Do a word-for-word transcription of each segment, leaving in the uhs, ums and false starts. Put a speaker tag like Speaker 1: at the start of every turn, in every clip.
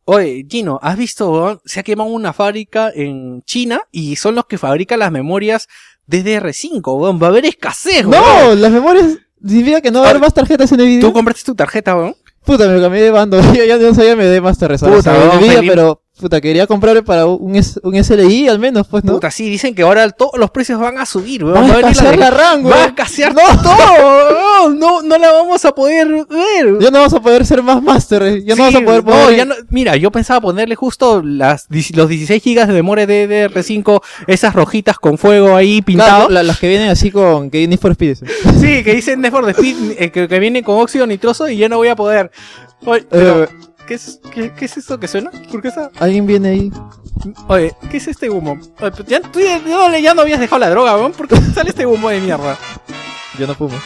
Speaker 1: Oye, Gino, ¿has visto, weón? Se ha quemado una fábrica en China y son los que fabrican las memorias D D R cinco, weón. Va a haber escasez, weón.
Speaker 2: No, las memorias significa que no va a haber más tarjetas en Nvidia.
Speaker 1: ¿Tú compraste tu tarjeta, weón?
Speaker 2: Puta, me cambié de bando. Yo ya no sabía me de Master Race.
Speaker 1: Puta, weón,
Speaker 2: Nvidia,
Speaker 1: Felipe.
Speaker 2: pero puta, quería comprar para un, S- un S L I al menos, pues, ¿no?
Speaker 1: Puta, sí, dicen que ahora todos los precios van a subir, weón.
Speaker 2: Va a
Speaker 1: Va a venir
Speaker 2: escasear la
Speaker 1: de-
Speaker 2: RAM,
Speaker 1: Va a
Speaker 2: weón.
Speaker 1: escasear todo, weón. No, no la vamos a poder ver.
Speaker 2: Ya no vas a poder ser más Master, eh. ya no vas
Speaker 1: Sí,
Speaker 2: a poder
Speaker 1: no,
Speaker 2: poner...
Speaker 1: ya no- mira, yo pensaba ponerle justo las, dieci- los dieciséis gigas de memoria de D D R cinco, esas rojitas con fuego ahí pintado.
Speaker 2: Claro, la- las que vienen así con que Need for Speed. ¿sí?
Speaker 1: Sí, que dicen Need for Speed, eh, que, que vienen con óxido nitroso y ya no voy a poder. Oye, pero,
Speaker 2: Eh,
Speaker 1: ¿qué, es, qué, ¿qué es esto que suena? ¿Por qué está?
Speaker 2: Alguien viene ahí.
Speaker 1: Oye, ¿qué es este humo? Oye, pues ya, tú ya, no, ya no habías dejado la droga, weón. ¿Por qué sale este humo de mierda?
Speaker 2: Yo no fumo.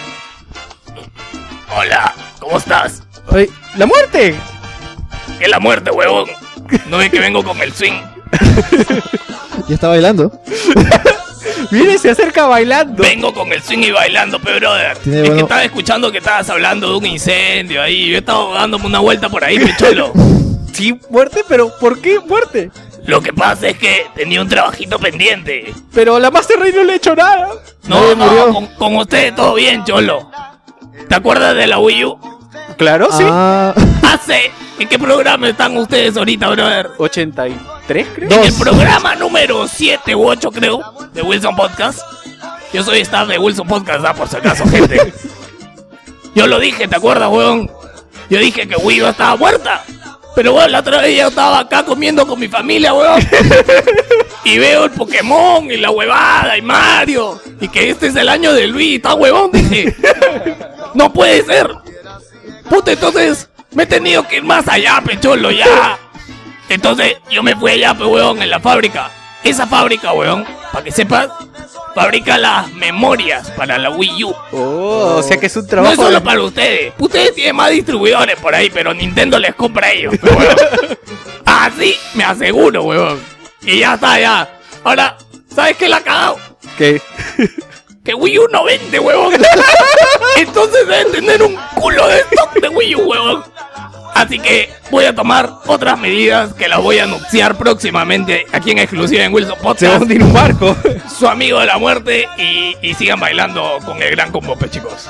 Speaker 3: Hola, ¿cómo estás?
Speaker 1: Oye, ¡la muerte!
Speaker 3: ¿Qué es la muerte, huevón? ¿No ves que vengo con el swing?
Speaker 2: Ya está bailando.
Speaker 1: Viene y se acerca bailando.
Speaker 3: Vengo con el swing y bailando, pe, brother.
Speaker 2: Tiene
Speaker 3: Es que
Speaker 2: bueno-
Speaker 3: estaba escuchando que estabas hablando de un incendio ahí. Yo estaba dándome una vuelta por ahí, pecholo.
Speaker 1: Sí, muerte, pero ¿por qué muerte?
Speaker 3: Lo que pasa es que tenía un trabajito pendiente.
Speaker 1: Pero la Master Race no le ha hecho nada.
Speaker 3: No,
Speaker 2: Nadie
Speaker 3: no,
Speaker 2: murió.
Speaker 3: con, con ustedes todo bien, cholo. ¿Te acuerdas de la Wii U?
Speaker 1: Claro, sí.
Speaker 2: Ah,
Speaker 3: Hace... ¿En qué programa están ustedes ahorita, brother?
Speaker 1: ochenta y tres, creo.
Speaker 2: Dos.
Speaker 3: En el programa número siete u ocho, creo, de Wilson Podcast. Yo soy staff de Wilson Podcast, ah, por si acaso, gente. Yo lo dije, ¿te acuerdas, weón? Yo dije que Wii U estaba muerta. Pero, weón, la otra vez yo estaba acá comiendo con mi familia, weón. Y veo el Pokémon y la huevada y Mario. Y que este es el año de Luis, está huevón, dije. No puede ser. Puta, entonces me he tenido que ir más allá, pecholo, ya. Entonces yo me fui allá, pe, weón, en la fábrica. Esa fábrica, weón, para que sepas, fabrica las memorias para la Wii U.
Speaker 1: Oh, o sea que es un
Speaker 3: No
Speaker 1: trabajo.
Speaker 3: es solo
Speaker 1: de-
Speaker 3: para ustedes. Ustedes tienen más distribuidores por ahí, pero Nintendo les compra a ellos, pe, weón. Así me aseguro, weón. Y ya está, ya. Ahora, ¿sabes qué la ha cagado?
Speaker 1: ¿Qué?
Speaker 3: Que Wii U no vende, huevón. Entonces deben tener un culo de stock de Wii U, huevón. Así que voy a tomar otras medidas que las voy a anunciar próximamente aquí en exclusiva en Wilson
Speaker 1: Se va a
Speaker 3: Podcast.
Speaker 1: hundir un barco.
Speaker 3: Su amigo de la muerte y, y sigan bailando con el gran combo, pe, chicos.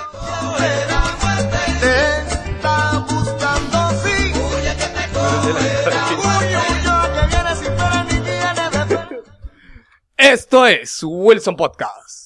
Speaker 3: Esto es Wilson Podcast.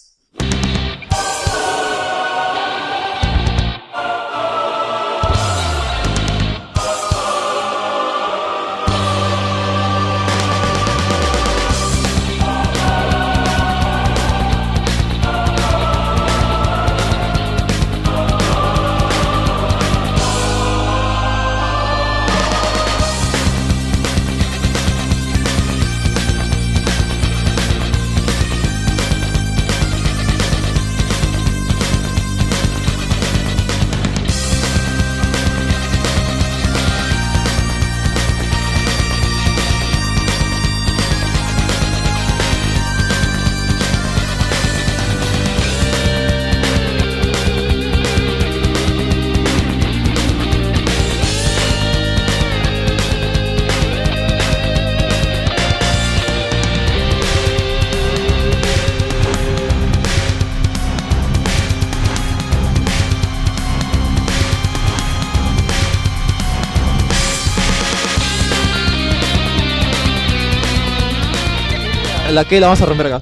Speaker 2: la que la vamos a romper acá.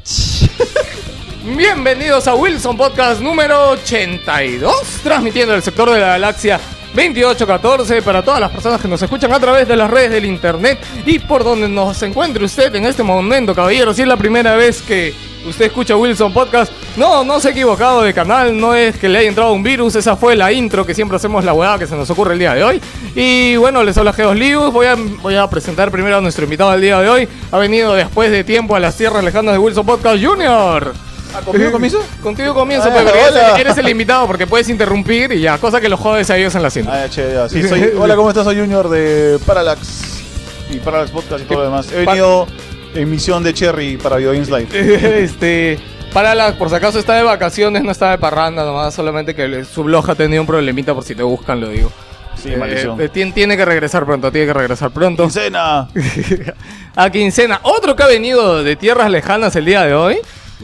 Speaker 3: Bienvenidos a Wilson Podcast número ochenta y dos, transmitiendo del sector de la galaxia veintiocho catorce para todas las personas que nos escuchan a través de las redes del internet y por donde nos encuentre usted en este momento, caballero. Si es la primera vez que usted escucha Wilson Podcast, no, no se ha equivocado de canal, no es que le haya entrado un virus, esa fue la intro que siempre hacemos, la huevada que se nos ocurre el día de hoy. Y bueno, les habla Geos Lius, voy a, voy a presentar primero a nuestro invitado del día de hoy. Ha venido después de tiempo a las tierras lejanas de Wilson Podcast, Junior.
Speaker 2: ¿Conmigo comienzo?
Speaker 3: Contigo comienzo,
Speaker 2: Ah,
Speaker 3: Pepe, porque eres,
Speaker 2: hola.
Speaker 3: el- eres el invitado porque puedes interrumpir y ya, cosa que los jodes a ellos en la cinta.
Speaker 4: Ah, chévere, ya. Sí, soy, hola, ¿cómo estás? Soy Junior de Parallax y Parallax Podcast y todo lo demás. He venido en misión de Cherry para Videogames Live.
Speaker 3: este, para la, por si acaso está de vacaciones, no está de parranda nomás, solamente que le- su blog ha tenido un problemita por si te buscan, lo digo.
Speaker 4: Sí,
Speaker 3: Eh,
Speaker 4: maldición.
Speaker 3: eh, tiene, tiene que regresar pronto, tiene que regresar pronto.
Speaker 4: Quincena.
Speaker 3: A Quincena. Otro que ha venido de tierras lejanas el día de hoy.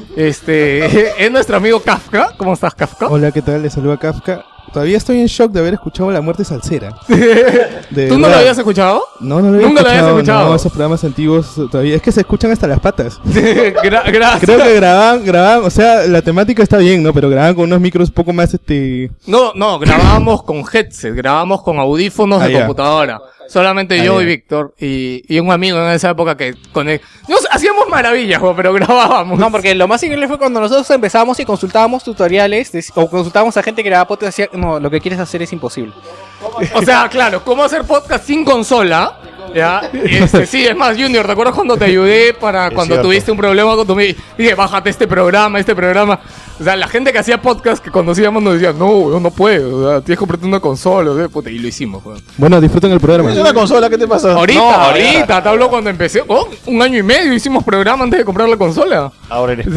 Speaker 3: Este es nuestro amigo Kafka. ¿Cómo estás, Kafka?
Speaker 5: Hola, ¿qué tal? Les saluda Kafka. Todavía estoy en shock de haber escuchado La Muerte Salsera. De
Speaker 3: ¿Tú no lo
Speaker 5: verdad.
Speaker 3: habías escuchado?
Speaker 5: No, no lo había
Speaker 3: ¿Nunca lo habías
Speaker 5: escuchado.
Speaker 3: escuchado?
Speaker 5: No, esos programas antiguos todavía. Es que se escuchan hasta las patas.
Speaker 3: Gra- gracias.
Speaker 5: Creo que grababan, grababan, o sea, la temática está bien, ¿no? Pero grababan con unos micros un poco más, este...
Speaker 3: No, no, grabábamos con headset, grabábamos con audífonos
Speaker 5: Ah,
Speaker 3: de
Speaker 5: ya.
Speaker 3: computadora. Solamente
Speaker 5: Ah,
Speaker 3: yo
Speaker 5: ya.
Speaker 3: y Víctor y, y un amigo en esa época que con él. Nos hacíamos maravillas, jo, pero grabábamos.
Speaker 1: No, porque lo más increíble fue cuando nosotros empezamos y consultábamos tutoriales de- o consultábamos a gente que grababa podcast y decía, no, lo que quieres hacer es imposible.
Speaker 3: O sea, claro, ¿cómo hacer podcast sin consola? ¿Ya? Este, sí, es más, Junior, ¿te acuerdas cuando te ayudé para
Speaker 4: Es
Speaker 3: cuando
Speaker 4: cierto.
Speaker 3: tuviste un problema con tu mi- dije, bájate este programa, este programa? O sea, la gente que hacía podcast que conocíamos nos decía, no, weón, no puedo, o sea, tienes que comprarte una consola, o sea, puta, y lo hicimos, weón.
Speaker 5: Bueno, disfruten el programa.
Speaker 4: ¿Es una consola? ¿Qué te pasa?
Speaker 3: Ahorita,
Speaker 1: No,
Speaker 3: ahorita, te hablo cuando empecé. Oh, un año y medio hicimos programa antes de comprar la consola.
Speaker 4: Ahora eres.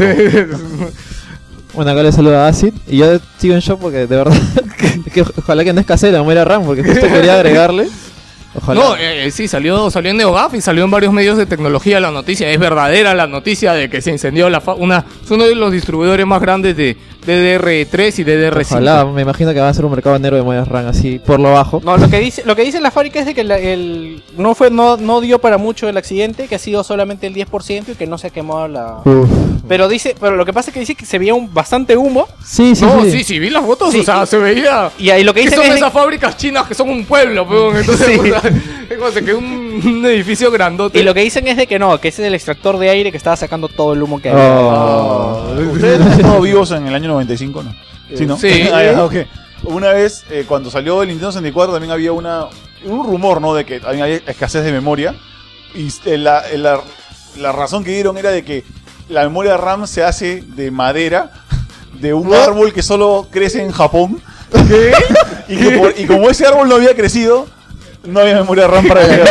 Speaker 2: Bueno, acá les saluda Acid. Y yo sigo en shock porque de verdad. que ojalá que no es casera, muera RAM, porque justo quería agregarle. Ojalá.
Speaker 3: No, eh, eh, sí, salió, salió en NeoGAF y salió en varios medios de tecnología la noticia. Es verdadera la noticia de que se incendió la fa- una, es uno de los distribuidores más grandes de D D R tres y D D R cinco.
Speaker 2: Ojalá, me imagino que va a ser un mercado negro de monedas RAM así, por lo bajo.
Speaker 1: No, lo que dice, lo que dice la fábrica es de que la- el, no fue, no, no dio para mucho el accidente, que ha sido solamente el diez por ciento y que no se ha quemado la.
Speaker 2: Uf.
Speaker 1: Pero dice, pero lo que pasa es que dice que se veía un bastante humo.
Speaker 2: Sí, sí,
Speaker 3: No,
Speaker 2: sí.
Speaker 3: sí, sí, vi las fotos,
Speaker 1: Sí,
Speaker 3: o sea,
Speaker 1: y-
Speaker 3: se veía.
Speaker 1: Y ahí lo que
Speaker 3: Que
Speaker 1: dice
Speaker 3: son
Speaker 1: es de-
Speaker 3: esas fábricas chinas que son un pueblo, peón. Entonces,
Speaker 1: Sí.
Speaker 3: o sea, es como se quedó un, un edificio grandote.
Speaker 1: y lo que dicen es de que no, que ese es el extractor de aire que estaba sacando todo el humo que había.
Speaker 2: Oh.
Speaker 4: ¿Ustedes han estado vivos en el año noventa y cinco, no? Sí, ¿no?
Speaker 3: Sí.
Speaker 4: Ah, ya, ok. Una vez, eh, cuando salió el Nintendo sesenta y cuatro, también había una, un rumor, ¿no? De que había escasez de memoria. Y eh, la, eh, la, la razón que dieron era de que la memoria RAM se hace de madera, de un árbol que solo crece en Japón. ¿Qué? Y, que por- y como ese árbol no había crecido, no había memoria RAM para llegar.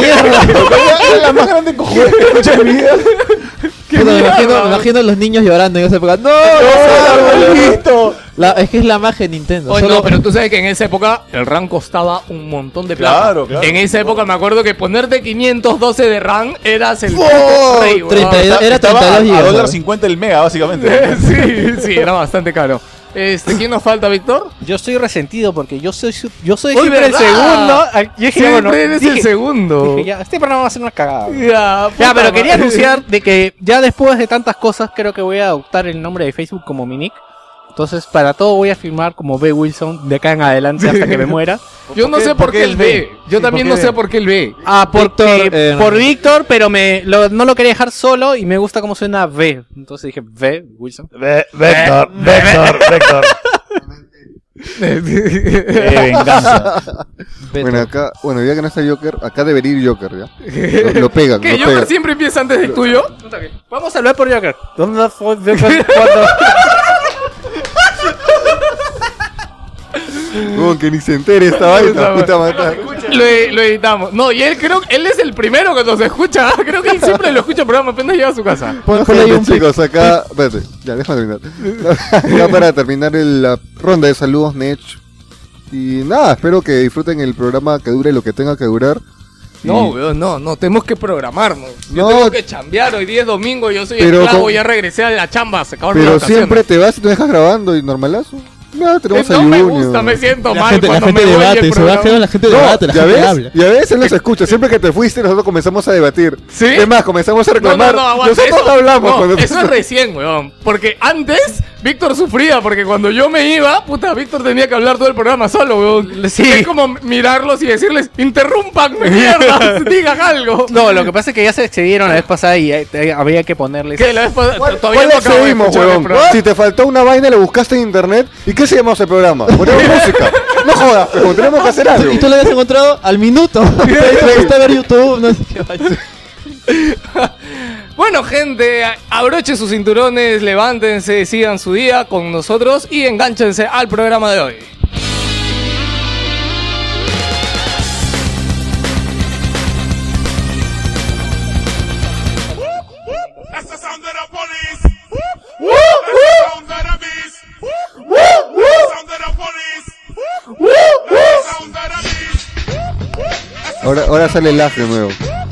Speaker 4: Era la más grande cojura que he escuchado en mi vida.
Speaker 2: Puta, me, imagino, me imagino a los niños llorando en esa época. ¡No!
Speaker 4: ¡Oh, arbolito!
Speaker 2: La- es que es la magia de Nintendo.
Speaker 3: Oye,
Speaker 2: Solo-
Speaker 3: no, pero tú sabes que en esa época el RAM costaba un montón de plata.
Speaker 4: Claro, claro.
Speaker 3: En esa época me acuerdo que ponerte quinientos doce de RAM eras el
Speaker 4: ¡Oh!
Speaker 3: rey, weón.
Speaker 2: treinta y dos Era
Speaker 4: Estaba
Speaker 2: treinta y dos
Speaker 4: a
Speaker 2: gigas,
Speaker 4: dólar
Speaker 2: ¿sabes?
Speaker 4: cincuenta el mega, básicamente.
Speaker 3: Sí, sí, era bastante caro. Este, ¿quién nos falta, Víctor?
Speaker 1: Yo estoy resentido porque yo soy su- yo soy
Speaker 3: Uy,
Speaker 1: siempre el
Speaker 3: ¿verdad?
Speaker 1: segundo. Ay, Yo dije,
Speaker 3: Siempre
Speaker 1: bueno,
Speaker 3: eres
Speaker 1: dije-
Speaker 3: el segundo.
Speaker 1: dije, ya, este programa va a ser una cagada.
Speaker 3: Ya,
Speaker 1: Ya,
Speaker 3: puta
Speaker 1: pero quería
Speaker 3: madre.
Speaker 1: anunciar de que ya después de tantas cosas creo que voy a adoptar el nombre de Facebook como mi nick. Entonces, para todo voy a firmar como B. Wilson de acá en adelante hasta que me muera.
Speaker 3: Yo no
Speaker 4: ¿Por qué-
Speaker 3: sé por
Speaker 4: por
Speaker 3: qué
Speaker 4: qué
Speaker 3: él
Speaker 4: el
Speaker 3: ve.
Speaker 4: B?
Speaker 3: Yo
Speaker 4: Sí,
Speaker 3: también
Speaker 4: ¿por
Speaker 3: no
Speaker 4: qué
Speaker 3: sé
Speaker 4: B?
Speaker 3: por qué él ve.
Speaker 1: Ah, porque
Speaker 2: Víctor, eh,
Speaker 1: por
Speaker 2: no.
Speaker 1: Víctor, pero me lo- no lo quería dejar solo y me gusta cómo suena V. Entonces dije V. Wilson.
Speaker 4: Vector, Vector, Vector. Qué venganza.
Speaker 6: Bueno, acá, bueno, ya que no está Joker, acá debería ir Joker, ¿ya? Lo, lo pegan,
Speaker 3: ¿Qué?
Speaker 6: lo
Speaker 3: ¿Joker
Speaker 6: pegan.
Speaker 3: siempre empieza antes del tuyo?
Speaker 1: Vamos a hablar por Joker. ¿Dónde fue Joker cuando-
Speaker 6: Como que ni se entere esta vaina, puta matar.
Speaker 3: Lo, lo editamos. No, y él creo él es el primero que nos escucha. Creo que él siempre lo escucha el programa apenas llega a su casa.
Speaker 2: Pon- ponle ahí
Speaker 6: Gente,
Speaker 2: un clip.
Speaker 6: chicos, acá, espérate, ya, déjame terminar. Ya para terminar el- la ronda de saludos, Nech. Y nada, espero que disfruten el programa, que dure lo que tenga que durar.
Speaker 3: No,
Speaker 6: Y-
Speaker 3: weón, no, no, tenemos que programarnos. Yo
Speaker 6: No.
Speaker 3: tengo que chambear, hoy día es domingo, yo soy
Speaker 6: Pero
Speaker 3: esclavo,
Speaker 6: con-
Speaker 3: ya regresé a la chamba, se acabaron las
Speaker 6: Pero
Speaker 3: vacaciones.
Speaker 6: siempre te vas y te dejas grabando y normalazo. No,
Speaker 3: Eh,
Speaker 6: tenemos
Speaker 3: no
Speaker 6: a
Speaker 3: me
Speaker 6: Junior.
Speaker 3: gusta, me siento
Speaker 5: La
Speaker 3: mal
Speaker 5: gente, la
Speaker 3: cuando
Speaker 5: gente
Speaker 3: me voy
Speaker 5: debate,
Speaker 3: el
Speaker 5: se va
Speaker 3: programa.
Speaker 5: feo, la gente
Speaker 6: No,
Speaker 5: debate, la
Speaker 6: ya
Speaker 5: gente
Speaker 6: ves,
Speaker 5: habla.
Speaker 6: ya ves, él nos escucha. Siempre que te fuiste, nosotros comenzamos a debatir.
Speaker 3: ¿Sí?
Speaker 6: Es más, comenzamos a
Speaker 3: No, no,
Speaker 6: reclamar.
Speaker 3: no, aguanta,
Speaker 6: nosotros
Speaker 3: eso,
Speaker 6: hablamos
Speaker 3: no,
Speaker 6: cuando
Speaker 3: eso es recién, weón. Porque antes, Víctor sufría, porque cuando yo me iba, puta, Víctor tenía que hablar todo el programa solo, weón.
Speaker 1: Sí.
Speaker 3: Es como mirarlos y decirles, interrumpan, mierda, digan algo.
Speaker 1: No, lo que pasa es que ya se excedieron la vez pasada y eh, eh, había que ponerles.
Speaker 3: ¿Qué? La vez pasada-
Speaker 6: ¿Cuál,
Speaker 3: todavía
Speaker 6: cuál
Speaker 3: no acabo de
Speaker 6: seguimos,
Speaker 3: escuchar el
Speaker 6: huevón?
Speaker 3: programa.
Speaker 6: Si te faltó una vaina, le buscaste en internet. ¿Y qué se llamó ese programa? Ponemos música. No jodas, pero tenemos que hacer algo.
Speaker 2: Y tú lo habías encontrado al minuto. Te te gusta ver YouTube, no sé qué vaina.
Speaker 3: Bueno, gente, abrochen sus cinturones, levántense, sigan su día con nosotros y enganchense al programa de hoy.
Speaker 7: That's the sound of the police. That's the sound of the beast. That's the sound of the police. That's the sound of the beast.
Speaker 6: Ahora, ahora sale el lag de nuevo.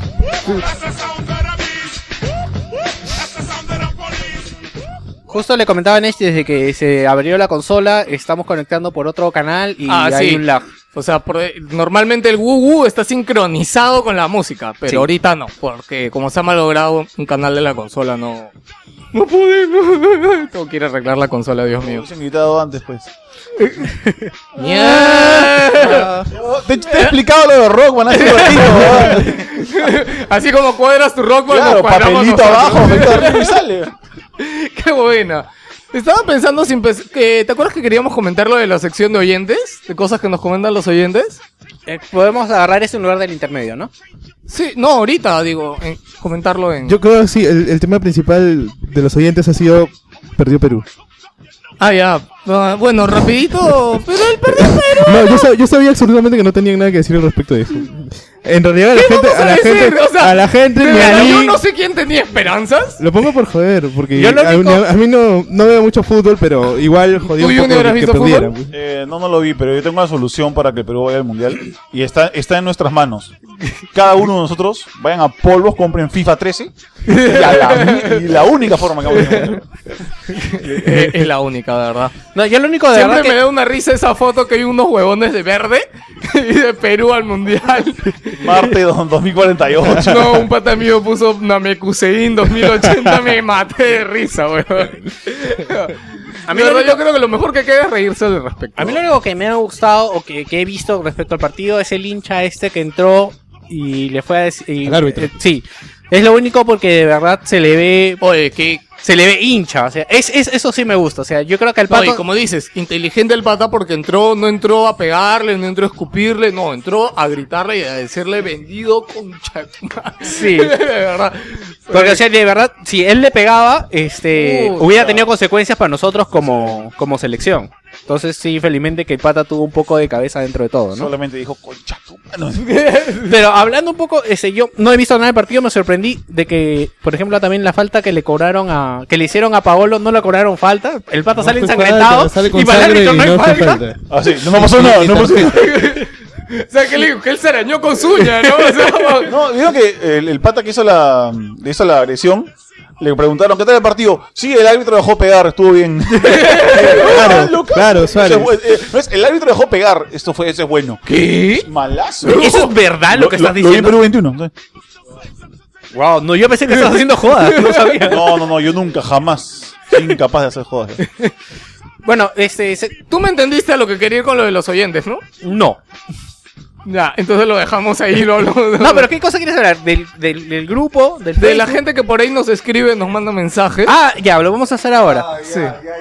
Speaker 1: Justo le comentaba a Nech desde que se abrió la consola, estamos conectando por otro canal y
Speaker 3: Ah,
Speaker 1: hay
Speaker 3: sí.
Speaker 1: un lag.
Speaker 3: O sea, por- normalmente el Woo Woo está sincronizado con la música, pero
Speaker 1: Sí.
Speaker 3: ahorita no, porque como se ha malogrado un canal de la consola, no... No podemos. Tengo que ir a arreglar la consola, Dios mío.
Speaker 4: Me he invitado antes, pues.
Speaker 3: ¡Mierda!
Speaker 4: Te, te he explicado lo de Rockman hace un ratito, weón.
Speaker 3: Así como cuadras tu rock,
Speaker 4: Claro,
Speaker 3: nos cuadramos
Speaker 4: papelito
Speaker 3: nosotros.
Speaker 4: abajo, papelito arriba y sale.
Speaker 3: Qué buena. Estaba pensando sin pens- que ¿te acuerdas que queríamos comentar lo de la sección de oyentes? De cosas que nos comentan los oyentes.
Speaker 1: Eh, podemos agarrar ese lugar del intermedio, ¿no?
Speaker 3: Sí, no, ahorita digo, en- comentarlo en...
Speaker 5: Yo creo que sí, el, el tema principal de los oyentes ha sido perdió Perú.
Speaker 3: Ah, ya. Ah, bueno, rapidito, pero el perdió Perú.
Speaker 5: No, yo, sab- yo sabía absolutamente que no tenían nada que decir al respecto de eso. En realidad a la
Speaker 3: ¿Qué
Speaker 5: gente,
Speaker 3: vamos a
Speaker 5: a la
Speaker 3: decir?
Speaker 5: gente,
Speaker 3: O sea,
Speaker 5: a la gente
Speaker 3: de
Speaker 5: ni a
Speaker 3: verdad,
Speaker 5: mí.
Speaker 3: yo no sé quién tenía esperanzas.
Speaker 5: Lo pongo por joder, porque
Speaker 1: Yo lo
Speaker 5: a,
Speaker 1: único-
Speaker 5: a mí no, no veo mucho fútbol, pero igual jodió
Speaker 3: ¿Tú,
Speaker 5: un poco
Speaker 3: Junior, has
Speaker 5: que, que
Speaker 3: visto
Speaker 5: perdieran.
Speaker 3: fútbol?
Speaker 5: pues.
Speaker 4: Eh, no, no lo vi, pero yo tengo una solución para que el Perú vaya al Mundial. Y está, está en nuestras manos. Cada uno de nosotros vayan a polvos, compren FIFA trece. Y, a la, y la única forma que vamos a ir.
Speaker 3: Eh, es la única, de verdad.
Speaker 1: No, yo lo único de
Speaker 3: Siempre
Speaker 1: verdad
Speaker 3: me
Speaker 1: que...
Speaker 3: da una risa esa foto que hay unos huevones de verde y de Perú al mundial.
Speaker 4: Marte dos mil cuarenta y ocho.
Speaker 3: No, un pata mío puso Namekusein dos mil ochenta, me maté de risa, weón. A mí
Speaker 1: lo
Speaker 3: verdad,
Speaker 1: único-
Speaker 3: yo creo que lo mejor que queda es reírse al respecto.
Speaker 1: A mí lo único que me ha gustado o que, que he visto respecto al partido es el hincha este que entró y le fue a decir...
Speaker 5: Al árbitro.
Speaker 1: eh, sí, es lo único porque de verdad se le ve...
Speaker 3: Oye, que...
Speaker 1: Se le ve hincha, o sea, es, es, eso sí me gusta, o sea, yo creo que el
Speaker 3: No,
Speaker 1: pato...
Speaker 3: y como dices, inteligente el pata porque entró, no entró a pegarle, no entró a escupirle, no, entró a gritarle y a decirle vendido con chacma.
Speaker 1: Sí.
Speaker 3: De verdad.
Speaker 1: Porque, o sea, de verdad, si él le pegaba, este,
Speaker 3: Puta.
Speaker 1: hubiera tenido consecuencias para nosotros como, como selección. Entonces, sí, felizmente que el pata tuvo un poco de cabeza dentro de todo, ¿no?
Speaker 4: Solamente dijo, concha tu mano.
Speaker 1: Pero hablando un poco, ese, yo no he visto nada del partido, me sorprendí de que, por ejemplo, también la falta que le cobraron a, que le hicieron a Paolo, no le cobraron falta. El pata sale
Speaker 5: fue
Speaker 1: ensangrentado
Speaker 5: falta, sale con
Speaker 1: y para el
Speaker 5: sangre
Speaker 1: árbitro no
Speaker 5: y
Speaker 1: hay
Speaker 5: no fue
Speaker 1: falta.
Speaker 5: falta.
Speaker 4: Ah, sí, no me pasó nada, no pasó nada.
Speaker 3: O sea, que, le, que él se arañó con su uña, ¿no? O sea,
Speaker 4: No, vieron que el, el pata que hizo la, hizo la agresión, le preguntaron, ¿qué tal el partido? Sí, el árbitro dejó pegar, estuvo bien.
Speaker 5: Claro, claro, Suárez.
Speaker 4: Eso es bu- eh, no es, el árbitro dejó pegar, esto fue, eso es bueno.
Speaker 3: ¿qué?
Speaker 4: Malazo.
Speaker 1: ¿Eso es verdad lo que estás
Speaker 4: Lo vi en
Speaker 1: diciendo?
Speaker 4: Perú veintiuno. ¿sí?
Speaker 1: Wow, no, yo pensé que estabas haciendo jodas, no sabía.
Speaker 4: No, no, no, yo nunca, jamás. Soy incapaz de hacer jodas.
Speaker 1: Bueno, este, se-
Speaker 3: Tú me entendiste a lo que quería ir con lo de los oyentes, ¿no?
Speaker 1: no.
Speaker 3: Ya, entonces lo dejamos ahí, lo, lo-
Speaker 1: No, pero ¿qué cosa quieres hablar? ¿Del, del, del grupo? ¿Del
Speaker 3: De la
Speaker 1: Facebook?
Speaker 3: gente que por ahí nos escribe, nos manda mensajes.
Speaker 1: Ah, ya, lo vamos a hacer ahora.
Speaker 3: Sí.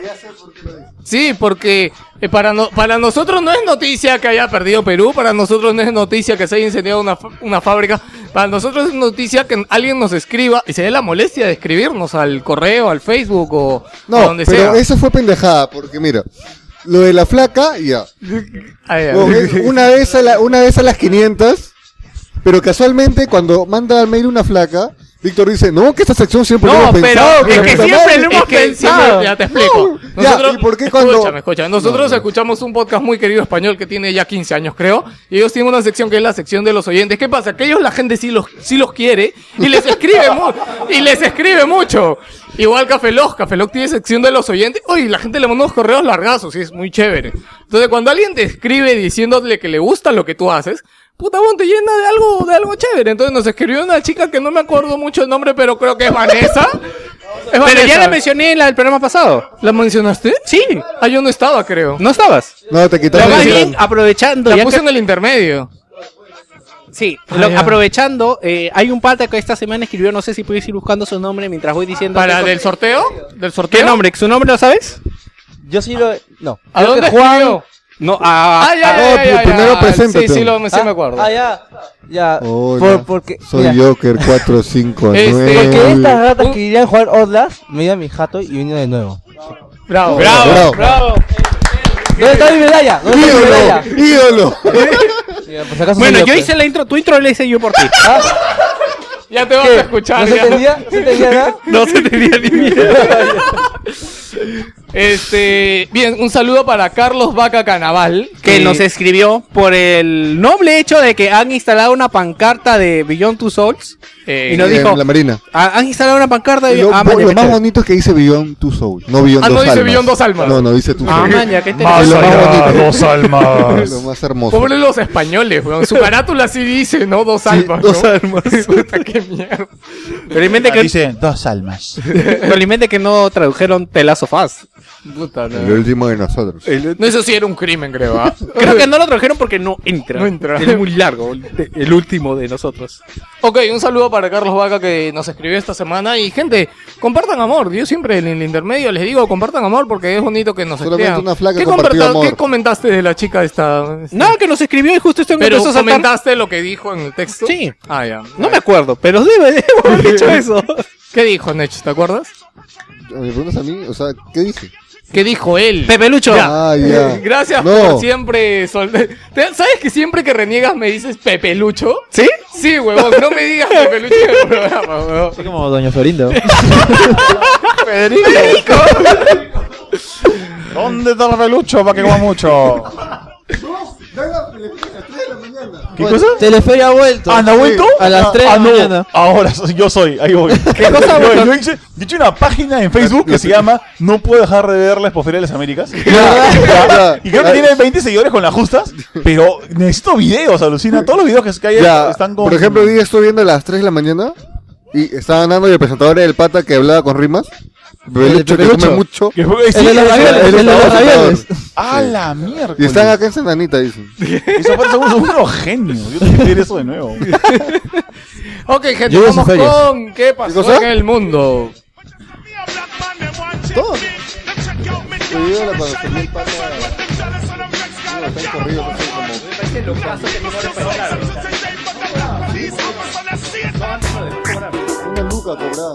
Speaker 3: Sí, porque eh, para, no, para nosotros no es noticia que haya perdido Perú, para nosotros no es noticia que se haya incendiado una, fa- una fábrica, para nosotros es noticia que alguien nos escriba y se dé la molestia de escribirnos al correo, al Facebook o a
Speaker 6: No,
Speaker 3: donde
Speaker 6: pero
Speaker 3: sea.
Speaker 6: eso fue pendejada, porque mira, lo de la flaca, ya.
Speaker 3: Ah, ya.
Speaker 6: Bueno, es una vez a la, una vez a las quinientas, pero casualmente cuando manda al mail una flaca, Víctor dice, no, que esta sección siempre
Speaker 1: No,
Speaker 6: lo hemos
Speaker 1: pero
Speaker 6: pensado.
Speaker 1: es
Speaker 6: la
Speaker 1: que
Speaker 6: puta
Speaker 1: siempre
Speaker 6: madre".
Speaker 1: lo hemos
Speaker 3: Es que
Speaker 1: pensado.
Speaker 3: siempre- ya te explico.
Speaker 6: No, ya, ¿y por qué cuando-
Speaker 3: Escúchame, escúchame. Nosotros
Speaker 6: No, no.
Speaker 3: escuchamos un podcast muy querido español que tiene ya quince años, creo. Y ellos tienen una sección que es la sección de los oyentes. ¿Qué pasa? Que ellos la gente sí los, sí los quiere y les escribe mu- y les escribe mucho. Igual Café Lock. Café Lock tiene sección de los oyentes. Oye, la gente le manda unos correos largazos y es muy chévere. Entonces, cuando alguien te escribe diciéndole que le gusta lo que tú haces, puta, bueno, te llena de algo, de algo chévere. Entonces nos escribió una chica que no me acuerdo mucho el nombre, pero creo que es Vanessa. Es
Speaker 1: Pero
Speaker 3: Vanessa.
Speaker 1: ya la mencioné en la del programa pasado.
Speaker 3: ¿La mencionaste?
Speaker 1: Sí,
Speaker 3: Ah, yo no estaba, creo.
Speaker 1: ¿no estabas?
Speaker 6: No, te
Speaker 1: Pero
Speaker 6: quitaron
Speaker 1: más
Speaker 6: el-
Speaker 1: bien, aprovechando,
Speaker 3: La
Speaker 1: ya
Speaker 3: puse
Speaker 1: que-
Speaker 3: en el intermedio.
Speaker 1: sí,
Speaker 3: Ah,
Speaker 1: lo-
Speaker 3: ya.
Speaker 1: aprovechando, eh, hay un pata que esta semana escribió, no sé si puedes ir buscando su nombre mientras voy diciendo...
Speaker 3: ¿Para
Speaker 1: qué
Speaker 3: del
Speaker 1: cosa-
Speaker 3: sorteo? ¿Del sorteo?
Speaker 1: ¿Qué nombre? ¿Su nombre lo sabes?
Speaker 8: Yo sí lo. No.
Speaker 3: ¿A
Speaker 8: Creo
Speaker 3: dónde
Speaker 8: que Juan.
Speaker 3: escribió?
Speaker 1: No, a...
Speaker 3: Ah, ya,
Speaker 6: Ah,
Speaker 3: ya, ya,
Speaker 6: pri-
Speaker 3: ya,
Speaker 6: primero
Speaker 3: ya.
Speaker 6: preséntate.
Speaker 3: Sí, sí, lo, sí
Speaker 8: Ah,
Speaker 3: me acuerdo.
Speaker 8: Ah, ya. Ya.
Speaker 6: Hola,
Speaker 8: Por, porque.
Speaker 6: soy
Speaker 8: mira,
Speaker 6: Joker cuatro cinco
Speaker 3: Este,
Speaker 6: nueve.
Speaker 8: Porque estas ratas que querían jugar Outlast, me iba a mi jato y vine de nuevo.
Speaker 3: Bravo.
Speaker 6: Bravo.
Speaker 1: bravo.
Speaker 8: ¿Dónde está mi medalla? ¿Dónde está mi medalla?
Speaker 6: Ídolo, ídolo.
Speaker 8: Mira, por si acaso
Speaker 1: Bueno,
Speaker 8: soy
Speaker 1: yo
Speaker 8: Joker.
Speaker 1: hice la intro, tu intro la hice yo por ti.
Speaker 8: ¿Ah?
Speaker 3: Ya te vas
Speaker 8: ¿Qué?
Speaker 3: a escuchar.
Speaker 8: ¿No se
Speaker 3: ya.
Speaker 8: entendía? ¿No se entendía nada?
Speaker 1: No se tenía ni miedo.
Speaker 9: Este, bien, un saludo para Carlos Vaca Canaval,
Speaker 1: Que nos escribió por el noble hecho de que han instalado una pancarta de Beyond Two Souls.
Speaker 9: eh,
Speaker 1: Y nos
Speaker 6: En
Speaker 1: dijo,
Speaker 6: la Marina.
Speaker 1: "Ah, han instalado una pancarta de
Speaker 6: Lo,
Speaker 1: ah,
Speaker 6: bo-
Speaker 1: man, ya,
Speaker 6: lo
Speaker 1: qué
Speaker 6: más
Speaker 1: chévere".
Speaker 6: bonito es que dice Beyond Two Soul, no Beyond
Speaker 9: Ah, no
Speaker 6: Dos
Speaker 9: dice
Speaker 6: Almas.
Speaker 9: Beyond Dos Almas.
Speaker 6: No, no, dice Two
Speaker 1: Ah,
Speaker 6: Soul.
Speaker 1: man, ya, qué
Speaker 4: Más
Speaker 1: interesante.
Speaker 6: lo más
Speaker 4: allá,
Speaker 6: bonito.
Speaker 4: dos almas.
Speaker 6: Lo más hermoso.
Speaker 9: Pobre los españoles, weón. Su carátula sí dice, ¿no? Dos almas,
Speaker 5: dos
Speaker 9: ¿no?
Speaker 5: almas.
Speaker 9: Puta, qué mierda.
Speaker 1: Felizmente que,
Speaker 4: Dice dos almas.
Speaker 1: felizmente que no tradujeron The Last of Us.
Speaker 9: Puta, no.
Speaker 6: El último de nosotros.
Speaker 9: No, eso sí era un crimen, creo, ¿ah?
Speaker 1: Creo que no lo tradujeron porque no entra.
Speaker 9: No entra.
Speaker 1: Es muy largo, el- el último de nosotros.
Speaker 9: Ok, un saludo para Carlos Vaca que nos escribió esta semana. Y gente, compartan amor. Yo siempre en el intermedio les digo, compartan amor porque es bonito que nos
Speaker 6: Solamente
Speaker 9: escriban.
Speaker 6: una flaca
Speaker 9: ¿Qué,
Speaker 6: compartió
Speaker 9: comparta-
Speaker 6: amor.
Speaker 9: ¿Qué comentaste de la chica esta? esta-
Speaker 1: Nada, que nos escribió y justo esto me
Speaker 9: Pero
Speaker 1: empezó a saltar.
Speaker 9: comentaste lo que dijo en el texto.
Speaker 1: Sí.
Speaker 9: Ah, ya.
Speaker 1: No me acuerdo, pero debe de haber dicho eso.
Speaker 9: ¿Qué dijo Nech? ¿Te acuerdas?
Speaker 6: ¿Me preguntas a mí? O sea, ¿qué dice?
Speaker 9: ¿Qué dijo él?
Speaker 1: Pepe Lucho.
Speaker 6: Ah, ya.
Speaker 9: Gracias
Speaker 6: No.
Speaker 9: por siempre. sol- ¿Te- ¿Sabes que siempre que reniegas me dices Pepe Lucho?
Speaker 1: ¿Sí?
Speaker 9: Sí, huevón. No me digas Pepe Lucho en el programa, huevón.
Speaker 2: Así como Doña Florinda.
Speaker 9: Federico.
Speaker 4: ¿Dónde está el pelucho para que coma mucho? ¿Qué cosa?
Speaker 2: Teleferia ha vuelto.
Speaker 4: ¿Anda vuelto?
Speaker 2: A las tres de
Speaker 4: Ah,
Speaker 2: la
Speaker 4: no.
Speaker 2: mañana.
Speaker 4: Ahora soy- yo soy, ahí voy.
Speaker 1: ¿Qué cosa,
Speaker 4: Yo,
Speaker 1: vuelto?
Speaker 4: yo hice, yo hice una página en Facebook que se llama No puedo dejar de ver la Expoferia de las Américas.
Speaker 6: Ya,
Speaker 4: Y creo que tiene veinte seguidores con las justas, pero necesito videos, alucina. Todos los videos que hay
Speaker 6: Ya,
Speaker 4: están con...
Speaker 6: por ejemplo, hoy día estoy viendo a las tres de la mañana y estaban dando y el presentador era el pata que hablaba con rimas. Pelucho, que
Speaker 2: Pelucho.
Speaker 6: come mucho.
Speaker 4: Que fue-
Speaker 2: El de los
Speaker 4: sí,
Speaker 2: ravioles,
Speaker 6: el
Speaker 2: el de los
Speaker 6: presentador.
Speaker 2: ravioles.
Speaker 4: ¡A la mierda!
Speaker 6: Y están acá en Senanita, dicen.
Speaker 4: Eso parece unos, unos genios. Yo tengo que ver eso de nuevo.
Speaker 9: Ok, gente,
Speaker 2: Yo de
Speaker 9: vamos
Speaker 2: sus ferias.
Speaker 9: con ¿qué pasó
Speaker 6: ¿Qué cosa?
Speaker 9: en el mundo?
Speaker 6: Todo. Hoy día la cuando salió el pata. No, están corridos, no sé, como una luca cobrada.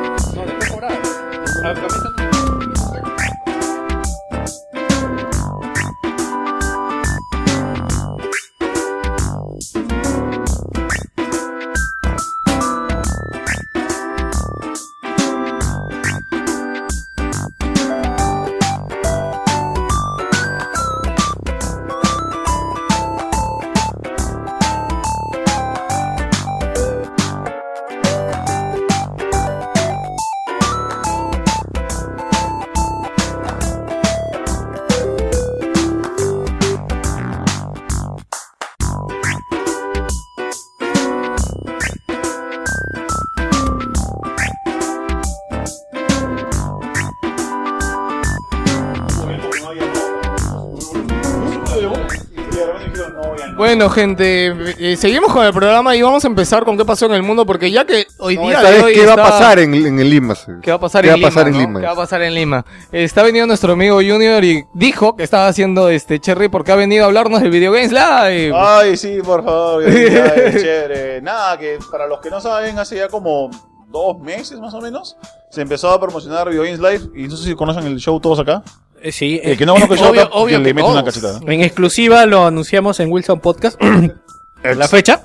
Speaker 9: Bueno, gente, eh, seguimos con el programa y vamos a empezar con qué pasó en el mundo porque ya que hoy
Speaker 6: No,
Speaker 9: día
Speaker 6: esta
Speaker 9: de
Speaker 6: vez,
Speaker 9: hoy
Speaker 6: ¿qué va a
Speaker 9: está-
Speaker 6: pasar en, en el Lima? sí?
Speaker 9: ¿Qué va a pasar,
Speaker 6: ¿Qué
Speaker 9: en,
Speaker 6: va a
Speaker 9: Lima,
Speaker 6: pasar en
Speaker 9: ¿no?
Speaker 6: Lima?
Speaker 9: ¿Qué va a pasar en Lima? Está venido nuestro amigo Junior y dijo que estaba haciendo este Cherry porque ha venido a hablarnos de Video Games Live.
Speaker 4: Ay, sí, por favor. Ay, chévere. Nada, que para los que no saben, hace ya como dos meses más o menos, se empezó a promocionar Video Games Live. Y no sé si conocen el show todos acá.
Speaker 1: Eh, sí,
Speaker 4: El
Speaker 1: eh,
Speaker 4: que no conozca el show
Speaker 9: obvio-
Speaker 4: acá,
Speaker 9: obvio
Speaker 4: que
Speaker 9: que
Speaker 4: le mete una
Speaker 9: todos.
Speaker 4: cachetada.
Speaker 1: en exclusiva lo anunciamos en Wilson Podcast. La fecha.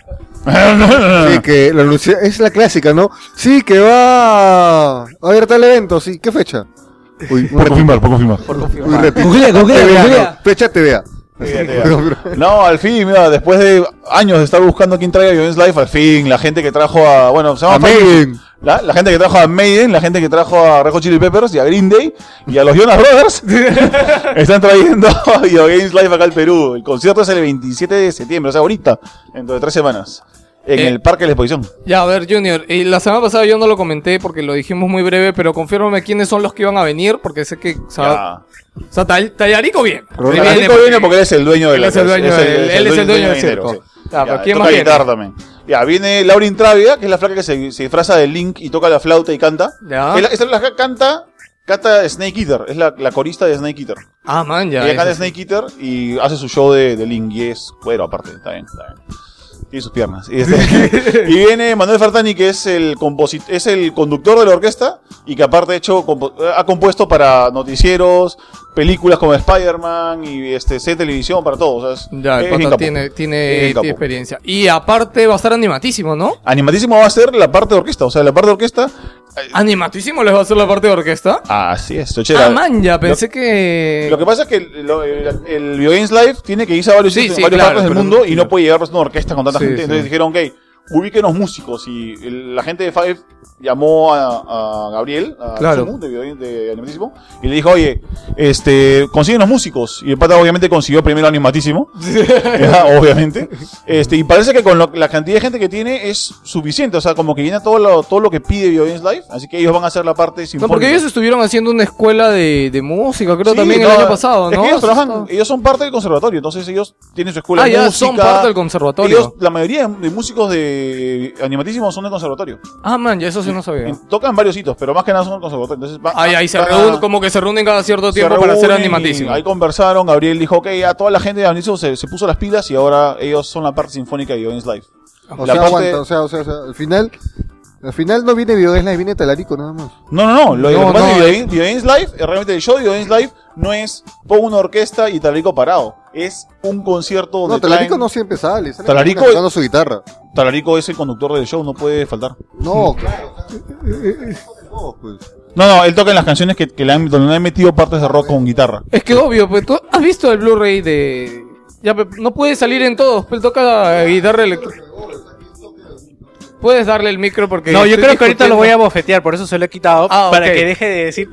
Speaker 6: Sí, que lo anuncia, es la clásica, ¿no? Sí, que va a haber tal evento, sí. ¿Qué fecha? Uy,
Speaker 4: Por confirmar, por confirmar.
Speaker 6: Uy, repito.
Speaker 2: Googlea, googlea,
Speaker 6: T V A,
Speaker 2: googlea.
Speaker 6: no, fecha T V A.
Speaker 4: No, al fin, mira, después de años de estar buscando quién traiga Video Games Live, al fin, la gente que trajo a, bueno, se llama
Speaker 6: A Maiden.
Speaker 4: La, la gente que trajo a Maiden, la gente que trajo a Red Hot Chili Peppers y a Green Day y a los Jonas Brothers están trayendo a Video Games Live acá al Perú. El concierto es el veintisiete de septiembre, o sea, ahorita, dentro de tres semanas, en
Speaker 9: Eh.
Speaker 4: el Parque de la Exposición.
Speaker 9: Ya, a ver, Junior, y la semana pasada yo no lo comenté porque lo dijimos muy breve, pero confírmame quiénes son los que iban a venir, porque sé que, o sea,
Speaker 4: Ya.
Speaker 9: o sea, Tall- Tallarico bien.
Speaker 6: Ronald
Speaker 9: Viene
Speaker 4: Rico viene porque él es el dueño de
Speaker 9: él
Speaker 4: la
Speaker 9: es el dueño
Speaker 4: es
Speaker 9: del- él es el dueño del
Speaker 4: dinero,
Speaker 9: circo.
Speaker 4: sí.
Speaker 9: Ya, pero
Speaker 4: Ya,
Speaker 9: ¿quién
Speaker 4: toca
Speaker 9: más viene?
Speaker 4: guitarra también. Ya, viene Laurin Travia, que es la flaca que se, se disfraza de Link y toca la flauta y canta.
Speaker 9: Ya.
Speaker 4: Es la- Esta es la que canta, canta Snake Eater, es la, la corista de Snake Eater.
Speaker 9: Ah, man, ya.
Speaker 4: Ella
Speaker 9: eso
Speaker 4: canta
Speaker 9: sí.
Speaker 4: Snake Eater y hace su show de, de Link y es cuero aparte, está bien, está bien. Tiene sus piernas. Y, este- y viene Manuel Fartani, que es el composit es el conductor de la orquesta y que aparte ha hecho compo- ha compuesto para noticieros, películas como Spider-Man y este C televisión para todos. O sea, es-
Speaker 9: Ya, el
Speaker 4: es bien
Speaker 9: pata
Speaker 4: capo.
Speaker 9: tiene,
Speaker 4: Es
Speaker 9: tiene,
Speaker 4: bien
Speaker 9: tiene
Speaker 4: capo.
Speaker 9: experiencia. Y aparte va a estar animatísimo, ¿no?
Speaker 4: Animatísimo va a ser la parte de orquesta, o sea, la parte de orquesta
Speaker 9: ¿Animatísimo les va a hacer la parte de orquesta?
Speaker 4: Así es, Chochera.
Speaker 9: Ah, man, ya pensé que...
Speaker 4: Lo que pasa es que el, lo- el, el Video Games Live tiene que irse a varios,
Speaker 9: Sí,
Speaker 4: sitios,
Speaker 9: sí,
Speaker 4: varias
Speaker 9: claro,
Speaker 4: partes del
Speaker 9: pero-
Speaker 4: mundo y no puede llegar una orquesta con tanta
Speaker 9: Sí,
Speaker 4: gente.
Speaker 9: sí.
Speaker 4: Entonces dijeron, ok, ubíquenos músicos. Y el- la gente de Five llamó a, a Gabriel, a
Speaker 9: Claro.
Speaker 4: Sumu, de, Video Games- de Animatísimo, y le dijo, oye, este, consíguenos músicos. Y el pata obviamente consiguió primero Animatísimo, ya, obviamente. Este, y parece que con lo- la cantidad de gente que tiene es suficiente. O sea, como que llena todo lo, todo lo que pide Video Games Live. Así que ellos van a hacer la parte
Speaker 9: No,
Speaker 4: sinfónica.
Speaker 9: porque ellos estuvieron haciendo una escuela de, de música, creo
Speaker 4: Sí,
Speaker 9: también el
Speaker 4: no,
Speaker 9: año pasado,
Speaker 4: es
Speaker 9: ¿no?
Speaker 4: que ellos,
Speaker 9: Eso
Speaker 4: trabajan,
Speaker 9: está-
Speaker 4: ellos son parte del conservatorio, entonces ellos tienen su escuela
Speaker 9: Ah,
Speaker 4: de
Speaker 9: ya,
Speaker 4: música.
Speaker 9: son parte del conservatorio.
Speaker 4: Ellos, la mayoría de, de músicos de Animatísimos son del conservatorio.
Speaker 9: Ah, man, ya eso sí no sabía.
Speaker 4: En- tocan varios hitos, pero más que nada son del conservatorio. Entonces, va-
Speaker 9: Ahí, ahí se
Speaker 4: van a-
Speaker 9: reúnen, como que se reúnen cada cierto
Speaker 4: se
Speaker 9: tiempo para hacer
Speaker 4: reúnen y
Speaker 9: animatísimo.
Speaker 4: Ahí conversaron, Gabriel dijo, ok, ya toda la gente de Animatísimos se, se puso las pilas y ahora ellos son la parte sinfónica de Video Games Live.
Speaker 6: O
Speaker 4: La
Speaker 6: sea,
Speaker 4: parte-
Speaker 6: aguanta, o sea, o sea, o sea, al final, al final no viene Video Games Live, viene Talarico nada más.
Speaker 4: No, no, no. Lo,
Speaker 9: No,
Speaker 4: lo que pasa
Speaker 9: no,
Speaker 4: es que
Speaker 9: eh.
Speaker 4: Video Games- Video Games Live, eh, realmente el show de Video Games Live no es pongo una orquesta y Talarico parado. Es un concierto donde
Speaker 6: No, Talarico
Speaker 4: traen-
Speaker 6: no siempre sale, sale
Speaker 4: Talarico-
Speaker 6: tocando su guitarra.
Speaker 4: Talarico es el conductor del show, no puede faltar.
Speaker 6: No, claro. No, pues.
Speaker 4: No, no, él toca en las canciones que, que le han, donde le han metido partes de rock con guitarra.
Speaker 9: Es que obvio, pues tú has visto el Blu-ray de... Ya, pe- no puede salir en todos, pero él toca guitarra electrónica. Puedes darle el micro porque...
Speaker 1: No, yo
Speaker 9: estoy
Speaker 1: creo que ahorita lo
Speaker 9: discutiendo.
Speaker 1: voy a bofetear, por eso se lo he quitado,
Speaker 9: Ah,
Speaker 1: para
Speaker 9: ok.
Speaker 1: que deje de decir...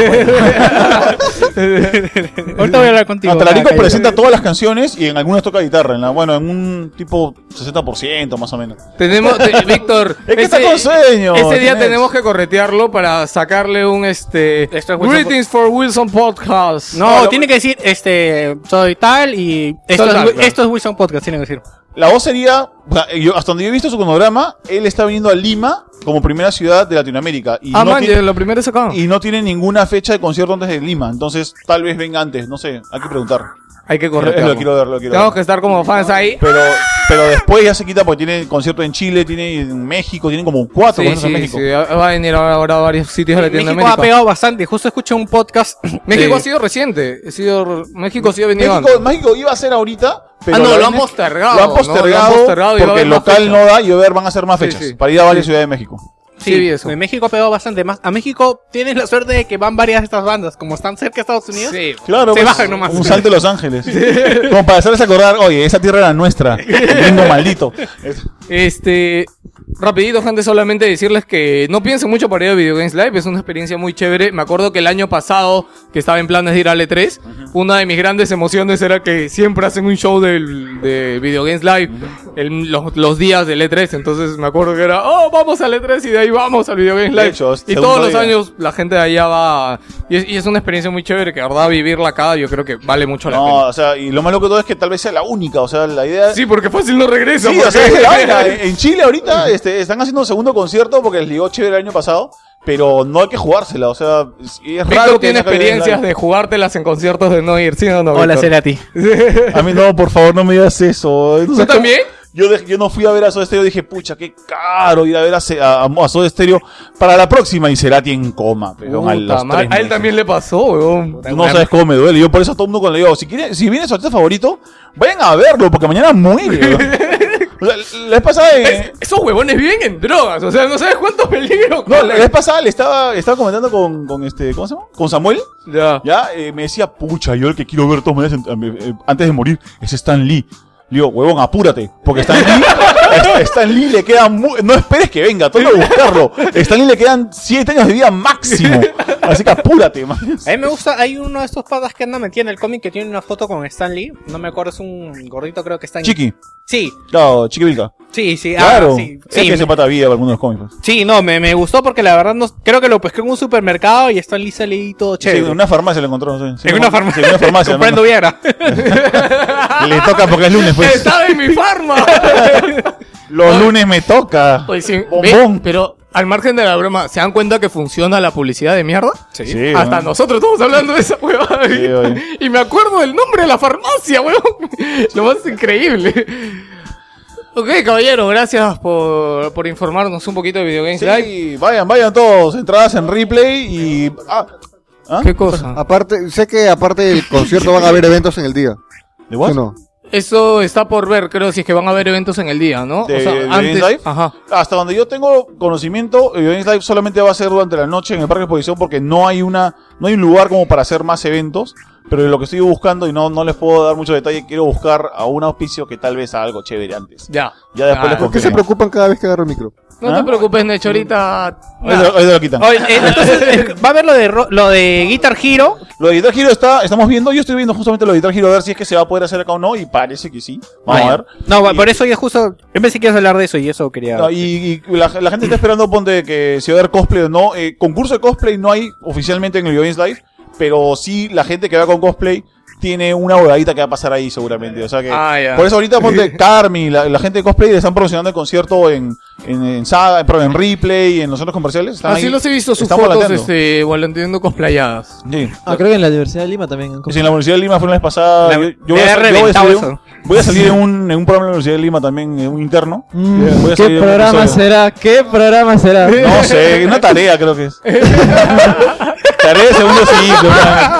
Speaker 1: Ahorita voy a hablar contigo.
Speaker 4: No, Talarico
Speaker 1: Ah, cállate.
Speaker 4: presenta todas las canciones y en algunas toca guitarra. En la, bueno, en un tipo sesenta por ciento más o menos.
Speaker 9: Tenemos, te- Víctor,
Speaker 4: Es que está con sueño,
Speaker 9: ese día
Speaker 4: Ginés.
Speaker 9: tenemos que corretearlo para sacarle un este
Speaker 1: Esto es Wilson
Speaker 9: Greetings for Wilson Podcast.
Speaker 1: No,
Speaker 4: lo-
Speaker 1: tiene que decir, este, soy tal y esto,
Speaker 9: Soy
Speaker 1: es,
Speaker 9: tal, claro.
Speaker 1: esto es Wilson Podcast, tiene que decir.
Speaker 4: La voz sería, o sea, yo, hasta donde yo he visto su cronograma, él está viniendo a Lima como primera ciudad de Latinoamérica. Y
Speaker 9: Ah,
Speaker 4: no
Speaker 9: man,
Speaker 4: tiene-
Speaker 9: ya, lo primero es acá.
Speaker 4: y no tiene ninguna fecha de concierto antes de Lima. Entonces, tal vez venga antes, no sé, hay que preguntar.
Speaker 9: Hay que
Speaker 4: Es
Speaker 9: corretearlo.
Speaker 4: lo quiero ver, lo quiero
Speaker 9: Tenemos
Speaker 4: ver.
Speaker 9: que estar como fans ahí.
Speaker 4: Pero, pero después ya se quita porque tiene concierto en Chile, tiene en México, tienen como cuatro
Speaker 9: Sí,
Speaker 4: conciertos
Speaker 9: sí,
Speaker 4: en México.
Speaker 9: sí, va a venir ahora ahora a varios sitios de
Speaker 1: México
Speaker 9: Latinoamérica.
Speaker 1: ha pegado bastante, justo escuché un podcast.
Speaker 9: México
Speaker 1: de-
Speaker 9: ha sido reciente. Ha sido, México sí ha venido
Speaker 4: México,
Speaker 9: antes.
Speaker 4: México iba a ser ahorita, pero
Speaker 9: Ah, no,
Speaker 4: la
Speaker 9: lo han
Speaker 4: vaina es-
Speaker 9: postergado,
Speaker 4: Lo han
Speaker 9: ¿no? Lo han
Speaker 4: postergado,
Speaker 9: postergado y va a
Speaker 4: porque
Speaker 9: haber
Speaker 4: el
Speaker 9: más
Speaker 4: local
Speaker 9: fechas.
Speaker 4: no da y a ver, van a hacer más
Speaker 9: Sí,
Speaker 4: fechas
Speaker 9: sí.
Speaker 4: para ir a varias ciudades de México.
Speaker 9: Sí, vi eso.
Speaker 1: En México ha pegado bastante más. A México tienes la suerte de que van varias de estas bandas, como están cerca de Estados Unidos.
Speaker 9: Sí.
Speaker 4: Claro,
Speaker 1: Se
Speaker 4: pues,
Speaker 1: bajan nomás.
Speaker 4: un salto de Los Ángeles. Como para hacerles acordar, oye, esa tierra era nuestra. Gringo maldito. Es-
Speaker 9: Este, rapidito, gente, solamente decirles que no piensen mucho para ir a Video Games Live, es una experiencia muy chévere. Me acuerdo que el año pasado, que estaba en planes de ir al E tres, una de mis grandes emociones era que siempre hacen un show del, de Video Games Live el- los, los días del E tres. Entonces me acuerdo que era, oh, vamos al E tres y de ahí vamos al Video Games
Speaker 4: De
Speaker 9: Live.
Speaker 4: hecho,
Speaker 9: y
Speaker 4: segundo
Speaker 9: todos los
Speaker 4: día.
Speaker 9: años la gente de allá va. Y es, y es una experiencia muy chévere que, de verdad, vivirla acá, yo creo que vale mucho la
Speaker 4: No,
Speaker 9: pena.
Speaker 4: o sea, y lo más loco de todo es que tal vez sea la única. O sea, la idea.
Speaker 9: Sí, porque fácil no regresa.
Speaker 4: Sí,
Speaker 9: porque-
Speaker 4: o sea, es la vaina. En en Chile ahorita este, están haciendo un segundo concierto porque les ligó chévere el año pasado, pero no hay que jugársela, o sea, es, es raro
Speaker 9: Víctor
Speaker 4: que
Speaker 9: tiene
Speaker 4: venga acá y
Speaker 9: experiencias
Speaker 4: live.
Speaker 9: de jugártelas en conciertos de no ir, ¿sí o no?
Speaker 1: Hola,
Speaker 9: Víctor?
Speaker 1: Cerati.
Speaker 4: A mí no, por favor, no me digas eso.
Speaker 9: ¿Tú también?
Speaker 4: Yo, de- yo no fui a ver a Soda Stereo, dije, pucha, qué caro ir a ver a, Ce- a, a Soda Stereo para la próxima y Cerati en coma, pero a
Speaker 9: Puta
Speaker 4: los
Speaker 9: madre,
Speaker 4: tres
Speaker 9: a él
Speaker 4: meses.
Speaker 9: también le pasó, weón.
Speaker 4: Tú no sabes cómo me duele. Yo por eso a todo el mundo cuando le digo, si quieren, si viene su artista favorito, vayan a verlo, porque mañana muere. ¿no? O sea, la vez pasada en-
Speaker 9: Es- esos huevones viven en drogas, o sea, no sabes cuántos peligros.
Speaker 4: No, la vez pasada le estaba, estaba comentando con, con este, ¿cómo se llama? Con Samuel.
Speaker 9: Ya.
Speaker 4: Ya, eh, me decía, pucha, yo el que quiero ver de todas maneras en- eh, eh, antes de morir es Stan Lee. Le digo, huevón, apúrate, porque Stan Lee, a Stan Lee le quedan, mu- no esperes que venga, toca buscarlo. Stan Lee le quedan siete años de vida máximo, así que apúrate, man.
Speaker 1: A mí me gusta, hay uno de estos patas que anda metido en el cómic que tiene una foto con Stan Lee. No me acuerdo, es un gordito, creo que está en...
Speaker 4: Chiqui,
Speaker 1: Sí,
Speaker 4: claro, Chiqui Vilca.
Speaker 1: sí, sí.
Speaker 4: Claro,
Speaker 1: Ah, sí,
Speaker 4: es
Speaker 1: sí,
Speaker 4: que
Speaker 1: me-
Speaker 4: se pata vida para algunos de los cómics. pues.
Speaker 1: sí, no, me, me gustó porque la verdad no, creo que lo pesqué en un supermercado y Stan Lee sale ahí todo
Speaker 4: Sí,
Speaker 1: chévere.
Speaker 4: en una farmacia lo encontró, no sé. Sí,
Speaker 1: en una farmacia.
Speaker 4: Sí, en una farmacia.
Speaker 1: Comprando Viagra.
Speaker 4: ¿no? Le toca porque es lunes, pues.
Speaker 9: Estaba en mi farma.
Speaker 4: Los lunes me toca.
Speaker 9: Pues sí,
Speaker 4: Bombón.
Speaker 9: ve, pero al margen de la broma, ¿se dan cuenta que funciona la publicidad de mierda?
Speaker 4: Sí,
Speaker 9: Hasta
Speaker 4: ¿no?
Speaker 9: nosotros estamos hablando de esa huevada.
Speaker 4: Sí, oye.
Speaker 9: Y me acuerdo del nombre de la farmacia, weón. Lo más increíble. Ok, caballero, gracias por, por informarnos un poquito de Video Games Live.
Speaker 4: Sí, vayan, vayan todos, entradas en replay y... Ah, ¿ah?
Speaker 9: ¿Qué cosa?
Speaker 6: Aparte, sé que aparte del concierto van a haber eventos en el día.
Speaker 4: ¿De what?
Speaker 6: ¿Sí o no?
Speaker 9: Eso está por ver, creo, si es que van a haber eventos en el día, ¿no?
Speaker 4: De,
Speaker 9: o sea,
Speaker 4: de
Speaker 9: antes.
Speaker 4: Games Live.
Speaker 9: Ajá.
Speaker 4: Hasta donde yo tengo conocimiento, el Games Live solamente va a ser durante la noche en el Parque de Exposición porque no hay una, no hay un lugar como para hacer más eventos. Pero lo que estoy buscando, y no, no les puedo dar mucho detalle, quiero buscar a un auspicio que tal vez haga algo chévere antes.
Speaker 9: Ya.
Speaker 4: Ya después
Speaker 9: Ah,
Speaker 4: les
Speaker 6: ¿Por qué se
Speaker 4: confirmo.
Speaker 6: preocupan cada vez que agarro el micro?
Speaker 9: No
Speaker 4: ¿Ah?
Speaker 9: te preocupes, Necho, ahorita.
Speaker 4: Ahí te lo- ahí te lo quitan.
Speaker 1: Oye, eh, entonces, eh, va a haber lo de, ro- lo de Guitar Hero.
Speaker 4: Lo de Guitar Hero está, estamos viendo, yo estoy viendo justamente lo de Guitar Hero a ver si es que se va a poder hacer acá o no, y parece que sí. Vamos
Speaker 1: Ah,
Speaker 4: a
Speaker 1: ya.
Speaker 4: ver.
Speaker 1: No,
Speaker 4: Y-
Speaker 1: por eso yo justo. Yo pensé que ibas a hablar de eso y eso quería.
Speaker 4: No, y, y la, la gente está esperando, ponte, que si va a haber cosplay o no. Eh, concurso de cosplay no hay oficialmente en el Games Live, pero sí la gente que va con cosplay tiene una bodadita que va a pasar ahí seguramente. O sea que
Speaker 9: Ah, ya.
Speaker 4: por eso ahorita ponte Carmi, la, la gente de cosplay le están promocionando el concierto en, en, en Saga, en, en Replay, en los centros comerciales. Están
Speaker 9: Así
Speaker 4: ahí,
Speaker 9: los he visto sus
Speaker 4: están
Speaker 9: fotos,
Speaker 4: volanteando.
Speaker 9: este, volanteando cosplayadas.
Speaker 4: Sí.
Speaker 2: Ah, creo que en la Universidad de Lima también.
Speaker 4: Sí, en la Universidad de Lima fue la vez pasada.
Speaker 1: La-
Speaker 4: yo, yo
Speaker 1: me
Speaker 4: voy, a,
Speaker 1: ha
Speaker 4: sal- yo voy a
Speaker 1: reventado
Speaker 4: salir,
Speaker 1: eso.
Speaker 4: voy a salir en un, en un programa de la Universidad de Lima también, en un interno.
Speaker 2: Mm,
Speaker 4: Voy a
Speaker 2: ¿Qué
Speaker 4: salir en un
Speaker 2: programa
Speaker 4: episodio.
Speaker 2: será? ¿Qué programa será?
Speaker 4: No sé, una tarea creo que es. Tarea de segundo ciclo.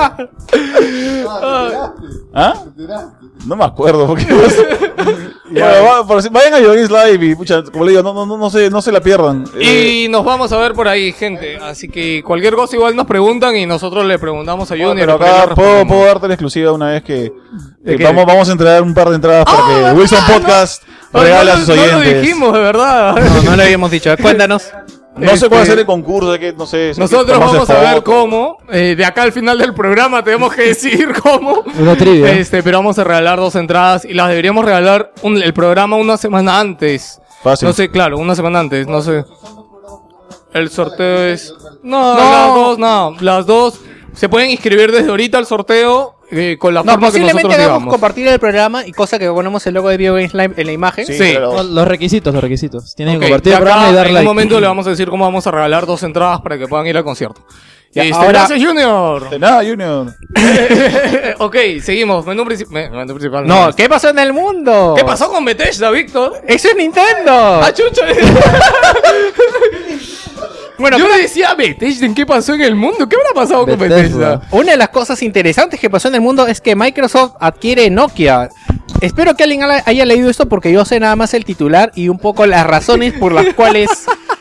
Speaker 4: ¿no? ¿Ah? No me acuerdo. Porque... Bueno, va- por si- vayan a Games Live y, pucha, como le digo, no, no, no, no, se, no se la pierdan. Eh,
Speaker 9: Y nos vamos a ver por ahí, gente. Así que cualquier cosa igual nos preguntan y nosotros le preguntamos a
Speaker 4: bueno,
Speaker 9: Junior.
Speaker 4: pero
Speaker 9: y por ahí
Speaker 4: acá
Speaker 9: le
Speaker 4: puedo,
Speaker 9: respondemos.
Speaker 4: puedo darte la exclusiva una vez que,
Speaker 9: ¿De
Speaker 4: que
Speaker 9: qué?
Speaker 4: vamos, vamos a entregar un par de entradas para
Speaker 9: Ah,
Speaker 4: que Wilson
Speaker 9: ¿verdad?
Speaker 4: Podcast
Speaker 9: No,
Speaker 4: regale
Speaker 9: no,
Speaker 4: a sus
Speaker 9: no lo
Speaker 4: oyentes.
Speaker 9: dijimos, de verdad.
Speaker 1: No, no lo habíamos dicho. Cuéntanos.
Speaker 4: No sé cuál va a
Speaker 9: Este,
Speaker 4: ser el concurso, de que no sé. si
Speaker 9: Nosotros
Speaker 4: tomarse
Speaker 9: vamos a ver
Speaker 4: fotos.
Speaker 9: cómo. eh, de acá al final del programa tenemos que decir cómo.
Speaker 2: Una trivia.
Speaker 9: Este, pero vamos a regalar dos entradas y las deberíamos regalar un- el programa una semana antes.
Speaker 4: Fácil.
Speaker 9: No sé, claro, una semana antes, no sé. El sorteo es. No,
Speaker 1: No.
Speaker 9: las dos, no, las dos. Se pueden inscribir desde ahorita al sorteo eh, con la
Speaker 1: No,
Speaker 9: forma que
Speaker 1: posiblemente
Speaker 9: nosotros
Speaker 1: hagamos
Speaker 9: digamos.
Speaker 1: compartir el programa y cosa que ponemos el logo de Video Games Live en la imagen.
Speaker 4: Sí,
Speaker 9: Sí.
Speaker 4: pero-
Speaker 2: No, los requisitos, los requisitos. Tienen
Speaker 9: Ok,
Speaker 2: que compartir
Speaker 9: de
Speaker 2: el programa
Speaker 9: acá,
Speaker 2: y darle
Speaker 9: en
Speaker 2: like.
Speaker 9: un momento le vamos a decir cómo vamos a regalar dos entradas para que puedan ir al concierto.
Speaker 1: Ya,
Speaker 9: Este,
Speaker 1: ahora-
Speaker 9: gracias, Junior.
Speaker 4: De nada, Junior.
Speaker 9: Ok, seguimos. Menú, princip- me- menú principal.
Speaker 1: No, ¿qué pasó en el mundo?
Speaker 9: ¿Qué pasó con Bethesda, Víctor?
Speaker 1: ¡Eso es Nintendo!
Speaker 9: ¡Ah, chucha!
Speaker 1: Bueno,
Speaker 9: Yo
Speaker 1: creo-
Speaker 9: le decía a Bethesda, ¿en qué pasó en el mundo? ¿Qué habrá pasado con
Speaker 2: Bethesda.
Speaker 9: Bethesda?
Speaker 1: una de las cosas interesantes que pasó en el mundo es que Microsoft adquiere Nokia. Espero que alguien haya- haya leído esto porque yo sé nada más el titular y un poco las razones por las cuales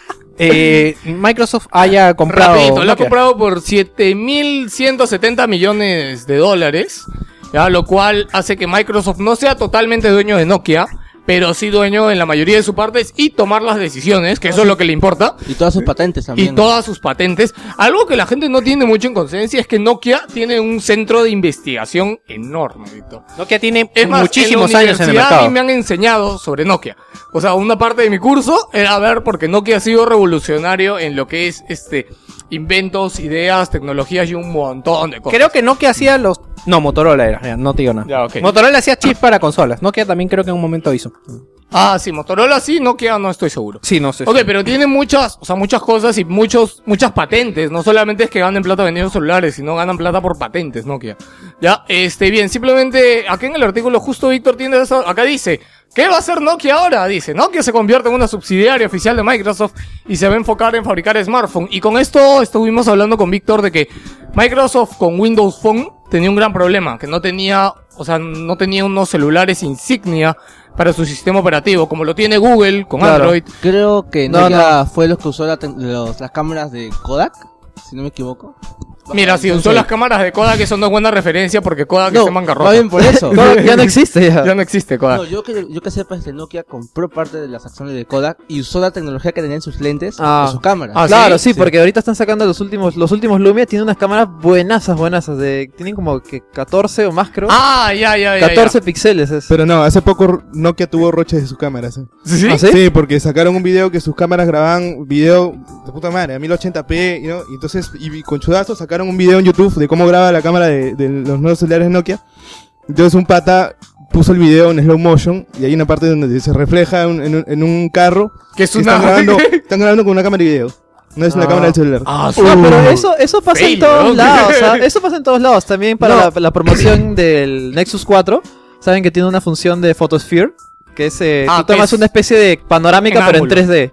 Speaker 1: eh, Microsoft haya comprado
Speaker 9: Rapidito, lo ha
Speaker 1: Nokia.
Speaker 9: comprado por siete mil ciento setenta millones de dólares, ya, lo cual hace que Microsoft no sea totalmente dueño de Nokia, pero sí dueño en la mayoría de sus partes y tomar las decisiones, que eso es lo que le importa.
Speaker 8: Y todas sus patentes también.
Speaker 9: Y todas sus patentes. Algo que la gente no tiene mucho en conciencia es que Nokia tiene un centro de investigación enorme, Víctor.
Speaker 1: Nokia tiene
Speaker 9: Es más,
Speaker 1: muchísimos
Speaker 9: en la
Speaker 1: años en el
Speaker 9: universidad
Speaker 1: mercado.
Speaker 9: a mí me han enseñado sobre Nokia. O sea, una parte de mi curso era ver porque Nokia ha sido revolucionario en lo que es este inventos, ideas, tecnologías y un montón de cosas.
Speaker 1: Creo que Nokia hacía los... No, Motorola era, ya, no te digo nada.
Speaker 9: Ya, ok.
Speaker 1: Motorola hacía chips para consolas. Nokia también creo que en un momento hizo.
Speaker 9: Ah, sí, Motorola sí, Nokia no estoy seguro.
Speaker 1: Sí, no sé.
Speaker 9: Ok, pero tiene muchas, o sea, muchas cosas y muchos, muchas patentes. No solamente es que ganen plata vendiendo celulares, sino ganan plata por patentes, Nokia. Ya, este, bien, simplemente, aquí en el artículo justo Víctor tiene eso, acá dice, ¿qué va a hacer Nokia ahora? Dice, Nokia se convierte en una subsidiaria oficial de Microsoft y se va a enfocar en fabricar smartphones. Y con esto estuvimos hablando con Víctor de que Microsoft con Windows Phone tenía un gran problema, que no tenía, o sea, no tenía unos celulares insignia para su sistema operativo, como lo tiene Google con
Speaker 2: Claro.
Speaker 9: Android.
Speaker 8: Creo que
Speaker 2: No,
Speaker 8: Nokia fue los que usó la te- los- las cámaras de Kodak, si no me equivoco.
Speaker 9: Mira, si usó las cámaras de Kodak, eso no es buena referencia porque Kodak
Speaker 8: No,
Speaker 9: está en bancarrota.
Speaker 8: va bien por eso.
Speaker 2: Kodak ya no existe ya.
Speaker 9: Ya no existe Kodak.
Speaker 8: No, yo que, yo que sepa es que Nokia compró parte de las acciones de Kodak y usó la tecnología que tenía en sus lentes
Speaker 2: Ah.
Speaker 8: en su cámara.
Speaker 9: Ah,
Speaker 2: Claro,
Speaker 9: ¿sí?
Speaker 2: sí, porque ahorita están sacando los últimos, los últimos Lumia, tienen unas cámaras buenazas, buenazas, de, tienen como que catorce o más creo.
Speaker 9: Ah, ya, ya, ya. ya.
Speaker 2: catorce píxeles es.
Speaker 5: Pero no, hace poco Nokia tuvo roches de sus cámaras. ¿eh?
Speaker 9: ¿Sí?
Speaker 2: ¿Ah, sí?
Speaker 5: Sí, porque sacaron un video que sus cámaras grababan video de puta madre, a mil ochenta p, ¿no? Y entonces, y con chudazo sacaron un video en YouTube de cómo graba la cámara de, de los nuevos celulares Nokia. Entonces un pata puso el video en slow motion y hay una parte donde se refleja en, en un- en un carro
Speaker 9: Que es
Speaker 5: que
Speaker 9: una...
Speaker 5: están grabando, están grabando con una cámara de video. No es una
Speaker 9: Ah.
Speaker 5: cámara del celular.
Speaker 9: Ah,
Speaker 2: Ah, pero eso, eso pasa
Speaker 9: fail,
Speaker 2: en todos
Speaker 9: ¿no?
Speaker 2: lados, ¿ah? Eso pasa en todos lados. También para
Speaker 5: No.
Speaker 2: la, la promoción del Nexus cuatro, saben que tiene una función de Photosphere, que es, eh,
Speaker 9: Ah,
Speaker 2: tú tomas
Speaker 9: que es
Speaker 2: una especie de panorámica,
Speaker 9: en
Speaker 2: pero
Speaker 9: ángulo.
Speaker 2: en tres D.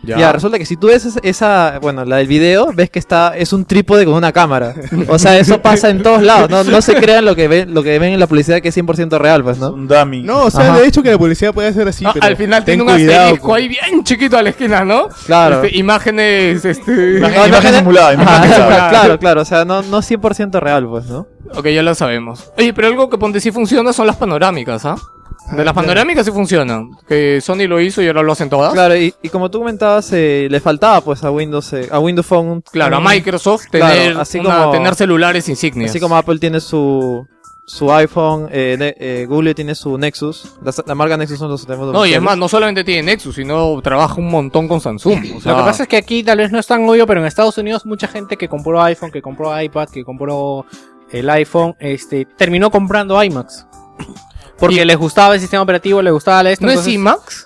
Speaker 9: Ya.
Speaker 2: Ya. resulta que si tú ves esa, esa- bueno, la del video, ves que está, es un trípode con una cámara. O sea, eso pasa en todos lados, no, no se crean lo que ven, lo que ven en la publicidad que es cien por ciento real, pues, ¿no?
Speaker 4: Un dummy.
Speaker 5: No, o sea,
Speaker 2: Ajá.
Speaker 5: de hecho que la policía puede hacer así,
Speaker 9: Ah,
Speaker 5: pero
Speaker 9: al final
Speaker 5: ten
Speaker 9: tiene un
Speaker 5: cuidado
Speaker 9: asterisco
Speaker 5: con-
Speaker 9: ahí bien chiquito a la esquina, ¿no?
Speaker 2: Claro.
Speaker 9: Este, imágenes, este...
Speaker 4: Imagen,
Speaker 2: No,
Speaker 4: imagen
Speaker 2: imagina-
Speaker 4: simulada, imagen
Speaker 2: Ajá,
Speaker 4: simulada.
Speaker 2: claro, claro, o sea, no, no cien por ciento real, pues, ¿no?
Speaker 9: Ok, ya lo sabemos. Oye, pero algo que ponte sí funciona son las panorámicas, ¿ah? De las panorámicas sí funcionan. Que Sony lo hizo y ahora lo hacen todas.
Speaker 2: Claro, y, y como tú comentabas, eh, le faltaba pues a Windows, eh, a Windows Phone, un-
Speaker 9: Claro, a
Speaker 2: un-
Speaker 9: Microsoft
Speaker 2: Claro,
Speaker 9: tener,
Speaker 2: así
Speaker 9: una-
Speaker 2: como-
Speaker 9: tener celulares insignias.
Speaker 2: así como Apple tiene su su iPhone, eh, ne- eh, Google tiene su Nexus, la, la marca Nexus son los teléfonos.
Speaker 9: No, y es
Speaker 2: oficiales.
Speaker 9: más, no solamente tiene Nexus, sino trabaja un montón con Samsung. O sea,
Speaker 1: Lo que pasa es que aquí tal vez no es tan obvio, pero en Estados Unidos mucha gente que compró iPhone, que compró iPad, que compró el iPhone, este, terminó comprando iMacs. Porque
Speaker 9: Y-
Speaker 1: les gustaba el sistema operativo, les gustaba la esto.
Speaker 9: ¿no es
Speaker 1: entonces
Speaker 9: iMacs?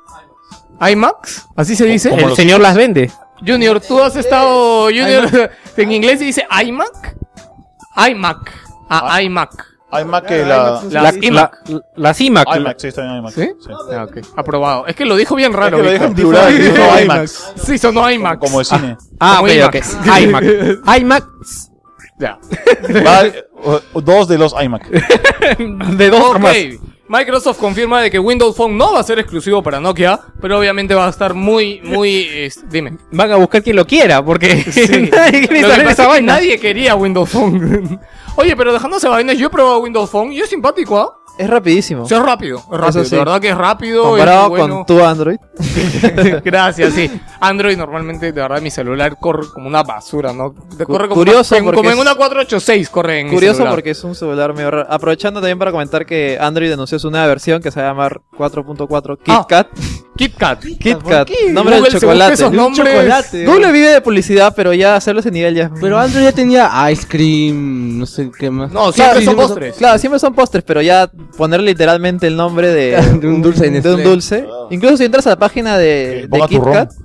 Speaker 9: ¿iMacs? ¿Así se dice?
Speaker 1: el señor las vende.
Speaker 9: Junior, tú has estado... Junior, en inglés se dice iMac. iMac. Ah, iMac.
Speaker 4: iMac que la...
Speaker 9: La
Speaker 1: La,
Speaker 9: iMac.
Speaker 1: la- las iMac.
Speaker 4: iMac, sí, está en iMac.
Speaker 9: ¿Sí? Ah, ok. Aprobado. Es que lo dijo bien
Speaker 4: Es
Speaker 9: raro.
Speaker 4: que lo
Speaker 9: Víctor.
Speaker 4: dejan plural,
Speaker 5: Dijo-
Speaker 4: no
Speaker 5: dijo
Speaker 4: iMacs.
Speaker 9: Sí, sonó iMac.
Speaker 4: Como de cine.
Speaker 1: Ah,
Speaker 9: Como
Speaker 1: ok, ok.
Speaker 9: iMacs.
Speaker 1: iMac. iMac
Speaker 9: Ya.
Speaker 4: Va, o- o dos de los iMac.
Speaker 1: de dos
Speaker 9: Ok.
Speaker 1: más.
Speaker 9: Microsoft confirma de que Windows Phone no va a ser exclusivo para Nokia, pero obviamente va a estar muy, muy... es- dime.
Speaker 1: Van a buscar quien lo quiera, porque nadie quiere
Speaker 9: Lo que
Speaker 1: saber
Speaker 9: pasa
Speaker 1: esa
Speaker 9: es que
Speaker 1: vaina.
Speaker 9: nadie quería Windows Phone. Oye, pero dejándose vainas, yo he probado Windows Phone y es simpático, ¿ah?
Speaker 2: Es rapidísimo.
Speaker 9: O sea, es rápido, es rápido.
Speaker 2: sí.
Speaker 9: De verdad que es rápido.
Speaker 2: Comparado
Speaker 9: es muy bueno.
Speaker 2: con tu Android.
Speaker 9: Gracias, sí. Android normalmente, de verdad, mi celular corre como una basura, ¿no? Te
Speaker 2: Cu-
Speaker 9: corre como,
Speaker 2: curioso
Speaker 9: una, en-
Speaker 2: porque
Speaker 9: como en
Speaker 2: es-
Speaker 9: una cuatrocientos ochenta y seis corre en mi
Speaker 2: Curioso
Speaker 9: celular.
Speaker 2: porque es un celular medio raro. Aprovechando también para comentar que Android anunció su nueva versión que se va a llamar cuatro punto cuatro
Speaker 9: Ah.
Speaker 2: KitKat.
Speaker 9: KitKat.
Speaker 2: KitKat, nombre del
Speaker 9: Google se busca
Speaker 2: chocolate.
Speaker 9: esos nombres.
Speaker 8: chocolate.
Speaker 2: Google vive de publicidad, pero ya hacerlo a ese nivel ya es...
Speaker 8: Pero Android ya tenía ice cream, no sé qué más.
Speaker 9: No,
Speaker 2: Claro,
Speaker 9: siempre son
Speaker 2: siempre
Speaker 9: postres.
Speaker 2: Claro, siempre son postres, pero ya poner literalmente el nombre de,
Speaker 8: De un dulce de
Speaker 2: de
Speaker 8: Nestlé.
Speaker 2: un dulce. Incluso si entras a la página de, de
Speaker 4: Ponga tu ron.
Speaker 2: KitKat.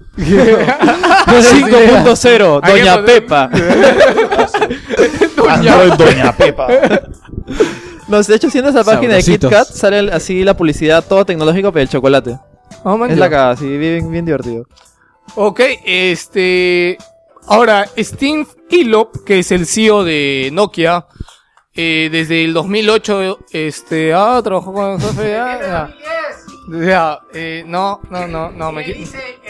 Speaker 2: cinco punto cero,
Speaker 9: Hay que
Speaker 2: Doña
Speaker 9: poner-
Speaker 2: Pepa.
Speaker 4: Android Doña Pepa.
Speaker 2: No, de hecho, si entras a la página de
Speaker 8: Sabrositos.
Speaker 2: KitKat, sale el- así la publicidad todo tecnológico, pero el chocolate.
Speaker 9: Oh, man,
Speaker 2: Es
Speaker 9: ya.
Speaker 2: la cagada, sí, bien, bien divertido.
Speaker 9: Ok, este... Ahora, Steve Elop, que es el C E O de Nokia, eh, desde el dos mil ocho, este... Ah, trabajó con el jefe... Ya, ya. Ya, eh, no, no, no, no, me equi-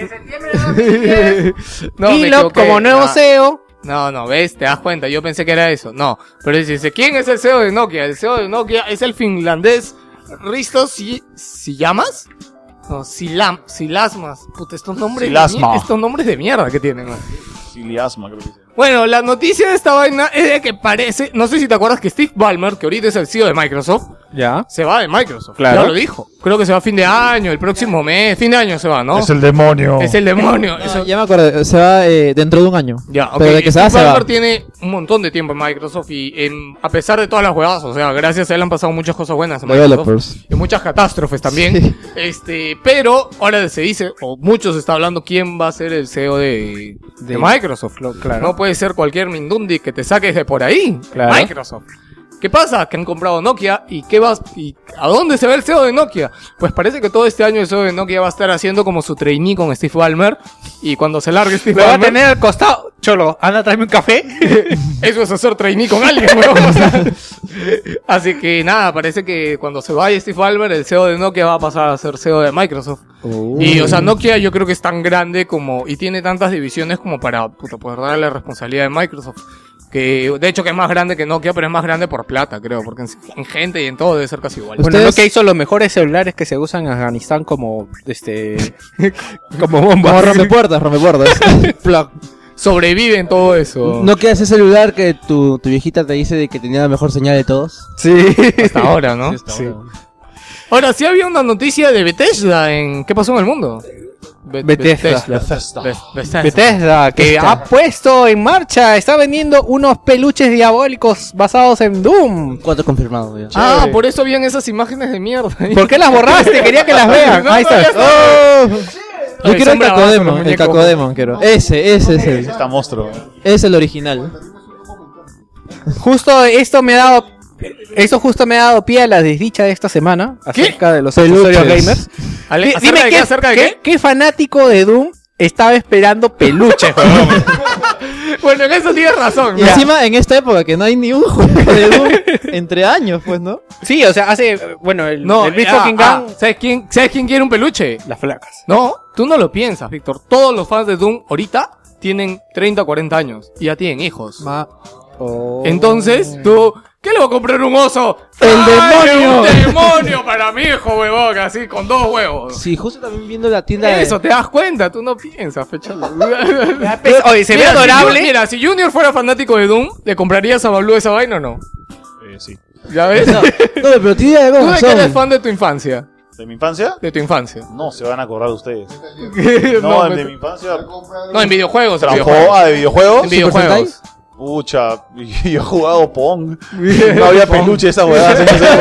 Speaker 9: No, me
Speaker 1: Y
Speaker 9: equivoqué.
Speaker 1: como nuevo
Speaker 9: Ah,
Speaker 1: C E O,
Speaker 9: No, no, ves, te das cuenta, yo pensé que era eso. No, pero dice, ¿quién es el C E O de Nokia? El C E O de Nokia es el finlandés Risto Si... ¿Sillamas? No, Silam... Silasmas. Puta, estos nombres... de
Speaker 4: Silasma.
Speaker 9: mier- estos nombres de mierda que tienen, man.
Speaker 4: Siliasma, creo que dice.
Speaker 9: Bueno, la noticia de esta vaina es de que parece... No sé si te acuerdas que Steve Ballmer, que ahorita es el C E O de Microsoft,
Speaker 1: ya.
Speaker 9: se va de Microsoft.
Speaker 1: Claro.
Speaker 9: Ya lo dijo. Creo que se va a fin de año, el próximo mes. Fin de año se va, ¿no?
Speaker 4: Es el demonio.
Speaker 9: Es el demonio.
Speaker 2: Ah,
Speaker 9: Eso-
Speaker 2: ya me acuerdo, se va eh, dentro de un año.
Speaker 9: Ya, ok.
Speaker 2: Pero de que se
Speaker 9: Steve
Speaker 2: va, se va.
Speaker 9: Ballmer tiene un montón de tiempo en Microsoft y en, a pesar de todas las jugadas, o sea, gracias a él han pasado muchas cosas buenas en Microsoft.
Speaker 2: Developers.
Speaker 9: Y muchas catástrofes también.
Speaker 2: Sí.
Speaker 9: Este, pero ahora se dice, o muchos está hablando quién va a ser el C E O de, de
Speaker 1: De-
Speaker 9: Microsoft.
Speaker 1: claro.
Speaker 9: No puede ser cualquier Mindundi que te saques de por ahí.
Speaker 1: Claro.
Speaker 9: Microsoft. ¿Qué pasa? Que han comprado Nokia y qué vas y a dónde se va el C E O de Nokia. Pues parece que todo este año el C E O de Nokia va a estar haciendo como su trainee con Steve Ballmer y cuando se largue Steve
Speaker 1: Lo va a
Speaker 9: Ballmer,
Speaker 1: tener al costado. Cholo, anda, tráeme un café.
Speaker 9: eso es hacer trainee con alguien, weón. O sea, así que nada, parece que cuando se vaya Steve Ballmer, el C E O de Nokia va a pasar a ser C E O de Microsoft. Y, o sea, Nokia yo creo que es tan grande como, y tiene tantas divisiones como para, puta, poder darle la responsabilidad de Microsoft. Que, de hecho, que es más grande que Nokia, pero es más grande por plata, creo, porque en, en gente y en todo debe ser casi igual.
Speaker 1: Bueno,
Speaker 2: Ustedes-
Speaker 1: Nokia hizo los mejores celulares que se usan en Afganistán como, este, como bombas.
Speaker 2: Como rompepuertas, rompepuertas. Plug.
Speaker 9: Sobrevive en todo eso.
Speaker 8: ¿No queda ese celular que tu, tu viejita te dice de que tenía la mejor señal de todos?
Speaker 1: Sí.
Speaker 9: Hasta ahora, ¿no?
Speaker 2: Sí.
Speaker 9: Ahora, sí había una noticia de Bethesda en ¿Qué pasó en el mundo? Be-
Speaker 1: Bethesda.
Speaker 4: Bethesda.
Speaker 9: Be- Bethesda.
Speaker 1: Bethesda, que
Speaker 9: Bethesda.
Speaker 1: ha puesto en marcha, está vendiendo unos peluches diabólicos basados en Doom.
Speaker 8: Cuatro confirmados ya.
Speaker 9: Ah,
Speaker 1: Chévere.
Speaker 9: por eso habían esas imágenes de mierda.
Speaker 1: ¿Por qué las borraste? Quería que las vean.
Speaker 9: No,
Speaker 1: Ahí
Speaker 9: no, ya
Speaker 1: está.
Speaker 9: está.
Speaker 1: Oh.
Speaker 2: Yo
Speaker 9: Ay,
Speaker 2: quiero
Speaker 9: son
Speaker 2: el
Speaker 9: bravazos los
Speaker 2: Cacodemon, el
Speaker 9: muñecos.
Speaker 2: Cacodemon quiero. Ese, ese es el,
Speaker 4: Está monstruo.
Speaker 2: es el original.
Speaker 1: Justo esto me ha dado, eso justo me ha dado pie a la desdicha de esta semana acerca de los
Speaker 2: Peluches.
Speaker 1: accesorios gamers.
Speaker 9: Ale-
Speaker 1: Di-
Speaker 9: ¿acerca
Speaker 1: Dime
Speaker 9: de qué?
Speaker 1: qué,
Speaker 9: ¿Acerca de
Speaker 1: qué-
Speaker 9: qué?
Speaker 1: qué fanático de Doom estaba esperando peluches, weón.
Speaker 9: Bueno, en eso tienes razón.
Speaker 2: Y
Speaker 9: Ya.
Speaker 2: encima en esta época que no hay ni un juego de Doom entre años, pues, ¿no?
Speaker 1: Sí, o sea, hace, bueno, el,
Speaker 9: No,
Speaker 1: el Big
Speaker 9: ah,
Speaker 1: Fucking
Speaker 9: ah,
Speaker 1: Gun,
Speaker 9: ¿sabes quién, ¿sabes quién quiere un peluche?
Speaker 1: las flacas.
Speaker 9: No, tú no lo piensas, Víctor. Todos los fans de Doom ahorita tienen treinta, cuarenta años y ya tienen hijos.
Speaker 2: Ma-
Speaker 9: Entonces, tú, ¿qué le va a comprar un oso?
Speaker 1: ¡El
Speaker 9: ¡Ay,
Speaker 1: demonio!
Speaker 9: ¡Un demonio para mi hijo, huevón! Así, con dos huevos.
Speaker 8: Sí, justo también viendo la tienda de...
Speaker 9: Eso, te das cuenta, tú no piensas, fechalo.
Speaker 1: Oye, se ve
Speaker 9: Mira, si
Speaker 1: adorable.
Speaker 9: Ju- mira, si Junior fuera fanático de Doom, ¿le comprarías a Balú esa vaina o no?
Speaker 4: Eh, sí.
Speaker 9: ¿Ya ves?
Speaker 8: No, no, pero tiene algo
Speaker 9: ¿Tú de qué eres
Speaker 8: razón.
Speaker 9: fan de tu infancia?
Speaker 4: ¿De mi infancia?
Speaker 9: De tu infancia.
Speaker 4: No, se van a acordar de ustedes.
Speaker 9: no,
Speaker 4: No,
Speaker 9: me-
Speaker 4: de mi infancia.
Speaker 9: no, en videojuegos. En
Speaker 4: Trabajó,
Speaker 9: videojuegos.
Speaker 4: ah, de videojuegos.
Speaker 9: En videojuegos.
Speaker 4: Pucha, y yo he jugado Pong. No había peluche esa huevada.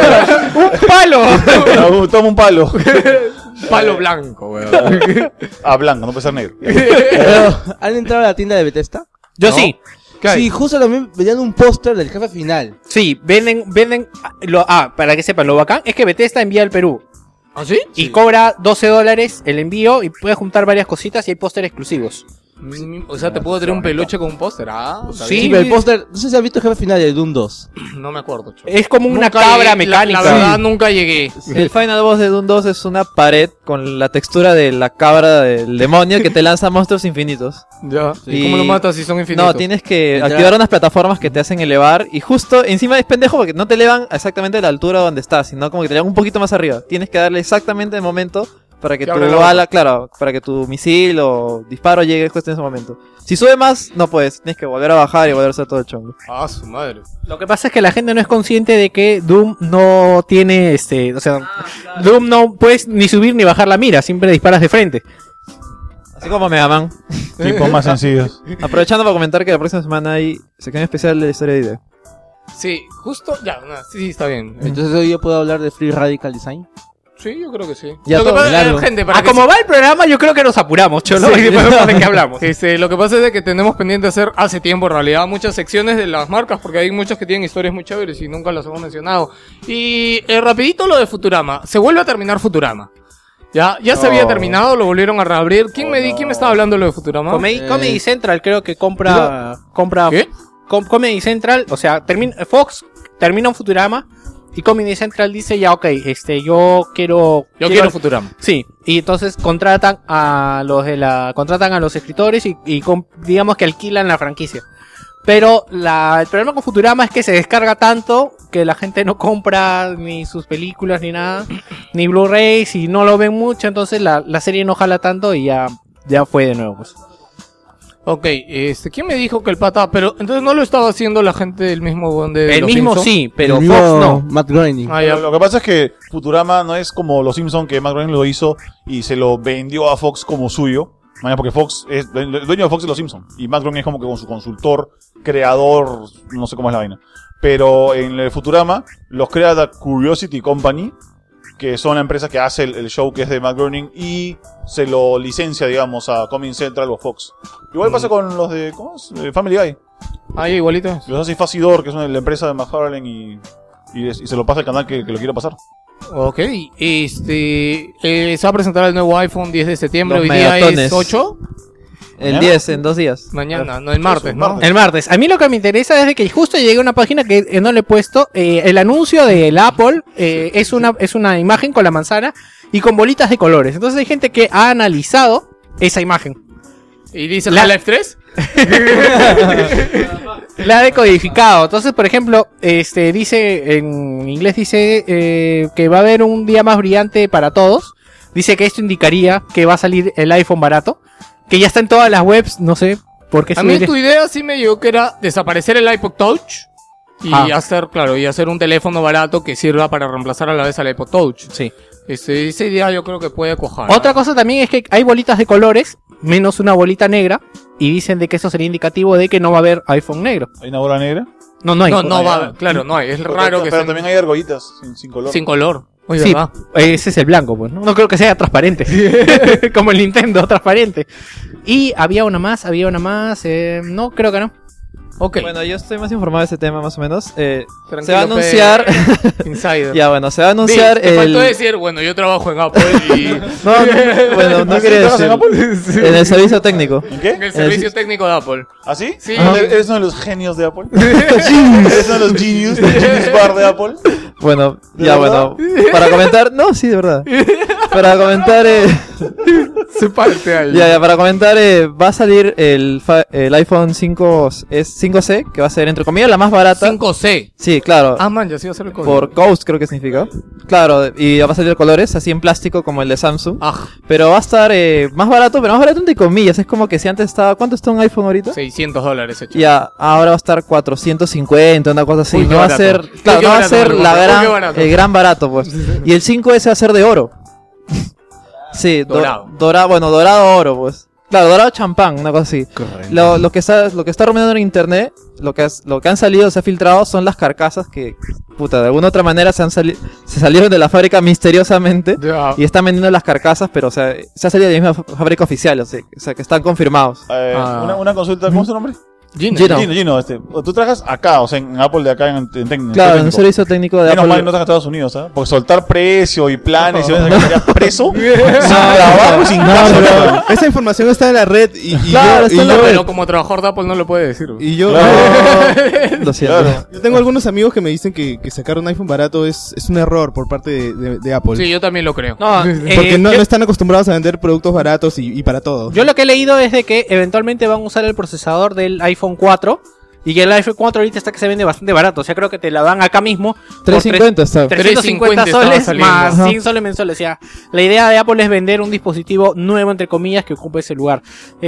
Speaker 1: ¡Un palo!
Speaker 4: No, toma un palo.
Speaker 9: Palo blanco, weón.
Speaker 4: Ah, blanco, no puede ser negro.
Speaker 8: Pero, ¿han entrado a la tienda de Bethesda?
Speaker 1: Yo
Speaker 9: ¿No?
Speaker 1: sí.
Speaker 9: ¿Qué hay?
Speaker 8: Sí, justo también venían un póster del jefe final.
Speaker 1: Sí, venden, venden, lo, ah, para que sepan, lo bacán es que Bethesda envía al Perú.
Speaker 9: ¿Ah, sí?
Speaker 1: Y cobra doce dólares el envío y puedes juntar varias cositas y hay póster exclusivos.
Speaker 9: Mm, O sea, te puedo traer un peluche con un póster. Ah, está
Speaker 1: Sí.
Speaker 8: Sí,
Speaker 9: bien.
Speaker 8: pero el póster... No sé si has visto el jefe final de Doom dos.
Speaker 9: No me acuerdo, chaval.
Speaker 1: Es como una
Speaker 9: Nunca
Speaker 1: cabra
Speaker 9: llegué,
Speaker 1: mecánica.
Speaker 9: La, la verdad, nunca llegué.
Speaker 2: El final boss de Doom dos es una pared con la textura de la cabra del demonio que te lanza monstruos infinitos.
Speaker 9: Ya. ¿Y
Speaker 2: Y-
Speaker 9: cómo lo matas si son infinitos?
Speaker 2: No, tienes que
Speaker 8: Entrar-
Speaker 2: activar unas plataformas que te hacen elevar y justo encima es pendejo porque no te elevan exactamente a la altura donde estás, sino como que te elevan un poquito más arriba. Tienes que darle exactamente el momento para que
Speaker 9: Que
Speaker 2: tu
Speaker 9: abra la
Speaker 2: bala, claro, para que tu misil o disparo llegue justo en ese momento. Si sube más, no puedes, tienes que volver a bajar y volver a hacer todo el chongo.
Speaker 9: Ah, su madre.
Speaker 1: Lo que pasa es que la gente no es consciente de que Doom no tiene, este, o sea, Doom no puedes ni subir ni bajar la mira, siempre disparas de frente.
Speaker 2: Así como Mega Man.
Speaker 4: Tipos más sencillos.
Speaker 2: Aprovechando para comentar que la próxima semana hay sección especial de la historia de I D.
Speaker 9: Sí, justo. Ya, no, sí, sí, está bien.
Speaker 8: Entonces hoy yo puedo hablar de Free Radical Design.
Speaker 9: Sí, yo creo que sí.
Speaker 2: Ya
Speaker 9: lo que
Speaker 2: todo,
Speaker 9: pasa,
Speaker 8: claro.
Speaker 9: eh, gente, para
Speaker 1: Ah,
Speaker 9: que
Speaker 1: como va el programa, yo creo que nos apuramos, cholo,
Speaker 9: Sí.
Speaker 1: y después vemos de qué hablamos.
Speaker 9: Este, lo que pasa es de que tenemos pendiente hacer hace tiempo en realidad muchas secciones de las marcas porque hay muchas que tienen historias muy chéveres y nunca las hemos mencionado. Y eh, rapidito lo de Futurama. Se vuelve a terminar Futurama. Ya, ya se había
Speaker 4: Oh.
Speaker 9: terminado, lo volvieron a reabrir. ¿Quién
Speaker 4: Oh,
Speaker 9: me di,
Speaker 4: no.
Speaker 9: quién me estaba hablando de lo de Futurama?
Speaker 1: Comedy,
Speaker 8: Eh,
Speaker 1: Comedy Central creo que compra, compra,
Speaker 9: ¿Qué?
Speaker 1: Com- Comedy Central, o sea, termina, Fox termina un Futurama y Comedy Central dice ya, ok, este, yo quiero,
Speaker 9: Yo quiero Futurama.
Speaker 1: Sí, y entonces contratan a los de la, contratan a los escritores y, y com- digamos que alquilan la franquicia. Pero la, el problema con Futurama es que se descarga tanto que la gente no compra ni sus películas ni nada, ni Blu-rays y no lo ven mucho, entonces la, la serie no jala tanto y ya, ya fue de nuevo, pues.
Speaker 9: Ok, este, ¿quién me dijo que el pata? Pero entonces no lo estaba haciendo la gente del mismo donde
Speaker 1: El mismo sí, pero
Speaker 8: El
Speaker 1: Fox
Speaker 8: mismo
Speaker 1: no.
Speaker 8: Matt Groening.
Speaker 9: Ah, ya.
Speaker 4: Lo, lo que pasa es que Futurama no es como Los Simpsons, que Matt Groening lo hizo y se lo vendió a Fox como suyo. Mañana, porque Fox es el dueño de Fox y Los Simpsons. Y Matt Groening es como que con su consultor, creador, no sé cómo es la vaina. Pero en el Futurama los crea The Curiosity Company, que son la empresa que hace el, el show que es de Matt Groening y se lo licencia, digamos, a Comedy Central o Fox. Igual pasa con los de, ¿cómo es? Eh, Family Guy.
Speaker 9: Ah, ya, igualito.
Speaker 4: Los hace Facidor, que es una, la empresa de McFarlane y, y, y se lo pasa al canal que, que lo quiera pasar.
Speaker 9: Ok, este, eh, se va a presentar el nuevo iPhone diez de septiembre,
Speaker 2: Los
Speaker 9: hoy día es
Speaker 2: megatones.
Speaker 9: ocho,
Speaker 2: El
Speaker 4: ¿Mañana?
Speaker 2: diez, en dos días.
Speaker 9: mañana, no, el martes,
Speaker 4: Eso,
Speaker 9: ¿no?
Speaker 4: martes.
Speaker 1: El martes. A mí lo que me interesa es de que justo llegué a una página que eh, no le he puesto. eh, el anuncio del Apple eh, es una es una imagen con la manzana y con bolitas de colores. Entonces hay gente que ha analizado esa imagen.
Speaker 9: Y dice
Speaker 1: La-
Speaker 9: Half-Life tres.
Speaker 1: La ha decodificado. Entonces, por ejemplo, este dice en inglés dice eh, que va a haber un día más brillante para todos. Dice que esto indicaría que va a salir el iPhone barato, que ya está en todas las webs. No sé por qué.
Speaker 9: A mí
Speaker 1: subir-
Speaker 9: tu idea sí me llegó que era desaparecer el iPod Touch y
Speaker 1: Ah.
Speaker 9: hacer, claro, y hacer un teléfono barato que sirva para reemplazar a la vez al iPod Touch.
Speaker 1: Sí.
Speaker 9: Este, esa idea yo creo que puede cuajar.
Speaker 1: Otra cosa también es que hay bolitas de colores, menos una bolita negra, y dicen de que eso sería indicativo de que no va a haber iPhone negro.
Speaker 4: ¿Hay una bola negra?
Speaker 1: No, no hay.
Speaker 9: No, no
Speaker 4: Ah,
Speaker 9: va,
Speaker 4: ya.
Speaker 9: claro, no hay. Es
Speaker 4: Pero-
Speaker 9: raro que
Speaker 4: Pero
Speaker 9: estén
Speaker 4: también hay argollitas sin, sin color.
Speaker 9: sin color. Oye,
Speaker 1: Sí,
Speaker 9: ¿verdad?
Speaker 1: ese es el blanco, pues. No, no creo que sea transparente. Como el Nintendo, transparente. Y había una más, había una más. eh, no, creo que no.
Speaker 9: Ok.
Speaker 2: Bueno, yo estoy más informado de ese tema más o menos. Eh, se
Speaker 9: Tranquilo,
Speaker 2: va a anunciar...
Speaker 9: P. Insider.
Speaker 2: ya, bueno, se va a anunciar
Speaker 9: Di, te
Speaker 2: el...
Speaker 9: faltó decir, bueno, yo trabajo en Apple y...
Speaker 2: No, no, bueno, no quería
Speaker 4: ¿Trabajas
Speaker 2: decir.
Speaker 4: en Apple?
Speaker 2: En el servicio técnico.
Speaker 4: ¿En qué?
Speaker 9: En el servicio técnico de Apple.
Speaker 4: ¿Ah, sí?
Speaker 9: Sí.
Speaker 4: ¿Eres uno de los genios de Apple? ¿Eres uno de los genius del Genius Bar de Apple?
Speaker 2: Bueno,
Speaker 4: ¿De
Speaker 2: ya
Speaker 4: verdad?
Speaker 2: bueno. Para comentar... No, sí, de verdad. Para comentar... Eh...
Speaker 9: Se parte ahí.
Speaker 2: Ya, ya, para comentar, eh, va a salir el, fa- el iPhone cinco, es cinco C, que va a ser entre comillas la más barata.
Speaker 9: cinco C.
Speaker 2: Sí, claro.
Speaker 9: Ah, man, ya sí va a ser el código.
Speaker 2: Por Coast creo que significa. Claro, y va a salir de colores, así en plástico como el de Samsung.
Speaker 9: Ah,
Speaker 2: Pero va a estar eh, más barato, pero más barato entre comillas. Es como que si antes estaba... ¿Cuánto está un iPhone ahorita?
Speaker 9: seiscientos dólares hecho.
Speaker 2: Ya, ahora va a estar cuatrocientos cincuenta, una cosa así.
Speaker 9: Uy, qué
Speaker 2: no va a
Speaker 9: barato.
Speaker 2: ser...
Speaker 9: Uy,
Speaker 2: Claro,
Speaker 9: qué
Speaker 2: no va a
Speaker 9: barato,
Speaker 2: ser
Speaker 9: Marco.
Speaker 2: la
Speaker 9: Uy, qué
Speaker 2: gran...
Speaker 9: barato.
Speaker 2: El gran barato, pues. Y el cinco S va a ser de oro. Sí, do-
Speaker 9: Dorado.
Speaker 2: dorado. Bueno, dorado oro, pues. Claro, dorado champán, una cosa así. Lo, lo que está, lo que está rumoreando en internet, lo que, has- lo que han salido, se ha filtrado, son las carcasas que, puta, de alguna otra manera se han sali- se salieron de la fábrica misteriosamente
Speaker 9: Ya.
Speaker 2: y están vendiendo las carcasas, pero o sea, se ha salido de la misma fa- fábrica oficial, o sea, o sea, que están confirmados.
Speaker 4: Eh,
Speaker 9: Ah.
Speaker 4: una, una consulta, ¿cómo es tu nombre?
Speaker 9: Gino.
Speaker 2: Gino.
Speaker 4: Gino, Gino, este, tú trabajas acá, o sea, en Apple de acá, en, en, en
Speaker 2: Claro, en un
Speaker 4: técnico.
Speaker 2: servicio técnico de
Speaker 4: Menos
Speaker 2: Apple.
Speaker 4: mal que no estás en Estados Unidos, ¿ah? Porque soltar precio y planes y
Speaker 2: No.
Speaker 4: vas a quedar preso, sin
Speaker 2: No,
Speaker 4: trabajo,
Speaker 2: no,
Speaker 4: sin
Speaker 2: no,
Speaker 4: casa.
Speaker 5: Pero
Speaker 4: ¿no?
Speaker 5: esa información está en la red y, y
Speaker 2: Claro,
Speaker 5: yo,
Speaker 2: está
Speaker 5: y
Speaker 2: en la
Speaker 5: yo,
Speaker 9: Pero como trabajador de Apple no lo puede decir.
Speaker 5: y yo,
Speaker 2: Lo siento.
Speaker 4: Claro.
Speaker 5: yo tengo algunos amigos que me dicen que, que sacar un iPhone barato es, es un error por parte de, de- de Apple.
Speaker 9: Sí, yo también lo creo.
Speaker 1: No,
Speaker 5: Porque
Speaker 1: eh,
Speaker 5: no,
Speaker 1: yo,
Speaker 5: no están acostumbrados a vender productos baratos y, y para todo.
Speaker 1: yo lo que he leído es de que eventualmente van a usar el procesador del iPhone cuatro. Y que el iPhone cuatro ahorita está que se vende bastante barato. O sea, creo que te la dan acá mismo. por
Speaker 2: trescientos cincuenta está.
Speaker 1: trescientos cincuenta
Speaker 9: estaba
Speaker 1: soles
Speaker 9: saliendo.
Speaker 1: más
Speaker 2: Ajá.
Speaker 1: cien soles mensuales. O sea, la idea de Apple es vender un dispositivo nuevo, entre comillas, que ocupe ese lugar.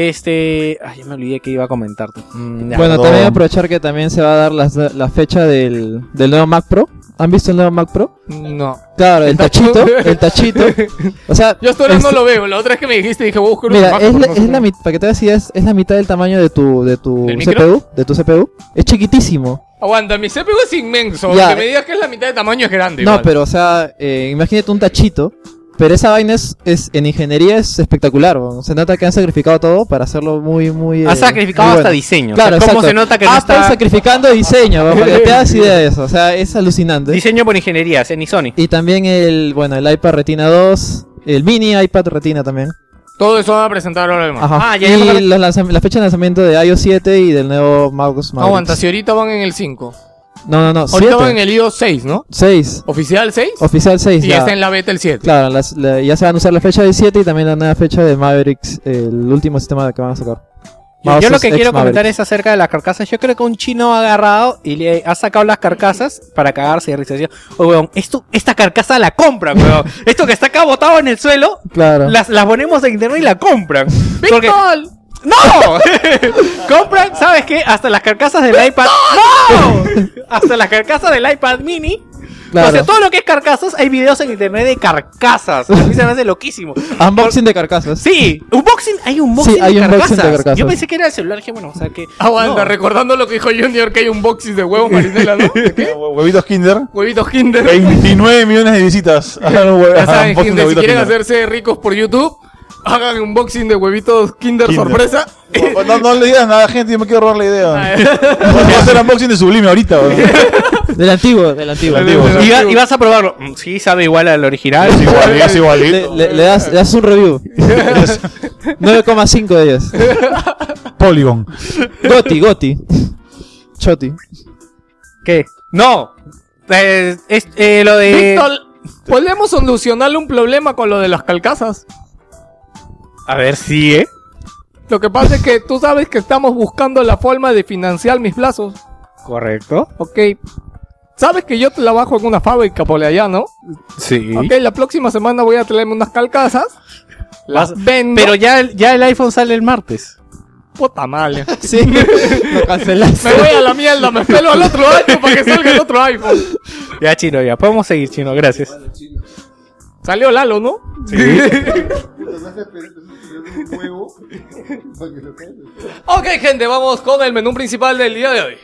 Speaker 1: Este. Ay, ya me olvidé que iba a comentarte. Mm, ya.
Speaker 2: Bueno,
Speaker 4: Perdón.
Speaker 2: también aprovechar que también se va a dar las- la fecha del, del nuevo Mac Pro. ¿Han visto el nuevo Mac Pro?
Speaker 9: No.
Speaker 2: Claro, el tachito, el tachito. O sea,
Speaker 9: Yo hasta ahora
Speaker 2: es-
Speaker 9: no lo veo. La otra vez que me dijiste dije, voy a buscar un
Speaker 2: Mira,
Speaker 9: Mac,
Speaker 2: es
Speaker 9: pero
Speaker 2: la,
Speaker 9: no
Speaker 2: es
Speaker 9: sé
Speaker 2: la
Speaker 9: cómo.
Speaker 2: mitad, para que te veas ideas, es la mitad del tamaño de tu de tu
Speaker 9: ¿Del
Speaker 2: C
Speaker 9: micro?
Speaker 2: P U, de tu C P U. Es chiquitísimo.
Speaker 9: Aguanta, mi C P U es inmenso.
Speaker 2: Ya.
Speaker 9: Que me digas que es la mitad de tamaño es grande.
Speaker 2: No,
Speaker 9: igual.
Speaker 2: pero o sea, eh, imagínate un tachito. Pero esa vaina es, es- en ingeniería es espectacular. ¿no? Se nota que han sacrificado todo para hacerlo muy, muy.
Speaker 1: Ha
Speaker 2: eh,
Speaker 1: sacrificado
Speaker 2: muy
Speaker 1: hasta
Speaker 2: bueno.
Speaker 1: diseño.
Speaker 2: Claro,
Speaker 1: O sea, ¿cómo
Speaker 2: exacto.
Speaker 1: se nota que no
Speaker 2: Apple
Speaker 1: está
Speaker 2: sacrificando diseño, ¿no? Para que te hagas idea de eso. O sea, es alucinante.
Speaker 1: diseño por ingeniería? O sea, ni Sony.
Speaker 2: Y también el, bueno, el iPad Retina dos, el mini iPad Retina también.
Speaker 9: Todo eso van a presentar ahora además.
Speaker 2: Ajá.
Speaker 1: Ah, ya, ya me
Speaker 2: y
Speaker 1: acuerdo.
Speaker 2: los lanzam- la fecha de lanzamiento de iOS siete y del nuevo MacOS Mavericks.
Speaker 9: Aguanta, si ahorita van en el cinco.
Speaker 2: No, no, no,
Speaker 9: Ahorita van en
Speaker 2: siete.
Speaker 9: el iOS seis, ¿no?
Speaker 2: seis.
Speaker 9: ¿Oficial seis?
Speaker 2: Oficial seis.
Speaker 9: Y
Speaker 2: ya.
Speaker 9: está en la beta el siete.
Speaker 2: Claro, las- la- ya se van a usar la fecha del siete y también la nueva fecha de Mavericks, el último sistema que van a sacar.
Speaker 1: Yo, yo lo
Speaker 2: MacOS
Speaker 1: que
Speaker 2: X
Speaker 1: quiero comentar
Speaker 2: Mavericks.
Speaker 1: es acerca de las carcasas. Yo creo que un chino ha agarrado y le ha sacado las carcasas para cagarse de risa. Decía, "Oh, weón, esto, esta carcasa la compran, weón. Esto que está acá botado en el suelo,
Speaker 2: Claro.
Speaker 1: las, las ponemos en internet y la compran. Porque,
Speaker 9: ¡Víctor!
Speaker 1: ¡no! Compran, ¿sabes qué? Hasta las carcasas del iPad. ¡No! Hasta las carcasas del iPad mini.
Speaker 2: Claro.
Speaker 1: O sea, todo lo que es carcasas, hay videos en internet de carcasas. A mí se me hace loquísimo.
Speaker 2: Unboxing de carcasas.
Speaker 1: Sí, unboxing, hay unboxing,
Speaker 2: Sí, hay
Speaker 1: de,
Speaker 2: unboxing
Speaker 1: carcasas.
Speaker 2: de carcasas.
Speaker 1: Yo pensé que era el celular, dije, bueno, o sea que.
Speaker 9: Aguanta,
Speaker 1: no.
Speaker 9: recordando lo que dijo Junior, que hay un boxing de huevos marinela, ¿no? ¿De qué?
Speaker 4: Huevitos Kinder.
Speaker 9: Huevitos Kinder.
Speaker 4: veintinueve millones de visitas. Hagan un hue-
Speaker 9: Ya
Speaker 4: hagan
Speaker 9: saben,
Speaker 4: unboxing
Speaker 9: Kinder,
Speaker 4: de
Speaker 9: si
Speaker 4: huevitos
Speaker 9: quieren
Speaker 4: Kinder.
Speaker 9: hacerse ricos por YouTube, hagan unboxing de huevitos Kinder,
Speaker 4: Kinder.
Speaker 9: sorpresa.
Speaker 4: No, no, no le digas nada, gente, yo me quiero robar la idea. Voy a hacer unboxing de Sublime ahorita. weón.
Speaker 2: Del antiguo, del antiguo.
Speaker 4: Del antiguo.
Speaker 1: Y, va- y vas a probarlo. Mm, Sí, sabe igual al original.
Speaker 4: Es igual, es
Speaker 2: Le,
Speaker 4: igualito.
Speaker 2: le- le das, le das un review. nueve coma cinco de ellos.
Speaker 4: Polygon.
Speaker 2: Goti, Goti. Choti.
Speaker 1: ¿Qué? No. Eh, es, eh, lo de.
Speaker 9: Víctor, ¿podemos solucionarle un problema con lo de las calcasas?
Speaker 1: A ver, sí, ¿eh?
Speaker 9: Lo que pasa es que tú sabes que estamos buscando la forma de financiar mis plazos.
Speaker 1: Correcto.
Speaker 9: Ok. Sabes que yo trabajo en una fábrica por allá, ¿no?
Speaker 1: Sí.
Speaker 9: Ok, la próxima semana voy a traerme unas calcasas. Las vendo.
Speaker 1: Pero ya, el- ya el iPhone sale el martes.
Speaker 9: Puta madre.
Speaker 2: Sí, lo cancelaste.
Speaker 9: Me voy a la mierda, me espero al otro año para que salga el otro iPhone.
Speaker 1: Ya, chino, ya. Podemos seguir, chino, gracias.
Speaker 9: Salió Lalo, ¿no?
Speaker 1: Sí.
Speaker 9: Ok, gente, vamos con el menú principal del día de hoy.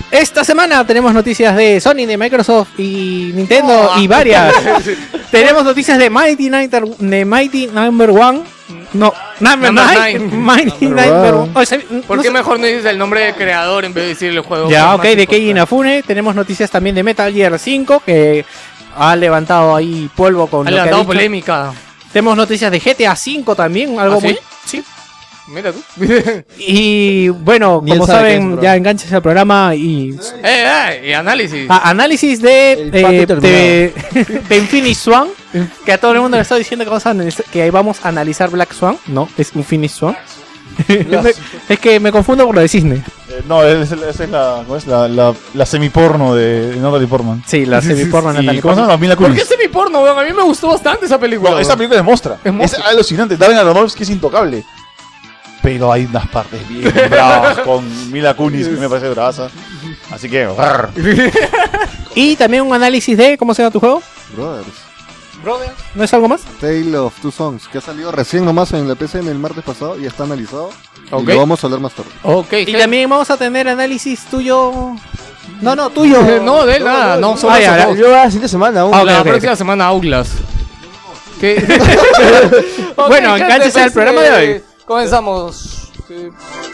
Speaker 1: Esta semana tenemos noticias de Sony, de Microsoft y Nintendo
Speaker 9: Oh.
Speaker 1: y varias. Tenemos noticias de Mighty Number, de Mighty Number One. No, Number
Speaker 9: Number
Speaker 1: Nine.
Speaker 9: Nine.
Speaker 1: Mighty
Speaker 6: Number
Speaker 1: Number
Speaker 6: One.
Speaker 1: One. O sea,
Speaker 9: ¿Por
Speaker 1: no
Speaker 9: qué
Speaker 1: sé-
Speaker 9: mejor no dices el nombre del creador en vez de decir el juego?
Speaker 1: Ya,
Speaker 9: más
Speaker 1: ok, de Keiji
Speaker 9: importante?
Speaker 1: Inafune. Tenemos noticias también de Metal Gear cinco, que ha levantado ahí polvo con
Speaker 9: Ha
Speaker 1: lo que ha
Speaker 9: levantado
Speaker 1: dicho.
Speaker 9: polémica.
Speaker 1: Tenemos noticias de G T A cinco también, algo
Speaker 9: ¿Ah, sí?
Speaker 1: muy... Sí.
Speaker 9: Mira tú.
Speaker 1: Y bueno,
Speaker 2: Ni él
Speaker 1: como
Speaker 2: sabe qué es,
Speaker 1: saben,
Speaker 2: bro.
Speaker 1: ya enganches al programa y...
Speaker 9: eh, eh, y análisis.
Speaker 1: Ah, análisis de,
Speaker 8: El
Speaker 1: eh,
Speaker 8: pato
Speaker 1: de, de Infinity Swan, que a todo el mundo le está diciendo que vamos a analizar, que vamos a analizar Black Swan. No, es Infinity Swan. Es que me confundo por lo de Cisne.
Speaker 4: Eh, no, esa es, esa es la, ¿cómo es? la, la, la semiporno de Natalie Portman.
Speaker 1: Sí, la semiporno
Speaker 4: ¿Y
Speaker 1: Natalie
Speaker 4: cómo se
Speaker 1: Portman.
Speaker 4: llama? Mila
Speaker 9: ¿Por qué
Speaker 4: Kunis.
Speaker 9: semiporno, weón? A mí me gustó bastante esa película.
Speaker 4: No, esa
Speaker 9: weón.
Speaker 4: película es Mostra.
Speaker 9: Es
Speaker 4: Es,
Speaker 9: Mostra.
Speaker 4: alucinante. Darren Aronofsky es intocable. Pero hay unas partes bien bravas con Mila Kunis que me parece bravaza. Así que... brr.
Speaker 1: Y también un análisis de, ¿cómo se llama tu juego?
Speaker 6: Brothers.
Speaker 1: ¿No es algo más?
Speaker 6: Tale of Two Songs, que ha salido recién nomás en la P C en el martes pasado y está analizado.
Speaker 9: Ok.
Speaker 6: Y lo vamos a hablar más tarde.
Speaker 9: Ok.
Speaker 1: Y también vamos a tener análisis tuyo... No, no, tuyo.
Speaker 9: No, de él nada. No, solo
Speaker 1: Ah, ya,
Speaker 9: esos
Speaker 1: ya.
Speaker 9: dos.
Speaker 8: Yo la siguiente semana aún.
Speaker 1: Ah, ok,
Speaker 9: La
Speaker 1: ok.
Speaker 9: próxima semana Outlast. ¿Qué? Ok,
Speaker 1: Bueno,
Speaker 9: gente,
Speaker 1: enganches al
Speaker 9: pues,
Speaker 1: programa de
Speaker 9: eh,
Speaker 1: hoy.
Speaker 9: Comenzamos. Sí.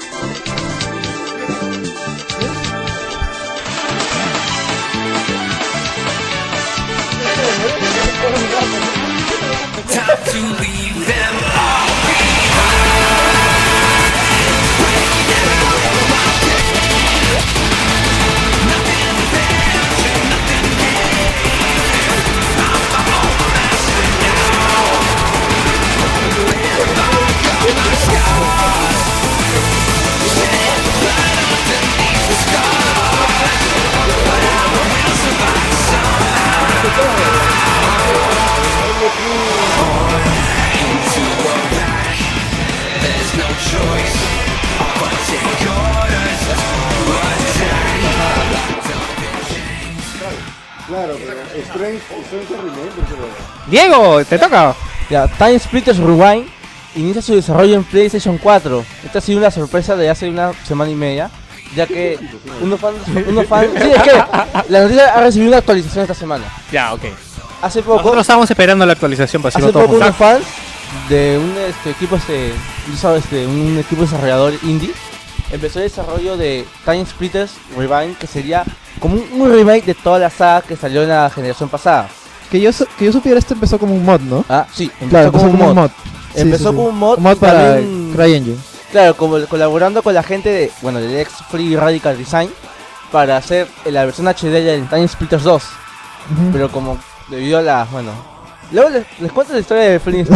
Speaker 1: Diego, te toca.
Speaker 8: Ya, Time Splitters Rewind inicia su desarrollo en PlayStation cuatro. Esta ha sido una sorpresa de hace una semana y media, ya que unos fans, unos fans, sí, es que la noticia ha recibido una actualización esta semana.
Speaker 9: Ya, ok.
Speaker 8: Hace poco,
Speaker 1: Nosotros estábamos esperando la actualización para
Speaker 8: hace
Speaker 1: hacerlo todo
Speaker 8: poco
Speaker 1: junto.
Speaker 8: unos fans de un este, equipo este, hizo, este, un equipo desarrollador indie empezó el desarrollo de Time Splitters Rewind, que sería como un, un remake de toda la saga que salió en la generación pasada.
Speaker 2: Que yo, su- que yo supiera, esto empezó como un mod, ¿no?
Speaker 8: Ah, sí, empezó
Speaker 2: Claro,
Speaker 8: como
Speaker 2: empezó
Speaker 8: un mod.
Speaker 2: Sí,
Speaker 8: Empezó
Speaker 2: sí, sí.
Speaker 8: como un mod,
Speaker 2: Un mod
Speaker 8: y
Speaker 2: para
Speaker 8: también-
Speaker 2: CryEngine.
Speaker 8: Claro, como colaborando con la gente de, bueno, del ex Free Radical Design para hacer la versión H D del Time Splitters dos.
Speaker 2: Ujú.
Speaker 8: Pero como debido a la, bueno, luego les, les cuento la historia de Free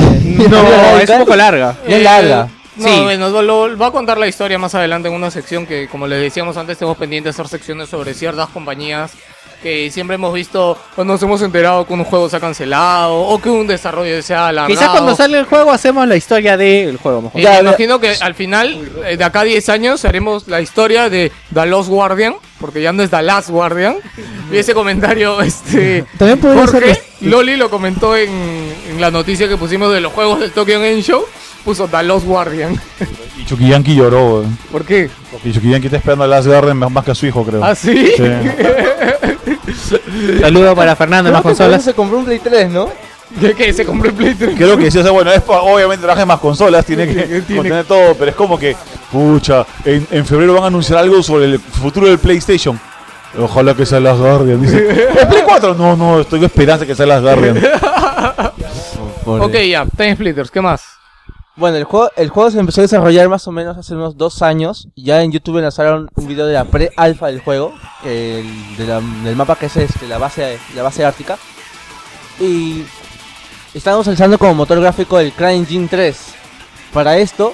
Speaker 1: No, es un poco larga.
Speaker 8: Es larga.
Speaker 9: No,
Speaker 1: Sí.
Speaker 9: bueno, lo, lo- va a contar la historia más adelante en una sección que, como les decíamos antes, tenemos pendiente de hacer secciones sobre ciertas compañías que siempre hemos visto, cuando nos hemos enterado que un juego se ha cancelado o que un desarrollo se ha alargado.
Speaker 1: Quizás cuando sale el juego hacemos la historia del juego mejor.
Speaker 9: Y
Speaker 8: Ya,
Speaker 9: me
Speaker 8: ya.
Speaker 9: imagino que al final, eh, de acá a diez años, haremos la historia de The Lost Guardian, porque ya no es The Last Guardian. Y ese comentario, este...
Speaker 2: También podría
Speaker 9: Jorge
Speaker 2: ser...
Speaker 9: Loli lo comentó en, en la noticia que pusimos de los juegos del Tokyo Game Show. Puso The Lost Guardian.
Speaker 4: Y Chucky Yankee lloró, weón.
Speaker 9: ¿Por qué?
Speaker 4: Porque Chucky Yankee está esperando a Last Garden más más que a su hijo, creo.
Speaker 9: ¿Ah, sí?
Speaker 4: Sí.
Speaker 1: Saludo para Fernando en más
Speaker 8: Creo que por eso
Speaker 1: consolas.
Speaker 8: se compró un Play tres, ¿no?
Speaker 9: ¿Qué, qué? ¿Se compró el Play tres?
Speaker 4: Creo que sí, o sea, bueno, es pa- obviamente traje más consolas, tiene que
Speaker 9: Tiene-
Speaker 4: contener todo, pero es como que, pucha, en, en febrero van a anunciar algo sobre el futuro del PlayStation. Ojalá que sea Last Guardian. Dice, ¿el Play cuatro? No, no, estoy con esperanza que sea Last Guardian.
Speaker 9: Ok, ya, Time Splitters, ¿qué más?
Speaker 8: Bueno, el juego, el juego se empezó a desarrollar más o menos hace unos dos años. Ya en YouTube lanzaron un video de la pre-alfa del juego, el, de la- del mapa que es este, la base la base ártica. Y estamos utilizando como motor gráfico el CryEngine tres. Para esto,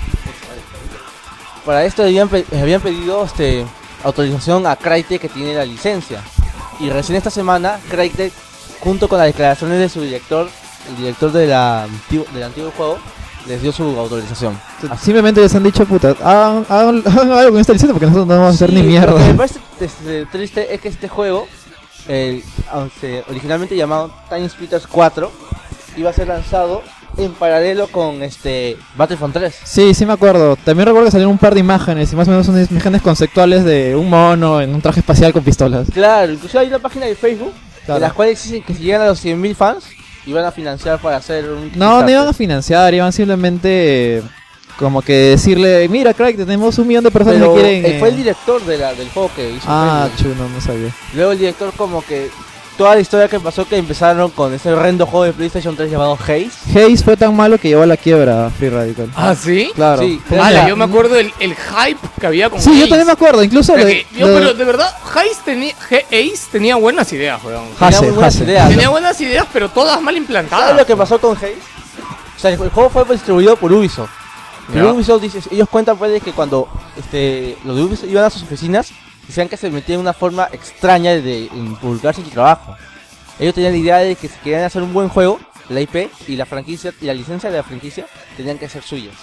Speaker 8: para esto habían, pe- habían pedido este, autorización a Crytek, que tiene la licencia. Y recién esta semana, Crytek, junto con las declaraciones de su director, el director de la, antigu- del antiguo juego, les dio su autorización. Así-
Speaker 2: Simplemente les han dicho, puta, hagan, hagan- hagan algo con esta licencia porque nosotros no vamos a hacer
Speaker 8: Sí,
Speaker 2: ni mierda.
Speaker 8: Lo que me parece este, triste es que este juego, el, aunque originalmente llamado Time Splitters cuatro, iba a ser lanzado en paralelo con este Battlefront tres.
Speaker 2: Sí, sí me acuerdo. También recuerdo que salieron un par de imágenes y más o menos unas imágenes conceptuales de un mono en un traje espacial con pistolas.
Speaker 8: Claro, incluso hay una página de Facebook
Speaker 2: Claro.
Speaker 8: en las cuales dicen que si llegan a los cien mil fans iban a financiar para hacer un
Speaker 2: No, no
Speaker 8: Kickstarter.
Speaker 2: iban a financiar, iban simplemente eh, como que decirle, mira Craig, tenemos un millón de personas
Speaker 8: Pero
Speaker 2: que quieren...
Speaker 8: eh, fue el
Speaker 2: eh".
Speaker 8: director de la, del juego que hizo
Speaker 2: Ah,
Speaker 8: Facebook.
Speaker 2: chulo, no sabía.
Speaker 8: Luego el director como que toda la historia que pasó que empezaron con ese horrendo juego de PlayStation tres llamado Haze.
Speaker 2: Haze fue tan malo que llevó a la quiebra a Free Radical.
Speaker 9: ¿Ah, sí?
Speaker 2: Claro.
Speaker 8: Sí,
Speaker 2: Pero
Speaker 9: Ala,
Speaker 2: mira,
Speaker 9: yo me acuerdo del el hype que había con
Speaker 2: Sí, yo
Speaker 9: Haze.
Speaker 2: también me acuerdo, incluso
Speaker 9: O sea
Speaker 2: lo
Speaker 9: que
Speaker 2: de-
Speaker 9: yo,
Speaker 2: lo de-
Speaker 9: pero de verdad, Haze tenía, Haze tenía buenas ideas, weón.
Speaker 8: Tenía
Speaker 2: Hase,
Speaker 8: muy buenas
Speaker 2: Hase.
Speaker 8: ideas.
Speaker 9: Tenía buenas ideas, pero todas mal
Speaker 8: ¿Sabes
Speaker 9: implantadas.
Speaker 8: lo que pasó con Haze? O sea, el el juego fue distribuido por Ubisoft. Pero
Speaker 9: Ya.
Speaker 8: Ubisoft dice, ellos cuentan pues de que cuando este, los de Ubisoft iban a sus oficinas, decían que se metían en una forma extraña de involucrarse en su trabajo. Ellos tenían la idea de que si querían hacer un buen juego, la I P y la franquicia y la licencia de la franquicia tenían que ser suyas.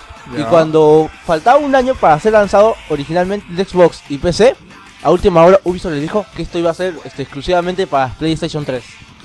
Speaker 8: Y cuando faltaba un año para ser lanzado originalmente en Xbox y P C, a última hora Ubisoft les dijo que esto iba a ser este, exclusivamente para PlayStation tres.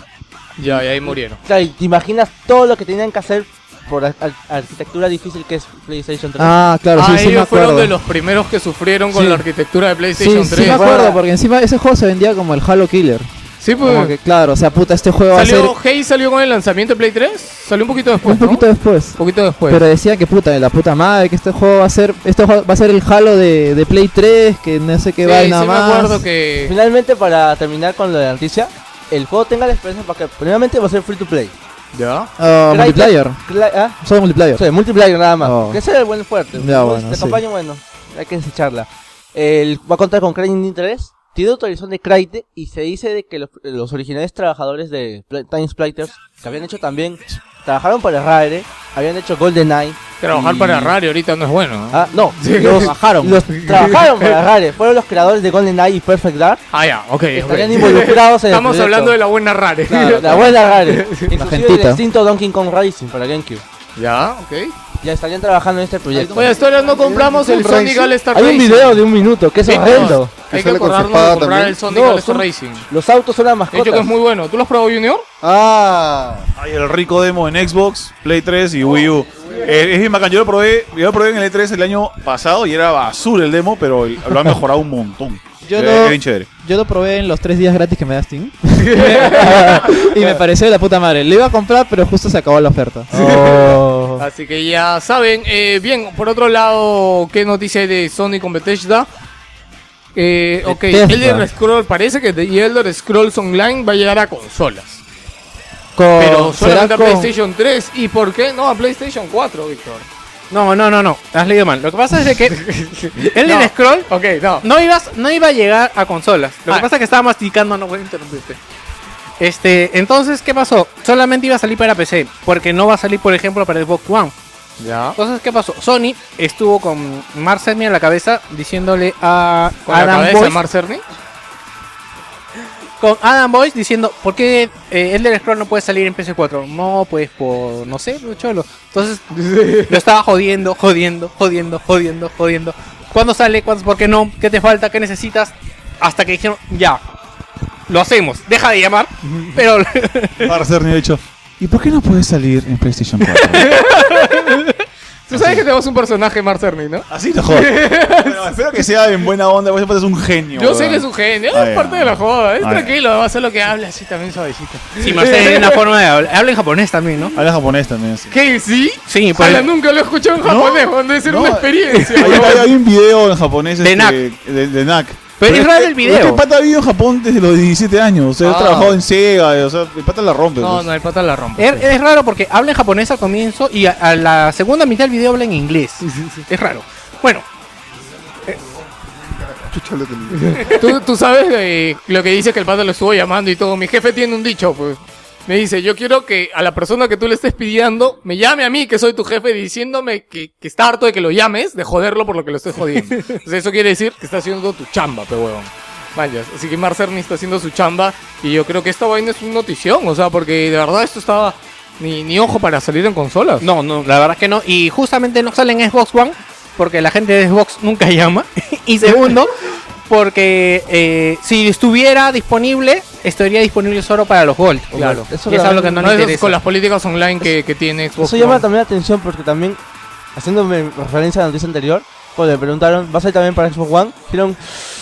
Speaker 9: Ya, y ahí murieron.
Speaker 8: Claro, y te imaginas todo lo que tenían que hacer por la ar- arquitectura difícil que es PlayStation tres.
Speaker 2: Ah, claro,
Speaker 9: ah,
Speaker 2: sí, sí me
Speaker 9: ellos fueron
Speaker 2: acuerdo.
Speaker 9: de los primeros que sufrieron con
Speaker 2: Sí.
Speaker 9: la arquitectura de
Speaker 2: Sí,
Speaker 9: PlayStation
Speaker 2: sí
Speaker 9: tres.
Speaker 2: me acuerdo, porque encima ese juego se vendía como el Halo Killer.
Speaker 9: Sí, pues.
Speaker 2: Como que, claro, o sea, puta, este juego va a ser
Speaker 9: ¿Salió, Haze salió con el lanzamiento de Play tres? Salió un poquito después,
Speaker 2: un poquito
Speaker 9: ¿no?
Speaker 2: después.
Speaker 9: Un poquito después.
Speaker 2: Pero decía que puta, de la puta madre, que este juego va a ser este juego va a ser el Halo de, de Play tres, que no sé qué
Speaker 9: sí,
Speaker 2: va y
Speaker 9: sí
Speaker 2: nada
Speaker 9: me
Speaker 2: más.
Speaker 9: acuerdo que...
Speaker 8: Finalmente, para terminar con lo de la noticia, el juego tenga la experiencia para que primeramente va a ser free to play.
Speaker 9: ¿Ya?
Speaker 2: Ah,
Speaker 8: Crytek-
Speaker 2: multiplayer,
Speaker 8: Cla- ¿ah?
Speaker 2: solo multiplayer.
Speaker 8: Sí, multiplayer nada más.
Speaker 2: Oh.
Speaker 8: Que ese es el buen fuerte.
Speaker 2: Ya,
Speaker 8: Pues,
Speaker 2: bueno,
Speaker 8: la
Speaker 2: sí.
Speaker 8: campaña, bueno, hay que desecharla. El, va a contar con Crytek tres, tiene autorización de Crytek y se dice de que los, los originales trabajadores de Pl- Time Splitters, que habían hecho también, trabajaron para Rare, habían hecho GoldenEye.
Speaker 9: Trabajar
Speaker 8: y-
Speaker 9: para Rare ahorita no es bueno, ¿no?
Speaker 8: Ah, no,
Speaker 9: Sí.
Speaker 8: los,
Speaker 2: Trabajaron.
Speaker 8: los trabajaron para Rare, fueron los creadores de GoldenEye y Perfect Dark.
Speaker 9: Ah, ya, ok,
Speaker 8: que
Speaker 9: ok.
Speaker 8: estarían involucrados en el
Speaker 9: Estamos
Speaker 8: proyecto.
Speaker 9: hablando de la buena Rare.
Speaker 8: Claro, la buena Rare. Inclusive el
Speaker 2: gentita.
Speaker 8: extinto Donkey Kong Racing para GameCube.
Speaker 9: Ya, ok.
Speaker 8: Ya estarían trabajando en este proyecto.
Speaker 9: Oye, historia, no compramos el
Speaker 6: Racing.
Speaker 9: Sonic All-Star
Speaker 8: Hay un
Speaker 9: Racing.
Speaker 8: video de un minuto que es
Speaker 9: Sí,
Speaker 8: horrendo.
Speaker 9: Hay que
Speaker 6: sale con su
Speaker 9: acordarnos de
Speaker 6: espada
Speaker 9: comprar
Speaker 6: también.
Speaker 9: el Sonic
Speaker 8: No,
Speaker 9: All-Star
Speaker 8: son-
Speaker 9: Racing.
Speaker 8: Los autos son las
Speaker 9: De hecho que
Speaker 8: mascotas.
Speaker 9: es muy bueno. ¿Tú lo has probado, Junior?
Speaker 6: Ah,
Speaker 4: Hay el rico demo en Xbox, Play tres y Wii U. Eh, es bien bacán, yo lo probé, yo lo probé en el E tres el año pasado y era basura el demo, pero el- lo han mejorado un montón.
Speaker 2: Yo
Speaker 4: Eh,
Speaker 2: lo-
Speaker 4: es bien chévere.
Speaker 2: Yo lo probé en los tres días gratis que me da Steam. y me pareció de la puta madre. Lo iba a comprar, pero justo se acabó la oferta.
Speaker 8: Oh.
Speaker 9: Así que ya saben. Eh, bien, por otro lado, ¿qué noticia hay de Sony con Bethesda? Eh, ok,
Speaker 2: Bethesda.
Speaker 9: Elder Scrolls, parece que The Elder Scrolls Online va a llegar a consolas.
Speaker 2: Con-
Speaker 9: Pero solamente a
Speaker 2: será con-
Speaker 9: PlayStation tres. ¿Y por qué no a PlayStation cuatro, Víctor?
Speaker 1: No, no, no, no. Has leído mal. Lo que pasa es de que Elden
Speaker 9: No.
Speaker 1: Scroll
Speaker 9: Ok, no.
Speaker 1: no ibas, no iba a llegar a consolas. Lo
Speaker 9: Ah.
Speaker 1: que pasa es que estaba masticando, no voy a interrumpirte. Este, entonces, ¿qué pasó? Solamente iba a salir para P C, porque no va a salir, por ejemplo, para Xbox One.
Speaker 9: Ya.
Speaker 1: Entonces, ¿qué pasó? Sony estuvo con Mark Cerny a la cabeza diciéndole a
Speaker 9: Con la
Speaker 1: Adam
Speaker 9: cabeza de
Speaker 1: Boyce,
Speaker 9: Mark Cerny.
Speaker 1: con Adam Boyce diciendo, ¿por qué eh, Elder Scroll no puede salir en P S cuatro? No, pues por, no sé, cholo. Entonces, lo estaba jodiendo, jodiendo, jodiendo, jodiendo, jodiendo. ¿Cuándo sale? ¿Cuándo? ¿Por qué no? ¿Qué te falta? ¿Qué necesitas? Hasta que dijeron, ya, lo hacemos. Deja de llamar, pero...
Speaker 4: Para ser ni hecho. ¿Y por qué no puede salir en PlayStation cuatro?
Speaker 9: Tú sabes que tenemos un personaje, Mark Cerny, ¿no?
Speaker 4: Así te jodas. Bueno, espero que sea en buena onda, porque ese es un genio.
Speaker 9: Yo sé
Speaker 4: weón.
Speaker 9: que es un genio,
Speaker 4: Ah,
Speaker 9: es
Speaker 4: ya.
Speaker 9: parte de la joda, es
Speaker 4: Ah, ya.
Speaker 9: tranquilo, va a hacer lo que habla así también suavecito.
Speaker 1: Sí, Marcelo tiene una forma de hablar. Habla en japonés también, ¿no?
Speaker 4: Habla japonés también, sí.
Speaker 9: ¿Qué? ¿Sí?
Speaker 1: Sí, pues...
Speaker 9: Ala, nunca lo he escuchado en japonés, Juan, debe ser
Speaker 4: no.
Speaker 9: una experiencia.
Speaker 4: Hay, hay- hay un video en japonés
Speaker 1: De
Speaker 4: este,
Speaker 1: N A
Speaker 4: de, de N A C.
Speaker 1: Pero es raro el
Speaker 4: Es
Speaker 1: video.
Speaker 4: que el pata ha vivido en Japón desde los diecisiete años. O sea,
Speaker 9: Ah.
Speaker 4: ha trabajado en Sega. O sea, el pata la rompe.
Speaker 9: No,
Speaker 4: pues.
Speaker 9: no, el pata la rompe.
Speaker 1: Es, es raro porque habla en japonés al comienzo y a, a la segunda mitad del video habla en inglés. Es raro. Bueno,
Speaker 6: chucha, lo tenía.
Speaker 9: Tú, tú sabes eh, lo que dice que el pata lo estuvo llamando y todo. Mi jefe tiene un dicho, pues. Me dice, yo quiero que a la persona que tú le estés pidiendo, me llame a mí, que soy tu jefe, diciéndome que, que está harto de que lo llames, de joderlo por lo que lo estés jodiendo. Entonces eso quiere decir que está haciendo tu chamba, pe huevón. Vaya, así que Mark Cerny está haciendo su chamba y yo creo que esta vaina es una notición, o sea, porque de verdad esto estaba ni, ni ojo para salir en consolas.
Speaker 1: no, no, la verdad es que no. Y justamente no sale en Xbox One porque la gente de Xbox nunca llama. Y segundo, porque eh, si estuviera disponible, estaría disponible solo para los Gold.
Speaker 9: Claro.
Speaker 8: Eso
Speaker 1: Y es algo que no
Speaker 9: No,
Speaker 1: le
Speaker 9: eso es
Speaker 1: interesa.
Speaker 9: con las políticas online que, que tiene Xbox
Speaker 8: Eso llama
Speaker 9: One.
Speaker 8: también la atención porque también, haciéndome referencia a la noticia anterior, cuando me preguntaron, ¿va a salir también para Xbox One? Dijeron,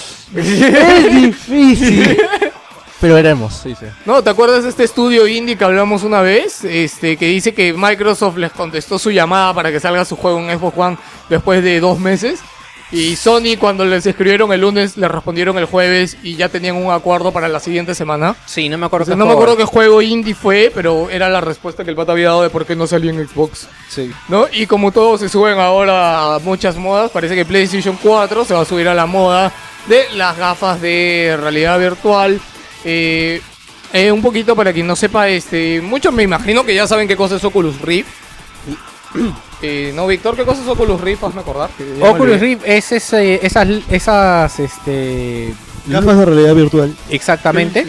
Speaker 8: es difícil. Pero veremos, dice.
Speaker 9: No, ¿te acuerdas de este estudio indie que hablamos una vez? Este, que dice que Microsoft les contestó su llamada para que salga su juego en Xbox One después de dos meses. Y Sony, cuando les escribieron el lunes, les respondieron el jueves y ya tenían un acuerdo para la siguiente semana.
Speaker 1: Sí, no me acuerdo.
Speaker 9: O sea,
Speaker 1: qué
Speaker 9: no me
Speaker 1: juego
Speaker 9: acuerdo qué juego indie fue, pero era la respuesta que el pata había dado de por qué no salía en Xbox.
Speaker 2: Sí.
Speaker 9: ¿No? Y como todos se suben ahora a muchas modas, parece que PlayStation cuatro se va a subir a la moda de las gafas de realidad virtual. Eh, eh, un poquito para quien no sepa, este, muchos me imagino que ya saben qué cosa es Oculus Rift. Eh, no, Víctor, ¿qué cosa es Oculus Rift? Hazme acordar. que ya me
Speaker 1: Oculus
Speaker 9: olvidé.
Speaker 1: Rift es ese, esas, esas, este,
Speaker 5: Gafas de realidad virtual.
Speaker 1: exactamente,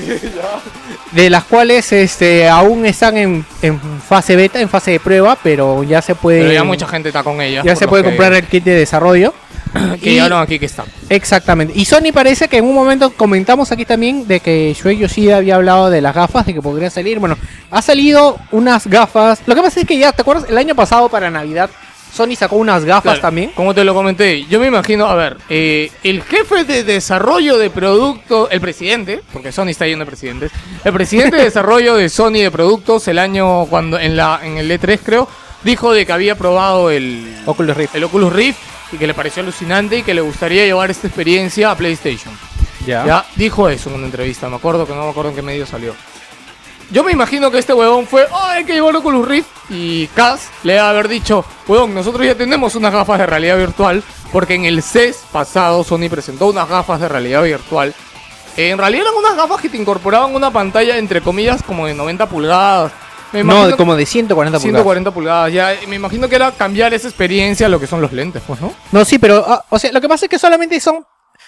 Speaker 1: de las cuales, este, aún están en, en fase beta, en fase de prueba, pero ya se puede,
Speaker 9: Pero ya mucha gente está con ellas.
Speaker 1: ya
Speaker 9: por
Speaker 1: se
Speaker 9: lo
Speaker 1: puede
Speaker 9: que-
Speaker 1: comprar el kit de desarrollo.
Speaker 9: Que
Speaker 1: y-
Speaker 9: llegaron aquí que está.
Speaker 1: Exactamente. Y Sony parece que en un momento comentamos aquí también de que Shuei Yoshida había hablado de las gafas, de que podrían salir. Bueno, ha salido unas gafas. Lo que pasa es que ya, ¿te acuerdas? El año pasado para Navidad, Sony sacó unas gafas
Speaker 9: Claro,
Speaker 1: también.
Speaker 9: Como te lo comenté, yo me imagino, a ver, eh, el jefe de desarrollo de producto, el presidente, porque Sony está lleno de presidentes, el presidente de desarrollo de Sony de productos el año cuando en la en el E tres creo, dijo de que había probado el
Speaker 1: Oculus Rift.
Speaker 9: el Oculus Rift y que le pareció alucinante y que le gustaría llevar esta experiencia a PlayStation.
Speaker 1: Ya.
Speaker 9: Ya dijo eso en una entrevista, me acuerdo que no me acuerdo en qué medio salió. Yo me imagino que este huevón fue, oh, hay que llevar Oculus Rift. Y Kaz le va a haber dicho, huevón, nosotros ya tenemos unas gafas de realidad virtual. Porque en el C E S pasado Sony presentó unas gafas de realidad virtual. En realidad eran unas gafas que te incorporaban una pantalla, entre comillas, como de noventa pulgadas. Me
Speaker 1: No,
Speaker 9: imagino-
Speaker 1: de como de ciento cuarenta pulgadas.
Speaker 9: ciento cuarenta pulgadas. Ya, me imagino que era cambiar esa experiencia a lo que son los lentes, pues, ¿no?
Speaker 1: No, sí, pero, ah, o sea, lo que pasa es que solamente son,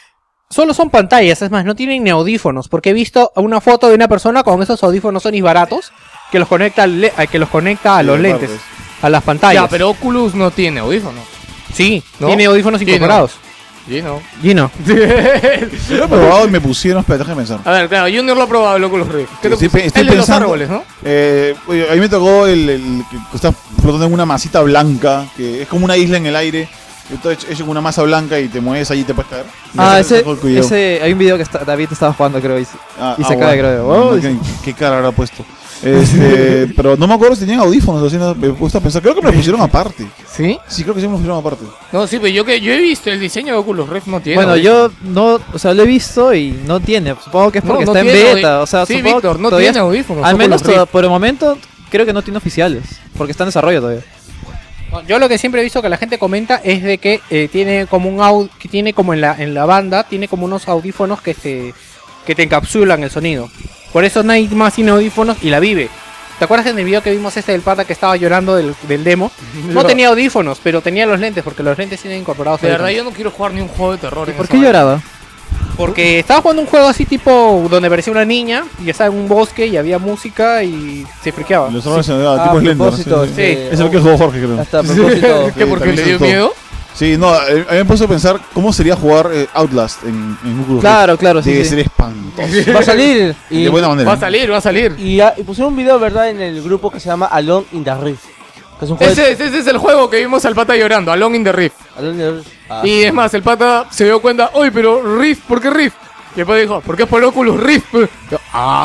Speaker 1: solo son pantallas, es más, no tienen ni audífonos, porque he visto una foto de una persona con esos audífonos Sony baratos, que los conecta, al le- a- que los conecta a
Speaker 4: Sí,
Speaker 1: los
Speaker 4: de
Speaker 1: lentes,
Speaker 4: partes.
Speaker 1: a las pantallas.
Speaker 9: Ya, pero Oculus no tiene audífonos.
Speaker 1: Sí,
Speaker 9: ¿No?
Speaker 1: tiene audífonos
Speaker 9: Sí, no.
Speaker 1: incorporados.
Speaker 9: Gino.
Speaker 1: Gino.
Speaker 4: Yo lo he probado y me pusieron, espera, déjame pensar.
Speaker 9: A ver, claro, Junior lo ha probado el Oculus Rift. ¿Qué te
Speaker 4: Estoy
Speaker 9: puso?
Speaker 4: pe- estoy
Speaker 9: el de los
Speaker 4: pensando-
Speaker 9: árboles, ¿no?
Speaker 4: Eh, oye, a mí me tocó el, el que está flotando en una masita blanca, que es como una isla en el aire. Entonces hecho con una masa blanca y te mueves allí y te puedes caer.
Speaker 2: Ah,
Speaker 4: Ese-
Speaker 2: ese,
Speaker 4: ese-
Speaker 2: ese, hay un video que está, David estaba jugando, creo, y, se-
Speaker 4: Ah,
Speaker 2: y
Speaker 4: ah,
Speaker 2: se cae,
Speaker 4: bueno.
Speaker 2: creo.
Speaker 4: No,
Speaker 2: Oh,
Speaker 4: no, ¿qué, qué cara habrá puesto? Este, pero no me acuerdo si tenían audífonos, así no, me gusta pensar. Creo que me los pusieron aparte.
Speaker 9: ¿Sí?
Speaker 4: Sí, creo que sí me los pusieron aparte.
Speaker 9: No, sí, pero yo que yo he visto el diseño de Oculus Rift no tiene.
Speaker 2: Bueno,
Speaker 9: audífonos.
Speaker 2: yo no, o sea, lo he visto y no tiene. Supongo que es
Speaker 9: No,
Speaker 2: porque
Speaker 9: no
Speaker 2: está en
Speaker 9: tiene
Speaker 2: beta.
Speaker 9: audi-
Speaker 2: O sea,
Speaker 9: sí,
Speaker 2: supongo
Speaker 9: Víctor,
Speaker 2: que
Speaker 9: no
Speaker 2: todavía-
Speaker 9: tiene audífonos.
Speaker 2: Al
Speaker 9: Oculus
Speaker 2: menos
Speaker 9: Rift.
Speaker 2: to- por el momento creo que no tiene oficiales, porque está en desarrollo todavía.
Speaker 1: No, yo lo que siempre he visto que la gente comenta es de que eh, tiene como un au que tiene como en la en la banda, tiene como unos audífonos que te que te encapsulan el sonido. Por eso nadie más tiene audífonos y la vive. ¿Te acuerdas en el video que vimos este del pata que estaba llorando del, del demo? No tenía audífonos, pero tenía los lentes, porque los lentes tienen incorporados
Speaker 9: De verdad,
Speaker 1: audífonos.
Speaker 9: yo no quiero jugar ni un juego de terror. en
Speaker 2: ¿Por
Speaker 9: esa
Speaker 2: qué
Speaker 9: vaina.
Speaker 2: lloraba?
Speaker 1: Porque estaba jugando un juego así tipo donde parecía una niña y estaba en un bosque y había música y se friqueaba.
Speaker 4: Los árboles se ah,
Speaker 8: Ah,
Speaker 4: tipo
Speaker 8: a
Speaker 4: Slender.
Speaker 8: propósito,
Speaker 4: Sí, sí.
Speaker 8: este,
Speaker 4: Ese es el que jugó Jorge, creo.
Speaker 8: hasta a propósito.
Speaker 9: ¿Qué? ¿Porque
Speaker 4: también
Speaker 9: le
Speaker 4: se
Speaker 9: dio
Speaker 4: asustó.
Speaker 9: miedo?
Speaker 4: Sí, no, a a mí me puso a pensar cómo sería jugar eh, Outlast en, en Google.
Speaker 2: Claro, claro, sí.
Speaker 4: Debe
Speaker 2: sí.
Speaker 4: ser espantoso.
Speaker 8: Va a salir. Y,
Speaker 4: De buena manera.
Speaker 9: Va a salir, va a salir.
Speaker 8: y, ya- y pusieron un video, ¿verdad? En el grupo que se llama Alone in the Rift. Que es un juego de-
Speaker 9: Ese, ese es el juego que vimos al pata llorando, Alone in the Rift.
Speaker 8: Alone in the Rift. Ah.
Speaker 9: Y es más, el pata se dio cuenta, oye, pero Rift, ¿por qué Rift? Y después dijo, ¿por qué es por Oculus Rift? Yo,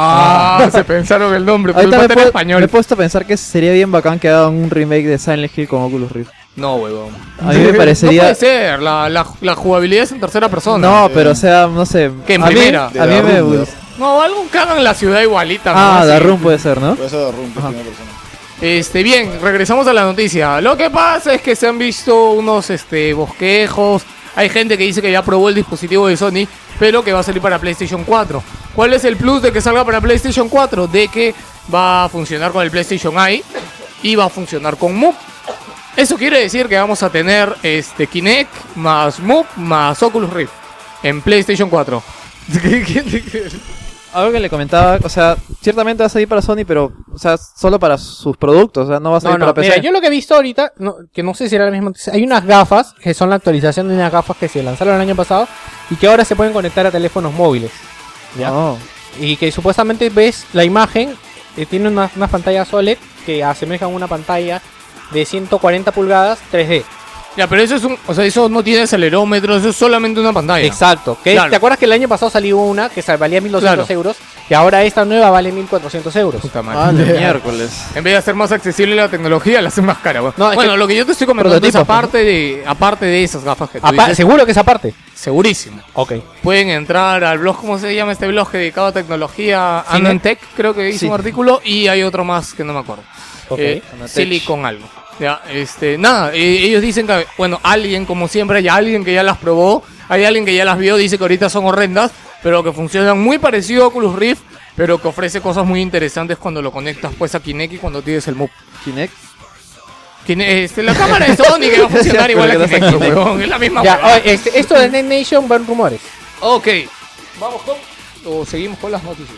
Speaker 9: ah, se pensaron el nombre, pero el
Speaker 2: Ahorita me,
Speaker 9: pata era
Speaker 2: pu-
Speaker 9: español.
Speaker 2: me he puesto a pensar que sería bien bacán que hagan un remake de Silent Hill con Oculus Rift.
Speaker 9: No, huevón.
Speaker 2: A mí me parecería...
Speaker 9: No puede ser, la, la, la jugabilidad es en tercera persona.
Speaker 2: No, pero o sea, no sé.
Speaker 9: Que en
Speaker 2: a mí,
Speaker 9: primera.
Speaker 2: a
Speaker 4: De
Speaker 2: mí
Speaker 4: la
Speaker 2: me
Speaker 4: rumba.
Speaker 2: gusta.
Speaker 9: No, algo que hagan en la ciudad igualita.
Speaker 2: Ah,
Speaker 9: ¿no?
Speaker 2: The
Speaker 9: Así.
Speaker 2: Room puede ser, ¿no?
Speaker 4: Puede ser de rumbo, primera persona.
Speaker 9: Este, bien, regresamos a la noticia. Lo que pasa es que se han visto unos este, bosquejos. Hay gente que dice que ya probó el dispositivo de Sony, pero que va a salir para PlayStation cuatro. ¿Cuál es el plus de que salga para PlayStation cuatro? De que va a funcionar con el PlayStation Eye y va a funcionar con Move. Eso quiere decir que vamos a tener este Kinect más Move más Oculus Rift en PlayStation cuatro.
Speaker 2: algo que le comentaba, o sea, ciertamente va a salir para Sony, pero, o sea, solo para sus productos, o sea, no va a salir
Speaker 1: No,
Speaker 2: para
Speaker 1: no,
Speaker 2: P C.
Speaker 1: mira, yo lo que he visto ahorita, no, que no sé si era la misma noticia, hay unas gafas que son la actualización de unas gafas que se lanzaron el año pasado y que ahora se pueden conectar a teléfonos móviles. ¿Ya?
Speaker 2: No.
Speaker 1: Y que supuestamente ves la imagen, eh, tiene una, una pantalla O L E D que asemejan una pantalla de ciento cuarenta pulgadas tres D.
Speaker 9: Ya, pero eso es un, o sea, eso no tiene acelerómetro, eso es solamente una pantalla.
Speaker 1: Exacto. Que
Speaker 9: Claro.
Speaker 1: ¿Te acuerdas que el año pasado salió una que sal- valía mil doscientos
Speaker 9: Claro.
Speaker 1: euros? Y ahora esta nueva vale mil cuatrocientos euros.
Speaker 9: Puta madre.
Speaker 2: Ah, de miércoles.
Speaker 9: En vez de hacer más accesible la tecnología, la hacen más cara. Bueno,
Speaker 1: No, es
Speaker 9: bueno
Speaker 1: que-
Speaker 9: lo que yo te estoy comentando es
Speaker 1: Prototipos,
Speaker 9: aparte de, aparte de esas gafas que tú
Speaker 1: Apa-
Speaker 9: dices,
Speaker 1: ¿Seguro que esa parte?
Speaker 9: segurísimo.
Speaker 1: Ok.
Speaker 9: Pueden entrar al blog, ¿cómo se llama este blog dedicado a tecnología?
Speaker 1: Sí,
Speaker 9: Anantech, creo que hizo
Speaker 2: Sí.
Speaker 9: un artículo, y hay otro más que no me acuerdo.
Speaker 1: Ok.
Speaker 9: Eh,
Speaker 2: Anantech.
Speaker 9: Silicon algo. Ya, este, nada, eh, ellos dicen que, bueno, alguien, como siempre, hay alguien que ya las probó, hay alguien que ya las vio, dice que ahorita son horrendas, pero que funcionan muy parecido a Oculus Rift, pero que ofrece cosas muy interesantes cuando lo conectas pues a Kinect y cuando tienes el Move.
Speaker 2: Kinect.
Speaker 9: Kine- este, la cámara de Sony que va a funcionar igual a
Speaker 2: Pero que no
Speaker 9: Kinect,
Speaker 2: está Kinect.
Speaker 9: huevón, es la misma
Speaker 1: Ya,
Speaker 9: huevada.
Speaker 1: oye, este, esto de Net Nation van rumores.
Speaker 9: Ok, vamos con, o seguimos con las noticias.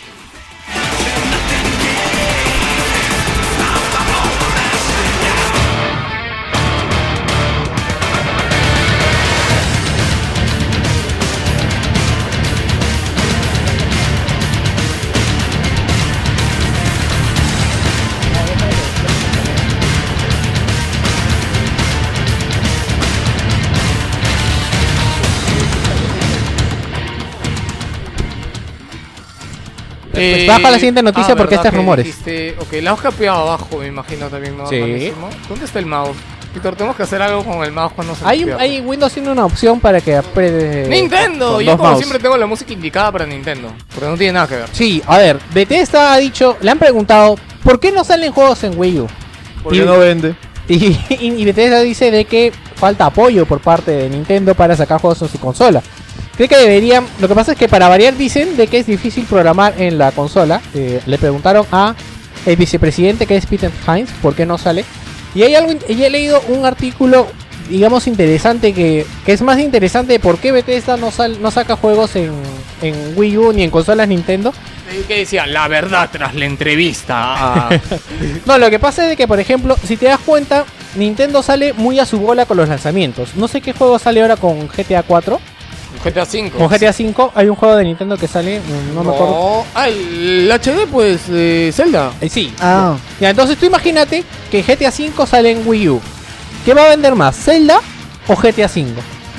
Speaker 1: Pues baja la siguiente noticia porque
Speaker 9: verdad
Speaker 1: este es
Speaker 9: que
Speaker 1: rumores.
Speaker 9: dijiste- ok, la hoja que abajo, me imagino también, ¿no?
Speaker 1: Sí.
Speaker 9: Buenísimo. ¿Dónde está el mouse? Víctor, tenemos que hacer algo con el mouse cuando se
Speaker 1: Hay,
Speaker 9: nos pierda.
Speaker 1: hay Windows tiene una opción para que aprete.
Speaker 9: ¡Nintendo!
Speaker 2: con
Speaker 9: Yo
Speaker 2: dos
Speaker 9: como
Speaker 2: mouse.
Speaker 9: siempre tengo la música indicada para Nintendo, porque no tiene nada que ver.
Speaker 1: Sí, a ver, Bethesda ha dicho, le han preguntado, ¿por qué no salen juegos en Wii U?
Speaker 2: Porque
Speaker 1: Y-
Speaker 2: no vende.
Speaker 1: Y, y Bethesda dice de que falta apoyo por parte de Nintendo para sacar juegos en su consola. Cree que deberían, lo que pasa es que para variar dicen de que es difícil programar en la consola. Eh, le preguntaron a el vicepresidente que es Peter Hines por qué no sale. Y hay algo, y he leído un artículo, digamos, interesante que, que es más interesante de por qué Bethesda no, sal, no saca juegos en, en Wii U ni en consolas Nintendo.
Speaker 9: Que decía, la verdad tras la entrevista a...
Speaker 1: No, lo que pasa es de que, por ejemplo, si te das cuenta, Nintendo sale muy a su bola con los lanzamientos. No sé qué juego sale ahora con G T A cuatro.
Speaker 9: G T A cinco.
Speaker 1: Con G T A cinco hay un juego de Nintendo que sale, no, no me acuerdo.
Speaker 9: Ah, el H D, pues, eh, Zelda.
Speaker 1: Eh, sí.
Speaker 2: Ah.
Speaker 1: Ya, entonces tú imagínate que G T A cinco sale en Wii U. ¿Qué va a vender más, Zelda o G T A cinco?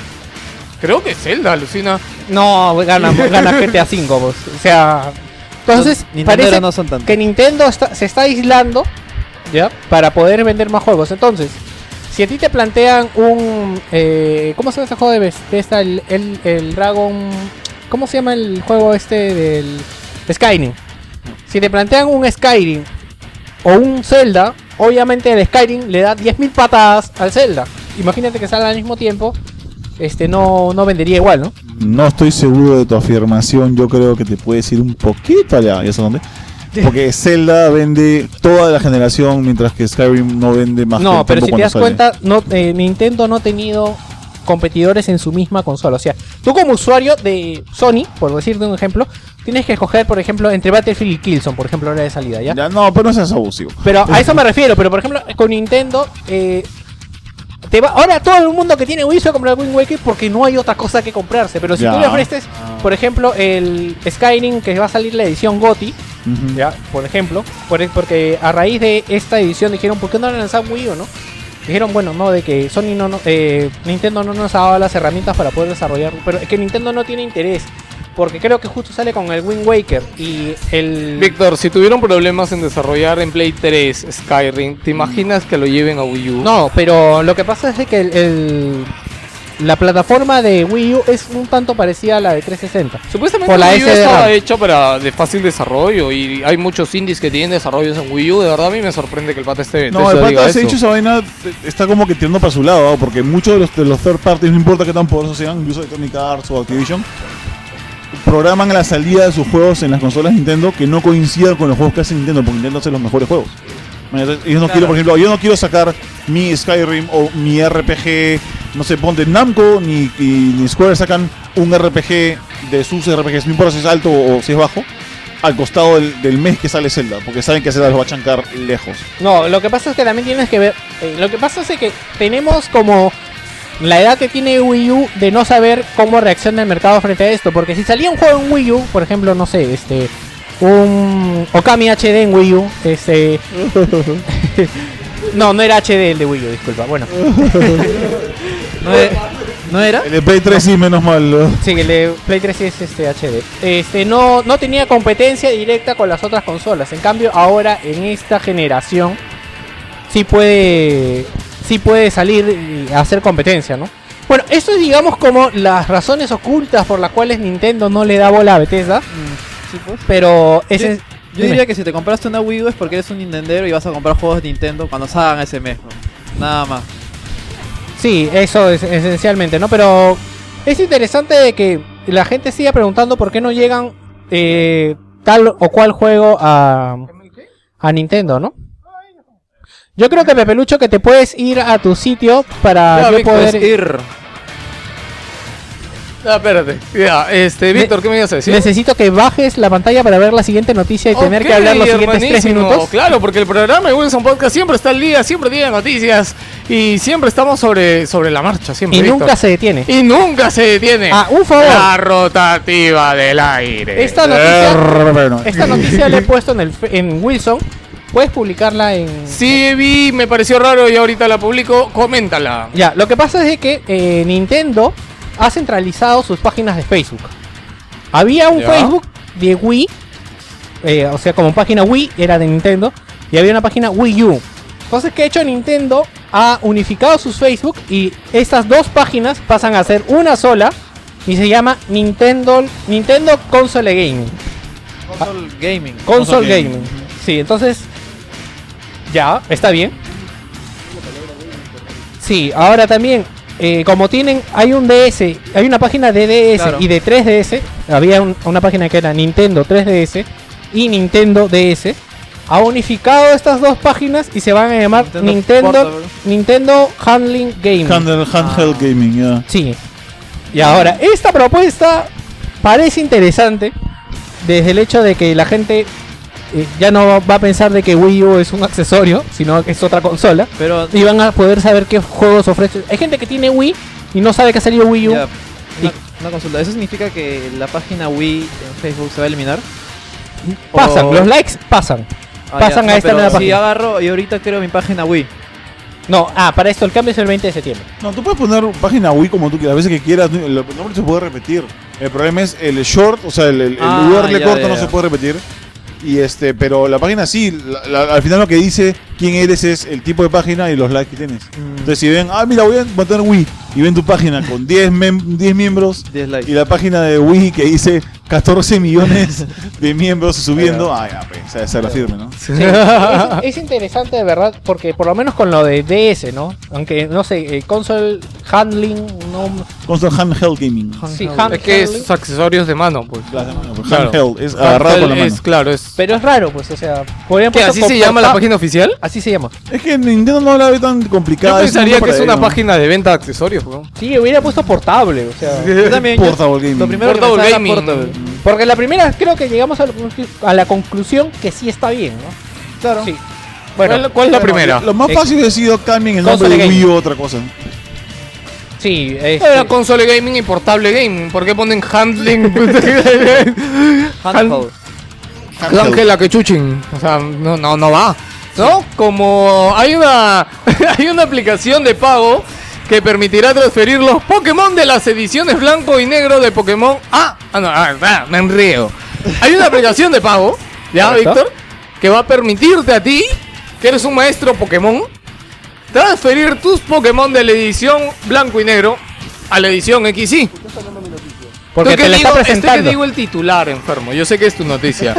Speaker 9: Creo que Zelda, alucina.
Speaker 1: No, gana, gana G T A cinco, pues. O sea, entonces
Speaker 2: Los
Speaker 1: parece
Speaker 2: Nintenderos no son tantos.
Speaker 1: que Nintendo está- se está aislando, ¿ya? Para poder vender más juegos. Entonces, si a ti te plantean un... Eh, ¿Cómo se llama este juego de Bethesda? El, el, el Dragon... ¿Cómo se llama el juego este del Skyrim? Si te plantean un Skyrim o un Zelda, obviamente el Skyrim le da diez mil patadas al Zelda. Imagínate que salga al mismo tiempo, este no, no vendería igual, ¿no?
Speaker 4: No estoy seguro de tu afirmación. Yo creo que te puedes ir un poquito allá. ¿Y eso dónde? Porque Zelda vende toda la generación, mientras que Skyrim no vende más. que
Speaker 1: No,
Speaker 4: el
Speaker 1: pero
Speaker 4: tiempo
Speaker 1: si te
Speaker 4: cuando
Speaker 1: das
Speaker 4: sale.
Speaker 1: cuenta, no, eh, Nintendo no ha tenido competidores en su misma consola. O sea, tú como usuario de Sony, por decirte un ejemplo, tienes que escoger, por ejemplo, entre Battlefield y Killzone, por ejemplo, hora de salida, ¿ya?
Speaker 4: Ya, no, pero no seas abusivo.
Speaker 1: Pero a eso me refiero, pero por ejemplo, con Nintendo, eh, te va, ahora todo el mundo que tiene Wii se va a comprar Wind Waker porque no hay otra cosa que comprarse. Pero si
Speaker 4: Ya.
Speaker 1: tú le ofreces, por ejemplo, el Skyrim, que va a salir la edición GOTY,
Speaker 4: Ujú.
Speaker 1: ya, por ejemplo, por- porque a raíz de esta edición dijeron, ¿por qué no lanzar Wii U, no? Dijeron, bueno, no, de que Sony no, no eh, Nintendo no nos daba las herramientas para poder desarrollar, pero es que Nintendo no tiene interés, porque creo que justo sale con el Wind Waker y el...
Speaker 9: Víctor, si tuvieron problemas en desarrollar en Play tres Skyrim, ¿te imaginas que lo lleven a Wii U?
Speaker 1: No, pero lo que pasa es de que el, el- la plataforma de Wii U es un tanto parecida a la de trescientos sesenta.
Speaker 9: Supuestamente
Speaker 1: Por la
Speaker 9: Wii U
Speaker 1: S D
Speaker 9: estaba
Speaker 1: RAM.
Speaker 9: hecha para de fácil desarrollo y hay muchos indies que tienen desarrollos en Wii U. De verdad a mí me sorprende que el pata esté
Speaker 4: No, el
Speaker 9: Bethesda diga
Speaker 4: pata se ha
Speaker 9: eso.
Speaker 4: dicho esa vaina, eh, está como que tirando para su lado, ¿no? Porque muchos de los, de los third parties, no importa qué tan poderosos sean, incluso Electronic Arts o Activision, programan la salida de sus juegos en las consolas Nintendo que no coincidan con los juegos que hace Nintendo, porque Nintendo hace los mejores juegos. Entonces, yo no quiero, por ejemplo, yo no quiero sacar mi Skyrim o mi R P G, no sé, ponte Namco ni, y- ni Square sacan un R P G de sus R P Gs, no importa si es alto o si es bajo, al costado del, del mes que sale Zelda, porque saben que Zelda los va a chancar lejos.
Speaker 1: No, lo que pasa es que también tienes que ver. Eh, lo que pasa es que tenemos como la edad que tiene Wii U de no saber cómo reacciona el mercado frente a esto. Porque si salía un juego en Wii U, por ejemplo, no sé, este. Un Okami H D en Wii U, este. No, no era H D el de Wii U, disculpa. Bueno.
Speaker 2: ¿No, e- ¿No era?
Speaker 4: El de Play tres sí, menos mal. ¿no?
Speaker 1: Sí, el de Play tres sí es este H D. Este no, no tenía competencia directa con las otras consolas. En cambio, ahora en esta generación sí puede sí puede salir y hacer competencia, ¿no? Bueno, esto es digamos como las razones ocultas por las cuales Nintendo no le da bola a Bethesda.
Speaker 2: Sí, pues.
Speaker 1: Pero ese
Speaker 2: Yo, yo diría que si te compraste una Wii U es porque eres un Nintendero y vas a comprar juegos de Nintendo cuando salgan ese mes, ¿no? Nada más.
Speaker 1: Sí, eso es esencialmente, ¿no? Pero es interesante de que la gente siga preguntando por qué no llegan eh, tal o cual juego a, a Nintendo, ¿no? Yo creo que Pepe Lucho que te puedes ir a tu sitio para
Speaker 9: Ya,
Speaker 1: yo
Speaker 9: Víctor,
Speaker 1: poder
Speaker 9: es ir. Ah, espérate. Ya, este, Víctor, ¿qué me ibas a decir?
Speaker 1: Necesito que bajes la pantalla para ver la siguiente noticia y tener
Speaker 9: Ok,
Speaker 1: que hablar los siguientes tres
Speaker 9: hermanísimo.
Speaker 1: minutos.
Speaker 9: Claro, porque el programa de Wilson Podcast siempre está al día, siempre tiene noticias y siempre estamos sobre, sobre la marcha, siempre.
Speaker 1: Y
Speaker 9: Víctor.
Speaker 1: nunca se detiene.
Speaker 9: Y nunca se detiene.
Speaker 1: Ah, un favor.
Speaker 9: La rotativa del aire.
Speaker 1: Esta noticia, esta noticia la he puesto en, el, fe- en Wilson. Puedes publicarla en...
Speaker 9: Sí, vi, me pareció raro y ahorita la publico. Coméntala.
Speaker 1: Ya, lo que pasa es de que eh, Nintendo ha centralizado sus páginas de Facebook. Había un
Speaker 9: Ya.
Speaker 1: Facebook de Wii, eh, o sea, como página Wii era de Nintendo, y había una página Wii U. Entonces, ¿qué ha hecho Nintendo? Ha unificado sus Facebook y estas dos páginas pasan a ser una sola y se llama Nintendo Nintendo Console Gaming.
Speaker 2: Console Gaming.
Speaker 1: Console
Speaker 4: Console
Speaker 1: Gaming.
Speaker 4: Gaming.
Speaker 1: Sí, entonces ya, está bien. Sí, ahora también eh, como tienen, hay un D S, hay una página de D S
Speaker 2: Claro.
Speaker 1: y de tres D S. Había un- una página que era Nintendo tres D S y Nintendo D S. Ha unificado estas dos páginas y se van a llamar
Speaker 2: Nintendo
Speaker 1: Nintendo
Speaker 2: Portable.
Speaker 1: Nintendo Handling Gaming.
Speaker 4: Handheld, handheld gaming, ya.
Speaker 1: Sí. Y ahora, esta propuesta parece interesante desde el hecho de que la gente eh, ya no va a pensar de que Wii U es un accesorio, sino que es otra consola.
Speaker 2: Pero
Speaker 1: Y van a poder saber qué juegos ofrece. Hay gente que tiene Wii y no sabe que ha salido Wii U.
Speaker 2: ya,
Speaker 1: Y-
Speaker 2: una, una consulta. ¿Eso significa que la página Wii en Facebook se va a eliminar?
Speaker 1: Pasan,
Speaker 2: O-
Speaker 1: los likes pasan.
Speaker 2: Ah,
Speaker 1: Pasan
Speaker 2: ya.
Speaker 1: a
Speaker 2: No,
Speaker 1: esta
Speaker 2: pero
Speaker 1: nueva
Speaker 2: si
Speaker 1: página.
Speaker 2: agarro y ahorita creo mi página Wii.
Speaker 1: No, ah, para esto el cambio es el veinte de septiembre.
Speaker 4: No, tú puedes poner página Wii como tú quieras, a veces que quieras, no- el nombre se puede repetir. El problema es el short, o sea, el, el, el
Speaker 2: Ah,
Speaker 4: U R L
Speaker 2: ya,
Speaker 4: corto
Speaker 2: ya,
Speaker 4: no
Speaker 2: ya.
Speaker 4: se puede repetir. Y este, pero la página sí, la- la- al final lo que dice quién eres es el tipo de página y los likes que tienes. Entonces si ven, ah, mira, voy a poner Wii y ven tu página con diez, mem- diez miembros
Speaker 2: diez likes.
Speaker 4: y la página de Wii que dice catorce millones de miembros subiendo, ah, ya, pues, se, se la firme, ¿no?
Speaker 1: Sí, es, es interesante de verdad, porque por lo menos con lo de D S, ¿no? Aunque, no sé, eh, console handling, no...
Speaker 4: Console handheld gaming.
Speaker 1: Sí,
Speaker 2: Handheld.
Speaker 1: hand-
Speaker 9: Es que
Speaker 1: handling.
Speaker 9: es accesorios de mano, pues.
Speaker 4: Claro, pues,
Speaker 9: Claro.
Speaker 4: handheld, es agarrado con la mano.
Speaker 9: Es, claro, es...
Speaker 1: Pero es raro, pues, o sea... podrían
Speaker 9: ¿Qué,
Speaker 1: puesto
Speaker 9: ¿Así
Speaker 1: con
Speaker 9: se llama la
Speaker 1: porta-
Speaker 9: página oficial?
Speaker 1: Así se llama.
Speaker 4: Es que Nintendo no la ve tan complicada.
Speaker 9: Yo
Speaker 4: es
Speaker 9: pensaría
Speaker 4: mundo
Speaker 9: que es
Speaker 4: para
Speaker 9: una
Speaker 4: ello, ¿no?
Speaker 9: página de venta de accesorios, weón.
Speaker 1: Sí, hubiera puesto portable, o sea...
Speaker 2: Yo también. yo-
Speaker 4: Portable gaming.
Speaker 2: Lo primero que
Speaker 9: Portable
Speaker 2: pensaba era
Speaker 9: gaming.
Speaker 2: portable.
Speaker 1: Porque la primera creo que llegamos a la, conclu- a la conclusión que sí está bien, ¿no?
Speaker 4: Claro.
Speaker 1: Sí.
Speaker 9: Bueno, ¿cuál, cuál es la
Speaker 4: Bueno,
Speaker 9: primera?
Speaker 4: Lo más
Speaker 1: Eh,
Speaker 4: fácil ha sido cambien el nombre
Speaker 1: console
Speaker 4: de Wii
Speaker 1: gaming.
Speaker 4: U otra cosa.
Speaker 1: Sí,
Speaker 9: Era
Speaker 1: este,
Speaker 9: console gaming y portable gaming. ¿Por qué ponen handling?
Speaker 2: Handheld.
Speaker 9: Ángel la que chuchin. O sea, no, no, no va. ¿No? Como hay una hay una aplicación de pago que permitirá transferir los Pokémon de las ediciones blanco y negro de Pokémon. Ah, ah, no, ah, ah, me enrío. Hay una aplicación de pago, ya,
Speaker 1: ¿Correcto?
Speaker 9: Víctor, que va a permitirte a ti, que eres un maestro Pokémon, transferir tus Pokémon de la edición blanco y negro a la edición X Y.
Speaker 1: porque
Speaker 9: Estoy
Speaker 1: te
Speaker 9: que
Speaker 1: la está
Speaker 9: digo- estoy que
Speaker 1: presentando.
Speaker 9: digo el titular, enfermo. Yo sé que es tu noticia.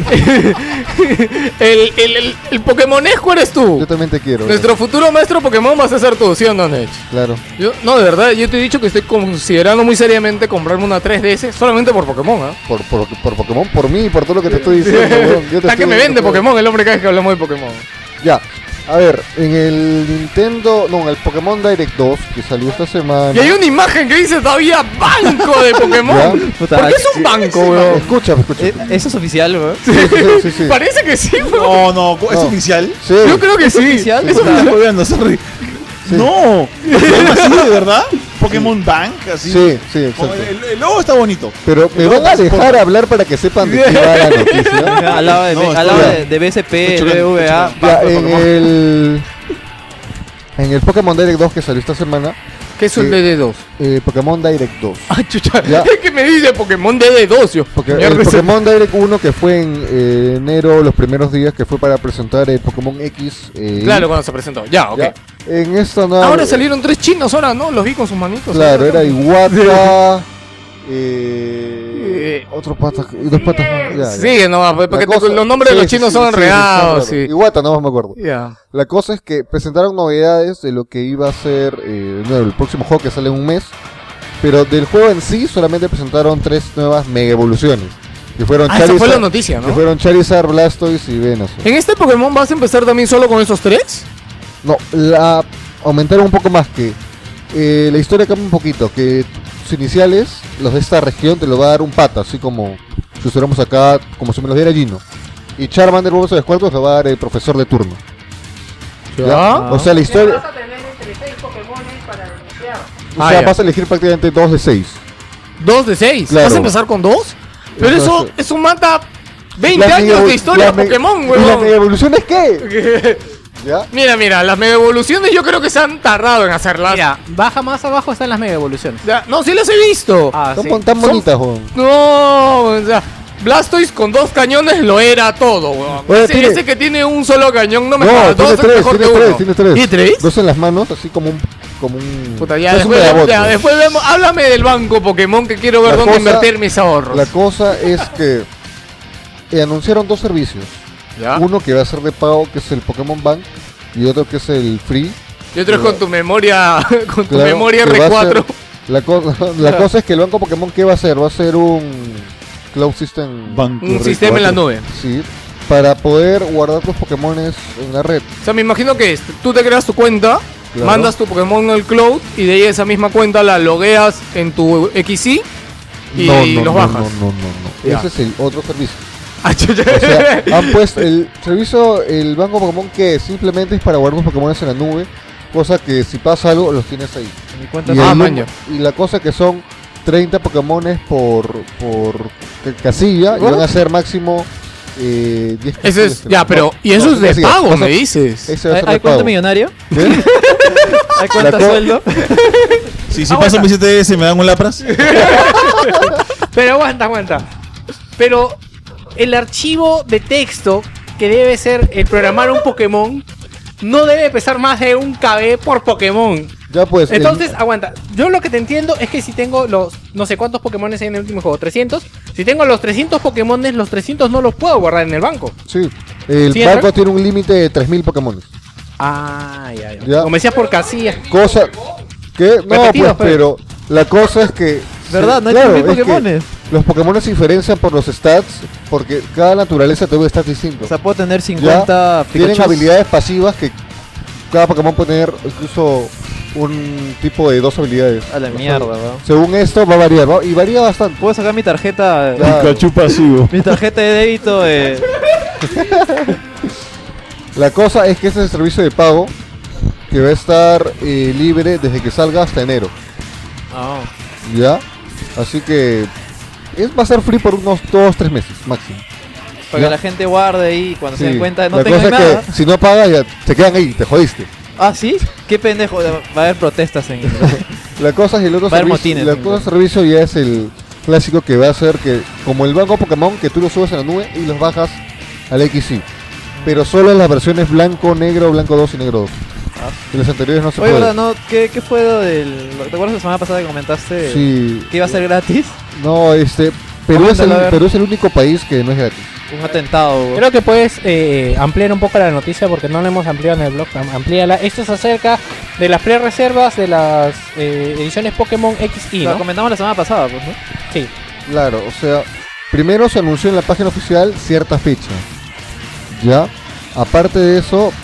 Speaker 9: el, el, el, el Pokémonesco eres tú.
Speaker 6: Yo también te quiero.
Speaker 9: Nuestro futuro maestro Pokémon vas a ser tú, ¿sí o no, Nech?
Speaker 6: Claro.
Speaker 9: Yo, no, de verdad, yo te he dicho que estoy considerando muy seriamente comprarme una tres D S solamente por Pokémon, ¿ah?
Speaker 6: Por, por, por Pokémon, por mí, por todo lo que te estoy diciendo, weón. Yo te
Speaker 9: Está que
Speaker 6: estoy-
Speaker 9: me vende Pokémon el hombre cada vez que hablamos de Pokémon.
Speaker 6: Ya. A ver, en el Nintendo, no, en el Pokémon Direct dos, que salió esta semana.
Speaker 9: Y hay una imagen que dice todavía banco de Pokémon.
Speaker 2: Puta,
Speaker 9: ¿Por qué es un banco, weón?
Speaker 6: Escucha, escucha.
Speaker 2: Eh, ¿Eso es oficial, weón?
Speaker 6: Sí, sí, sí, sí.
Speaker 9: Parece que sí, weón.
Speaker 4: No, no, ¿es
Speaker 6: No.
Speaker 4: oficial?
Speaker 6: Sí.
Speaker 9: Yo creo que
Speaker 2: ¿Es
Speaker 9: sí.
Speaker 2: oficial?
Speaker 4: Eso me está jodiendo, sorry. No, ¿se llama así de verdad? Pokémon Bank, así.
Speaker 6: Sí, sí,
Speaker 4: Como
Speaker 6: exacto.
Speaker 4: El, el logo está bonito.
Speaker 6: Pero me van a dejar hablar para que sepan de qué va la noticia.
Speaker 2: Al lado de,
Speaker 4: No,
Speaker 2: al lado
Speaker 4: está
Speaker 2: de, de B S P,
Speaker 4: Está
Speaker 2: B
Speaker 4: chocando,
Speaker 2: V A.
Speaker 4: está
Speaker 6: Ya,
Speaker 4: Banco de
Speaker 6: en
Speaker 4: Pokémon.
Speaker 6: el en el Pokémon Direct dos que salió esta semana,
Speaker 9: ¿Qué es un
Speaker 6: Sí.
Speaker 9: D D dos?
Speaker 6: eh, Pokémon Direct dos.
Speaker 9: Ah, chucha.
Speaker 6: Ya.
Speaker 9: Es que me dice Pokémon D D dos, yo.
Speaker 6: Porque
Speaker 9: Mierda,
Speaker 6: el
Speaker 9: ese-
Speaker 6: Pokémon Direct uno que fue en eh, enero, los primeros días, que fue para presentar el Pokémon X. eh,
Speaker 9: Claro, cuando se presentó. Ya, ok.
Speaker 6: ya. En esta nueva.
Speaker 9: Ahora salieron tres chinos, ahora, ¿no? Los vi con sus manitos.
Speaker 6: Claro,
Speaker 9: ahora.
Speaker 6: era Iwata. eh,
Speaker 9: Eh,
Speaker 6: otro pata y dos patas más. Ya, ya.
Speaker 9: Sigue, no, porque
Speaker 6: La cosa-
Speaker 9: te- los nombres de
Speaker 6: sí,
Speaker 9: los
Speaker 6: sí,
Speaker 9: chinos
Speaker 6: sí,
Speaker 9: son
Speaker 6: sí, sí,
Speaker 9: enredados.
Speaker 6: son
Speaker 9: Sí,
Speaker 6: raros. Iwata, no me acuerdo.
Speaker 9: Ya.
Speaker 6: La cosa es que presentaron novedades de lo que iba a ser eh, no, el próximo juego que sale en un mes. Pero del juego en sí solamente presentaron tres nuevas mega evoluciones. Que fueron
Speaker 9: Ah, esa fue la
Speaker 6: Charizard,
Speaker 9: noticia,
Speaker 6: que
Speaker 9: ¿no?
Speaker 6: fueron Charizard, Blastoise y Venusaur.
Speaker 9: ¿En este Pokémon vas a empezar también solo con esos tres?
Speaker 6: No, la aumentaron un poco más que eh, la historia cambia un poquito. Que sus iniciales, los de esta región, te lo va a dar un pata, así como si estuviéramos acá, como si me los diera Gino. Y Charmander, Bulbasaur de cuartos, lo va a dar el profesor de turno. ¿Ya? O sea, la historia.
Speaker 1: Vas a tener entre seis Pokémones para iniciar.
Speaker 6: O
Speaker 9: Ah,
Speaker 6: sea,
Speaker 9: ya.
Speaker 6: vas a elegir prácticamente dos de seis.
Speaker 9: ¿Dos de seis?
Speaker 6: Claro.
Speaker 9: ¿Vas a empezar con dos? Pero
Speaker 6: Eso
Speaker 9: eso,
Speaker 6: es-
Speaker 9: eso mata veinte
Speaker 6: Las
Speaker 9: años
Speaker 6: mega-
Speaker 9: de historia de
Speaker 6: las me-
Speaker 9: Pokémon,
Speaker 6: ¿Y las mega
Speaker 9: weón.
Speaker 6: evoluciones qué? ¿Ya?
Speaker 9: Mira, mira, las mega evoluciones yo creo que se han tardado en hacerlas.
Speaker 1: Mira, baja más abajo están las mega evoluciones.
Speaker 9: Ya, no, sí las he visto.
Speaker 1: Ah,
Speaker 6: Son
Speaker 1: sí.
Speaker 6: tan
Speaker 9: Son-
Speaker 6: bonitas, weón.
Speaker 9: No, o sea, Blastoise con dos cañones lo era todo, weón.
Speaker 6: Oye,
Speaker 9: Ese,
Speaker 6: tiene-
Speaker 9: ese que tiene un solo cañón no me
Speaker 6: No,
Speaker 9: jodas,
Speaker 6: tiene
Speaker 9: dos es
Speaker 6: tres,
Speaker 9: mejor
Speaker 6: tiene
Speaker 9: que
Speaker 6: tres,
Speaker 9: uno.
Speaker 6: tiene tres.
Speaker 9: ¿Y tres?
Speaker 6: Dos en las manos, así como un... Como un
Speaker 9: Puta, ya,
Speaker 6: es un
Speaker 9: después,
Speaker 6: Megabot,
Speaker 9: ya,
Speaker 6: weón.
Speaker 9: después vemos, háblame del banco Pokémon que quiero ver
Speaker 6: La
Speaker 9: dónde
Speaker 6: cosa-
Speaker 9: invertir mis ahorros.
Speaker 6: La cosa es que eh, anunciaron dos servicios.
Speaker 9: ¿Ya?
Speaker 6: Uno que va a ser de pago, que es el Pokémon Bank, y otro que es el Free.
Speaker 9: Y otro es con tu memoria, con tu
Speaker 6: Claro,
Speaker 9: memoria
Speaker 6: que va
Speaker 9: R
Speaker 6: a
Speaker 9: cuatro.
Speaker 6: ser- La, co- la cosa es que el banco Pokémon, ¿qué va a hacer? Va a ser un Cloud System.
Speaker 4: Banco
Speaker 9: Un
Speaker 4: R
Speaker 9: sistema en la nube.
Speaker 6: Sí, para poder guardar tus Pokémones en la red.
Speaker 9: O sea, me imagino que es, tú te creas tu cuenta,
Speaker 6: Claro.
Speaker 9: mandas tu Pokémon al cloud y de ahí esa misma cuenta la logueas en tu X I y
Speaker 6: no, no,
Speaker 9: los
Speaker 6: no,
Speaker 9: bajas.
Speaker 6: No, no, no, no.
Speaker 9: Ya.
Speaker 6: Ese es el otro servicio.
Speaker 9: Ah, chucha.
Speaker 6: O sea, han puesto el servicio, el banco Pokémon, que simplemente es para guardar los Pokémon en la nube, cosa que si pasa algo los tienes ahí.
Speaker 2: Mi cuenta
Speaker 6: Y,
Speaker 9: Ah,
Speaker 6: el
Speaker 9: man,
Speaker 6: num- y la cosa que son treinta Pokémones por, por ca- casilla y van a ser máximo eh, diez
Speaker 9: Ese es,
Speaker 6: casillas,
Speaker 9: ya,
Speaker 6: creo.
Speaker 9: pero, y eso
Speaker 6: no,
Speaker 9: es de
Speaker 6: casillas,
Speaker 9: pago,
Speaker 6: no,
Speaker 9: me
Speaker 6: no,
Speaker 9: dices.
Speaker 6: ese va a
Speaker 2: ¿Hay,
Speaker 6: ser
Speaker 2: hay
Speaker 6: de
Speaker 2: cuenta
Speaker 6: pago.
Speaker 2: millonario?
Speaker 6: ¿Qué?
Speaker 2: ¿Hay cuenta
Speaker 6: La co-
Speaker 2: sueldo?
Speaker 4: Si, si
Speaker 1: Aguanta.
Speaker 4: pasan mi siete S, ¿me dan un Lapras?
Speaker 1: Pero aguanta, aguanta. Pero el archivo de texto que debe ser el programar un Pokémon no debe pesar más de un K B por Pokémon.
Speaker 6: Ya pues. el-
Speaker 1: Entonces, aguanta. Yo lo que te entiendo es que si tengo los no sé cuántos Pokémones hay en el último juego, trescientos. Si tengo los trescientos Pokémones, los trescientos no los puedo guardar en el banco.
Speaker 6: sí, el
Speaker 1: ¿Sí,
Speaker 6: banco
Speaker 1: entra?
Speaker 6: tiene un límite de tres mil Pokémon.
Speaker 1: Ah, ya, ya.
Speaker 6: Ya.
Speaker 1: Como decías por casilla.
Speaker 6: Cosa que no,
Speaker 1: Repetido,
Speaker 6: pues, pero la cosa es que
Speaker 2: ¿Verdad?
Speaker 6: sí,
Speaker 2: No hay
Speaker 6: claro,
Speaker 2: tres mil
Speaker 6: es que
Speaker 2: Pokémones.
Speaker 6: los Pokémon se diferencian por los stats porque cada naturaleza tiene stats distintos.
Speaker 2: O sea, puedo tener cincuenta
Speaker 6: Tienen
Speaker 2: Pikachus.
Speaker 6: habilidades pasivas que cada Pokémon puede tener incluso un tipo de dos habilidades.
Speaker 2: A la
Speaker 6: O sea,
Speaker 2: mierda, weón.
Speaker 6: según esto va a variar, ¿no? Y varía bastante.
Speaker 2: Puedo sacar mi tarjeta.
Speaker 6: Claro.
Speaker 4: Pikachu pasivo.
Speaker 2: Mi tarjeta de débito. Eh,
Speaker 6: La cosa es que este es el servicio de pago que va a estar eh, libre desde que salga hasta enero.
Speaker 2: Ah.
Speaker 6: ¿Ya? Así que es, va a ser free por unos dos tres meses máximo.
Speaker 2: para que
Speaker 6: Ya.
Speaker 2: la gente guarde ahí y cuando se
Speaker 6: Sí.
Speaker 2: den cuenta no
Speaker 6: La
Speaker 2: tengan
Speaker 6: cosa
Speaker 2: nada.
Speaker 6: es que si no pagas ya te quedan ahí, te jodiste.
Speaker 2: Ah, ¿sí? Qué pendejo. Va a haber protestas en...
Speaker 6: La cosa es que el otro
Speaker 2: Va a haber
Speaker 6: servicio,
Speaker 2: motines,
Speaker 6: la
Speaker 2: entonces.
Speaker 6: otro servicio ya es el clásico que va a ser que como el banco Pokémon que tú los subes en la nube y los bajas al X I. Pero solo en las versiones blanco, negro, blanco dos y negro dos. En los anteriores no se
Speaker 2: Oye,
Speaker 6: puede.
Speaker 2: ¿verdad? ¿No? ¿Qué, ¿Qué fue lo del...? ¿Te acuerdas la semana pasada que comentaste
Speaker 6: Sí.
Speaker 2: que iba a ser gratis?
Speaker 6: No, este Perú es, el,
Speaker 2: Coméntalo, a ver.
Speaker 6: Perú es el único país que no es gratis.
Speaker 2: Un atentado. güey.
Speaker 1: Creo que puedes eh, ampliar un poco la noticia porque no la hemos ampliado en el blog. Am- Amplíala. Esto es acerca de las pre-reservas de las eh, ediciones Pokémon X y,
Speaker 2: Lo
Speaker 1: ¿no?
Speaker 2: comentamos la semana pasada, pues, ¿no?
Speaker 1: Sí.
Speaker 6: Claro, o sea, primero se anunció en la página oficial cierta fecha. Ya, aparte de eso,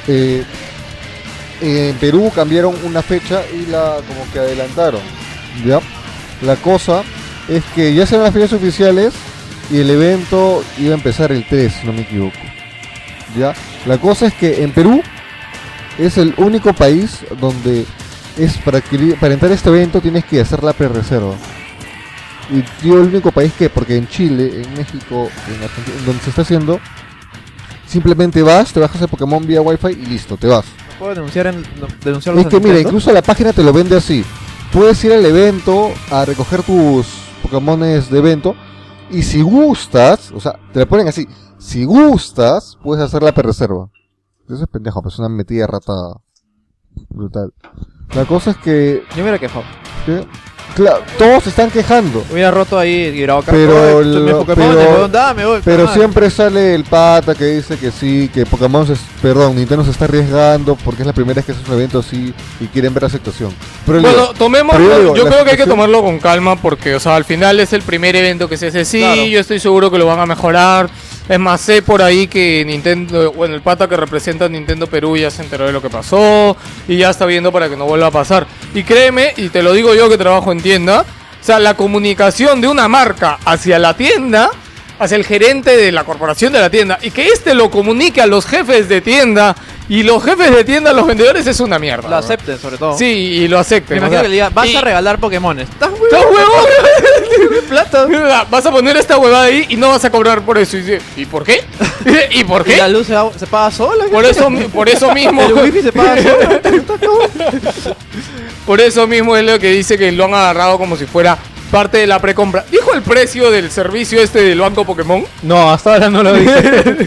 Speaker 6: Eh, en Perú cambiaron una fecha y la como que adelantaron. ¿Ya? La cosa es que ya serán las fechas oficiales y el evento iba a empezar el tres, si no me equivoco. ¿Ya? La cosa es que en Perú es el único país donde es para adquirir, para entrar a este evento tienes que hacer la pre-reserva. Y digo el único país que, porque en Chile, en México, en Argentina, donde se está haciendo, simplemente vas, te bajas el Pokémon vía Wi-Fi y listo, te vas.
Speaker 2: ¿Puedo denunciar en, no, denunciarlos
Speaker 6: Es que
Speaker 2: en
Speaker 6: mira,
Speaker 2: Nintendo?
Speaker 6: incluso la página te lo vende así. Puedes ir al evento a recoger tus Pokémones de evento y si gustas, o sea, te lo ponen así, si gustas, puedes hacer la pre-reserva. Eso es pendejo, pues es una metida de rata brutal. La cosa es que...
Speaker 2: Yo me hubiera quejado.
Speaker 6: que claro, todos se están quejando.
Speaker 2: Hubiera roto ahí y grabado acá.
Speaker 6: Pero,
Speaker 2: Oye, mis
Speaker 6: lo-
Speaker 2: Pokémon,
Speaker 6: pero-
Speaker 2: weón, dame, voy,
Speaker 6: Pero
Speaker 2: madre.
Speaker 6: siempre sale el pata que dice que sí, que Pokémon, se, perdón, Nintendo se está arriesgando porque es la primera vez que hace un evento así y quieren ver la aceptación. Pero
Speaker 9: Bueno,
Speaker 6: digo,
Speaker 9: tomémoslo,
Speaker 6: pero
Speaker 9: yo,
Speaker 6: digo, la
Speaker 9: creo que hay que
Speaker 6: situación-
Speaker 9: tomarlo con calma porque, o sea, al final es el primer evento que se hace así,
Speaker 2: Claro.
Speaker 9: yo estoy seguro que lo van a mejorar. Es más, sé por ahí que Nintendo, bueno, el pata que representa a Nintendo Perú ya se enteró de lo que pasó y ya está viendo para que no vuelva a pasar. Y créeme, y te lo digo yo que trabajo en tienda, o sea, la comunicación de una marca hacia la tienda, hacia el gerente de la corporación de la tienda, y que este lo comunique a los jefes de tienda, y los jefes de tienda, los vendedores, es una mierda.
Speaker 2: Lo
Speaker 9: ¿no?
Speaker 2: acepten, sobre todo.
Speaker 9: Sí, y lo acepten.
Speaker 2: Me
Speaker 9: o
Speaker 2: imagino
Speaker 9: sea,
Speaker 2: que le diga, vas
Speaker 9: y-
Speaker 2: a regalar Pokémones. ¿Estás huevón?
Speaker 9: ¡Estás huevón!
Speaker 2: plata?
Speaker 9: Mira, vas a poner esta huevada ahí y no vas a cobrar por eso. Y, dice, ¿y por qué? ¿Y por
Speaker 2: ¿Y la
Speaker 9: qué?
Speaker 2: luz se, va- se paga sola?
Speaker 9: Por eso, mi- por eso mismo.
Speaker 2: El wifi se paga sola.
Speaker 9: Por eso mismo es lo que dice que lo han agarrado como si fuera parte de la precompra. ¿Dijo el precio del servicio este del banco Pokémon?
Speaker 1: No, hasta ahora no lo dije.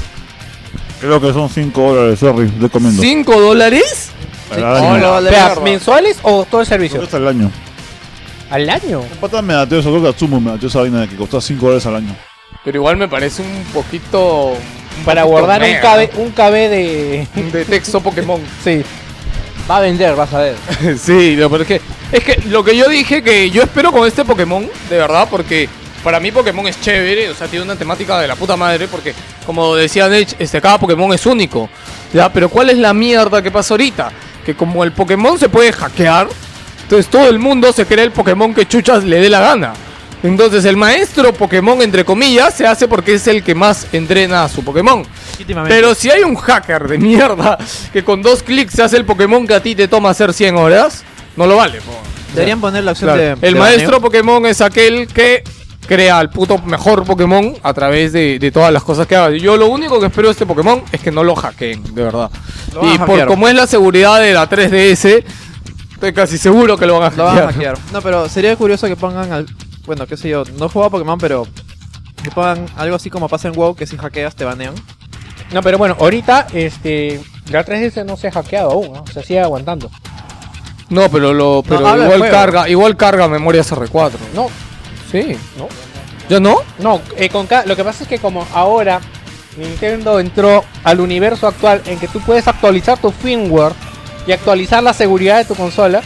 Speaker 4: Creo que son cinco dólares, sorry, recomiendo.
Speaker 9: ¿cinco dólares?
Speaker 4: Al año.
Speaker 9: Hola, la
Speaker 1: Espera,
Speaker 9: mierda.
Speaker 1: ¿mensuales o todo el
Speaker 4: Creo
Speaker 1: servicio?
Speaker 4: que está al año.
Speaker 1: ¿Al año?
Speaker 4: Un pata me dateó eso, creo que Atsumo me dateó esa vaina de que costaba cinco dólares al año.
Speaker 9: Pero igual me parece un poquito... un
Speaker 1: Para
Speaker 9: poquito
Speaker 1: guardar un
Speaker 9: mega,
Speaker 1: K B, un K B de...
Speaker 9: ¿no? De texto Pokémon.
Speaker 1: Sí.
Speaker 8: Va a vender, vas a ver.
Speaker 9: Sí, lo pero es que es que lo que yo dije que yo espero con este Pokémon, de verdad, porque para mí Pokémon es chévere, o sea, tiene una temática de la puta madre, porque como decía Nech, este, cada Pokémon es único, ¿ya? Pero ¿cuál es la mierda que pasa ahorita? Que como el Pokémon se puede hackear, entonces todo el mundo se cree el Pokémon que chuchas le dé la gana. Entonces el maestro Pokémon, entre comillas, se hace porque es el que más entrena a su Pokémon.
Speaker 2: Legítimamente.
Speaker 9: Pero si hay un hacker de mierda que con dos clics se hace el Pokémon que a ti te toma hacer cien horas, no lo vale, po.
Speaker 2: Deberían poner la opción
Speaker 9: Claro.
Speaker 2: de.
Speaker 9: El
Speaker 2: de
Speaker 9: maestro
Speaker 2: baneo.
Speaker 9: Pokémon es aquel que crea el puto mejor Pokémon a través de, de todas las cosas que haga. Yo lo único que espero de este Pokémon es que no lo hackeen, de verdad.
Speaker 2: Lo van
Speaker 9: Y
Speaker 2: a
Speaker 9: por
Speaker 2: hackear.
Speaker 9: como es la seguridad de la tres D S, estoy casi seguro que lo van a
Speaker 2: Lo
Speaker 9: hackear.
Speaker 2: van a hackear. No, pero sería curioso que pongan al. Bueno, qué sé yo, no he jugado a Pokémon, pero. Que pongan algo así como pasa en WoW, que si hackeas te banean.
Speaker 1: No, pero bueno, ahorita este la tres D S no se ha hackeado aún, ¿no? Se sigue aguantando.
Speaker 9: No, pero lo pero
Speaker 2: habla del
Speaker 9: igual
Speaker 2: juego.
Speaker 9: carga, igual carga memoria C R cuatro.
Speaker 1: No,
Speaker 9: Sí.
Speaker 1: no.
Speaker 9: ¿Ya no?
Speaker 1: No, eh, con ca- lo que pasa es que como ahora Nintendo entró al universo actual en que tú puedes actualizar tu firmware y actualizar la seguridad de tu consola,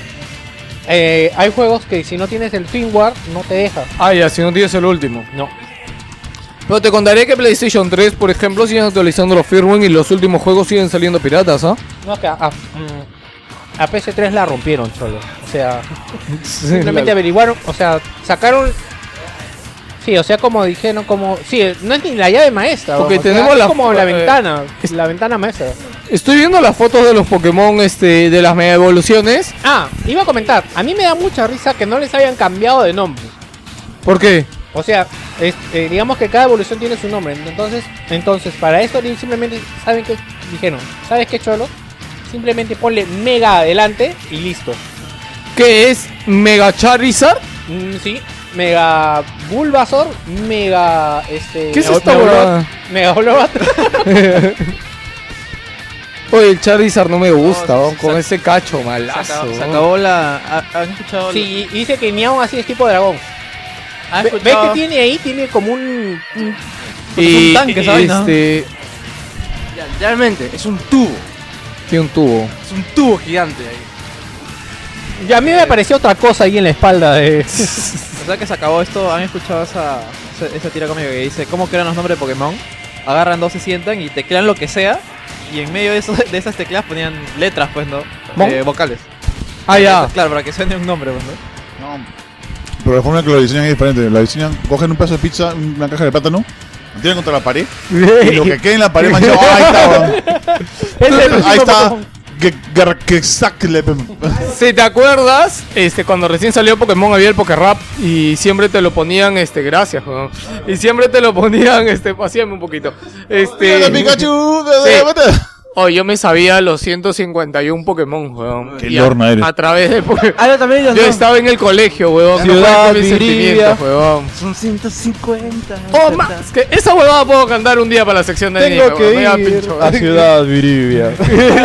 Speaker 1: eh, hay juegos que si no tienes el firmware no te deja.
Speaker 9: Ah, ya, si no tienes el último.
Speaker 1: No.
Speaker 9: Pero te contaré que PlayStation tres, por ejemplo, siguen actualizando los firmware y los últimos juegos siguen saliendo piratas, ¿ah?
Speaker 1: No, que a, a, mm, a P S tres la rompieron, cholo. O sea, simplemente
Speaker 9: La-
Speaker 1: averiguaron, o sea, sacaron. Sí, o sea, como dijeron, como. Sí, no es ni la llave maestra.
Speaker 9: Porque
Speaker 1: o sea,
Speaker 9: tenemos
Speaker 1: es
Speaker 9: la-
Speaker 1: como la
Speaker 9: eh,
Speaker 1: ventana, la ventana maestra.
Speaker 9: Estoy viendo las fotos de los Pokémon este, de las mega evoluciones.
Speaker 1: Ah, iba a comentar, a mí me da mucha risa que no les hayan cambiado de nombre.
Speaker 9: ¿Por qué?
Speaker 1: O sea, es- eh, digamos que cada evolución tiene su nombre. Entonces, entonces para esto simplemente, ¿saben qué dijeron? ¿Sabes qué, cholo? Simplemente ponle mega adelante y listo.
Speaker 9: ¿Qué es Mega Charizard?
Speaker 1: Mm, sí, Mega Bulbasaur, Mega este
Speaker 9: ¿Qué es
Speaker 1: Mega
Speaker 9: esta
Speaker 1: Olor-
Speaker 9: huevada?
Speaker 1: Mega Olor-
Speaker 9: Oye, el Charizard no me gusta,
Speaker 2: No,
Speaker 9: ¿no?
Speaker 2: se-
Speaker 9: con
Speaker 2: se-
Speaker 9: ese cacho
Speaker 2: Se
Speaker 9: malazo.
Speaker 2: acabó, se
Speaker 9: ¿no?
Speaker 2: acabó la. ¿ha- ¿Han escuchado?
Speaker 1: Sí, y dice que Miau así es tipo dragón.
Speaker 2: ¿Han
Speaker 1: Ve- ¿Ves
Speaker 2: escuchado?
Speaker 1: que tiene ahí? Tiene como un... un-
Speaker 9: Y,
Speaker 2: un tanque, esa vaina.
Speaker 9: este,
Speaker 8: Ya, literalmente, es un tubo.
Speaker 9: tiene un tubo.
Speaker 8: Es un tubo gigante ahí.
Speaker 1: Ya a mí me pareció otra cosa ahí en la espalda de...
Speaker 2: O sea que se acabó esto. ¿Han escuchado esa, esa, esa tira cómica que dice cómo crean los nombres de Pokémon? Agarran dos, se sientan y te crean lo que sea. y en medio de, eso, de esas teclas ponían letras, pues, ¿no?
Speaker 1: ¿Mon?
Speaker 2: Eh, vocales.
Speaker 9: Ah, ya.
Speaker 2: Claro, para que suene un nombre, pues, ¿no?
Speaker 4: No, pero la forma en que lo diseñan es diferente. La diseñan, cogen un pedazo de pizza, una caja de plátano, lo tiran contra la pared y lo que quede en la pared manchado, ah, ahí está, weón. Ahí está. Que, que, que sacle.
Speaker 9: Si te acuerdas, este, cuando recién salió Pokémon había el Pokérap y siempre te lo ponían, este, gracias, weón. Y siempre te lo ponían, este, hacíame un poquito. Este.
Speaker 4: ¡Mira, Pikachu!
Speaker 9: Sí. Oh, yo me sabía los ciento cincuenta y uno Pokémon, weón.
Speaker 4: Qué
Speaker 9: Y a-
Speaker 4: lorna eres.
Speaker 9: A través de Pokémon.
Speaker 8: Ah, yo también los
Speaker 9: Yo
Speaker 8: no.
Speaker 9: estaba en el colegio, weón.
Speaker 2: Ciudad
Speaker 9: no puedes creer mis
Speaker 2: Viridia.
Speaker 9: sentimientos, weón.
Speaker 8: Son ciento cincuenta.
Speaker 9: Oh, más que esa huevada puedo cantar un día para la sección de anime,
Speaker 2: Tengo que
Speaker 9: weón. Me da
Speaker 2: ir
Speaker 9: pincho,
Speaker 2: a
Speaker 9: weón.
Speaker 2: Ciudad Viribia.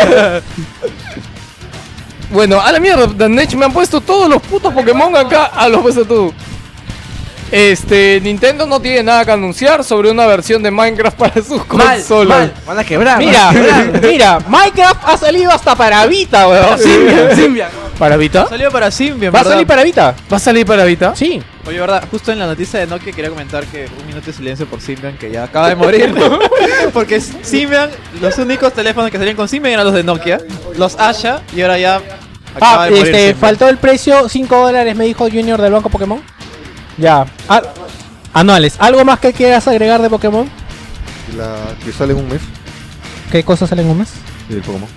Speaker 9: Bueno, a la mierda, Danech, me han puesto todos los putos Pokémon acá. A los puesto tú. Este, Nintendo no tiene nada que anunciar sobre una versión de Minecraft para sus
Speaker 8: Mal,
Speaker 9: consolas.
Speaker 8: mal. Van a quebrar.
Speaker 1: Mira,
Speaker 8: van a quebrar.
Speaker 1: mira, Minecraft ha salido hasta para Vita, weón.
Speaker 8: Symbian, Symbian.
Speaker 9: ¿Para Vita?
Speaker 2: Salió para Symbian,
Speaker 1: ¿Va a
Speaker 2: ¿verdad?
Speaker 1: salir para Vita?
Speaker 9: ¿Va a salir para Vita?
Speaker 1: Sí.
Speaker 2: Oye, verdad, justo en la noticia de Nokia quería comentar que un minuto de silencio por Symbian, que ya acaba de morir. Porque Symbian, los únicos teléfonos que salían con Symbian eran los de Nokia, los Asha, y ahora ya acaba
Speaker 1: Ah,
Speaker 2: de morir
Speaker 1: este,
Speaker 2: Symbian.
Speaker 1: faltó el precio, cinco dólares, me dijo Junior del Banco Pokémon. Ya. Ah, anuales. ¿Algo más que quieras agregar de Pokémon?
Speaker 6: La que sale en un mes.
Speaker 1: ¿Qué cosas salen en un mes?
Speaker 6: El Pokémon.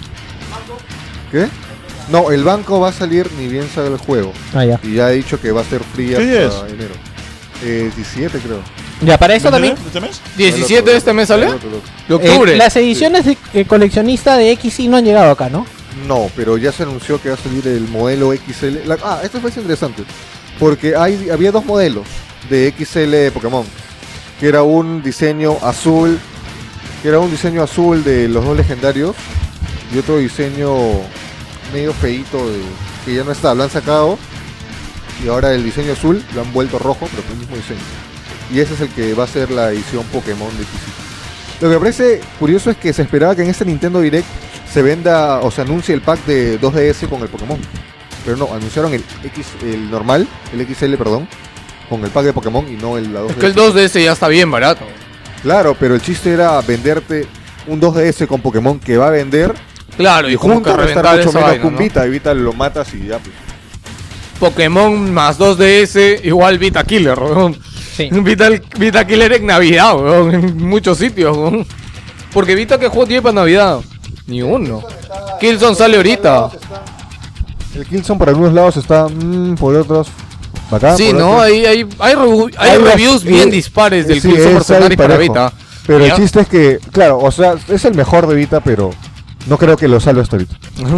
Speaker 6: ¿Qué? No, el banco va a salir ni bien salga el juego.
Speaker 1: Ah, ya.
Speaker 6: Y ya he dicho que va a ser free
Speaker 4: ¿Qué
Speaker 6: hasta
Speaker 4: día es?
Speaker 6: enero. Eh, diecisiete creo.
Speaker 1: Ya, para eso también.
Speaker 4: ¿Este mes?
Speaker 9: ¿diecisiete de este mes sale?
Speaker 6: El otro, el otro.
Speaker 9: ¿De
Speaker 1: eh,
Speaker 9: octubre?
Speaker 1: las ediciones de eh, coleccionista de X Y no han llegado acá, ¿no?
Speaker 6: No, pero ya se anunció que va a salir el modelo X L. La- ah, esto fue interesante. Porque hay, había dos modelos de X L de Pokémon. Que era un diseño azul. Que era un diseño azul de los dos legendarios. Y otro diseño medio feíto de, que ya no está. Lo han sacado. Y ahora el diseño azul lo han vuelto rojo, pero con el mismo diseño. Y ese es el que va a ser la edición Pokémon de X Y. Lo que me parece curioso es que se esperaba que en este Nintendo Direct se venda o se anuncie el pack de dos D S con el Pokémon. Pero no, anunciaron el X, el normal, el X L, perdón, con el pack de Pokémon y no el la dos D S.
Speaker 9: Es que el dos D S ya está bien barato.
Speaker 6: Claro, pero el chiste era venderte un dos D S con Pokémon que va a vender
Speaker 9: Claro, y,
Speaker 6: y
Speaker 9: como que
Speaker 6: juntos va a estar
Speaker 9: reventar
Speaker 6: mucho
Speaker 9: esa
Speaker 6: menos
Speaker 9: vaina,
Speaker 6: que un
Speaker 9: ¿no?
Speaker 6: Vita. Y Vita lo matas y ya, pues.
Speaker 9: Pokémon más dos D S igual Vita Killer, weón.
Speaker 1: Sí.
Speaker 9: Vita, Vita Killer en Navidad, weón. En muchos sitios, weón. Porque Vita, ¿qué juego tiene para Navidad? Ni uno. Killzone sale ahorita.
Speaker 6: El Killzone por algunos lados está, mm, por otros, bacán.
Speaker 9: Sí,
Speaker 6: por
Speaker 9: ¿no?
Speaker 6: otros.
Speaker 9: Hay, hay, hay, revu- hay
Speaker 6: Hay
Speaker 9: reviews
Speaker 6: las-
Speaker 9: bien
Speaker 6: eh,
Speaker 9: dispares del
Speaker 6: sí,
Speaker 9: Killzone
Speaker 6: es ahí
Speaker 9: Mercenaries para
Speaker 6: parejo.
Speaker 9: Vita.
Speaker 6: Pero
Speaker 9: ¿Ya?
Speaker 6: el chiste es que, claro, o sea, es el mejor de Vita, pero no creo que lo salve hasta ahorita.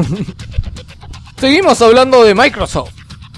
Speaker 9: Seguimos hablando de Microsoft.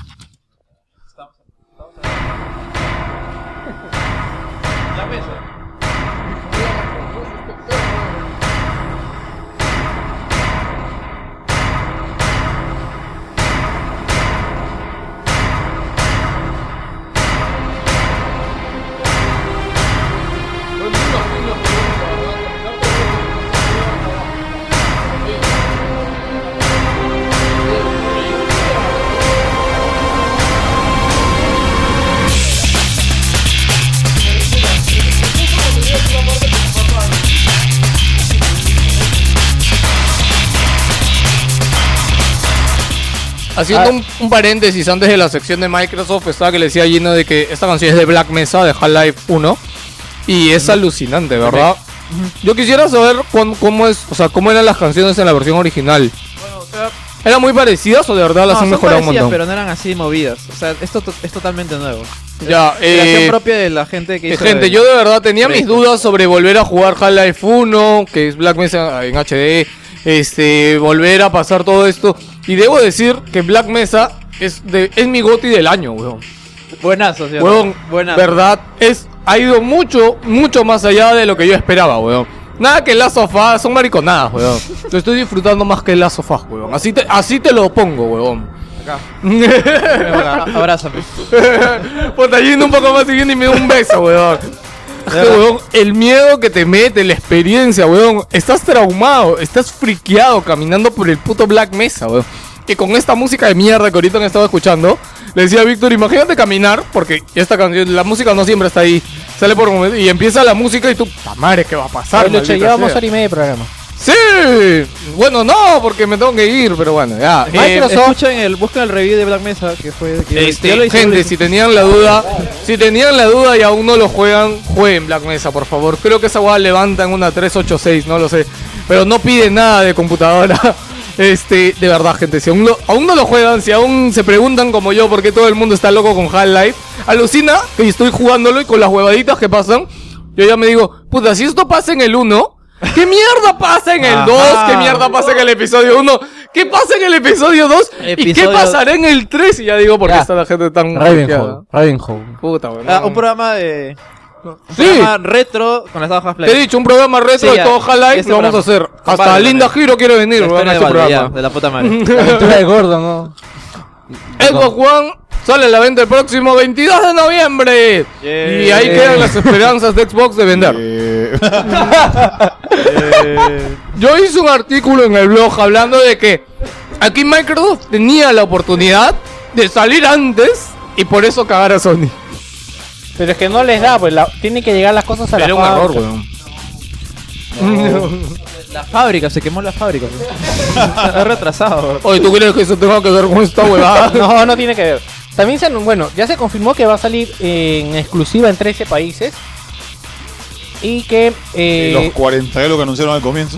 Speaker 9: Haciendo
Speaker 1: Ah.
Speaker 9: un, un paréntesis antes de la sección de Microsoft, estaba que le decía a Gino de que esta canción es de Black Mesa, de Half-Life uno. Y es alucinante, ¿verdad? Yo quisiera saber cuán- cómo es, o sea, cómo eran las canciones en la versión original.
Speaker 2: Bueno, o sea,
Speaker 9: ¿Eran muy parecidas o de verdad las
Speaker 2: no,
Speaker 9: han
Speaker 2: son
Speaker 9: mejorado un
Speaker 2: parecidas,
Speaker 9: montón?
Speaker 2: pero no eran así movidas. O sea, esto to- es totalmente nuevo.
Speaker 9: Ya,
Speaker 2: Creación
Speaker 9: eh,
Speaker 2: propia de la gente que
Speaker 9: eh,
Speaker 2: hizo
Speaker 9: gente,
Speaker 2: el-
Speaker 9: yo de verdad tenía mis
Speaker 2: proyecto.
Speaker 9: dudas sobre volver a jugar Half-Life uno, que es Black Mesa en H D, este, volver a pasar todo esto. Y debo decir que Black Mesa es, de, es mi GOTY del año, weón.
Speaker 2: Buenazo, ¿sí?
Speaker 9: Weón,
Speaker 2: Buenazo.
Speaker 9: verdad, es, ha ido mucho, mucho más allá de lo que yo esperaba, weón. Nada que Last of Us, son mariconadas, weón. Lo estoy disfrutando más que Last of Us, weón. Así te, así te lo pongo, weón.
Speaker 2: Acá. Acá, abrázame.
Speaker 9: Puta, yendo un poco más siguiendo y me da un beso, weón. Es que, weón, el miedo que te mete, la experiencia, weón. Estás traumado, estás friqueado caminando por el puto Black Mesa, weón. Que con esta música de mierda que ahorita han estado escuchando, le decía a Víctor, imagínate caminar, porque esta canción, la música no siempre está ahí. Sale por un momento y empieza la música y tú, ¡ta madre, qué va a pasar!
Speaker 1: Oye, Lucho,
Speaker 9: maldita
Speaker 1: llevamos
Speaker 9: sea".
Speaker 1: hora y media de programa.
Speaker 9: Sí, bueno, no, porque me tengo que ir, pero bueno, ya.
Speaker 2: Eh,
Speaker 9: Microsoft,
Speaker 2: escuchen el, buscan el review de Black Mesa, que fue... Que
Speaker 9: este,
Speaker 2: yo lo hice, yo lo
Speaker 9: gente,
Speaker 2: hice.
Speaker 9: si tenían la duda, si tenían la duda y aún no lo juegan, jueguen Black Mesa, por favor. Creo que esa guada levanta en una tres ochenta y seis, no lo sé, pero no pide nada de computadora. Este, de verdad, gente, si aún, lo, aún no lo juegan, si aún se preguntan como yo por qué todo el mundo está loco con Half-Life, alucina que estoy jugándolo y con las huevaditas que pasan, yo ya me digo, puta, si esto pasa en el uno, ¿qué mierda pasa en el dos? ¿Qué mierda pasa en el episodio uno? ¿Qué pasa en el episodio dos? ¿Y qué
Speaker 2: Episodio-
Speaker 9: pasará en el tres? Y ya digo, ¿por qué
Speaker 8: Ya.
Speaker 9: está la gente tan...
Speaker 8: Ravenhold. Ravenhold.
Speaker 9: Puta, weón.
Speaker 2: Ah, un programa de... Un
Speaker 9: Sí.
Speaker 2: programa retro con las hojas
Speaker 9: Te he
Speaker 2: Play.
Speaker 9: dicho, un programa retro
Speaker 2: Sí,
Speaker 9: de
Speaker 2: ya.
Speaker 9: todo Half-Life,
Speaker 2: Este
Speaker 9: lo vamos a hacer.
Speaker 2: programa.
Speaker 9: Hasta
Speaker 2: Vale,
Speaker 9: Linda
Speaker 2: vale.
Speaker 9: Hero quiere venir,
Speaker 2: La
Speaker 9: weón,
Speaker 2: historia
Speaker 9: a
Speaker 2: de
Speaker 9: este
Speaker 2: Valve, ya,
Speaker 9: programa.
Speaker 2: de la puta madre.
Speaker 8: La aventura de Gordon, ¿no?
Speaker 9: Xbox One sale a la venta el próximo veintidós de noviembre.
Speaker 2: Yeah.
Speaker 9: Y ahí quedan las esperanzas de Xbox de vender.
Speaker 4: Eh,
Speaker 9: Yo hice un artículo en el blog hablando de que aquí Microsoft tenía la oportunidad de salir antes y por eso cagar a Sony.
Speaker 1: Pero es que no les da, pues la, tienen que llegar las cosas a la
Speaker 9: Era un error,
Speaker 1: fábrica.
Speaker 9: weón.
Speaker 2: La fábrica, se quemó la fábrica. Está retrasado.
Speaker 9: Oye, ¿tú crees que eso tenga que ver con esta huevada?
Speaker 1: No, no tiene que ver. También se, bueno, ya se confirmó que va a salir en exclusiva en trece países. Y que eh,
Speaker 4: los cuarenta que lo que anunciaron al comienzo.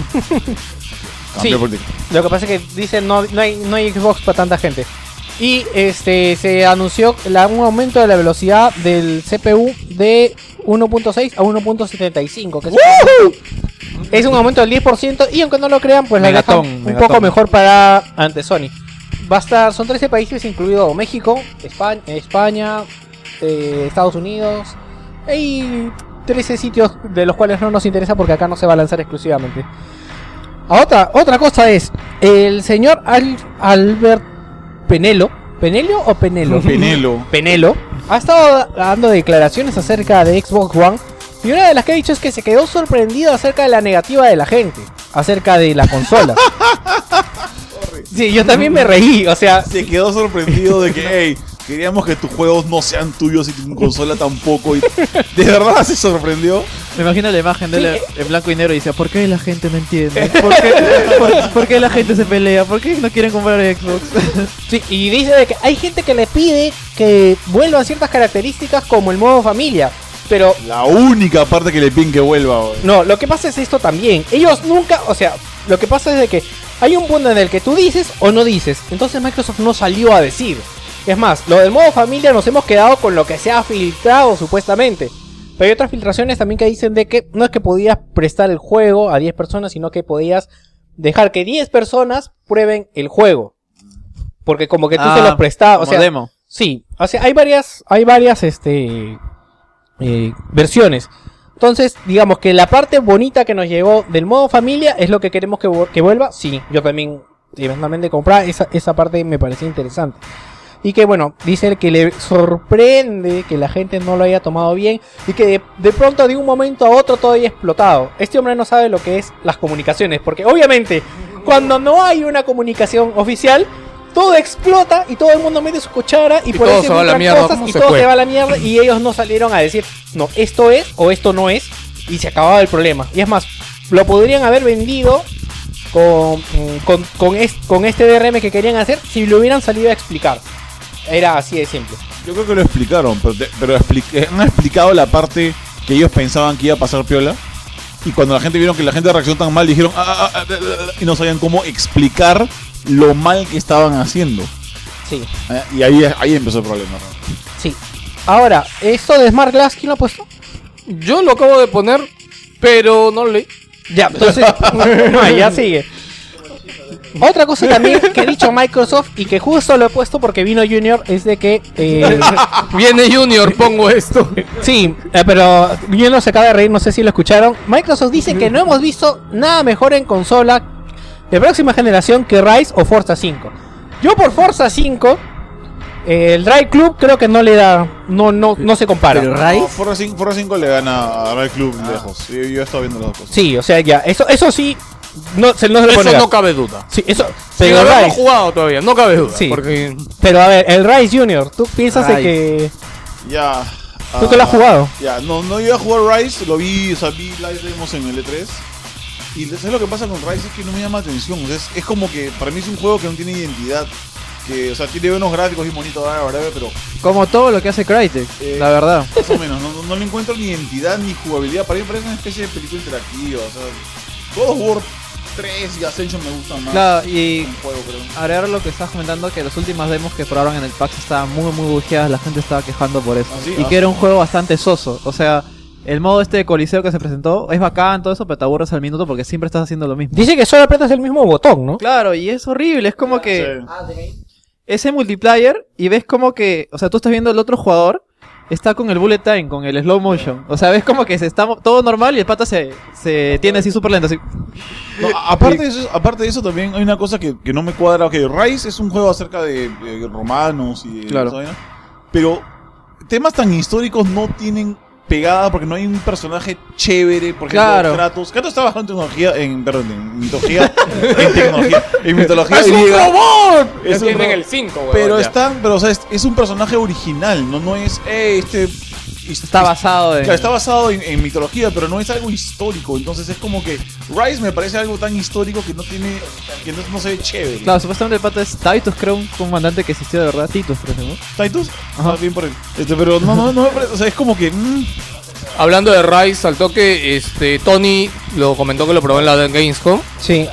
Speaker 4: Cambio
Speaker 1: Sí.
Speaker 4: político.
Speaker 1: lo que pasa es que dicen no, no hay no hay Xbox para tanta gente. Y este se anunció la- un aumento de la velocidad del C P U de uno punto seis a uno punto setenta y cinco, que es, un, es un aumento del diez por ciento y aunque no lo crean, pues la
Speaker 2: Megatón,
Speaker 1: dejan un
Speaker 2: megatón.
Speaker 1: poco mejor para ante Sony. Va a estar, son trece países incluido México, España, España eh, Estados Unidos y trece sitios de los cuales no nos interesa porque acá no se va a lanzar exclusivamente. A otra, otra cosa es, el señor Al- Albert Penelo, ¿Penelio o Penelo?
Speaker 4: Penelo.
Speaker 1: Penelo ha estado dando declaraciones acerca de Xbox One y una de las que ha dicho es que se quedó sorprendido acerca de la negativa de la gente, acerca de la consola. Sí, yo también me reí, o sea,
Speaker 4: Se quedó sorprendido de que, hey, queríamos que tus juegos no sean tuyos y tu consola tampoco. Y de verdad se sorprendió.
Speaker 2: Me imagino la imagen de
Speaker 1: Sí.
Speaker 2: él en blanco y negro y dice, ¿por qué la gente no entiende? ¿Por qué, por, por qué la gente se pelea? ¿Por qué no quieren comprar Xbox?
Speaker 1: sí, y dice de que hay gente que le pide que vuelvan ciertas características como el modo familia, pero
Speaker 4: La única parte que le piden que vuelva, güey.
Speaker 1: no, lo que pasa es esto también. Ellos nunca, o sea, lo que pasa es de que hay un punto en el que tú dices o no dices. Entonces Microsoft no salió a decir. Es más, lo del modo familia nos hemos quedado con lo que se ha filtrado supuestamente. Pero hay otras filtraciones también que dicen de que no es que podías prestar el juego a diez personas, sino que podías dejar que diez personas prueben el juego. Porque como que tú
Speaker 2: Ah,
Speaker 1: se los prestabas, o
Speaker 2: como
Speaker 1: sea,
Speaker 2: demo.
Speaker 1: sí, o sea, hay varias, hay varias, este, eh, versiones. Entonces, digamos que la parte bonita que nos llegó del modo familia es lo que queremos que, vu- que vuelva. Sí, yo también, eventualmente comprar esa, esa parte me parecía interesante. Y que bueno, dice que le sorprende que la gente no lo haya tomado bien y que de, de pronto de un momento a otro todo haya explotado. Este hombre no sabe lo que es las comunicaciones, porque obviamente cuando no hay una comunicación oficial, todo explota y todo el mundo mete su cuchara y,
Speaker 9: Y
Speaker 1: por
Speaker 9: todo
Speaker 1: eso
Speaker 9: se va a la
Speaker 1: filtran
Speaker 9: mierda,
Speaker 1: cosas
Speaker 9: ¿cómo
Speaker 1: y
Speaker 9: se
Speaker 1: todo
Speaker 9: fue?
Speaker 1: se va a la mierda y ellos no salieron a decir, no, esto es o esto no es y se acababa el problema. Y es más, lo podrían haber vendido con, con, con, es- con este D R M que querían hacer si lo hubieran salido a explicar. Era así de simple.
Speaker 4: Yo creo que lo explicaron, pero, te- pero expli- han explicado la parte que ellos pensaban que iba a pasar piola. Y cuando la gente vieron que la gente reaccionó tan mal, dijeron, "Ah, ah, ah, ah, ah", y no sabían cómo explicar lo mal que estaban haciendo.
Speaker 1: Sí,
Speaker 4: Eh, Y ahí, ahí empezó el problema, ¿no?
Speaker 1: sí. Ahora, esto de Smart Glass, ¿quién lo ha puesto?
Speaker 9: Yo lo acabo de poner, pero no lo leí.
Speaker 1: Ya, entonces, ah, ya sigue. Otra cosa también que ha dicho Microsoft y que justo lo he puesto porque vino Junior es de que eh,
Speaker 9: Viene Junior, pongo esto.
Speaker 1: sí, eh, pero Junior se acaba de reír, no sé si lo escucharon. Microsoft dice que no hemos visto nada mejor en consola de próxima generación que Rise o Forza cinco. Yo por Forza cinco, eh, el Drive Club creo que no le da, no no no se compara.
Speaker 8: Pero
Speaker 4: No,
Speaker 8: Rise,
Speaker 4: Forza cinco, Forza cinco le gana a Real Club lejos. Yo, yo he estado viendo las dos cosas.
Speaker 1: Sí, o sea, ya, eso eso sí no se no se le
Speaker 9: Eso
Speaker 1: puede negar.
Speaker 9: no cabe duda.
Speaker 1: Sí, eso,
Speaker 9: Sin
Speaker 1: pero
Speaker 9: haberlo
Speaker 1: Rise,
Speaker 9: jugado todavía, no cabe duda.
Speaker 1: Sí.
Speaker 9: Porque
Speaker 1: pero a ver, el Rise Junior, ¿tú piensas de
Speaker 8: Rise.
Speaker 1: que
Speaker 4: Ya.
Speaker 1: tú que lo has
Speaker 4: ah,
Speaker 1: jugado?
Speaker 4: Ya, no, no iba a jugar Rise, lo vi, o sea, vi live demos en el E tres. Y ¿sabes lo que pasa con Rise? Es que no me llama atención. O sea, es, es como que para mí es un juego que no tiene identidad. Que, o sea, tiene unos gráficos y bonitos, pero...
Speaker 2: Como todo lo que hace Crytek,
Speaker 4: eh,
Speaker 2: la verdad.
Speaker 4: Más o menos, no, no le encuentro ni identidad ni jugabilidad. Para mí me parece una especie de película interactiva. O sea, God of War tres y Ascension me gustan más.
Speaker 2: Claro, y
Speaker 4: como juego, creo.
Speaker 2: agregar lo que estás comentando, que las últimas demos que probaron en el PAX estaban muy muy bugueadas, la gente estaba quejando por eso.
Speaker 4: ¿Ah, sí?
Speaker 2: Y
Speaker 4: Ah,
Speaker 2: que era
Speaker 4: sí.
Speaker 2: un juego bastante soso, o sea, el modo este de coliseo que se presentó es bacán, todo eso, pero te aburres al minuto porque siempre estás haciendo lo mismo.
Speaker 1: Dice que solo apretas el mismo botón, ¿no?
Speaker 2: Claro, y es horrible, es como que
Speaker 4: Sí.
Speaker 2: ese multiplayer y ves como que, o sea, tú estás viendo el otro jugador, está con el bullet time, con el slow motion. O sea, ves como que se está mo- todo normal y el pata se, se tiene así súper lento, así.
Speaker 4: No, a- aparte, de eso, aparte de eso, también hay una cosa que, que no me cuadra. Que Rise es un juego acerca de, de romanos y de
Speaker 2: Claro.
Speaker 4: esa vaina, pero temas tan históricos no tienen pegada porque no hay un personaje chévere. Por ejemplo,
Speaker 2: Claro.
Speaker 4: Kratos. Kratos está bajando en tecnología, en, perdón, en mitología, en tecnología, en mitología
Speaker 9: ¡Es un
Speaker 4: griega.
Speaker 9: robot!
Speaker 4: Es
Speaker 9: Ya
Speaker 4: un
Speaker 9: tienen
Speaker 4: ro-
Speaker 9: el cinco, weón.
Speaker 4: Pero
Speaker 9: ya.
Speaker 4: está, pero o sea, es, es un personaje original, no, no es, eh, este,
Speaker 2: Está basado en...
Speaker 4: Claro, está basado en, en mitología, pero no es algo histórico. Entonces es como que Rise me parece algo tan histórico que no tiene, que no, no se ve chévere.
Speaker 2: Claro, supuestamente el pata es Titus, creo, un comandante que existió de verdad. Titus, por ejemplo.
Speaker 4: ¿Titus?
Speaker 2: Ajá.
Speaker 4: Ah, bien por él. Este, pero no, no, no me parece, o sea, es como que... mm,
Speaker 9: Hablando de Rise, al toque, este, Tony lo comentó que lo probó en la Gamescom.
Speaker 1: Sí.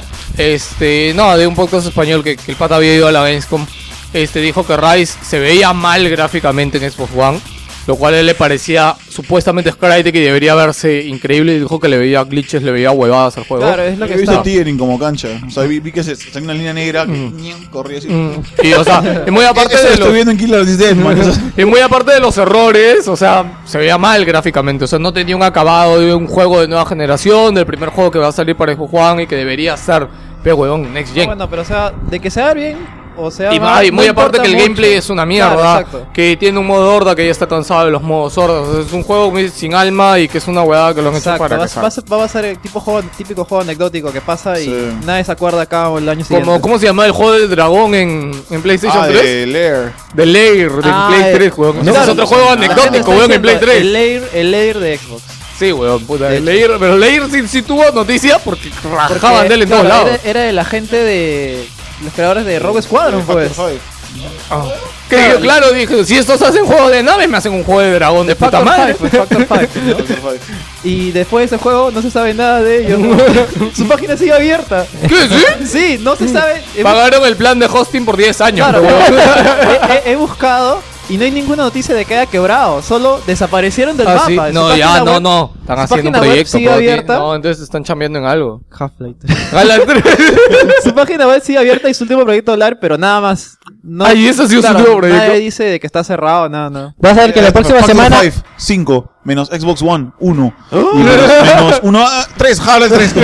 Speaker 9: Este, no, de un podcast español que, que el pata había ido a la Gamescom. Este, dijo que Rise se veía mal gráficamente en Xbox One. Lo cual a él le parecía supuestamente Crytek y debería verse increíble. Y dijo que le veía glitches, le veía huevadas al juego.
Speaker 2: Claro, es lo
Speaker 4: he
Speaker 2: que
Speaker 4: visto
Speaker 2: está.
Speaker 4: tearing como cancha. O sea, vi, vi que se salió una línea negra que ñen, corría así.
Speaker 9: Mm. Y o sea, y muy aparte
Speaker 4: Eso lo
Speaker 9: de
Speaker 4: estoy
Speaker 9: los,
Speaker 4: viendo en Killer Death, man. O sea,
Speaker 9: y muy aparte de los errores, o sea, se veía mal gráficamente. O sea, no tenía un acabado de un juego de nueva generación, del primer juego que va a salir para Xbox One y que debería ser, pero huevón, Next
Speaker 2: No,
Speaker 9: Gen.
Speaker 2: bueno, pero o sea, de que se vea bien, o sea...
Speaker 9: Y,
Speaker 2: mal,
Speaker 9: ah, y muy
Speaker 2: no
Speaker 9: aparte
Speaker 2: importa
Speaker 9: que el
Speaker 2: mucho.
Speaker 9: gameplay es una mierda,
Speaker 2: Claro, exacto.
Speaker 9: que tiene un modo horda que ya está cansado de los modos hordas. Es un juego muy sin alma y que es una huevada que lo han hecho
Speaker 2: Exacto,
Speaker 9: para
Speaker 2: va,
Speaker 9: quejar.
Speaker 2: va a ser- va a ser el tipo juego, típico juego anecdótico que pasa y
Speaker 4: Sí.
Speaker 2: nadie se acuerda acá o el año siguiente.
Speaker 9: Como, ¿Cómo se llama el juego del dragón en, en PlayStation
Speaker 4: ah,
Speaker 9: tres?
Speaker 4: de Lair.
Speaker 9: The Lair, de
Speaker 2: Ah,
Speaker 9: Play
Speaker 2: eh,
Speaker 9: tres, weón.
Speaker 2: no,
Speaker 9: Ese es
Speaker 2: claro,
Speaker 9: otro juego
Speaker 2: la gente
Speaker 9: anecdótico,
Speaker 2: está
Speaker 9: weón, en Play
Speaker 2: diciendo
Speaker 9: tres.
Speaker 2: El layer, el layer de Xbox.
Speaker 9: Sí, weón, puta.
Speaker 2: De
Speaker 9: El
Speaker 2: hecho.
Speaker 9: Lair, pero Lair sí, sí tuvo noticia porque rajaban
Speaker 2: Porque,
Speaker 9: de él en
Speaker 2: claro,
Speaker 9: todos lados.
Speaker 2: Era, era de la gente de... Los creadores de Rogue Squadron, pues.
Speaker 4: Factor Five.
Speaker 9: Ah. Que yo, claro, dije, si estos hacen juego de naves, me hacen un juego de dragón de puta
Speaker 2: Factor
Speaker 9: madre.
Speaker 2: cinco, pues, Factor cinco, ¿no?
Speaker 4: Factor Five.
Speaker 2: Y después de ese juego no se sabe nada de ellos. Su página sigue abierta.
Speaker 9: ¿Qué, sí?
Speaker 2: Sí, no se sabe. He,
Speaker 9: Pagaron el plan de hosting por diez años.
Speaker 2: claro,
Speaker 9: pero, weón.
Speaker 2: he- he- he buscado y no hay ninguna noticia de que haya quebrado. Solo desaparecieron del
Speaker 9: Ah,
Speaker 2: mapa.
Speaker 9: sí.
Speaker 2: Su
Speaker 9: No,
Speaker 2: página
Speaker 9: ya, no,
Speaker 2: web-
Speaker 9: no. Están
Speaker 2: su
Speaker 9: haciendo un
Speaker 2: página web
Speaker 9: proyecto.
Speaker 2: sigue
Speaker 9: pero ti-
Speaker 2: abierta.
Speaker 9: No, entonces están chambeando en algo.
Speaker 2: Half-Life.
Speaker 9: A la tres.
Speaker 2: Su página web sigue abierta y su último proyecto hablar, pero nada más. No,
Speaker 9: Ah, ¿y ese ha sido su
Speaker 2: claro,
Speaker 9: último proyecto?
Speaker 2: Nadie dice de que está cerrado, nada, nada.
Speaker 1: Vas a ver que la próxima
Speaker 4: Factor
Speaker 1: semana...
Speaker 4: Five, cinco, menos Xbox One, uno. Y menos, menos uno, ah, tres, jala el tres.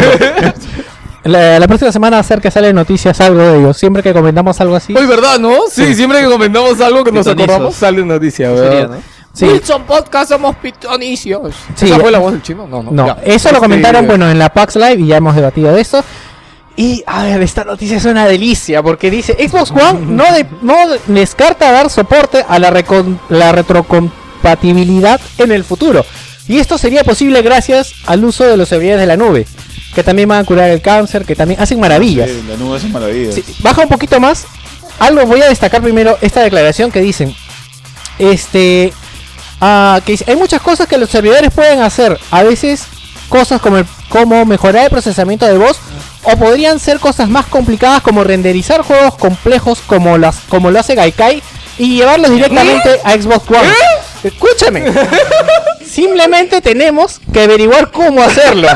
Speaker 1: La, la próxima semana va a ser que sale noticias algo de ellos. Siempre que comentamos algo así.
Speaker 9: Hoy, ¿verdad, no? Sí, siempre que comentamos algo que nos
Speaker 2: Pitonizos.
Speaker 9: acordamos, sale noticia,
Speaker 2: Sería,
Speaker 9: ¿verdad?
Speaker 2: ¿no?
Speaker 1: Sí.
Speaker 9: Wilson Podcast somos pitonicios.
Speaker 1: Sí.
Speaker 9: ¿Esa fue la voz del chino? No, no.
Speaker 1: No,
Speaker 9: ya.
Speaker 1: eso lo
Speaker 9: Este,
Speaker 1: comentaron, bueno, en la PAX Live y ya hemos debatido de eso. Y, a ver, esta noticia es una delicia porque dice Xbox One no, de- no descarta dar soporte a la, recon- la retrocompatibilidad en el futuro. Y esto sería posible gracias al uso de los servidores de la nube, que también van a curar el cáncer, que también hacen maravillas.
Speaker 4: Sí, la nube es maravilla.
Speaker 1: Sí, baja un poquito más. Algo voy a destacar primero esta declaración que dicen. Este. ah, que dice, hay muchas cosas que los servidores pueden hacer. A veces cosas como, el- como mejorar el procesamiento de voz. O podrían ser cosas más complicadas como renderizar juegos complejos como, las, como lo hace Gaikai. Y llevarlos directamente a Xbox One. Escúchame. Simplemente tenemos que averiguar cómo hacerlo.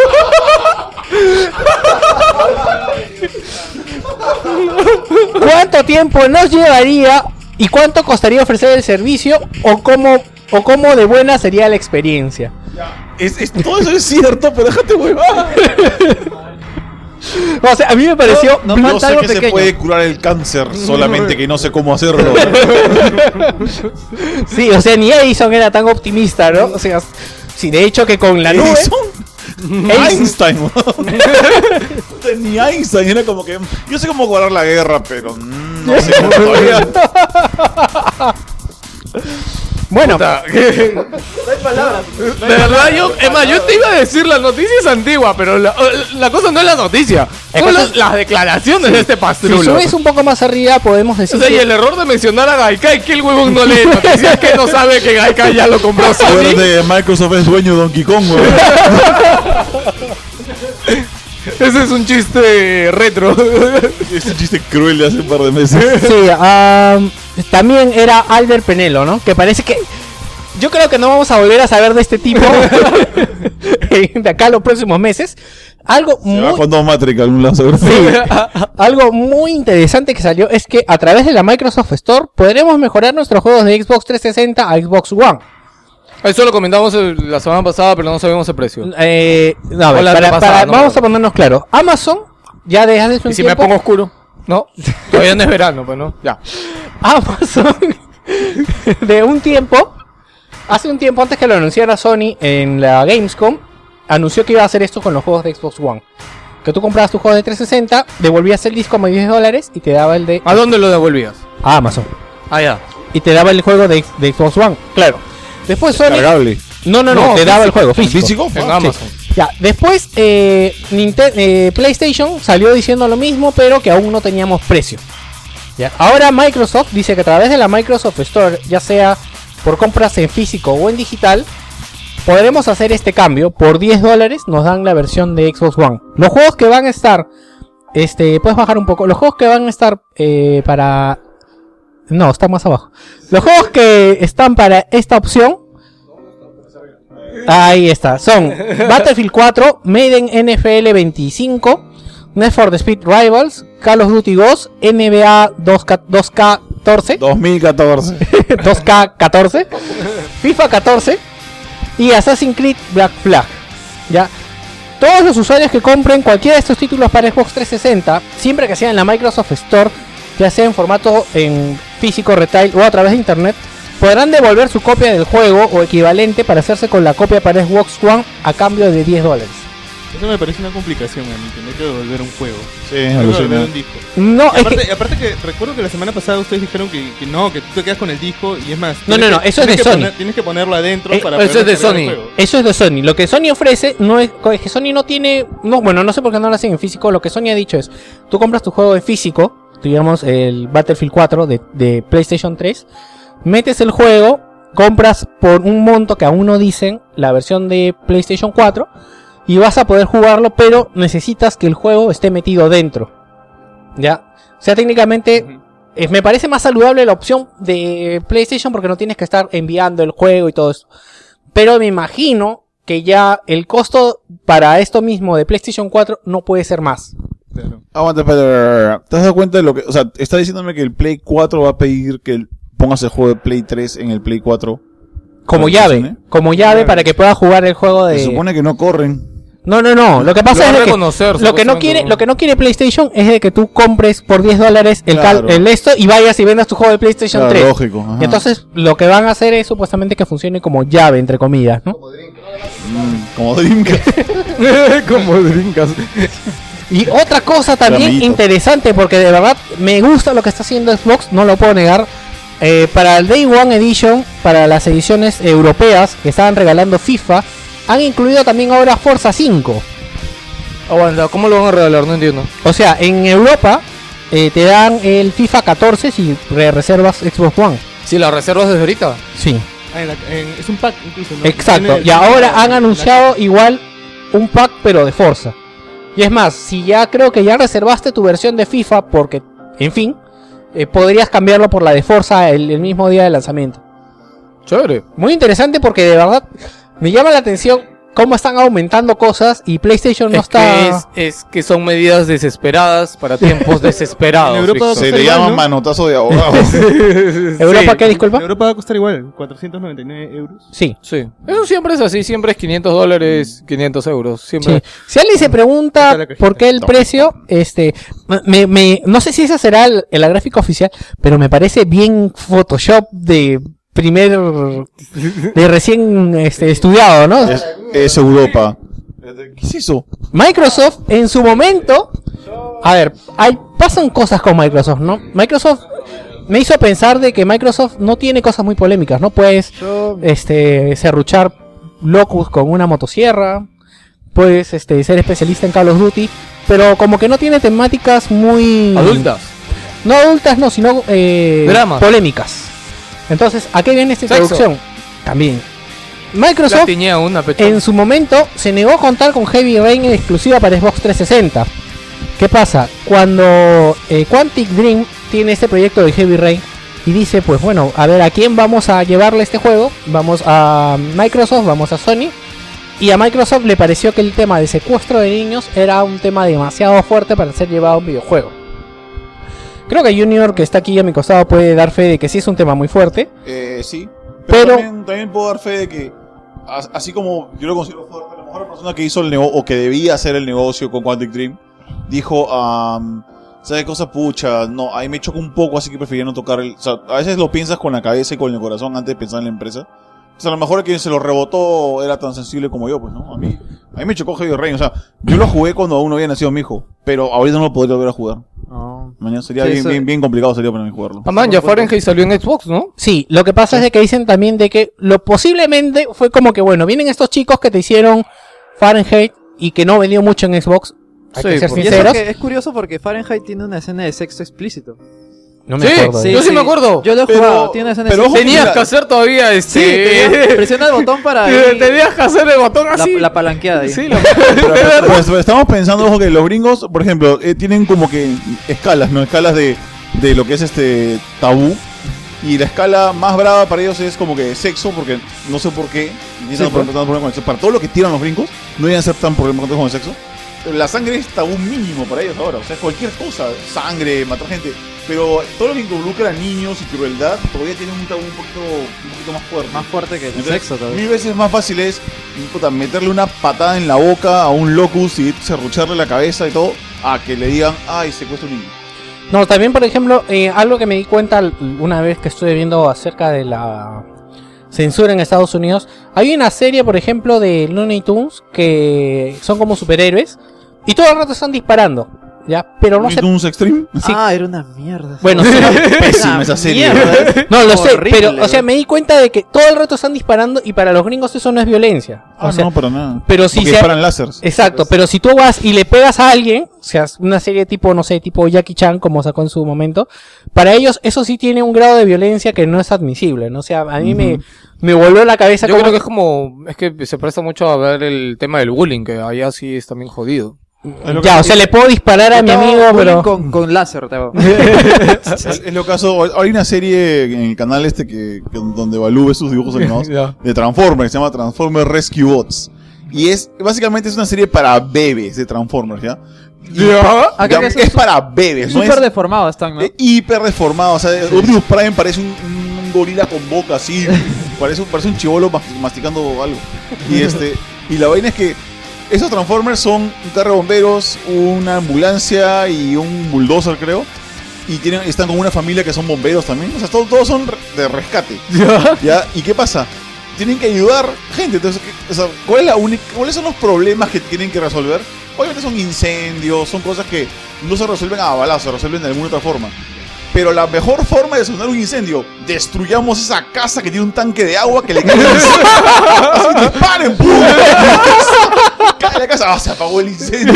Speaker 1: ¿Cuánto tiempo nos llevaría y cuánto costaría ofrecer el servicio o cómo, o cómo de buena sería la experiencia?
Speaker 4: Es, es- todo eso es cierto, pero déjate huevar.
Speaker 1: O sea, a mí me pareció...
Speaker 2: No,
Speaker 4: Yo
Speaker 2: falta
Speaker 4: sé
Speaker 2: algo
Speaker 4: que se
Speaker 2: pequeño.
Speaker 4: puede curar el cáncer, solamente que no sé cómo hacerlo.
Speaker 1: Sí, o sea, ni Edison era tan optimista, ¿no? O sea, sí, de hecho que con la nube...
Speaker 4: Edison, Einstein, weón. Ni Einstein era como que yo sé cómo guardar la guerra, pero mm, no sé cómo todavía.
Speaker 1: Bueno,
Speaker 9: Puta, que- De verdad, yo, es más, yo te iba a decir la noticia es antigua, pero la, la cosa no es la noticia,
Speaker 1: Es
Speaker 9: son
Speaker 1: cosa-
Speaker 9: las, las declaraciones de este
Speaker 1: si
Speaker 9: pastrulo.
Speaker 1: subes un poco más arriba, podemos
Speaker 9: O
Speaker 1: decir
Speaker 9: sea, y
Speaker 1: que-
Speaker 9: el error de mencionar a Gaikai, que el huevón no lee noticias, que no sabe que Gaikai ya lo compró Sony.
Speaker 4: Acuérdate que Microsoft es dueño de Donkey Kong, weón.
Speaker 9: Ese es un chiste retro.
Speaker 4: Es un chiste cruel de hace un par de meses.
Speaker 1: Sí, am, también era Albert Penelo, ¿no? Que parece que... Yo creo que no vamos a volver a saber de este tipo de acá a los próximos meses. Algo
Speaker 4: Se va
Speaker 1: muy...
Speaker 4: con dos Matrix algún lado, seguro.
Speaker 1: Sí, algo muy interesante que salió es que a través de la Microsoft Store podremos mejorar nuestros juegos de Xbox trescientos sesenta a Xbox One.
Speaker 9: Eso lo comentamos el- la semana pasada, pero no sabemos el precio.
Speaker 1: Eh, no, a ver,
Speaker 9: O la
Speaker 1: para-
Speaker 9: antepasada,
Speaker 1: para-
Speaker 9: no,
Speaker 1: vamos
Speaker 9: no.
Speaker 1: a ponernos claros. Amazon ya desde hace un
Speaker 9: ¿Y si me
Speaker 1: tiempo...
Speaker 9: pongo oscuro? ¿No? Todavía no es verano, pues no. Ya.
Speaker 1: Amazon de un tiempo, hace un tiempo antes que lo anunciara Sony en la Gamescom, anunció que iba a hacer esto con los juegos de Xbox One. Que tú comprabas tu juego de trescientos sesenta, devolvías el disco a diez dólares y te daba el de...
Speaker 9: ¿A dónde lo devolvías?
Speaker 1: A Amazon.
Speaker 9: Ah, ya.
Speaker 1: Y te daba el juego de, de Xbox One, claro. Después Sony...
Speaker 4: Cargable.
Speaker 1: No, no, no,
Speaker 9: No,
Speaker 1: te daba el
Speaker 9: físico.
Speaker 1: juego físico.
Speaker 4: ¿Físico?
Speaker 9: En
Speaker 4: Ah,
Speaker 9: Amazon.
Speaker 1: Ya, después eh, Ninte- eh, PlayStation salió diciendo lo mismo, pero que aún no teníamos precio. Ya. Ahora Microsoft dice que a través de la Microsoft Store, ya sea por compras en físico o en digital, podremos hacer este cambio. Por diez dólares nos dan la versión de Xbox One. Los juegos que van a estar, este, puedes bajar un poco. Los juegos que van a estar eh, para... No, está más abajo. Los juegos que están para esta opción... Ahí está, son Battlefield cuatro, Madden N F L veinticinco, Need for Speed Rivals, Call of Duty Ghost, N B A dos K catorce,
Speaker 4: dos mil catorce.
Speaker 1: dos K catorce, FIFA catorce y Assassin's Creed Black Flag. Ya, todos los usuarios que compren cualquiera de estos títulos para Xbox trescientos sesenta, siempre que sea en la Microsoft Store, ya sea en formato en físico, retail o a través de internet, podrán devolver su copia del juego o equivalente para hacerse con la copia para Xbox One a cambio de diez dólares.
Speaker 5: Eso me parece una complicación a mí, tener que devolver un juego.
Speaker 4: Sí,
Speaker 5: Tener que devolver
Speaker 4: alucina.
Speaker 5: un disco.
Speaker 1: No,
Speaker 5: Y
Speaker 1: es
Speaker 5: aparte,
Speaker 1: que...
Speaker 5: y aparte que recuerdo que la semana pasada ustedes dijeron que, que no, que tú te quedas con el disco y es más.
Speaker 1: No,
Speaker 5: tienes
Speaker 1: no, no,
Speaker 5: que-
Speaker 1: eso es
Speaker 5: tienes
Speaker 1: de
Speaker 5: que
Speaker 1: Sony.
Speaker 5: poner- tienes que ponerlo adentro
Speaker 1: Eh,
Speaker 5: para
Speaker 9: eso
Speaker 5: poder
Speaker 9: es de
Speaker 5: descargar el
Speaker 9: Sony.
Speaker 5: juego.
Speaker 1: Eso es de Sony. Lo que Sony ofrece no es, es que Sony no tiene, no, bueno, no sé por qué no lo hacen en físico. Lo que Sony ha dicho es, tú compras tu juego en físico, digamos el Battlefield cuatro de, de PlayStation tres, metes el juego, compras por un monto que aún no dicen la versión de PlayStation cuatro y vas a poder jugarlo, pero necesitas que el juego esté metido dentro. Ya, o sea, técnicamente eh, me parece más saludable la opción de PlayStation porque no tienes que estar enviando el juego y todo eso. Pero me imagino que ya el costo para esto mismo de PlayStation cuatro no puede ser más.
Speaker 5: Claro.
Speaker 4: Aguanta, pero ¿te has dado cuenta de lo que... O sea, está diciéndome que el Play cuatro va a pedir que el- pongas el juego de Play tres en el Play cuatro.
Speaker 1: Como
Speaker 4: ¿Cómo
Speaker 1: llave,
Speaker 4: funciona?
Speaker 1: como llave para que pueda jugar el juego de...
Speaker 4: Se supone que no corren.
Speaker 1: No, no, no. Lo que pasa
Speaker 9: Lo va
Speaker 1: es
Speaker 9: a
Speaker 1: de que
Speaker 9: reconocer,
Speaker 1: lo que no
Speaker 9: supuestamente,
Speaker 1: quiere,
Speaker 9: ¿no?
Speaker 1: lo que no quiere PlayStation es de que tú compres por diez dólares el, cal-
Speaker 4: Claro.
Speaker 1: el esto y vayas y vendas tu juego de PlayStation
Speaker 4: Claro,
Speaker 1: tres.
Speaker 4: lógico. ajá.
Speaker 1: Y entonces lo que van a hacer es supuestamente que funcione como llave entre comillas, ¿no?
Speaker 4: Mm, como Dreamcast.
Speaker 9: Como Dreamcast.
Speaker 1: Y otra cosa también
Speaker 4: Amiguito.
Speaker 1: interesante, porque de verdad me gusta lo que está haciendo Xbox, no lo puedo negar. Eh, para el Day One Edition, para las ediciones europeas que estaban regalando FIFA, han incluido también ahora Forza cinco.
Speaker 9: Aguanta, ¿cómo lo van a regalar? No entiendo.
Speaker 1: O sea, en Europa eh, te dan el FIFA catorce si re- reservas Xbox One.
Speaker 9: Si la reservas desde ahorita.
Speaker 1: Sí,
Speaker 5: Ah, en la- en- es un pack incluso, ¿no?
Speaker 1: exacto.
Speaker 5: Tiene el-
Speaker 1: Y ahora
Speaker 5: la-
Speaker 1: han
Speaker 5: la-
Speaker 1: anunciado igual un pack pero de Forza. Y es más, si ya creo que ya reservaste tu versión de FIFA porque, en fin, eh, podrías cambiarlo por la de Forza el, el mismo día de lanzamiento.
Speaker 9: Chévere.
Speaker 1: Muy interesante porque de verdad me llama la atención cómo están aumentando cosas y PlayStation no
Speaker 9: es, que
Speaker 1: está...
Speaker 9: es, es que son medidas desesperadas para tiempos desesperados.
Speaker 5: En Europa
Speaker 9: Víctor.
Speaker 4: Se
Speaker 5: Está
Speaker 4: le
Speaker 5: igual,
Speaker 4: llama
Speaker 5: ¿no?
Speaker 4: manotazo de abogado.
Speaker 1: ¿Europa
Speaker 9: Sí.
Speaker 1: qué, disculpa?
Speaker 5: En Europa va a costar igual, cuatrocientos noventa y nueve euros.
Speaker 1: Sí.
Speaker 9: Sí. Eso siempre es así, siempre es quinientos dólares, quinientos euros. Siempre.
Speaker 1: Sí. Si alguien se
Speaker 5: Está
Speaker 1: pregunta
Speaker 5: la cajita.
Speaker 1: por qué el precio, este, me, me, no sé si esa será el- la gráfica oficial, pero me parece bien Photoshop de primer, de recién este, estudiado, ¿no?
Speaker 4: es, es Europa. ¿Qué es eso?
Speaker 1: Microsoft en su momento, a ver, hay, pasan cosas con Microsoft, ¿no? Microsoft me hizo pensar de que Microsoft no tiene cosas muy polémicas, ¿no? Puedes
Speaker 2: Yo-
Speaker 1: este, serruchar Locus con una motosierra, puedes este, ser especialista en Call of Duty, pero como que no tiene temáticas muy...
Speaker 9: Adultas.
Speaker 1: No adultas, no, sino eh,
Speaker 9: Dramas.
Speaker 1: polémicas. Entonces, ¿a qué viene esta
Speaker 9: Sexo.
Speaker 1: introducción? También.
Speaker 9: La
Speaker 1: Microsoft
Speaker 9: tiñea una pechona.
Speaker 1: en su momento se negó a contar con Heavy Rain en exclusiva para Xbox trescientos sesenta. ¿Qué pasa? Cuando eh, Quantic Dream tiene este proyecto de Heavy Rain y dice, pues bueno, a ver, ¿a quién vamos a llevarle este juego? Vamos a Microsoft, vamos a Sony. Y a Microsoft le pareció que el tema de secuestro de niños era un tema demasiado fuerte para ser llevado a un videojuego. Creo que Junior, que está aquí a mi costado, puede dar fe de que sí es un tema muy fuerte.
Speaker 4: Eh, sí. Pero,
Speaker 1: Pero-
Speaker 4: también, también puedo dar fe de que, as- así como yo lo considero fuerte, la mejor persona que hizo el negocio, o que debía hacer el negocio con Quantic Dream, dijo, um, ¿sabes qué cosa? Pucha, no, ahí me choca un poco, así que prefería no tocar el... O sea, a veces lo piensas con la cabeza y con el corazón antes de pensar en la empresa. O sea, a lo mejor quien se lo rebotó era tan sensible como yo, pues, ¿no? A mí, a mí me chocó Heavy Rain, o sea, yo lo jugué cuando aún no había nacido mi hijo, pero ahorita no lo podría volver a jugar.
Speaker 2: No.
Speaker 4: Mañana sería
Speaker 2: Sí,
Speaker 4: bien,
Speaker 2: eso-
Speaker 4: bien, bien complicado sería para mí jugarlo.
Speaker 9: Ah, man, ya Fahrenheit salió en Xbox, ¿no?
Speaker 1: Sí, lo que pasa es de que dicen también de que lo posiblemente fue como que, bueno, vienen estos chicos que te hicieron Fahrenheit y que no vendió mucho en Xbox. Hay
Speaker 9: Sí,
Speaker 1: que ser
Speaker 9: porque-
Speaker 2: Y eso
Speaker 1: sinceros.
Speaker 2: que es curioso porque Fahrenheit tiene una escena de sexo explícito.
Speaker 1: No me
Speaker 9: Sí,
Speaker 1: acuerdo. de
Speaker 9: sí.
Speaker 1: eso.
Speaker 9: Yo sí me acuerdo.
Speaker 2: Yo lo he
Speaker 4: Pero-
Speaker 2: jugado, tiene una escena
Speaker 4: pero
Speaker 2: de
Speaker 4: ojo
Speaker 2: sexo
Speaker 9: Tenías
Speaker 4: mira.
Speaker 9: que hacer todavía
Speaker 2: Sí,
Speaker 9: este...
Speaker 2: tenía- presiona el botón para ahí,
Speaker 9: Tenías que hacer el botón
Speaker 2: la,
Speaker 9: así.
Speaker 2: la palanqueada ahí.
Speaker 9: Sí, la-
Speaker 4: Pues, pues, estamos pensando, ojo, que los gringos, por ejemplo, eh, tienen como que escalas, ¿no? Escalas de, de lo que es este tabú. Y la escala más brava para ellos es como que sexo, porque no sé por qué. Ni
Speaker 2: Sí,
Speaker 4: tanto
Speaker 2: pues.
Speaker 4: tanto problema con el sexo. Para todo lo que tiran los gringos, no iban a ser tan problemas con el sexo. Pero la sangre es tabú mínimo para ellos ahora. O sea, cualquier cosa, sangre, matar gente. Pero todo lo que involucra a niños y crueldad todavía tiene un tabú un poquito, un poquito más fuerte.
Speaker 2: Más fuerte que el
Speaker 4: Entonces,
Speaker 2: sexo todavía.
Speaker 4: mil veces más fácil es puta, meterle una patada en la boca a un locus y serrucharle la cabeza y todo, a que le digan, ay, secuestra un niño.
Speaker 1: No, también, por ejemplo, eh, algo que me di cuenta l- una vez que estuve viendo acerca de la censura en Estados Unidos. Hay una serie, por ejemplo, de Looney Tunes que son como superhéroes y todo el rato están disparando, ¿ya? Pero no
Speaker 4: ¿Looney
Speaker 1: sé...
Speaker 4: Tunes Extreme?
Speaker 1: Sí.
Speaker 2: Ah, era una mierda.
Speaker 1: Bueno, sí,
Speaker 4: Pésima esa serie.
Speaker 2: Mierda.
Speaker 1: no lo sé,
Speaker 2: Horrible,
Speaker 1: pero, o sea,
Speaker 2: güey.
Speaker 1: me di cuenta de que todo el rato están disparando y para los gringos eso no es violencia.
Speaker 4: Ah,
Speaker 1: O sea,
Speaker 4: no, para nada.
Speaker 1: pero si
Speaker 4: Porque
Speaker 1: se-
Speaker 4: disparan láseres.
Speaker 1: Exacto, pero si tú vas y le pegas a alguien, o sea, una serie tipo, no sé, tipo Jackie Chan, como sacó en su momento, para ellos eso sí tiene un grado de violencia que no es admisible, ¿no? O sea, a mí me, me voló la cabeza.
Speaker 9: Yo
Speaker 1: como-
Speaker 9: creo que es como... Es que se presta mucho a ver el tema del bullying, que allá sí es también jodido.
Speaker 4: Es lo que-
Speaker 1: Ya, o sea, le puedo disparar a mi
Speaker 2: Estaba
Speaker 1: amigo,
Speaker 2: bullying
Speaker 1: pero...
Speaker 2: Con, con láser, te hago.
Speaker 4: es, es lo caso. Hay una serie en el canal este que, que donde Balú ve sus dibujos animados
Speaker 9: Ya.
Speaker 4: de Transformers, se llama Transformers Rescue Bots. Y es, básicamente es una serie para bebés de Transformers, ¿ya? Y
Speaker 2: Acá
Speaker 4: ya,
Speaker 2: que
Speaker 4: es,
Speaker 2: es su-
Speaker 4: para bebés, ¿no?
Speaker 2: Súper
Speaker 4: Es,
Speaker 2: deformado están, ¿no?
Speaker 4: eh, hiper deformado, o sea, Optimus Prime parece un, un gorila con boca así, parece un, parece un chibolo mas- masticando algo. Y este, y la vaina es que esos Transformers son un carro de bomberos, una ambulancia y un bulldozer, creo. Y tienen, están con una familia que son bomberos también. O sea, todos, todos son re- de rescate. ¿Ya? ¿Y qué pasa? Tienen que ayudar gente. Entonces, ¿qué- o sea, ¿cuál es la única, ¿cuáles son los problemas que tienen que resolver? Obviamente son incendios, son cosas que no se resuelven a balazos, se resuelven de alguna otra forma. Pero la mejor forma de solucionar un incendio, destruyamos esa casa que tiene un tanque de agua que le cae el incendio. Así, disparen, ¡pum! Cae la casa, ah, se apagó el incendio.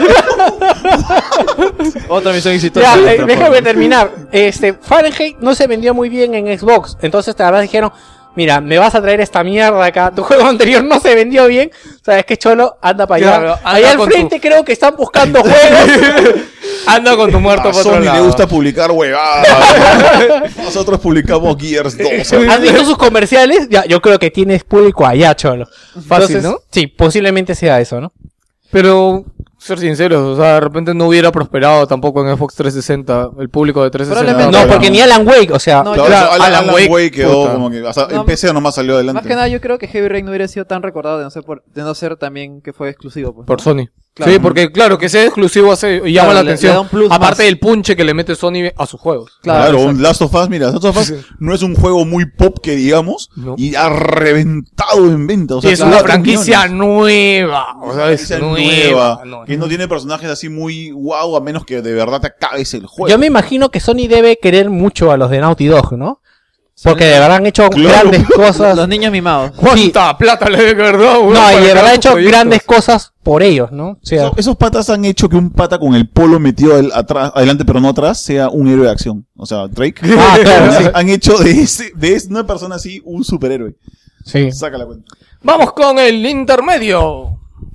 Speaker 2: Otra misión exitosa.
Speaker 1: Ya,
Speaker 2: de
Speaker 1: eh,
Speaker 2: Transformers.
Speaker 1: déjame terminar. Este, Fahrenheit no se vendió muy bien en Xbox. Entonces, la verdad dijeron, mira, me vas a traer esta mierda acá. Tu juego anterior no se vendió bien. ¿Sabes qué, cholo? Anda para allá.
Speaker 9: Claro, anda
Speaker 1: Allá al
Speaker 9: con
Speaker 1: frente creo que están buscando juegos.
Speaker 9: Anda con tu muerto
Speaker 4: A
Speaker 9: por otro
Speaker 4: Sony le
Speaker 9: lado.
Speaker 4: gusta publicar huevadas. Nosotros publicamos Gears dos.
Speaker 1: ¿Has visto sus comerciales? Ya, yo creo que tienes público allá, cholo.
Speaker 9: Fácil,
Speaker 1: Entonces,
Speaker 9: ¿no?
Speaker 1: Sí, posiblemente sea eso, ¿no?
Speaker 9: Pero, ser sinceros, o sea, de repente no hubiera prosperado tampoco en Xbox trescientos sesenta, el público de trescientos sesenta.
Speaker 2: Probablemente
Speaker 1: No,
Speaker 4: pero
Speaker 1: porque
Speaker 4: no.
Speaker 1: ni Alan Wake, o sea...
Speaker 2: No,
Speaker 4: Claro,
Speaker 2: Claro,
Speaker 4: Alan,
Speaker 9: Alan
Speaker 4: Alan
Speaker 9: Wake,
Speaker 4: Wake quedó
Speaker 9: puta.
Speaker 4: como que. O sea,
Speaker 2: No,
Speaker 4: en P C nomás salió adelante.
Speaker 2: Más que nada, yo creo que Heavy Rain no hubiera sido tan recordado de no ser, por, de no ser también que fue exclusivo. Pues,
Speaker 9: Por
Speaker 2: ¿no?
Speaker 9: Sony. Sí, porque claro, que sea exclusivo hace, llama
Speaker 2: Claro,
Speaker 9: la
Speaker 2: le-
Speaker 9: atención.
Speaker 2: le da un plus
Speaker 9: Aparte
Speaker 2: más.
Speaker 9: del punche que le mete Sony a sus juegos.
Speaker 4: Claro,
Speaker 2: exacto.
Speaker 4: un Last of Us, mira, Last of Us no es un juego muy pop que digamos,
Speaker 9: No.
Speaker 4: y ha reventado en venta. O sea,
Speaker 9: Y es
Speaker 4: cuatro
Speaker 9: una franquicia
Speaker 4: millones.
Speaker 9: nueva. O sea, es
Speaker 4: Franquicia
Speaker 9: nueva.
Speaker 4: nueva,
Speaker 9: no.
Speaker 4: que no tiene personajes así muy wow, a menos que de verdad te acabes el juego.
Speaker 1: Yo me imagino que Sony debe querer mucho a los de Naughty Dog, ¿no? Porque de verdad han hecho
Speaker 4: Claro.
Speaker 1: grandes cosas.
Speaker 2: Los niños mimados.
Speaker 9: ¿Cuánta plata le debe haber dado, weón,
Speaker 1: No,
Speaker 9: para
Speaker 1: y de
Speaker 9: crear
Speaker 1: verdad han
Speaker 9: sus
Speaker 1: hecho
Speaker 9: proyectos?
Speaker 1: grandes cosas por ellos, ¿no? O sea,
Speaker 4: Eso- esos patas han hecho que un pata con el polo metido al- atrás, adelante pero no atrás sea un héroe de acción. O sea, Drake.
Speaker 1: Ah, claro,
Speaker 4: han,
Speaker 1: sí.
Speaker 4: han hecho de, ese, de ese- una persona así un superhéroe.
Speaker 1: sí.
Speaker 4: Saca la cuenta.
Speaker 9: Vamos con el intermedio.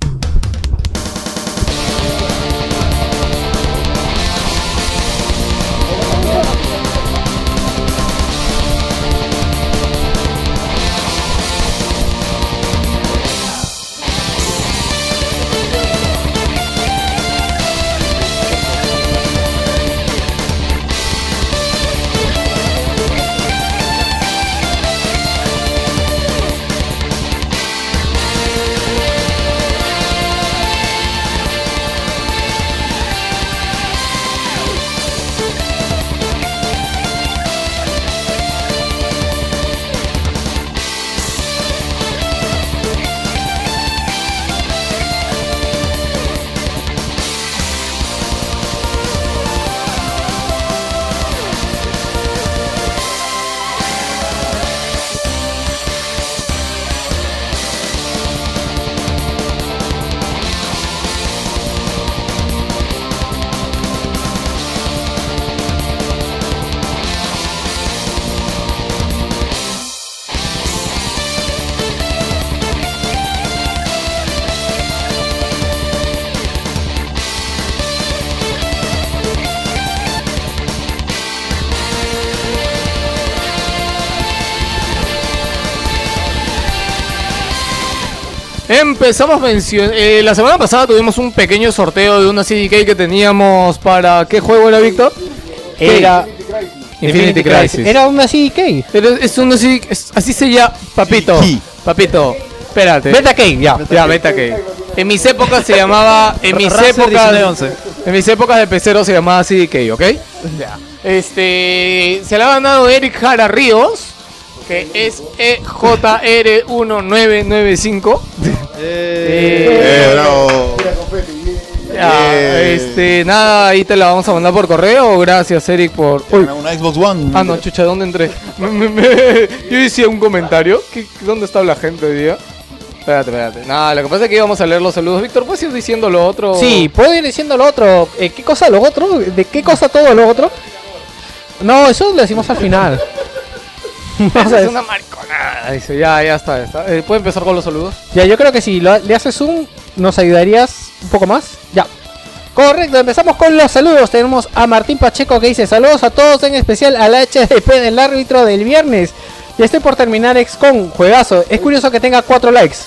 Speaker 9: Empezamos mencio- eh, la semana pasada tuvimos un pequeño sorteo de una C D K que teníamos para... ¿Qué juego era, Víctor?
Speaker 1: Era
Speaker 9: Infinity Crisis.
Speaker 1: Era una C D K.
Speaker 9: Pero es una C D K, es- así se llama... Papito,
Speaker 4: Sí.
Speaker 9: papito, espérate.
Speaker 1: Beta K, ya.
Speaker 9: Ya, Beta K. En mis épocas se llamaba... En mis
Speaker 2: Razer
Speaker 9: épocas...
Speaker 2: diecinueve once.
Speaker 9: En mis épocas de pecero se llamaba C D K, ¿ok? Ya. Este... Se le ha ganado Eric Jara Ríos, que es E J R uno nueve nueve cinco.
Speaker 4: Eh, bravo.
Speaker 9: Ya,
Speaker 4: Eh.
Speaker 9: este, nada, ahí te la vamos a mandar por correo. Gracias, Eric, por... Uy.
Speaker 4: Una- Una Xbox One.
Speaker 9: Ah, no, chucha, ¿dónde entré? Me- me- me- Yo decía un comentario. ¿Qué- ¿Dónde está la gente hoy día? Espérate, espérate. Nada, lo que pasa es que íbamos a leer los saludos. Víctor, ¿puedes ir diciendo lo otro?
Speaker 1: Sí, puedo ir diciendo lo otro. Eh, ¿Qué cosa lo otro? ¿De qué cosa todo lo otro? No, eso lo decimos al final. Vamos a
Speaker 9: Es
Speaker 1: ver.
Speaker 9: una mariconada. Dice, ya, ya está. Ya está. Eh, ¿Puede empezar con los saludos?
Speaker 1: Ya, yo creo que si lo- le haces un, ¿nos ayudarías un poco más? Ya. Correcto, empezamos con los saludos. Tenemos a Martín Pacheco que dice: saludos a todos, en especial al H D P del árbitro del viernes. Ya estoy por terminar X CON, juegazo. Es curioso que tenga cuatro likes.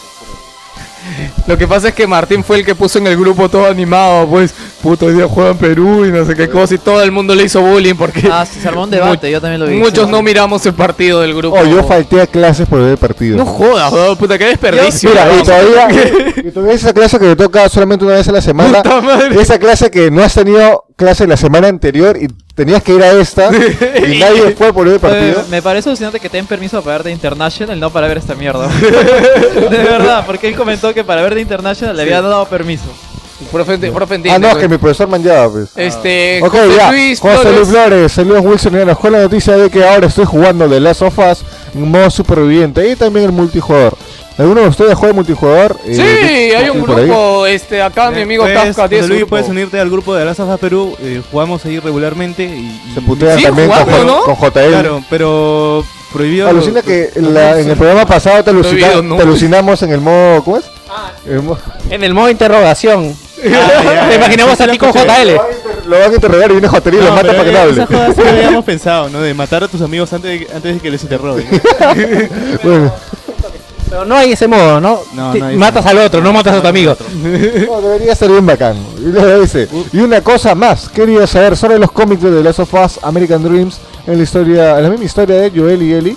Speaker 9: Lo que pasa es que Martín fue el que puso en el grupo todo animado, pues, puto, hoy día juegan Perú y no sé qué cosa, y todo el mundo le hizo bullying porque
Speaker 2: Ah, sí, se armó un debate, yo también lo vi.
Speaker 9: muchos no miramos el partido del grupo.
Speaker 6: Oh, yo falté a clases por ver el partido.
Speaker 9: No jodas, weón, puta, qué desperdicio.
Speaker 6: Mira, y
Speaker 9: weón.
Speaker 6: todavía, y todavía esa clase que te toca solamente una vez a la semana,
Speaker 9: Puta madre.
Speaker 6: esa clase que no has tenido clase la semana anterior y tenías que ir a esta y nadie fue por ver el partido.
Speaker 2: Eh, me parece alucinante que te den permiso para ver de International, no para ver esta mierda. De verdad, porque él comentó que para ver de International le había dado permiso.
Speaker 9: Profe, profe
Speaker 6: Ah,
Speaker 9: entiende,
Speaker 6: no,
Speaker 9: pues.
Speaker 6: que mi profesor manchaba, pues.
Speaker 9: Este,
Speaker 6: Ok,
Speaker 9: José
Speaker 6: ya.
Speaker 9: Luis
Speaker 6: José
Speaker 9: Flores.
Speaker 6: Luis Flores, saludos Wilson. Y nos con la noticia de que ahora estoy jugando The Last of Us en modo superviviente y también el multijugador. ¿Alguno de ustedes juega multijugador?
Speaker 9: Sí,
Speaker 6: Eh,
Speaker 9: hay un
Speaker 6: por ahí?
Speaker 9: grupo, este, acá mi amigo
Speaker 5: Puedes,
Speaker 9: Kafka tiene
Speaker 5: José
Speaker 9: su
Speaker 5: Luis,
Speaker 9: grupo.
Speaker 5: puedes unirte al grupo de Last of Us Perú. eh, jugamos ahí regularmente y, y-
Speaker 6: Se putean
Speaker 9: Sí,
Speaker 6: también con,
Speaker 9: jugando, ¿no?
Speaker 6: con J L.
Speaker 5: Claro, pero prohibido.
Speaker 6: Alucina que en, la- en el programa pasado te, alucina-
Speaker 9: Prohibido, ¿no?
Speaker 6: te alucinamos en el modo. ¿Cómo es? El mo-
Speaker 1: En el modo interrogación.
Speaker 5: Ah, ya,
Speaker 1: Te
Speaker 5: ya,
Speaker 1: imaginamos
Speaker 5: sí,
Speaker 1: a
Speaker 5: sí
Speaker 1: ti
Speaker 5: lo
Speaker 1: con
Speaker 5: escuché.
Speaker 1: J L.
Speaker 6: Lo van a inter- lo van a interrogar y viene J L y lo
Speaker 5: No,
Speaker 6: mata
Speaker 5: pero
Speaker 6: para que no hable.
Speaker 5: esa joda sí lo habíamos pensado, ¿no? De matar a tus amigos antes de, antes de que les interroguen.
Speaker 6: Bueno,
Speaker 1: Pero no hay ese modo, ¿no?
Speaker 5: No,
Speaker 1: Te-
Speaker 5: no hay
Speaker 1: matas
Speaker 5: ese
Speaker 1: al otro, no matas a tu amigo.
Speaker 6: no, debería ser bien bacán. Y luego dice, y una cosa más, quería saber sobre los cómics de The Last of Us American Dreams en la historia, en la misma historia de Joel y Ellie.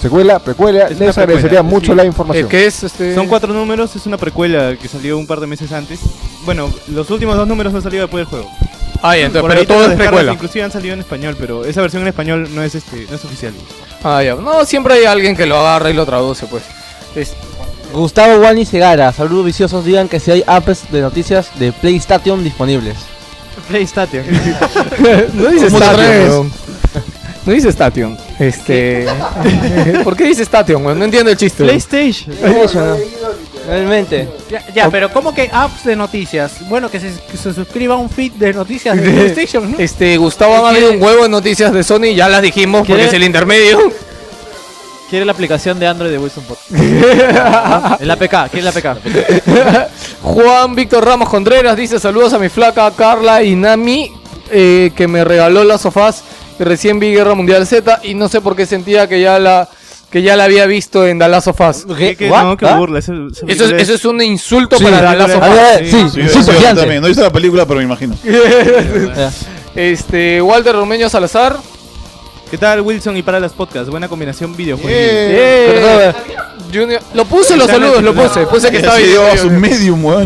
Speaker 6: secuela, precuela,
Speaker 5: Es una
Speaker 6: les agradecería
Speaker 5: precuela,
Speaker 6: mucho
Speaker 5: sí.
Speaker 6: la información.
Speaker 9: Eh, ¿Qué es este?
Speaker 5: Son cuatro números, es una precuela que salió un par de meses antes. Bueno, los últimos dos números no han salido después del juego.
Speaker 9: Ah, ya, entonces,
Speaker 5: Por
Speaker 9: pero
Speaker 5: ahí te
Speaker 9: todo
Speaker 5: los
Speaker 9: es
Speaker 5: descargas,
Speaker 9: precuela.
Speaker 5: Inclusive han salido en español, pero esa versión en español no es este, no es oficial.
Speaker 9: Ah, ya. No, siempre hay alguien que lo agarra y lo traduce, pues. Es-
Speaker 8: Gustavo Wani Segara, saludos viciosos, digan que si hay apps de noticias de PlayStation disponibles.
Speaker 2: PlayStation.
Speaker 9: no dice
Speaker 4: ¿Cómo te
Speaker 9: Station,
Speaker 4: atreves?
Speaker 9: weón. No dice Station. Este. ¿Por qué dice Station, weón? No entiendo el chiste. weón.
Speaker 2: PlayStation.
Speaker 8: PlayStation, ¿no? Realmente.
Speaker 1: Ya, ya, pero ¿cómo que apps de noticias? Bueno, que se, que se suscriba a un feed de noticias de PlayStation, ¿no?
Speaker 9: Este, Gustavo ha habido un huevo de noticias de Sony, ya las dijimos porque
Speaker 2: ¿Quiere-
Speaker 9: es el intermedio.
Speaker 2: Quiere la aplicación de Android de Wilson Podcast. El A P K, quiere el A P K.
Speaker 9: Juan Víctor Ramos Contreras dice saludos a mi flaca Carla y Nami, eh, que me regaló las sofás y recién vi Guerra Mundial Z y no sé por qué sentía que ya la que ya la había visto en The Last of Us.
Speaker 5: ¿Qué, qué,
Speaker 8: ¿What?
Speaker 5: no, qué
Speaker 8: ¿Ah?
Speaker 5: burla. Esa- esa
Speaker 9: Eso es,
Speaker 5: película
Speaker 9: eso es un insulto
Speaker 8: Sí,
Speaker 9: para
Speaker 5: sí,
Speaker 9: The Last of
Speaker 8: A
Speaker 9: Us.
Speaker 8: ver,
Speaker 5: Sí,
Speaker 8: sí,
Speaker 4: Sí,
Speaker 8: sí,
Speaker 4: sí, yo
Speaker 8: gigante.
Speaker 4: también. No he visto la película, pero me imagino.
Speaker 9: Este, Walter Romeño Salazar.
Speaker 5: ¿Qué tal, Wilson y para las podcasts? Buena combinación videojuegos.
Speaker 9: Eh, Junior- lo puse los
Speaker 5: Está en el
Speaker 9: saludos, lo
Speaker 5: titular.
Speaker 9: puse, puse que estaba
Speaker 4: Ya se dio a su
Speaker 9: video.
Speaker 4: medium, weón.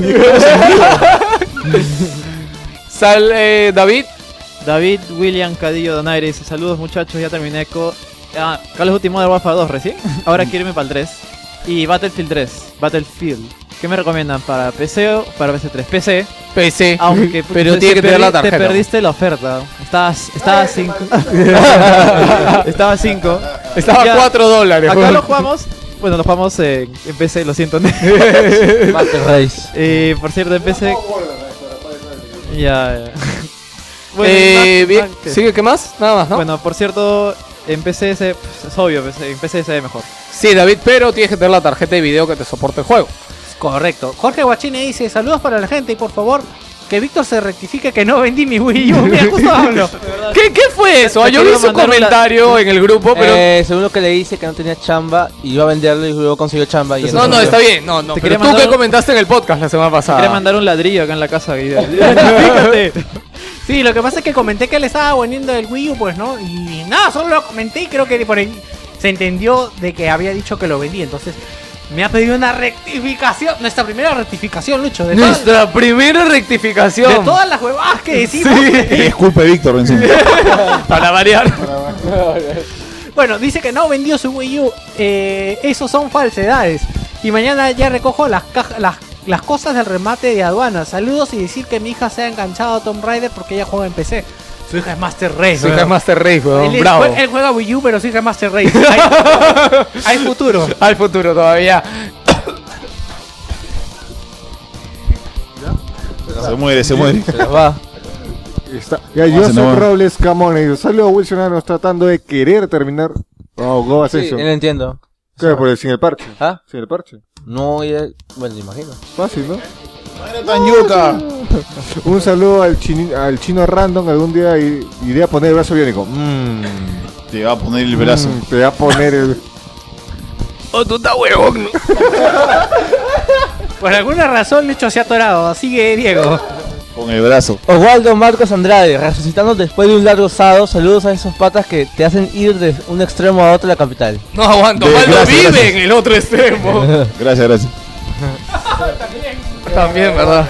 Speaker 9: Sal, eh, David.
Speaker 2: David William Cadillo Donaire dice saludos muchachos, ya terminé con ah, Call of Duty Modern Warfare dos recién. Ahora quiero irme para el tres. Y Battlefield tres, Battlefield. ¿Qué me recomiendan? ¿Para P C o para P S tres? P C,
Speaker 9: P C.
Speaker 2: aunque pucha,
Speaker 9: pero
Speaker 2: se-
Speaker 9: tiene
Speaker 2: se
Speaker 9: que tener la
Speaker 2: perdi-
Speaker 9: tarjeta.
Speaker 2: Te perdiste la oferta. Estabas estaba a cinco. Estaba a cinco.
Speaker 9: Estaba a
Speaker 2: Ya,
Speaker 9: cuatro dólares.
Speaker 2: Acá
Speaker 9: weón.
Speaker 2: lo jugamos. Bueno, lo jugamos en, en P C, lo siento.
Speaker 8: Battle Race.
Speaker 2: Eh, por cierto, en P C. Ya, ya. Bueno,
Speaker 9: eh,
Speaker 2: más-
Speaker 9: bien,
Speaker 2: más que-
Speaker 9: ¿sigue qué más? Nada más, ¿no?
Speaker 2: Bueno, por cierto, en P C se, pues, es obvio, P C en P C se ve mejor.
Speaker 9: Sí, David, pero tienes que tener la tarjeta de video que te soporte el juego.
Speaker 1: Correcto. Jorge Guachini dice, saludos para la gente y por favor, que Víctor se rectifique que no vendí mi Wii U. Mira, justo hablo.
Speaker 9: ¿Qué, ¿Qué fue eso?
Speaker 2: Te
Speaker 9: Yo vi
Speaker 2: quiero
Speaker 9: su
Speaker 2: mandar una-
Speaker 9: comentario en el grupo, pero...
Speaker 8: Eh, según lo que le dice que no tenía chamba y iba a venderlo y luego consiguió chamba. Y
Speaker 9: no,
Speaker 8: entonces-
Speaker 9: no, está bien. No, no.
Speaker 2: Te
Speaker 9: Pero
Speaker 2: quería
Speaker 9: tú
Speaker 2: mandar
Speaker 9: que
Speaker 2: un-
Speaker 9: comentaste en el podcast la semana pasada.
Speaker 2: Quería mandar un ladrillo acá en la casa. Y, fíjate.
Speaker 1: Sí, lo que pasa es que comenté que le estaba vendiendo el Wii U, pues, ¿no? Y nada, solo lo comenté y creo que por ahí se entendió de que había dicho que lo vendí. Entonces, me ha pedido una rectificación. Nuestra primera rectificación, Lucho. De, todas,
Speaker 9: Nuestra primera rectificación.
Speaker 1: de todas las huevadas que decimos.
Speaker 4: Es culpa de Víctor, encima.
Speaker 9: Para variar.
Speaker 1: Bueno, dice que no vendió su Wii U. Eh, esos son falsedades. Y mañana ya recojo las, caja- las, las cosas del remate de aduana. Saludos y decir que mi hija se ha enganchado a Tomb Raider porque ella juega en P C. Su hija es Master Race.
Speaker 9: Su hija es Master Race, weón.
Speaker 1: Él, es-
Speaker 9: Bravo.
Speaker 1: él juega Wii U, pero su hija es Master Race. Hay, hay futuro.
Speaker 9: Al futuro todavía.
Speaker 4: Se muere, se muere.
Speaker 8: Se nos va.
Speaker 6: Está. Ya,
Speaker 4: Ah, se
Speaker 6: Joseph
Speaker 4: nos va.
Speaker 6: Robles Camón. y Saludos, Wilson. Tratando de querer terminar. Oh, Go
Speaker 8: Sí,
Speaker 6: Ascension.
Speaker 8: no entiendo.
Speaker 6: ¿Qué? Por el, sin el parche.
Speaker 8: ¿Ah?
Speaker 6: Sin el parche.
Speaker 8: No, ya- bueno, me imagino.
Speaker 6: Fácil, ¿no?
Speaker 4: Tan yuca.
Speaker 6: Un saludo al, chini- al chino random. Algún día i- iré a poner el brazo biónico. Mmm.
Speaker 4: Te va a poner el brazo.
Speaker 6: Mm, te va a poner el.
Speaker 9: Oh, tú estás huevón.
Speaker 1: Por alguna razón, Lucho se ha atorado. Sigue Diego.
Speaker 4: Con el brazo.
Speaker 8: Osvaldo Marcos Andrade, resucitando después de un largo sábado. Saludos a esos patas que te hacen ir de un extremo a otro de la capital.
Speaker 9: No aguanto.
Speaker 4: De-
Speaker 9: Waldo
Speaker 4: gracias,
Speaker 9: vive
Speaker 4: gracias.
Speaker 9: en el otro extremo.
Speaker 4: Gracias, gracias.
Speaker 9: También, ¿verdad?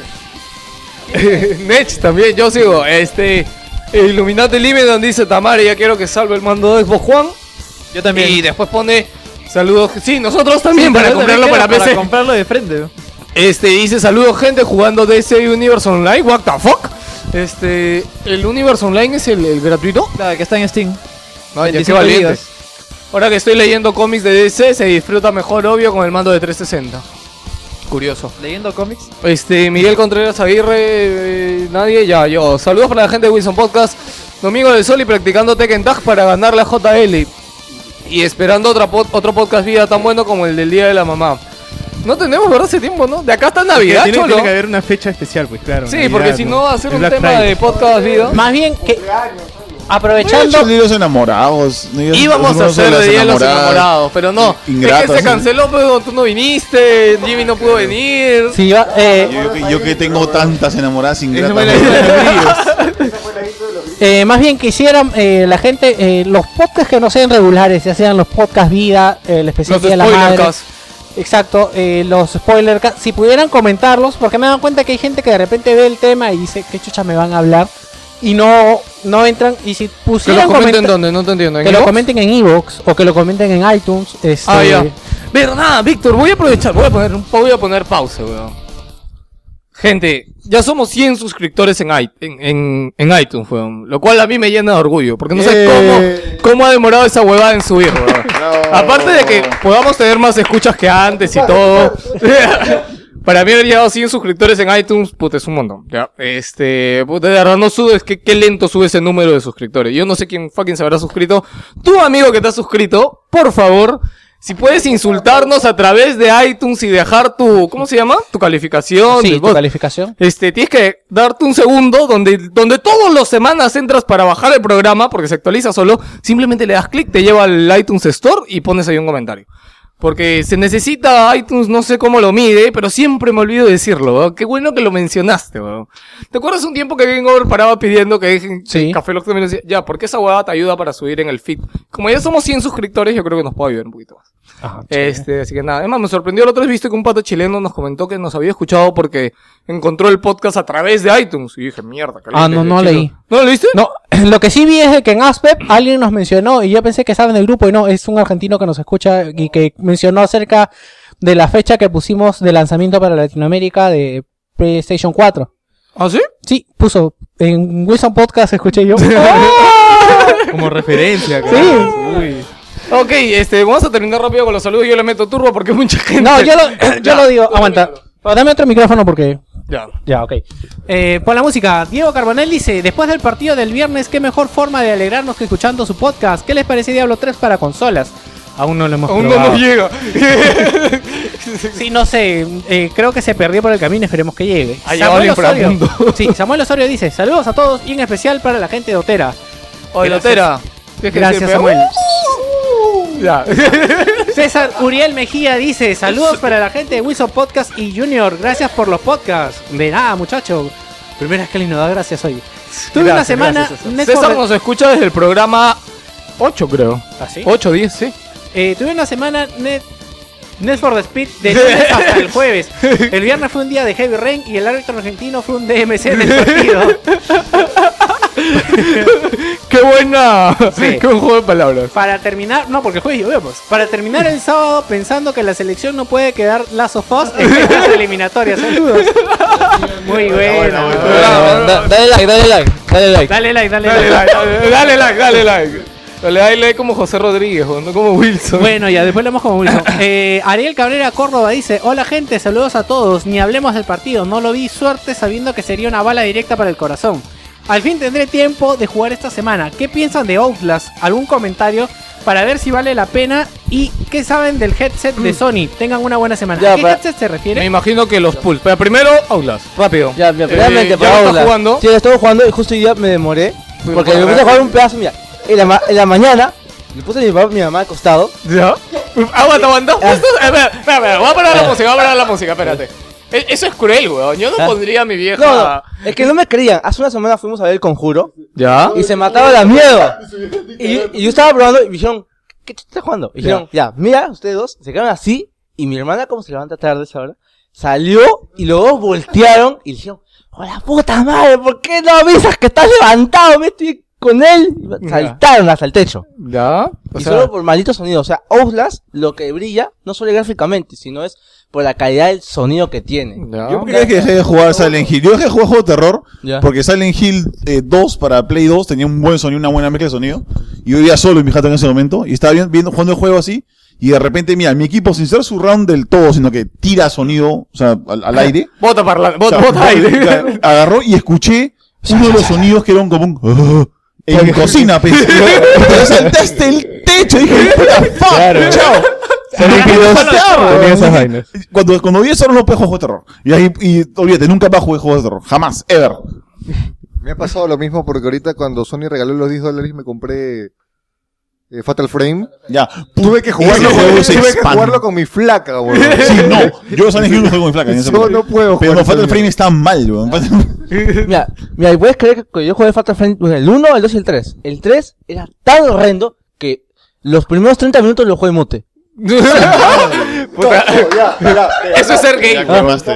Speaker 9: Nech también, yo sigo. Este. Illuminati Limited dice Tamari, ya quiero que salve el mando de Xbox One.
Speaker 2: Yo también.
Speaker 9: Y después pone saludos. Sí, nosotros también
Speaker 2: Sí,
Speaker 9: para
Speaker 2: pero
Speaker 9: comprarlo
Speaker 2: también
Speaker 9: para
Speaker 2: queda
Speaker 9: P C.
Speaker 2: Para comprarlo de frente.
Speaker 9: Este dice saludos gente jugando D C Universe Online. What the fuck? Este. ¿El Universe Online es el, el gratuito?
Speaker 2: Claro, que está en Steam.
Speaker 9: No, ya qué
Speaker 2: veinticinco
Speaker 9: valiente.
Speaker 2: gigas.
Speaker 9: Ahora que estoy leyendo cómics de D C, se disfruta mejor, obvio, con el mando de trescientos sesenta. Curioso.
Speaker 2: Leyendo cómics.
Speaker 9: Este, Miguel Contreras Aguirre, eh, nadie, ya, yo. Saludos para la gente de Wilson Podcast. Domingo del Sol y practicando Tekken Tag para ganar la J L. Y esperando otra pod- otro podcast vida tan bueno como el del Día de la Mamá. No tenemos, ¿verdad? Hace tiempo, ¿no? De acá está Navidad,
Speaker 5: tiene,
Speaker 9: cholo.
Speaker 5: tiene que haber una fecha especial, pues claro.
Speaker 9: Sí,
Speaker 5: Navidad,
Speaker 9: porque si no va a ser un tema de podcast vida.
Speaker 1: Más bien que.
Speaker 4: Aprovechando.
Speaker 1: Aprovechando.
Speaker 4: los enamorados.
Speaker 9: Íbamos a hacer de Día de los Enamorados, pero no.
Speaker 4: Ingratos,
Speaker 9: es que se
Speaker 4: ¿sí?
Speaker 9: canceló, pero tú no viniste, Jimmy no pudo venir.
Speaker 1: Sí, va, eh,
Speaker 4: Yo, que- yo que tengo tantas enamoradas
Speaker 9: Esa
Speaker 4: ingratas.
Speaker 9: fue la-
Speaker 1: Eh, más bien quisieran eh, la gente, eh, los podcasts que no sean regulares, ya sean los podcasts vida, eh, el especial
Speaker 9: Los
Speaker 1: Día de la Madre.
Speaker 9: spoilercasts.
Speaker 1: Exacto, eh, los spoiler ca- si pudieran comentarlos, porque me dan cuenta que hay gente que de repente ve el tema y dice qué chucha me van a hablar y no no entran, y si
Speaker 9: Que
Speaker 1: pusieran
Speaker 9: lo comenten
Speaker 1: comenta-
Speaker 9: donde, no te entiendo. ¿En
Speaker 1: que lo
Speaker 9: iVoox?
Speaker 1: comenten en Evox o que lo comenten en iTunes, este,
Speaker 9: Ah, ya. Verdad, Víctor, voy a aprovechar, voy a poner, un- voy a poner pausa, weón. Gente, ya somos cien suscriptores en, i- en, en, en iTunes, weón. Lo cual a mí me llena de orgullo, porque no sé
Speaker 6: Eh.
Speaker 9: cómo, cómo ha demorado esa huevada en subir, weón. Aparte de que podamos tener más escuchas que antes y todo. Para mí haber llegado a cien suscriptores en iTunes, puta, es un montón. Ya, este, puta, de verdad no subes, que qué lento sube ese número de suscriptores. Yo no sé quién fucking se habrá suscrito. Tu amigo que te has suscrito, por favor, si puedes insultarnos a través de iTunes y dejar tu, ¿cómo se llama? Tu calificación.
Speaker 1: Sí,
Speaker 9: de
Speaker 1: tu
Speaker 9: voz.
Speaker 1: calificación.
Speaker 9: Este, tienes que darte un segundo donde, donde todas las semanas entras para bajar el programa, porque se actualiza solo, simplemente le das clic, te lleva al iTunes Store y pones ahí un comentario. Porque se necesita iTunes, no sé cómo lo mide, pero siempre me olvido de decirlo, weón. Qué bueno que lo mencionaste, weón. ¿Te acuerdas un tiempo que Game Over paraba pidiendo que dejen
Speaker 1: Sí.
Speaker 9: Café Lock también decía, ya, porque esa huevada te ayuda para subir en el feed? Como ya somos cien suscriptores, yo creo que nos puede ayudar un poquito más. Este, así que nada. Además, me sorprendió la otra vez, viste que un pato chileno nos comentó que nos había escuchado porque encontró el podcast a través de iTunes. Y dije, mierda, qué
Speaker 1: Ah,
Speaker 9: lindo,
Speaker 1: no, no
Speaker 9: chido.
Speaker 1: leí.
Speaker 9: ¿No lo leíste?
Speaker 1: No, lo que sí vi es de que en Aspep alguien nos mencionó y yo pensé que estaba en el grupo y no, es un argentino que nos escucha y que mencionó acerca de la fecha que pusimos de lanzamiento para Latinoamérica de PlayStation cuatro.
Speaker 9: ¿Ah, sí?
Speaker 1: Sí, puso en Wilson Podcast, escuché yo.
Speaker 5: Como referencia,
Speaker 1: Sí.
Speaker 5: carajo. Uy.
Speaker 9: Ok, este, vamos a terminar rápido con los saludos. Yo le meto turbo porque mucha gente.
Speaker 1: No, yo lo, yo
Speaker 9: Ya.
Speaker 1: lo digo, aguanta. Pero dame otro micrófono porque...
Speaker 9: Ya.
Speaker 1: Ya, ok. Eh, pon la música. Diego Carbonell dice, después del partido del viernes, qué mejor forma de alegrarnos que escuchando su podcast. ¿Qué les parece Diablo tres para consolas? Aún no lo hemos
Speaker 9: Aún no
Speaker 1: probado.
Speaker 9: nos llega.
Speaker 1: Sí, no sé, eh, creo que se perdió por el camino, esperemos que llegue.
Speaker 9: Ha llegado el inframundo.
Speaker 1: Sí, Samuel Osorio dice, saludos a todos y en especial para la gente de Otera.
Speaker 9: Oye,
Speaker 1: Gracias.
Speaker 9: Lotera. tienes que
Speaker 1: Gracias,
Speaker 9: decir,
Speaker 1: Samuel.
Speaker 9: Ya.
Speaker 1: César Uriel Mejía dice, saludos para la gente de Wilson Podcast y Junior, gracias por los podcasts. De nada, muchachos. Primera vez que alguien nos da gracias hoy. Tuve una
Speaker 9: Gracias,
Speaker 1: semana...
Speaker 9: gracias, César.
Speaker 1: Need
Speaker 9: César
Speaker 1: for-
Speaker 9: nos escucha desde el programa ocho, creo.
Speaker 1: ¿Ah, sí?
Speaker 9: ocho, diez, sí.
Speaker 1: Eh, tuve una semana Net, Net for the Speed de lunes hasta el jueves. El viernes fue un día de Heavy Rain y el árbitro argentino fue un D M C del partido.
Speaker 9: ¡Qué buena!
Speaker 1: Sí.
Speaker 9: ¡Qué buen juego de palabras!
Speaker 1: Para terminar, no, porque el jueves llovió, pues. Para terminar el sábado pensando que la selección no puede quedar Last of Us en las eliminatorias. Saludos. Muy bueno.
Speaker 2: Da- Dale like, dale like, dale like.
Speaker 1: Dale like, dale,
Speaker 9: Dale
Speaker 1: like.
Speaker 9: like, dale like, dale like. Dale like, like como José Rodríguez, no como Wilson.
Speaker 1: Bueno, ya después lo hemos como Wilson. Eh, Ariel Cabrera Córdoba dice, hola gente, saludos a todos. Ni hablemos del partido, no lo vi, suerte sabiendo que sería una bala directa para el corazón. Al fin tendré tiempo de jugar esta semana. ¿Qué piensan de Outlast? ¿Algún comentario? Para ver si vale la pena. ¿Y qué saben del headset de Sony? Tengan una buena semana.
Speaker 2: Ya,
Speaker 1: ¿A qué
Speaker 2: para-
Speaker 1: headset se
Speaker 9: Me
Speaker 1: refiere?
Speaker 9: imagino que los pulls. Pero primero, Outlast, rápido.
Speaker 2: Ya, mira,
Speaker 9: Eh,
Speaker 2: primeramente,
Speaker 9: ¿ya
Speaker 2: para
Speaker 9: lo estás
Speaker 2: Outlast.
Speaker 9: jugando?
Speaker 2: Sí, lo estuve jugando y justo hoy día me demoré. Porque
Speaker 9: para
Speaker 2: me puse
Speaker 9: ver.
Speaker 2: a jugar un pedazo, mira. En la, ma- en la mañana, le puse a mi, papá- mi mamá al costado.
Speaker 9: ¿Ya? Aguanta, aguanta.
Speaker 2: Ah.
Speaker 9: Justo- espera, espera, espera, voy a parar la
Speaker 2: Ah.
Speaker 9: música, voy a parar la música, espérate. E- Eso es cruel, weón. Yo no
Speaker 2: Ah.
Speaker 9: pondría a mi vieja.
Speaker 2: No, no, es que no me creían. Hace una semana fuimos a ver El Conjuro
Speaker 9: ¿Ya?
Speaker 2: y se mataba la miedo. Y, y yo estaba probando y me dijeron, ¿qué te estás jugando? Y dijeron, ya, mira, ustedes dos se quedaron así. Y mi hermana, como se levanta tarde a esa hora, salió y los dos voltearon y dijeron, ¡hola puta madre! ¿Por qué no avisas que estás levantado? Me estoy con él. Y saltaron hasta el techo.
Speaker 9: ¿Ya? O
Speaker 2: Y
Speaker 9: sea,
Speaker 2: solo por maldito sonido. O sea, Outlast lo que brilla no solo gráficamente, sino es por la calidad del sonido que tiene.
Speaker 9: ¿ya?
Speaker 4: Yo porque que dejé de jugar Silent Hill. Yo dejé de jugar juego de terror
Speaker 2: Ya.
Speaker 4: porque Silent Hill eh, dos para Play dos tenía un buen sonido, una buena mezcla de sonido. Y yo vivía solo en mi jato en ese momento y estaba viendo, viendo jugando el juego así. Y de repente, mira, mi equipo, sin ser surround del todo, sino que tira sonido, o sea, al, al aire.
Speaker 9: Bota parla,
Speaker 4: o
Speaker 9: bota,
Speaker 4: sea,
Speaker 9: bota aire.
Speaker 4: agarró y escuché uno de los sonidos que eran como un... "Ah", en mi cocina, pues. Te saltaste el techo. Dije, "Puta, fuck, chao".
Speaker 5: Tenía esas vainas.
Speaker 4: Cuando, cuando vi eso no puedes jugar juegos de terror. Y ahí, y olvídate, nunca más jugué juegos de terror. Jamás, ever.
Speaker 6: Me ha pasado lo mismo porque ahorita cuando Sony regaló los diez dólares me compré eh, Fatal Frame.
Speaker 4: Ya.
Speaker 6: Tuve que jugarlo,
Speaker 4: Ese
Speaker 6: con,
Speaker 4: juego se
Speaker 6: tuve que
Speaker 4: expande.
Speaker 6: jugarlo con mi flaca, weón.
Speaker 4: Sí, no. Yo Silent Hill no juego con mi flaca. en ese
Speaker 6: No,
Speaker 4: momento.
Speaker 6: no puedo
Speaker 4: Pero
Speaker 6: jugar
Speaker 4: no, Fatal
Speaker 6: Silent
Speaker 4: Frame está mal, weón.
Speaker 8: Mira, mira, y puedes creer que yo jugué Fatal Frame el uno, el dos y el tres. El tres era tan horrendo que los primeros treinta minutos lo jugué en mute.
Speaker 9: Puta,
Speaker 6: ya, ya,
Speaker 9: eso es ser gay.
Speaker 4: Ya quemaste.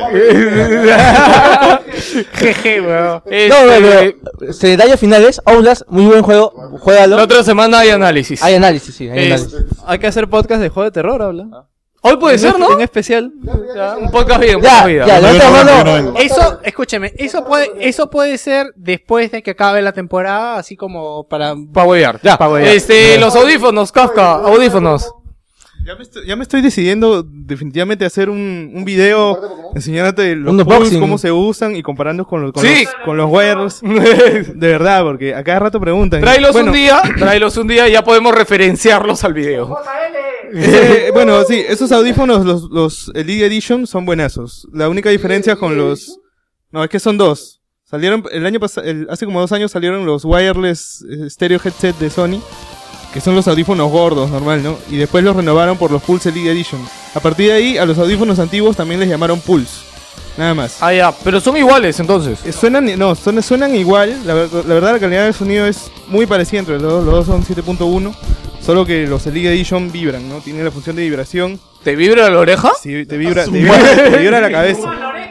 Speaker 1: Jeje, weón.
Speaker 9: Este,
Speaker 8: No, no, no. Se detalles finales, Outlast, muy buen juego, juégalo.
Speaker 9: La otra semana hay análisis.
Speaker 8: Hay análisis, sí, hay
Speaker 9: Es-
Speaker 8: análisis.
Speaker 2: Hay que hacer podcast de juego de terror, habla.
Speaker 9: Hoy puede ser, ¿no?
Speaker 2: En especial.
Speaker 9: Ya, un podcast vida, un
Speaker 8: Ya,
Speaker 9: podcast vida.
Speaker 8: ya,
Speaker 4: Yo no
Speaker 8: levanta
Speaker 4: vengo,
Speaker 8: mano.
Speaker 4: yo no vengo.
Speaker 1: Eso, escúcheme, eso puede, eso puede ser después de que acabe la temporada, así como para...
Speaker 9: Para huevear. Ya.
Speaker 1: Pa' huevear.
Speaker 9: Este, los audífonos, Kafka, audífonos.
Speaker 5: Ya me, estoy, ya me estoy decidiendo definitivamente a hacer un, un video enseñándote los
Speaker 8: Un
Speaker 5: pulls,
Speaker 8: unboxing.
Speaker 5: cómo se usan y comparando con los, con
Speaker 9: Sí.
Speaker 5: los, con los wireless. De verdad, porque a cada rato preguntan.
Speaker 9: Tráelos
Speaker 5: Bueno,
Speaker 9: un día, tráelos un día y ya podemos referenciarlos al video.
Speaker 5: eh, bueno, sí, esos audífonos, los, los Elite Edition, son buenazos. La única diferencia con los... No, es que son dos. Salieron, el año pasado, hace como dos años salieron los wireless eh, stereo headset de Sony, que son los audífonos gordos, normal, ¿no? Y después los renovaron por los Pulse Elite Edition. A partir de ahí, a los audífonos antiguos también les llamaron Pulse. Nada más.
Speaker 9: Ah, ya, pero son iguales entonces.
Speaker 5: Eh, Suenan, no, son, suenan igual. La, ver- la verdad, la calidad del sonido es muy parecida entre los dos. Los dos son siete punto uno. Solo que los Elite Edition vibran, ¿no? Tienen la función de vibración.
Speaker 9: ¿Te vibra la oreja?
Speaker 5: Sí, te vibra, te vibra, te vibra la cabeza.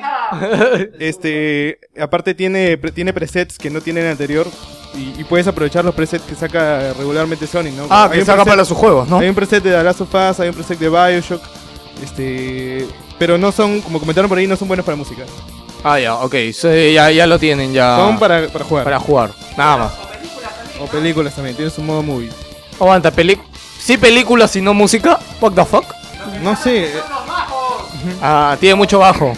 Speaker 5: Este, aparte tiene, pre- tiene presets que no tiene el anterior. Y, y puedes aprovechar los presets que saca regularmente Sony, ¿no?
Speaker 9: Ah,
Speaker 5: Hay
Speaker 9: que
Speaker 5: un
Speaker 9: saca
Speaker 5: preset-
Speaker 9: para sus juegos, ¿no?
Speaker 5: Hay un preset de The Last of Us, hay un preset de Bioshock. Este, pero no son, como comentaron por ahí, no son buenos para música.
Speaker 9: Ah, ya, ok. Sí, ya, ya lo tienen, ya.
Speaker 5: Son para, para jugar.
Speaker 9: para jugar. Nada más.
Speaker 5: O películas también, tiene su modo movie.
Speaker 9: Aguanta, peli... ¿Sí películas y no música? What the fuck?
Speaker 5: No sé, eh,
Speaker 9: Ah, tiene mucho bajo.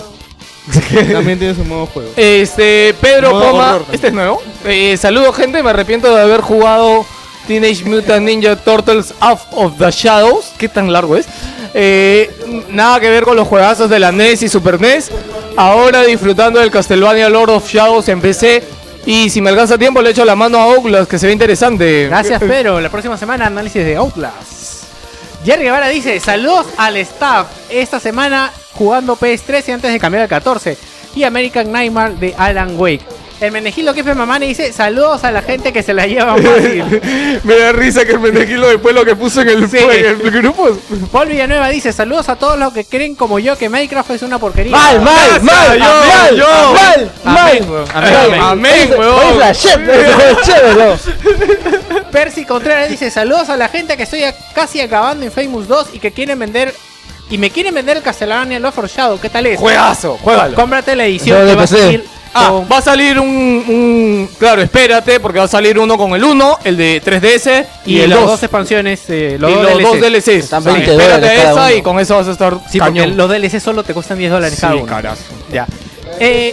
Speaker 5: también tiene su modo juego.
Speaker 9: Este, Pedro
Speaker 5: Modo
Speaker 9: Coma,
Speaker 5: horror también.
Speaker 9: este es nuevo. Eh, saludos gente, me arrepiento de haber jugado Teenage Mutant Ninja Turtles Out of the Shadows. ¿Qué tan largo es? Eh, nada que ver con los juegazos de la N E S y Super N E S. Ahora disfrutando del Castlevania Lord of Shadows en P C. Y si me alcanza tiempo le echo la mano a Outlast, que se ve interesante.
Speaker 1: Gracias, Pedro. La próxima semana análisis de Outlast. Jerry Guevara dice, saludos al staff. Esta semana jugando P S tres y antes de cambiar al catorce. Y American Nightmare de Alan Wake. El Menegilo que Mamani dice, saludos a la gente que se la lleva fácil.
Speaker 9: Me da risa que el pendejilo después lo que puso en el,
Speaker 1: Sí.
Speaker 9: en el grupo.
Speaker 1: Paul Villanueva dice, saludos a todos los que creen como yo que Minecraft es una porquería.
Speaker 8: Mal, mal,
Speaker 9: Gracias,
Speaker 8: mal,
Speaker 9: yo,
Speaker 8: mal,
Speaker 9: yo.
Speaker 8: mal,
Speaker 1: Amén,
Speaker 8: mal.
Speaker 1: weón.
Speaker 9: Amén,
Speaker 1: Amén.
Speaker 9: amén,
Speaker 8: Oye,
Speaker 9: weón.
Speaker 8: la shit, ese juego es chévere, ¿no?
Speaker 1: Percy Contreras dice, saludos a la gente que estoy a- casi acabando en Famous dos y que quieren vender... Y me quieren vender el Castlevania Lord of Shadow. ¿Qué tal es?
Speaker 9: Juegazo, juégalo.
Speaker 1: Cómprate la edición
Speaker 8: No,
Speaker 1: que
Speaker 8: de
Speaker 1: va a
Speaker 8: P C.
Speaker 1: salir
Speaker 9: Ah,
Speaker 1: con...
Speaker 9: va a salir un, un... Claro, espérate, porque va a salir uno con el uno, el de tres D S y,
Speaker 1: y
Speaker 9: el
Speaker 1: las
Speaker 9: dos.
Speaker 1: dos expansiones, eh,
Speaker 9: Y
Speaker 1: los,
Speaker 9: los
Speaker 1: dos
Speaker 9: dos
Speaker 1: D L Cs.
Speaker 9: D L Cs.
Speaker 8: Están
Speaker 9: O sea,
Speaker 8: veinte
Speaker 9: espérate
Speaker 8: dólares cada
Speaker 9: esa
Speaker 8: uno.
Speaker 9: y con eso vas a estar
Speaker 1: Sí, porque
Speaker 9: cañón.
Speaker 1: los D L C solo te cuestan diez dólares cada
Speaker 9: Sí,
Speaker 1: uno.
Speaker 9: carajo.
Speaker 1: Ya. Eh,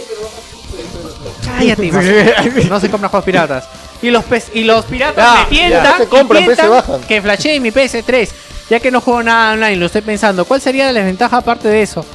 Speaker 1: cállate, Mazo. No se compran juegos piratas. Y los, pes- y los piratas
Speaker 9: Ya,
Speaker 1: me tientan,
Speaker 6: ya. Se compran,
Speaker 1: me
Speaker 6: pues, se
Speaker 1: tientan
Speaker 6: bajan.
Speaker 1: que flashee mi P S tres. Ya que no juego nada online, lo estoy pensando. ¿Cuál sería la desventaja aparte de eso?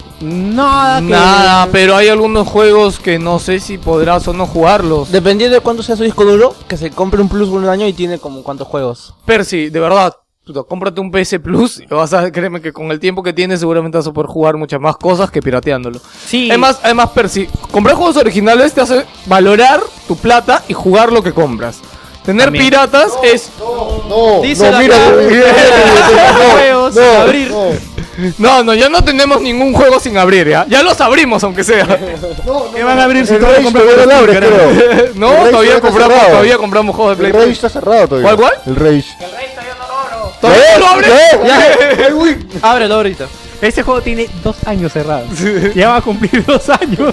Speaker 1: Nada que...
Speaker 9: Nada, pero hay algunos juegos que no sé si podrás o no jugarlos.
Speaker 8: Dependiendo de cuánto sea su disco duro, que se compre un plus un año y tiene como cuántos juegos.
Speaker 9: Percy, de verdad, puta, cómprate un P S Plus y vas a, créeme que con el tiempo que tienes seguramente vas a poder jugar muchas más cosas que pirateándolo.
Speaker 1: Sí.
Speaker 9: Además, además, Percy, comprar juegos originales te hace valorar tu plata y jugar lo que compras. Tener
Speaker 1: También.
Speaker 9: piratas es...
Speaker 6: No,
Speaker 1: Dice
Speaker 6: no,
Speaker 1: la
Speaker 6: mira,
Speaker 1: cara-
Speaker 6: mira,
Speaker 1: juegos
Speaker 6: no,
Speaker 1: sin
Speaker 6: no,
Speaker 1: abrir.
Speaker 6: no.
Speaker 9: No, no, ya no tenemos ningún juego sin abrir, ¿ya? Ya los abrimos, aunque sea.
Speaker 5: ¿Qué van a abrir si
Speaker 6: El
Speaker 5: tú vas a
Speaker 6: Rage
Speaker 5: comprar
Speaker 6: todavía no lo abres,
Speaker 5: carajo?
Speaker 6: creo.
Speaker 9: No,
Speaker 6: El Rage
Speaker 9: todavía
Speaker 6: está
Speaker 9: compramos,
Speaker 6: cerrado.
Speaker 9: todavía compramos juegos de
Speaker 6: El
Speaker 9: Play
Speaker 6: Rage
Speaker 9: tres.
Speaker 6: está cerrado todavía.
Speaker 9: ¿Cuál, cuál?
Speaker 6: El Rage.
Speaker 9: ¿Todavía lo abres?
Speaker 2: Ábrelo ahorita.
Speaker 1: Ese juego tiene dos años cerrado. Ya va a cumplir dos años.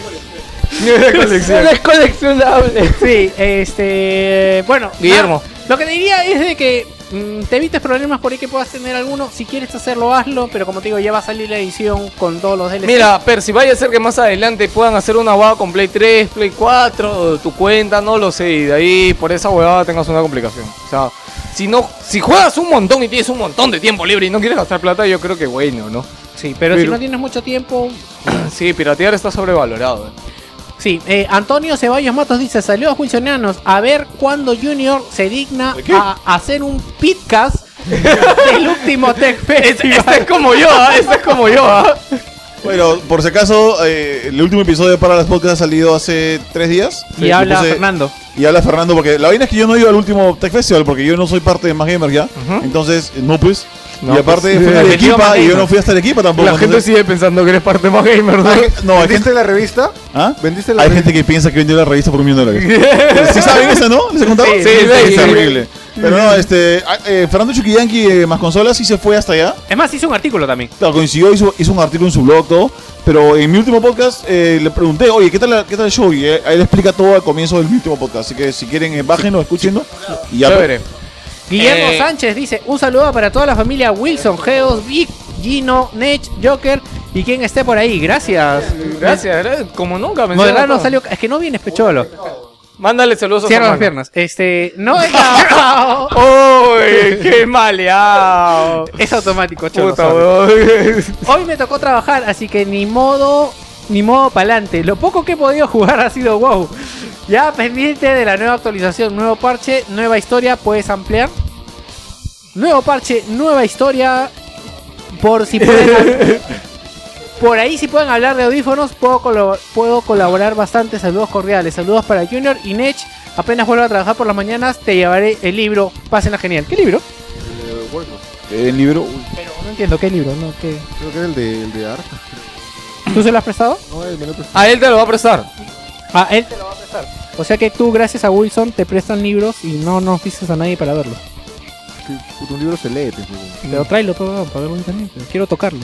Speaker 9: Colección.
Speaker 8: Es coleccionable.
Speaker 1: Sí, este... Bueno,
Speaker 9: Guillermo.
Speaker 1: nada, lo que te diría es de que mm, te evites problemas por ahí que puedas tener alguno. Si quieres hacerlo, hazlo. Pero como te digo, ya va a salir la edición con todos los D L C.
Speaker 9: Mira, Percy, vaya a ser que más adelante puedan hacer una huevada con Play tres, Play cuatro, tu cuenta, no lo sé, y de ahí por esa huevada tengas una complicación. O sea, si no, si juegas un montón y tienes un montón de tiempo libre y no quieres gastar plata, yo creo que bueno, ¿no?
Speaker 1: Sí, pero, si
Speaker 9: Pero-
Speaker 1: no tienes mucho tiempo...
Speaker 9: Sí, piratear está sobrevalorado. eh.
Speaker 1: Sí, eh, Antonio Ceballos Matos dice, saludos wilsonianos, a ver cuándo Junior se digna a hacer un podcast del último Tech Festival.
Speaker 9: Este es como yo, ¿ah? Este es como yo, ¿ah?
Speaker 4: Bueno, por si acaso, eh, el último episodio de Para las Podcasts ha salido hace tres días.
Speaker 1: Y
Speaker 4: Eh,
Speaker 1: habla
Speaker 4: puse-
Speaker 1: Fernando.
Speaker 4: Y habla Fernando, porque la vaina es que yo no he ido al último Tech Festival, porque yo no soy parte de Más Gamer ya. Entonces, no pues.
Speaker 9: No,
Speaker 4: y aparte
Speaker 9: pues,
Speaker 4: fue a
Speaker 9: eh,
Speaker 4: Arequipa
Speaker 9: Más
Speaker 4: y yo
Speaker 9: Gamer.
Speaker 4: no fui hasta Arequipa tampoco.
Speaker 9: La gente
Speaker 4: entonces-
Speaker 9: sigue pensando que eres parte más gamer, ¿no?
Speaker 4: Hay ge- no, hay
Speaker 6: ¿Vendiste
Speaker 4: gente,
Speaker 6: la revista?
Speaker 4: ¿Ah?
Speaker 6: ¿Vendiste la
Speaker 4: hay
Speaker 6: revista?
Speaker 4: gente que piensa que vendió la revista por un millón de dólares. ¿Sí saben eso, no? ¿Les he contado?
Speaker 9: Sí, sí, sí,
Speaker 4: es
Speaker 9: sí.
Speaker 4: horrible. Pero no, este, ah, eh, Fernando Chuquillanqui de Más Consolas sí se fue hasta allá.
Speaker 1: Es más, hizo un artículo también.
Speaker 4: Claro, coincidió, hizo, hizo un artículo en su blog, todo. Pero en mi último podcast eh, le pregunté, oye, ¿qué tal, la- ¿qué tal el show? Y eh, ahí le explica todo al comienzo del último podcast. Así que si quieren, eh, bájenlo, escúchenlo. Y ya.
Speaker 9: Chévere.
Speaker 1: Guillermo
Speaker 9: Eh,
Speaker 1: Sánchez dice, un saludo para toda la familia Wilson, Geos, Vic, Gino, Nech, Joker y quien esté por ahí. Gracias.
Speaker 9: Gracias, gra- como nunca me
Speaker 1: Moderano salió, es que no vienes pecholo.
Speaker 9: Mándale saludos a su
Speaker 1: Cierra las
Speaker 9: hermano.
Speaker 1: piernas. Este, no es la-
Speaker 9: ¡Uy! ¡Qué maleado!
Speaker 1: Es automático, cholo.
Speaker 9: Puta,
Speaker 1: sorry.
Speaker 9: weón.
Speaker 1: Hoy me tocó trabajar, así que ni modo, ni modo pa'lante. Lo poco que he podido jugar ha sido wow. Ya pendiente de la nueva actualización, nuevo parche, nueva historia, puedes ampliar. Nuevo parche, nueva historia. Por si pueden. Por ahí si pueden hablar de audífonos, puedo, colo- puedo colaborar bastante. Saludos cordiales, saludos para Junior y Nech. Apenas vuelvo a trabajar por las mañanas, te llevaré el libro. Pásenla genial. ¿Qué libro?
Speaker 6: Eh, bueno,
Speaker 4: El libro.
Speaker 1: Pero no entiendo qué libro, no, ¿qué?
Speaker 6: creo que era el de, el de Art.
Speaker 1: ¿Tú se lo has prestado?
Speaker 6: No, el menú
Speaker 9: A él te lo va a prestar.
Speaker 1: Ah, él te lo va a prestar. O sea que tú, gracias a Wilson, te prestan libros y no nos dices a nadie para verlos.
Speaker 6: un libro se lee, pues, huevón.
Speaker 1: Pero tráelo todo para verlo también. Quiero tocarlo.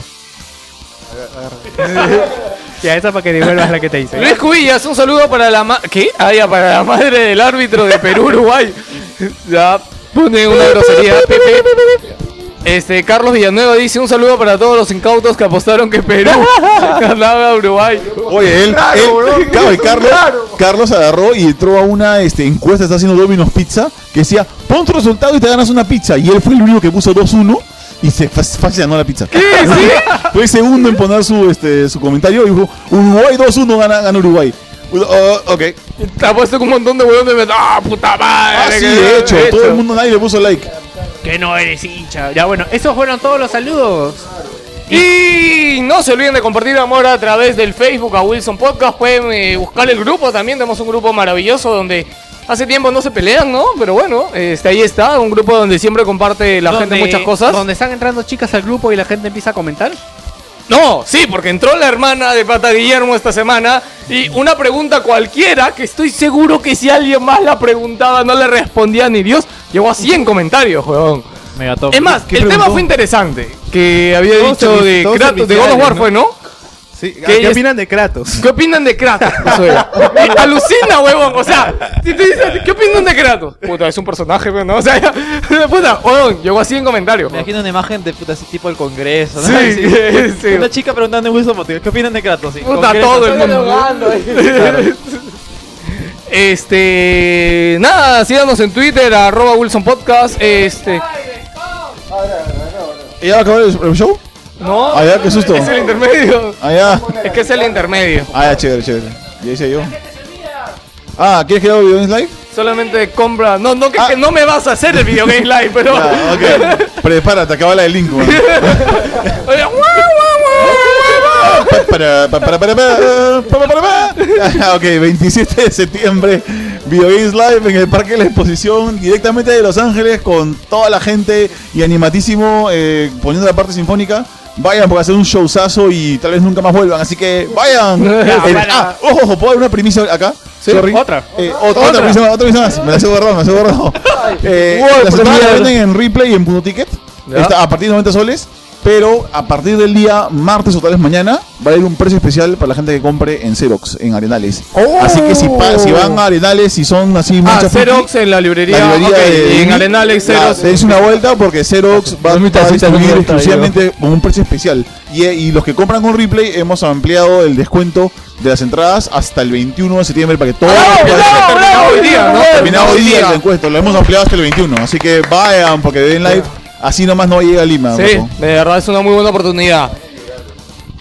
Speaker 6: Agarra.
Speaker 1: Ya, esa para que devuelvas la que te hice.
Speaker 9: Luis Cubillas, un saludo para la ma ¿Qué? Ah, ya, para la madre del árbitro de Perú-Uruguay. Ya, pone una grosería. Pepe. Este, Carlos Villanueva dice un saludo para todos los incautos que apostaron que Perú ganaba a Uruguay.
Speaker 4: Oye, él, él claro, y Carlos, Carlos agarró y entró a una este, encuesta, está haciendo Domino's Pizza, que decía, pon tu resultado y te ganas una pizza. Y él fue el único que puso dos uno y se fa- fácil ganó la pizza.
Speaker 9: ¿Qué? ¿Sí?
Speaker 4: Fue el segundo en poner su, este, su comentario y dijo, Uruguay dos uno gana, gana Uruguay. Uh, ok.
Speaker 9: Te ha puesto con un montón de huevones de... ¡Ah, puta madre!
Speaker 4: Ah, sí,
Speaker 9: que-
Speaker 4: de hecho, todo el mundo, nadie le puso like.
Speaker 1: Que no eres hincha. Ya, bueno, esos fueron todos los saludos.
Speaker 9: Y no se olviden de compartir amor a través del Facebook a Wilson Podcast. Pueden eh, buscar el grupo también. Tenemos un grupo maravilloso donde hace tiempo no se pelean, ¿no? Pero bueno, este, ahí está. Un grupo donde siempre comparte la gente
Speaker 1: Donde-
Speaker 9: muchas cosas.
Speaker 1: Donde están entrando chicas al grupo y la gente empieza a comentar.
Speaker 9: No, sí, porque entró la hermana de Pata Guillermo esta semana y una pregunta cualquiera, que estoy seguro que si alguien más la preguntaba no le respondía ni Dios, llegó a cien comentarios, weón.
Speaker 2: Megatop.
Speaker 9: Es más,
Speaker 5: ¿Qué
Speaker 9: el tema
Speaker 5: preguntó?
Speaker 9: fue interesante, que había
Speaker 5: Todos
Speaker 9: dicho
Speaker 5: servi-
Speaker 9: de
Speaker 5: todos
Speaker 9: Kratos, de God of War
Speaker 5: serviciales,
Speaker 9: fue, ¿no?
Speaker 5: Sí,
Speaker 9: ¿Qué
Speaker 5: ¿qué
Speaker 9: es-
Speaker 5: opinan de Kratos?
Speaker 9: ¿Qué opinan de Kratos? Eso era. Eh, Alucina, huevón. O sea, si te dicen, ¿qué opinan de Kratos? Puta, es un personaje, weón, ¿no? O sea, ya, puta, huevón, llegó así en comentarios.
Speaker 2: Me imagino una imagen de puta así tipo el Congreso, ¿no?
Speaker 9: Sí,
Speaker 2: Así.
Speaker 9: sí.
Speaker 2: Una chica preguntando en Wilson Motivo, ¿qué opinan de Kratos? Sí,
Speaker 9: Puta,
Speaker 2: Congreso.
Speaker 9: todo el mundo.
Speaker 2: Claro.
Speaker 9: Este, nada, síganos en Twitter, arroba Wilson Podcast. Este,
Speaker 4: ¿Ya va a acabar el, el show?
Speaker 9: no,
Speaker 4: Ah, ya, qué susto.
Speaker 9: es el intermedio.
Speaker 4: Ah, ya.
Speaker 9: Es que es el intermedio.
Speaker 4: Ah, ya, chévere, chévere. Ya hice yo. Ah, ¿quieres que haga video en live?
Speaker 9: Solamente compra. No, no, que,
Speaker 4: Ah.
Speaker 9: que no me vas a hacer el video game live, pero.
Speaker 4: Ah, ok. Prepárate, acaba la del link, man.
Speaker 9: Oye, guau, guau, guau, guau.
Speaker 4: Para, para, para, para, para, para, para, para. Ah, ok, veintisiete de septiembre, Video Games Live en el Parque de la Exposición, directamente de Los Ángeles, con toda la gente y animatísimo, eh, poniendo la parte sinfónica. Vayan porque hacer un showzazo y tal vez nunca más vuelvan, así que vayan.
Speaker 1: Ya,
Speaker 4: El-
Speaker 1: para-
Speaker 4: ah, ojo, ojo, ¿puedo dar una primicia acá?
Speaker 1: Sí,
Speaker 4: Sorry.
Speaker 1: otra.
Speaker 4: Eh, ot- otra primicia más, otra primicia más. Me la sé guardado, me la sé guardado. Eh, las entradas la venden en Replay y en Punto Ticket.
Speaker 9: Ya.
Speaker 4: Está a partir de noventa soles. Pero a partir del día martes o tal vez mañana va a haber un precio especial para la gente que compre en Xerox, en Arenales. Así que si, pa- si van a Arenales y son así
Speaker 9: Ah,
Speaker 4: muchas
Speaker 9: Xerox en la librería.
Speaker 4: la librería
Speaker 9: ok,
Speaker 4: de
Speaker 9: y en Arenales Xerox.
Speaker 4: dense una vuelta porque Xerox va,
Speaker 2: Dame mi
Speaker 4: va a
Speaker 2: tacita,
Speaker 4: distribuir
Speaker 2: dame mi tacita,
Speaker 4: exclusivamente con un precio especial. Y, y los que compran con Replay hemos ampliado el descuento de las entradas hasta el veintiuno de septiembre para que todos
Speaker 9: ¡Bravo,
Speaker 4: puedan-
Speaker 9: bravo, bravo! Hoy día, ¿no?
Speaker 4: terminado hoy día el encuentro, lo hemos ampliado hasta el veintiuno. Así que vayan porque den live. Así nomás no llega a Lima.
Speaker 9: Sí,
Speaker 4: loco.
Speaker 9: de verdad es una muy buena oportunidad.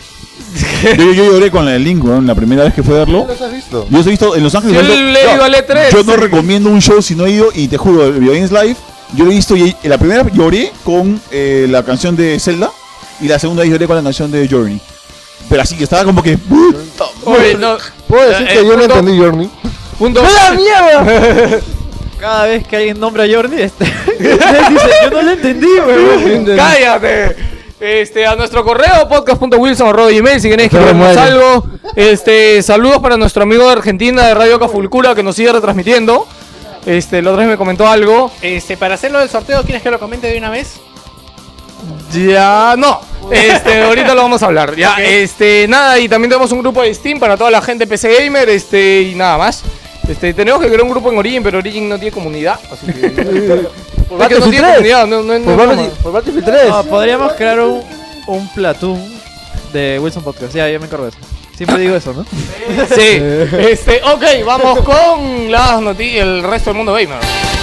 Speaker 4: Yo, yo lloré con el Link, weón, la primera vez que fue a verlo.
Speaker 6: ¿Los has visto?
Speaker 4: Yo los he visto en Los Ángeles.
Speaker 9: Yo
Speaker 4: yo,
Speaker 9: le he ido al E tres.
Speaker 4: yo no recomiendo un show si no he ido, y te juro, el Video Games Live, yo lo he visto y la primera vez lloré con eh, la canción de Zelda y la segunda vez lloré con la canción de Journey. Pero así que estaba como que... puta
Speaker 9: Oye, no.
Speaker 6: ¿Puedo decir
Speaker 9: Eh,
Speaker 6: que
Speaker 9: eh,
Speaker 6: yo no
Speaker 9: punto-
Speaker 6: entendí Journey?
Speaker 9: Punto.
Speaker 2: ¡La mierda! Cada vez que alguien nombra a Journey, este... dice, yo no lo entendí, weón.
Speaker 9: ¡Cállate! Este, a nuestro correo podcast punto wilson arroba gmail si queréis que
Speaker 8: Pero
Speaker 9: veamos
Speaker 8: muere.
Speaker 9: algo. Este, saludos para nuestro amigo de Argentina de Radio Cafulcura que nos sigue retransmitiendo. Este, la otra vez me comentó algo.
Speaker 1: Este, para hacerlo del sorteo, ¿quieres que lo comente de una vez?
Speaker 9: Ya, no. Este, ahorita lo vamos a hablar. Ya,
Speaker 1: Ok.
Speaker 9: este, nada, y también tenemos un grupo de Steam para toda la gente P C Gamer, este, y nada más. Este, tenemos que crear un grupo en Origin, pero Origin no tiene comunidad, así que...
Speaker 8: Por
Speaker 9: Es que no
Speaker 8: Battlefield
Speaker 9: tiene
Speaker 8: tres.
Speaker 9: comunidad, no, no, no,
Speaker 8: Por
Speaker 9: no,
Speaker 8: Battlefield- por Battlefield tres.
Speaker 2: No, podríamos crear un, un platoon de Wilson Podcast. Ya, ya me encargo de eso. Siempre digo eso, ¿no?
Speaker 9: Sí, este, ok, vamos con las noticias, el resto del mundo gamer.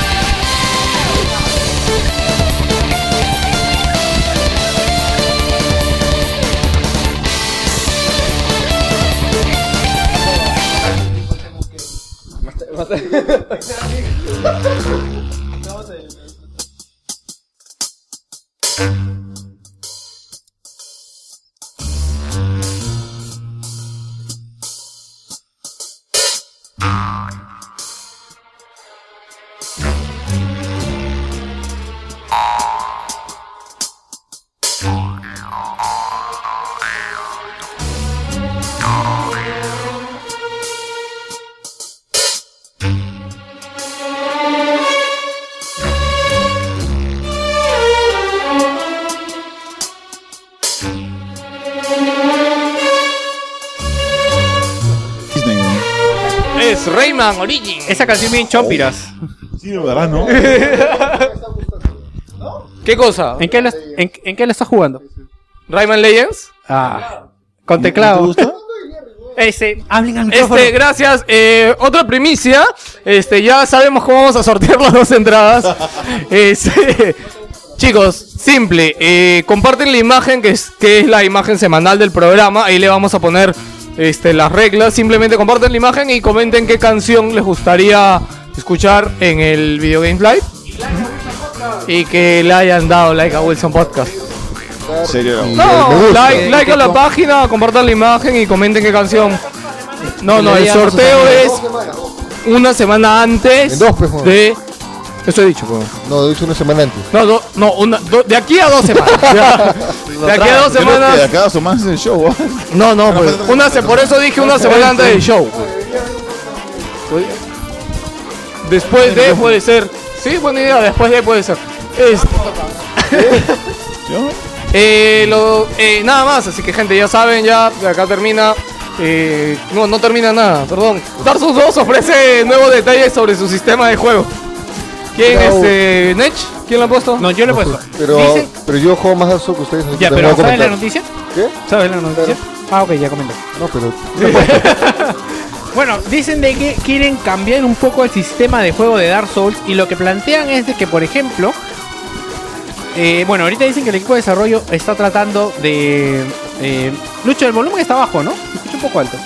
Speaker 4: Disney, weón.
Speaker 9: Es Rayman Origin.
Speaker 1: Esa canción bien chompiras.
Speaker 4: Sí, de verdad, ¿no?
Speaker 9: ¿Qué cosa?
Speaker 1: ¿En qué, la, en, en qué la estás jugando?
Speaker 9: Rayman Legends.
Speaker 1: Ah, con teclado.
Speaker 4: ¿Te gusta?
Speaker 1: Ese, hablen al micrófono.
Speaker 9: Este, gracias. Eh, otra primicia. Este, ya sabemos cómo vamos a sortear las dos entradas. Este, chicos, simple. Eh, comparten la imagen que es, que es la imagen semanal del programa. Ahí le vamos a poner este, las reglas. Simplemente comparten la imagen y comenten qué canción les gustaría escuchar en el Video Games Live. Y que le hayan dado like a Wilson Podcast.
Speaker 4: En serio.
Speaker 6: Y
Speaker 9: No,
Speaker 6: me gusta.
Speaker 9: like, like a la página, compartan la imagen y comenten qué canción. No, no, el
Speaker 2: Le digan a sus
Speaker 9: sorteo
Speaker 2: amigos.
Speaker 9: es una semana antes
Speaker 6: En dos, pues, bueno.
Speaker 9: de... Eso he dicho, pues.
Speaker 6: No, de hecho una semana antes.
Speaker 9: No, do- no una, do- de aquí a dos semanas. Ya. De aquí a dos
Speaker 4: Creo que de
Speaker 9: semanas.
Speaker 4: acá a dos semanas es el show, weón.
Speaker 9: No, no, pues. Una se, por eso dije una semana antes del show. pues. Después de puede ser. Sí, buena idea, después de puede ser. Este,
Speaker 4: ¿Yo?
Speaker 9: Eh, lo, eh, nada más, así que gente, ya saben, ya de acá termina. Eh, no, no termina nada, perdón. Dark Souls dos ofrece nuevos detalles sobre su sistema de juego. ¿Quién
Speaker 6: Bravo.
Speaker 9: es eh, Nech? ¿Quién lo ha puesto?
Speaker 1: No, yo le he puesto.
Speaker 6: Pero,
Speaker 1: Dicen-
Speaker 6: pero yo juego más Dark Souls que ustedes. así que
Speaker 1: Ya,
Speaker 6: tengo
Speaker 1: pero
Speaker 6: que
Speaker 1: ¿sabes la
Speaker 6: comentar.
Speaker 1: noticia?
Speaker 6: ¿Qué?
Speaker 1: ¿Sabes la noticia? Ah, ok, ya comento.
Speaker 6: No, pero...
Speaker 1: Bueno, dicen de que quieren cambiar un poco el sistema de juego de Dark Souls y lo que plantean es de que, por ejemplo, eh, bueno, ahorita dicen que el equipo de desarrollo está tratando de... Eh, Lucho, el volumen está bajo, ¿no? Se escucha un poco alto.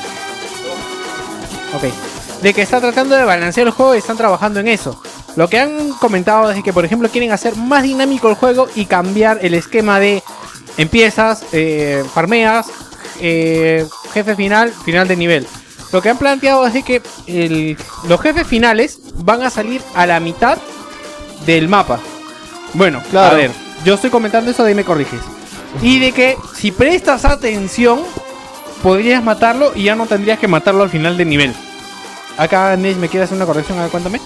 Speaker 1: Ok. De que está tratando de balancear el juego y están trabajando en eso. Lo que han comentado es que, por ejemplo, quieren hacer más dinámico el juego y cambiar el esquema de empiezas, eh, farmeas, eh, jefe final, final de nivel. Lo que han planteado es de que el- los jefes finales van a salir a la mitad del mapa. Bueno,
Speaker 2: Claro.
Speaker 1: a ver, yo estoy comentando eso, de ahí me corriges. Y de que si prestas atención, podrías matarlo y ya no tendrías que matarlo al final del nivel. Acá, Nate, ¿me quieres hacer una corrección? A ver, cuéntame.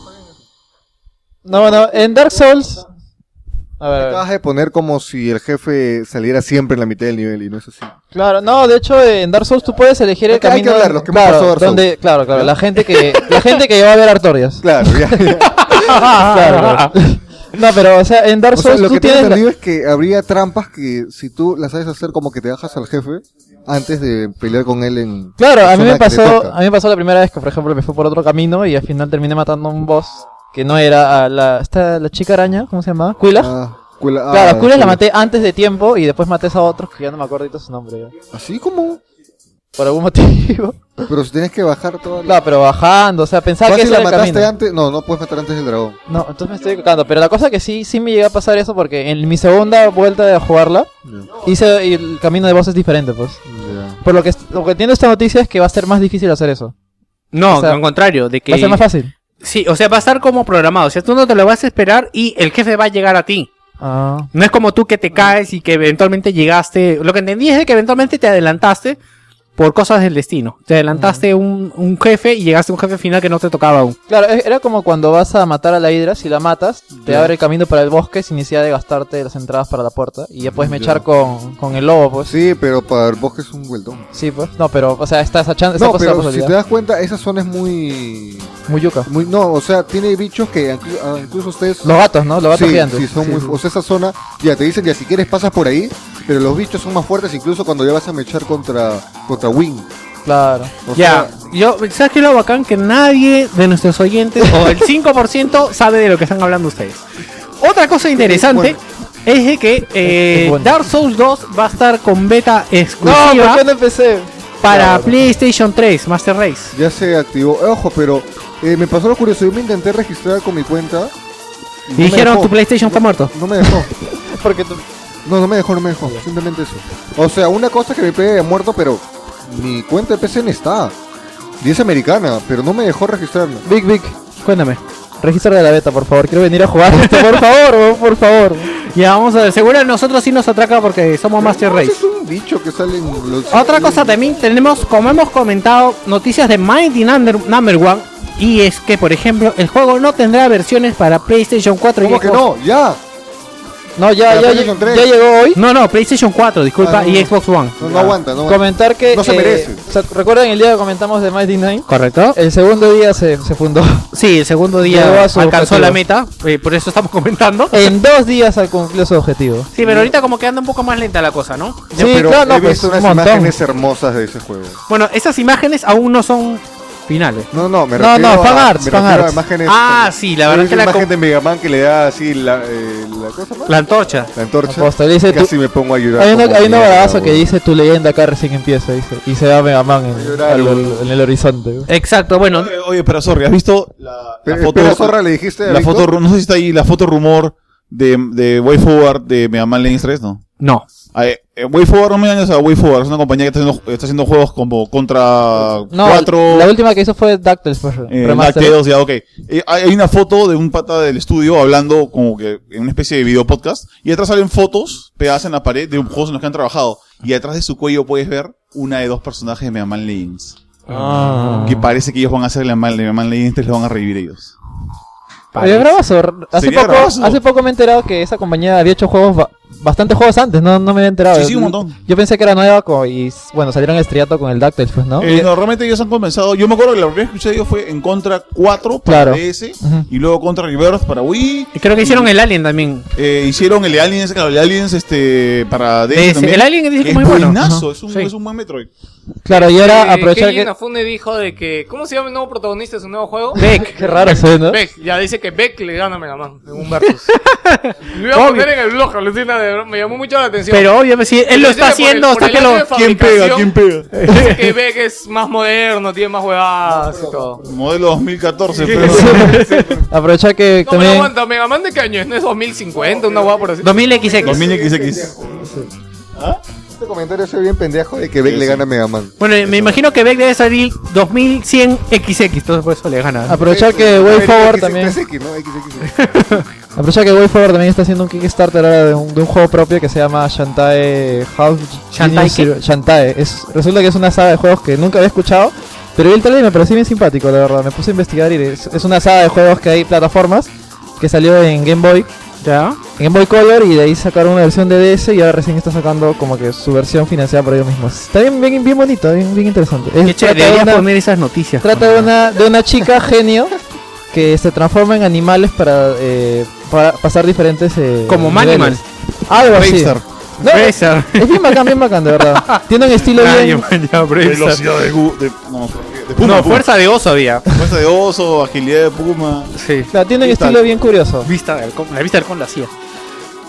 Speaker 2: No, bueno, en Dark Souls... A ver, a ver.
Speaker 6: Acabas de poner como si el jefe saliera siempre en la mitad del nivel y no es así.
Speaker 2: Claro, no, de hecho en Dark Souls tú puedes elegir el
Speaker 6: Acá hay que
Speaker 2: camino...
Speaker 6: hablar, los que hemos
Speaker 2: claro,
Speaker 6: pasado Dark Souls.
Speaker 2: donde, claro, claro, la gente que la gente que va a ver Artorias.
Speaker 6: Claro, ya. ya.
Speaker 2: Claro, claro. No, pero o sea, en Dark
Speaker 6: O sea,
Speaker 2: Souls
Speaker 6: lo
Speaker 2: tú
Speaker 6: que tengo
Speaker 2: tienes la-
Speaker 6: entendido es que habría trampas que si tú las sabes hacer como que te bajas al jefe antes de pelear con él en...
Speaker 2: Claro,
Speaker 6: la
Speaker 2: a mí
Speaker 6: zona
Speaker 2: me
Speaker 6: que te
Speaker 2: pasó,
Speaker 6: toca.
Speaker 2: a mí me pasó la primera vez que, por ejemplo, me fui por otro camino y al final terminé matando a un boss que no era a la esta la chica araña, ¿cómo se llamaba? Quilla.
Speaker 6: Ah, Cula-
Speaker 2: Claro,
Speaker 6: ah,
Speaker 2: Cules la
Speaker 6: Cula.
Speaker 2: maté antes de tiempo y después maté a otros que ya no me acuerdo ahorita su nombre. Ya.
Speaker 6: ¿Así como?
Speaker 2: Por algún motivo.
Speaker 6: Pero si tienes que bajar toda la...
Speaker 2: Claro, pero bajando, o sea, pensaba que
Speaker 6: Fácil,
Speaker 2: ese
Speaker 6: la
Speaker 2: era el
Speaker 6: mataste
Speaker 2: camino.
Speaker 6: antes... No, no puedes matar antes del dragón.
Speaker 2: No, entonces me estoy equivocando. Pero la cosa que sí, sí me llegó a pasar eso porque en mi segunda vuelta de jugarla, hice y el camino de voz es diferente, pues.
Speaker 6: Ya.
Speaker 2: Por lo que, lo que entiendo esta noticia es que va a ser más difícil hacer eso.
Speaker 1: No,
Speaker 2: O sea,
Speaker 1: al contrario, de que...
Speaker 2: Va a ser más fácil.
Speaker 1: Sí, o sea, va a estar como programado. O sea, tú no te lo vas a esperar y el jefe va a llegar a ti.
Speaker 2: Ah.
Speaker 1: No es como tú que te caes y que eventualmente llegaste... Lo que entendí es de que eventualmente te adelantaste por cosas del destino. Te adelantaste un, un jefe y llegaste a un jefe final que no te tocaba aún.
Speaker 2: Claro, e- era como cuando vas a matar a la hidra, si la matas, te
Speaker 6: Ya.
Speaker 2: abre el camino para el bosque sin necesidad de gastarte las entradas para la puerta. Y ya puedes
Speaker 6: Ya.
Speaker 2: mechar con, con el lobo, pues.
Speaker 6: Sí, pero para el bosque es un vueltón.
Speaker 2: Sí, pues. No, pero, o sea, está esa chance. esa
Speaker 6: No,
Speaker 2: cosa-
Speaker 6: pero
Speaker 2: esa
Speaker 6: si
Speaker 2: posibilidad.
Speaker 6: te das cuenta, esa zona es muy...
Speaker 2: Muy yuca.
Speaker 6: muy no, o sea, tiene bichos que inclu- ah, incluso ustedes...
Speaker 2: Los gatos, ¿no? Los gatos
Speaker 6: sí,
Speaker 2: gigantes.
Speaker 6: sí, son muy... O sea, esa zona, ya te dicen, ya si quieres pasas por ahí, pero los bichos son más fuertes incluso cuando ya vas a mechar contra, contra Wing.
Speaker 2: Claro.
Speaker 6: O
Speaker 1: Ya,
Speaker 6: sea,
Speaker 1: yo, ¿sabes qué es lo bacán? Que nadie de nuestros oyentes, o el cinco por ciento, sabe de lo que están hablando ustedes. Otra cosa interesante
Speaker 6: Bueno.
Speaker 1: es de que eh,
Speaker 2: Es bueno.
Speaker 1: Dark Souls dos va a estar con beta
Speaker 2: No,
Speaker 1: exclusiva
Speaker 2: ¿por qué no empecé?
Speaker 1: para
Speaker 2: Claro.
Speaker 1: PlayStation tres, Master Race.
Speaker 6: ya se activó. Eh, Ojo, pero eh, me pasó lo curioso, yo me intenté registrar con mi cuenta.
Speaker 1: Y
Speaker 6: no me
Speaker 1: dijeron,
Speaker 6: dejó.
Speaker 1: tu PlayStation está muerto.
Speaker 6: No me dejó.
Speaker 2: Porque tú...
Speaker 6: No, no me dejó, no me dejó. Simplemente eso. O sea, una cosa que mi P C haya muerto, pero mi cuenta de P C no está. Y es americana, pero no me dejó registrarme.
Speaker 2: Vic, Vic,
Speaker 1: Cuéntame.
Speaker 2: registra de la beta, por favor. Quiero venir a jugar esto, por favor, por favor.
Speaker 1: Ya, vamos a ver. Seguro a nosotros sí nos atraca porque somos Master
Speaker 6: No, ese
Speaker 1: Race.
Speaker 6: es un bicho que sale en los...
Speaker 1: Otra cosa también tenemos, como hemos comentado, noticias de Mighty Number, Number One. Y es que, por ejemplo, el juego no tendrá versiones para PlayStation cuatro y
Speaker 6: ¿Cómo que
Speaker 1: Xbox.
Speaker 6: no? ¡Ya!
Speaker 2: No, ya,
Speaker 6: Para
Speaker 2: ya,
Speaker 6: PlayStation
Speaker 2: ya,
Speaker 6: tres.
Speaker 2: ya llegó hoy.
Speaker 1: No, no, PlayStation cuatro, disculpa,
Speaker 6: Ah, no,
Speaker 1: y
Speaker 6: no.
Speaker 1: Xbox One.
Speaker 6: No, no aguanta, no aguanta.
Speaker 2: Comentar que...
Speaker 6: No se
Speaker 2: eh,
Speaker 6: merece.
Speaker 2: o sea, ¿recuerdan el día que comentamos de Mighty Nine?
Speaker 1: ¿Correcto?
Speaker 2: El segundo día se, se fundó.
Speaker 1: Sí, el segundo
Speaker 2: Llegó
Speaker 1: día
Speaker 2: a su
Speaker 1: alcanzó la
Speaker 2: objetivo.
Speaker 1: meta, eh, por eso estamos comentando.
Speaker 2: En dos días al cumplió su objetivo.
Speaker 1: Sí, pero ahorita como que anda un poco más lenta la cosa, ¿no?
Speaker 2: Sí,
Speaker 6: pero
Speaker 2: claro, no,
Speaker 6: he
Speaker 2: pues,
Speaker 6: visto
Speaker 2: un
Speaker 6: unas
Speaker 2: montón.
Speaker 6: imágenes hermosas de ese juego.
Speaker 1: Bueno, esas imágenes aún no son finales.
Speaker 6: No, no, me
Speaker 2: No,
Speaker 6: refiero
Speaker 2: no, fan
Speaker 6: a,
Speaker 2: arts,
Speaker 6: me
Speaker 2: fan
Speaker 6: refiero a
Speaker 2: arts.
Speaker 6: imágenes...
Speaker 1: Ah, sí, la
Speaker 6: He
Speaker 1: verdad
Speaker 6: visto
Speaker 1: que la,
Speaker 6: imagen
Speaker 1: co-
Speaker 6: de Mega Man que le da así la... Eh, la cosa más.
Speaker 1: la antorcha.
Speaker 6: La antorcha.
Speaker 2: Aposta, le dice tú-
Speaker 6: Casi me pongo a llorar.
Speaker 2: Hay uno,
Speaker 6: como
Speaker 2: hay uno
Speaker 6: mierda,
Speaker 2: bravazo que
Speaker 6: weón.
Speaker 2: dice tu leyenda acá recién empieza, dice. Y se va Mega Man en,
Speaker 6: Llorar,
Speaker 2: al-
Speaker 6: weón.
Speaker 2: en el horizonte. weón.
Speaker 1: Exacto, bueno,
Speaker 4: Oye, oye, pero sorry, ¿has visto la, la
Speaker 6: Pero,
Speaker 4: foto?
Speaker 6: espera, Zorra, le dijiste a
Speaker 4: La
Speaker 6: Víctor?
Speaker 4: foto, ru- no sé si está ahí, la foto rumor de, de WayForward de Mega Man Legends tres, ¿no?
Speaker 1: no.
Speaker 4: Ah, eh, eh, WayForward, no me engañes a WayForward, es una compañía que está haciendo, está haciendo juegos como contra
Speaker 2: No,
Speaker 4: cuatro,
Speaker 2: la última que hizo fue DuckTales, pues,
Speaker 4: eh,
Speaker 2: remaster.
Speaker 4: DuckTales, ya, ok. Eh, hay hay una foto de un pata del estudio hablando como que en una especie de video podcast, y detrás salen fotos pegadas en la pared de juegos en los que han trabajado, y detrás de su cuello puedes ver una de dos personajes de Mega Man Legends.
Speaker 2: Ah.
Speaker 4: Que parece que ellos van a hacer la Mega Man Legends tres, lo van a revivir ellos.
Speaker 2: Oye, bravazo. Hace
Speaker 4: Sería
Speaker 2: poco,
Speaker 4: bravazo.
Speaker 2: hace poco me he enterado que esa compañía había hecho juegos, ba- bastantes juegos antes, no, no me había enterado.
Speaker 4: Sí, sí, un montón.
Speaker 2: Yo pensé que era nueva co- y bueno, salieron estrellato con el DuckTales, pues, ¿no?
Speaker 4: Eh, no, realmente ellos han comenzado. Yo me acuerdo que la primera vez que escuché de ellos fue en Contra cuatro para
Speaker 2: Claro.
Speaker 4: D S
Speaker 2: Ujú.
Speaker 4: y luego Contra Rebirth para Wii.
Speaker 1: Y creo que hicieron el Alien también.
Speaker 4: Eh, hicieron el Aliens, claro, el Aliens este, para D S.
Speaker 1: D S.
Speaker 4: también,
Speaker 1: El Alien dice que
Speaker 4: es
Speaker 1: muy bueno.
Speaker 4: buenazo,
Speaker 1: Ajá.
Speaker 4: es un,
Speaker 1: Sí.
Speaker 4: es un buen Metroid.
Speaker 2: Claro, y ahora
Speaker 9: Eh,
Speaker 2: aprovechar
Speaker 9: Keiji
Speaker 2: que...
Speaker 9: Inafune dijo de que... ¿Cómo se llama el nuevo protagonista de su nuevo juego?
Speaker 1: Beck.
Speaker 2: Qué raro eso, ¿no?
Speaker 9: Beck. Ya dice que Beck le gana a Mega Man en un versus. Lo iba a poner en el blog, alucina, de verdad, me llamó mucho la atención.
Speaker 1: Pero obvio, si él lo
Speaker 9: Dice
Speaker 1: está
Speaker 9: que por el-
Speaker 1: haciendo
Speaker 9: por
Speaker 1: hasta
Speaker 9: el
Speaker 1: que
Speaker 9: año
Speaker 1: lo...
Speaker 9: de
Speaker 4: ¿Quién pega?
Speaker 9: fabricación,
Speaker 4: ¿Quién pega?
Speaker 9: Dice que Beck es más moderno, tiene más huevadas y todo.
Speaker 4: Modelo dos mil catorce, pero.
Speaker 2: Aprovechar que
Speaker 9: No, pero
Speaker 2: también...
Speaker 9: aguanta, Mega Man de qué año es, no es dos mil cincuenta, una hueá por así.
Speaker 1: dos mil equis equis.
Speaker 4: dos mil equis equis.
Speaker 6: Este comentario se ve bien pendejo de que Beck le gana a Mega Man.
Speaker 1: Bueno, me imagino que Beck debe salir dos mil cien equis equis, entonces por eso le gana.
Speaker 2: Aprovechar que Way Forward también...
Speaker 6: tres equis, ¿no? X X.
Speaker 2: Aprovechar que Way Forward también está haciendo un Kickstarter ahora de un, de un juego propio que se llama Shantae House
Speaker 1: ¿Shantae
Speaker 2: Genius
Speaker 1: qué?
Speaker 2: Zero- Shantae. Es, resulta que es una saga de juegos que nunca había escuchado, pero vi el trailer y me pareció bien simpático, la verdad. Me puse a investigar y es, es una saga de juegos que hay plataformas que salió en Game Boy,
Speaker 1: ¿Ya?
Speaker 2: en Game Boy Color, y de ahí sacaron una versión de D S y ahora recién está sacando como que su versión financiada por ellos mismos. Está bien, bien, bien bonito, bien, bien interesante. Es-
Speaker 1: Qué chévere,
Speaker 2: trata de
Speaker 1: deberías
Speaker 2: una-
Speaker 1: poner esas noticias.
Speaker 2: Trata de una, de una chica genio que se transforma en animales para, eh, para pasar diferentes... eh,
Speaker 1: Como
Speaker 2: niveles.
Speaker 1: Manimal.
Speaker 2: Algo así.
Speaker 4: Bravestar.
Speaker 2: No, es,
Speaker 1: Bracer.
Speaker 2: es bien bacán, bien bacán, de verdad. Tiene un estilo
Speaker 1: Ah,
Speaker 2: bien...
Speaker 1: ya, ya, Bracer.
Speaker 4: Velocidad de, gu- de, no, de puma,
Speaker 1: No,
Speaker 4: puma.
Speaker 1: fuerza de oso había.
Speaker 4: Fuerza de oso, agilidad de puma.
Speaker 1: Sí.
Speaker 2: Claro, tiene un
Speaker 4: ¿Qué tal?
Speaker 2: estilo bien curioso.
Speaker 1: Vista del halcón- la vista del halcón la hacía.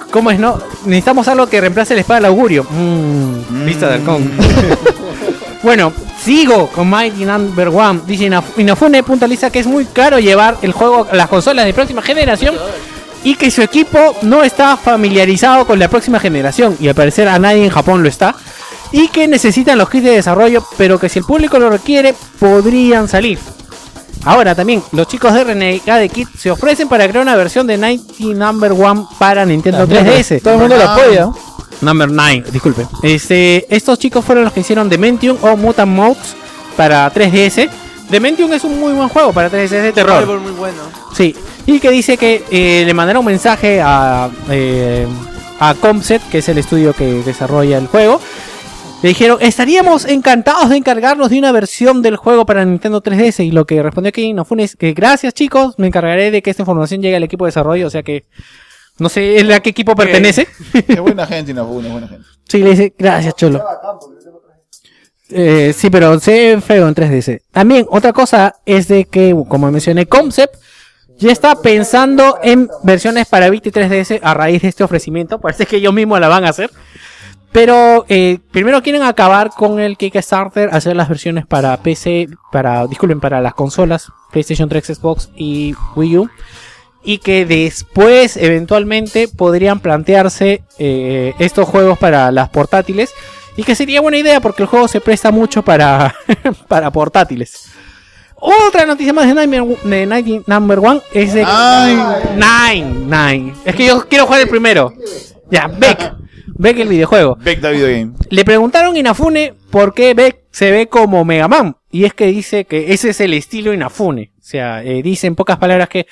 Speaker 1: ¿Cómo es, no? Necesitamos algo que reemplace la espada del augurio. Mmm, vista de halcón. Bueno, sigo con Mighty Number One. Dice Inaf- Inafune puntualiza que es muy caro llevar el juego a las consolas de próxima generación y que su equipo no está familiarizado con la próxima generación, y al parecer a nadie en Japón lo está, y que necesitan los kits de desarrollo, pero que si el público lo requiere podrían salir. Ahora también los chicos de Renegade Kid se ofrecen para crear una versión de Mighty Number One para Nintendo
Speaker 2: Ah,
Speaker 1: tres D S.
Speaker 2: Todo el mundo lo apoya.
Speaker 1: Number nueve, disculpe. Este, estos chicos fueron los que hicieron Dementium o Mutant Modes para tres D S. Dementium es un muy buen juego para tres D S de terror.
Speaker 8: Survival muy bueno.
Speaker 1: Sí, y que dice que eh, le mandaron un mensaje a, eh, a Comset, que es el estudio que desarrolla el juego. Le dijeron, estaríamos encantados de encargarnos de una versión del juego para Nintendo tres D S. Y lo que respondió aquí Inafune es que gracias chicos, me encargaré de que esta información llegue al equipo de desarrollo. O sea que no sé a qué equipo pertenece.
Speaker 4: Es buena gente, Inafune, es buena gente.
Speaker 1: Sí, le dice, gracias Cholo. Eh, sí, pero se feo en tres D S. También otra cosa es de que, como mencioné, Concept ya está pensando en versiones para Vita y tres D S a raíz de este ofrecimiento. Parece que ellos mismos la van a hacer. Pero eh, primero quieren acabar con el Kickstarter, hacer las versiones para P C, para, disculpen, para las consolas, PlayStation tres, Xbox y Wii U. Y que después, eventualmente, podrían plantearse eh, estos juegos para las portátiles. Y que sería buena idea porque el juego se presta mucho para, para portátiles. Otra noticia más de Nightmare, de Night Number One es de... Nine. Nine. Es que yo quiero jugar el primero. Ya, Beck. Beck el videojuego.
Speaker 4: Beck the Video Game.
Speaker 1: Le preguntaron a Inafune por qué Beck se ve como Mega Man. Y es que dice que ese es el estilo Inafune. O sea, eh, dice en pocas palabras que...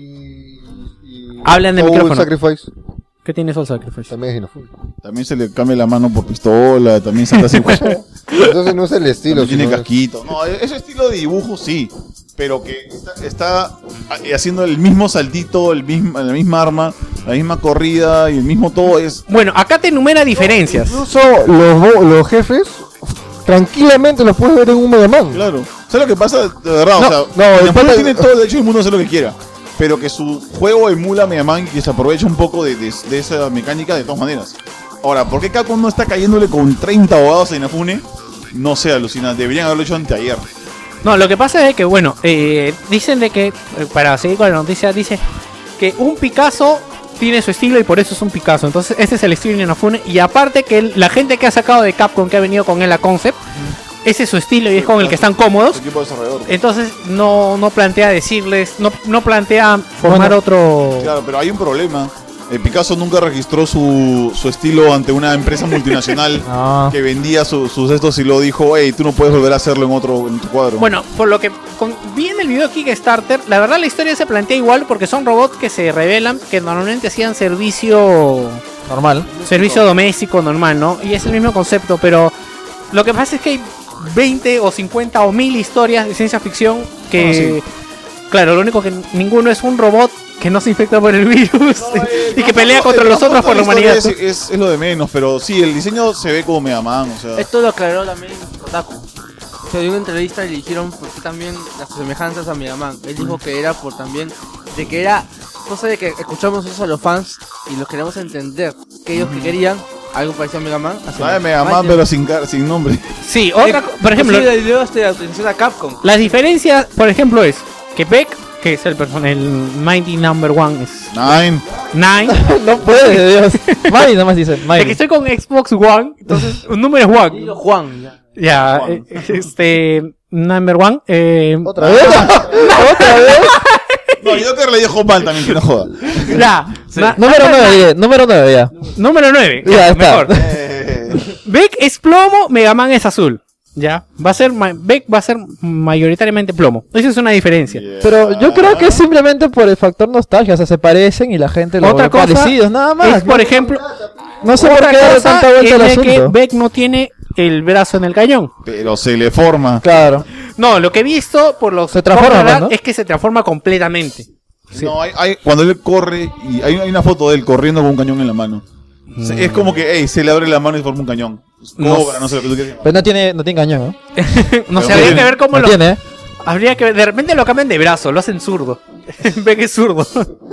Speaker 1: Hablan de
Speaker 6: Soul
Speaker 1: micrófono.
Speaker 6: Sacrifice.
Speaker 1: ¿Qué tiene Soul Sacrifice?
Speaker 6: También es Inafune.
Speaker 4: También se le cambia la mano por pistola, también salta así.
Speaker 6: Entonces no es el estilo.
Speaker 4: Tiene
Speaker 6: sino es-
Speaker 4: casquito. No, ese estilo de dibujo sí, pero que está, está haciendo el mismo saltito, el mismo, la misma arma, la misma corrida y el mismo todo es...
Speaker 1: Bueno, acá te enumera diferencias.
Speaker 6: Incluso los, bo- los jefes, tranquilamente los puedes ver en un Mega Man.
Speaker 4: Claro. ¿Sabes lo que pasa? De verdad,
Speaker 6: No,
Speaker 4: o sea,
Speaker 6: no, el
Speaker 4: Inafune
Speaker 6: pata-
Speaker 4: tiene todo el derecho del mundo a hacer lo que quiera. Pero que su juego emula a Mega Man y que se aprovecha un poco de, de, de esa mecánica de todas maneras. Ahora, ¿por qué Capcom no está cayéndole con treinta abogados a Inafune? No sé, alucina. Deberían haberlo hecho anteayer.
Speaker 1: No, lo que pasa es que, bueno, eh, dicen de que, eh, para seguir con la noticia, dice que un Picasso tiene su estilo y por eso es un Picasso. Entonces, este es el estilo de Inafune. Y aparte que el- la gente que ha sacado de Capcom, que ha venido con él a Concept, ese es su estilo y es con el que están cómodos.
Speaker 4: Equipo desarrollador.
Speaker 1: Entonces, no, no plantea decirles, no, no plantea formar
Speaker 2: Bueno,
Speaker 1: otro...
Speaker 4: Claro, pero hay un problema. Eh, Picasso nunca registró su, su estilo ante una empresa multinacional
Speaker 2: Ah.
Speaker 4: que vendía su- sus estos y lo dijo, hey, tú no puedes volver a hacerlo en otro en tu cuadro.
Speaker 1: Bueno, por lo que con- vi en el video de Kickstarter, la verdad la historia se plantea igual porque son robots que se revelan, que normalmente hacían servicio
Speaker 2: Normal.
Speaker 1: servicio doméstico normal, ¿no? Y es el mismo concepto, pero lo que pasa es que hay veinte o cincuenta o mil historias de ciencia ficción que... Claro, lo único que ninguno es un robot que no se infecta por el virus y que pelea contra los otros por la humanidad.
Speaker 4: Es, es, es lo de menos, pero sí, el diseño se ve como Mega Man, o sea...
Speaker 8: Esto lo aclaró también Kotaku. Se dio una entrevista y le dijeron por qué también las semejanzas a Mega Man. Él dijo que era por también, de que era cosa de que escuchamos eso a los fans y los queremos entender. Que ellos que querían algo parecido a Mega Man. hacia
Speaker 4: Ah, Mega Man, pero sin, car- sin nombre.
Speaker 1: Sí, otra, co- por ejemplo,
Speaker 8: Inclusive, luego este atención a Capcom.
Speaker 1: las diferencias, por ejemplo, es que Beck, que es el person el Mighty Number One, es
Speaker 4: Nine.
Speaker 1: Nine.
Speaker 2: No puede, Dios. Mari nomás dice.
Speaker 1: Es que
Speaker 2: Mari.
Speaker 1: estoy con Xbox One, entonces un número es One.
Speaker 8: Digo Juan. Ya.
Speaker 1: Ya,
Speaker 4: Juan.
Speaker 1: eh, este Number One. Eh,
Speaker 6: ¿Otra vez?
Speaker 2: ¿Otra vez?
Speaker 4: No, Joker le dijo mal también, que no joda.
Speaker 1: ya, na-
Speaker 2: Número nueve, diré, número nueve ya.
Speaker 1: número nueve.
Speaker 2: Ya está.
Speaker 1: Mejor.
Speaker 4: Eh,
Speaker 1: Beck es plomo, Mega Man es azul. Ya, va a ser ma- Beck va a ser mayoritariamente plomo. Esa es una diferencia.
Speaker 4: yeah.
Speaker 2: Pero yo creo que es simplemente por el factor nostalgia, o sea, se parecen y la gente lo
Speaker 1: Otra
Speaker 2: ve
Speaker 1: cosa
Speaker 2: parecidos, nada más.
Speaker 1: es, por ejemplo,
Speaker 2: no sé por
Speaker 1: otra
Speaker 2: qué darle
Speaker 1: cosa
Speaker 2: tanta vuelta al
Speaker 1: es de que
Speaker 2: asunto.
Speaker 1: Beck no tiene el brazo en el cañón.
Speaker 4: Pero se le forma.
Speaker 2: Claro.
Speaker 1: No, lo que he visto por los
Speaker 2: Se transforma,
Speaker 1: por hablar,
Speaker 2: ¿no?
Speaker 1: es que se transforma completamente. Sí.
Speaker 4: No, hay, hay, cuando él corre, y hay, hay una foto de él corriendo con un cañón en la mano. Se- Es como que, hey, se le abre la mano y forma un cañón.
Speaker 1: No
Speaker 4: Cobra, no, sé lo que tú quieres.
Speaker 2: Pero no tiene, no tiene cañón, ¿no?
Speaker 1: No sé,
Speaker 4: Pero
Speaker 1: habría
Speaker 4: tiene-
Speaker 1: que ver cómo
Speaker 2: No
Speaker 1: lo
Speaker 2: tiene, ¿eh?
Speaker 1: habría que ver, de repente lo cambian de brazo, lo hacen zurdo. Beck es zurdo.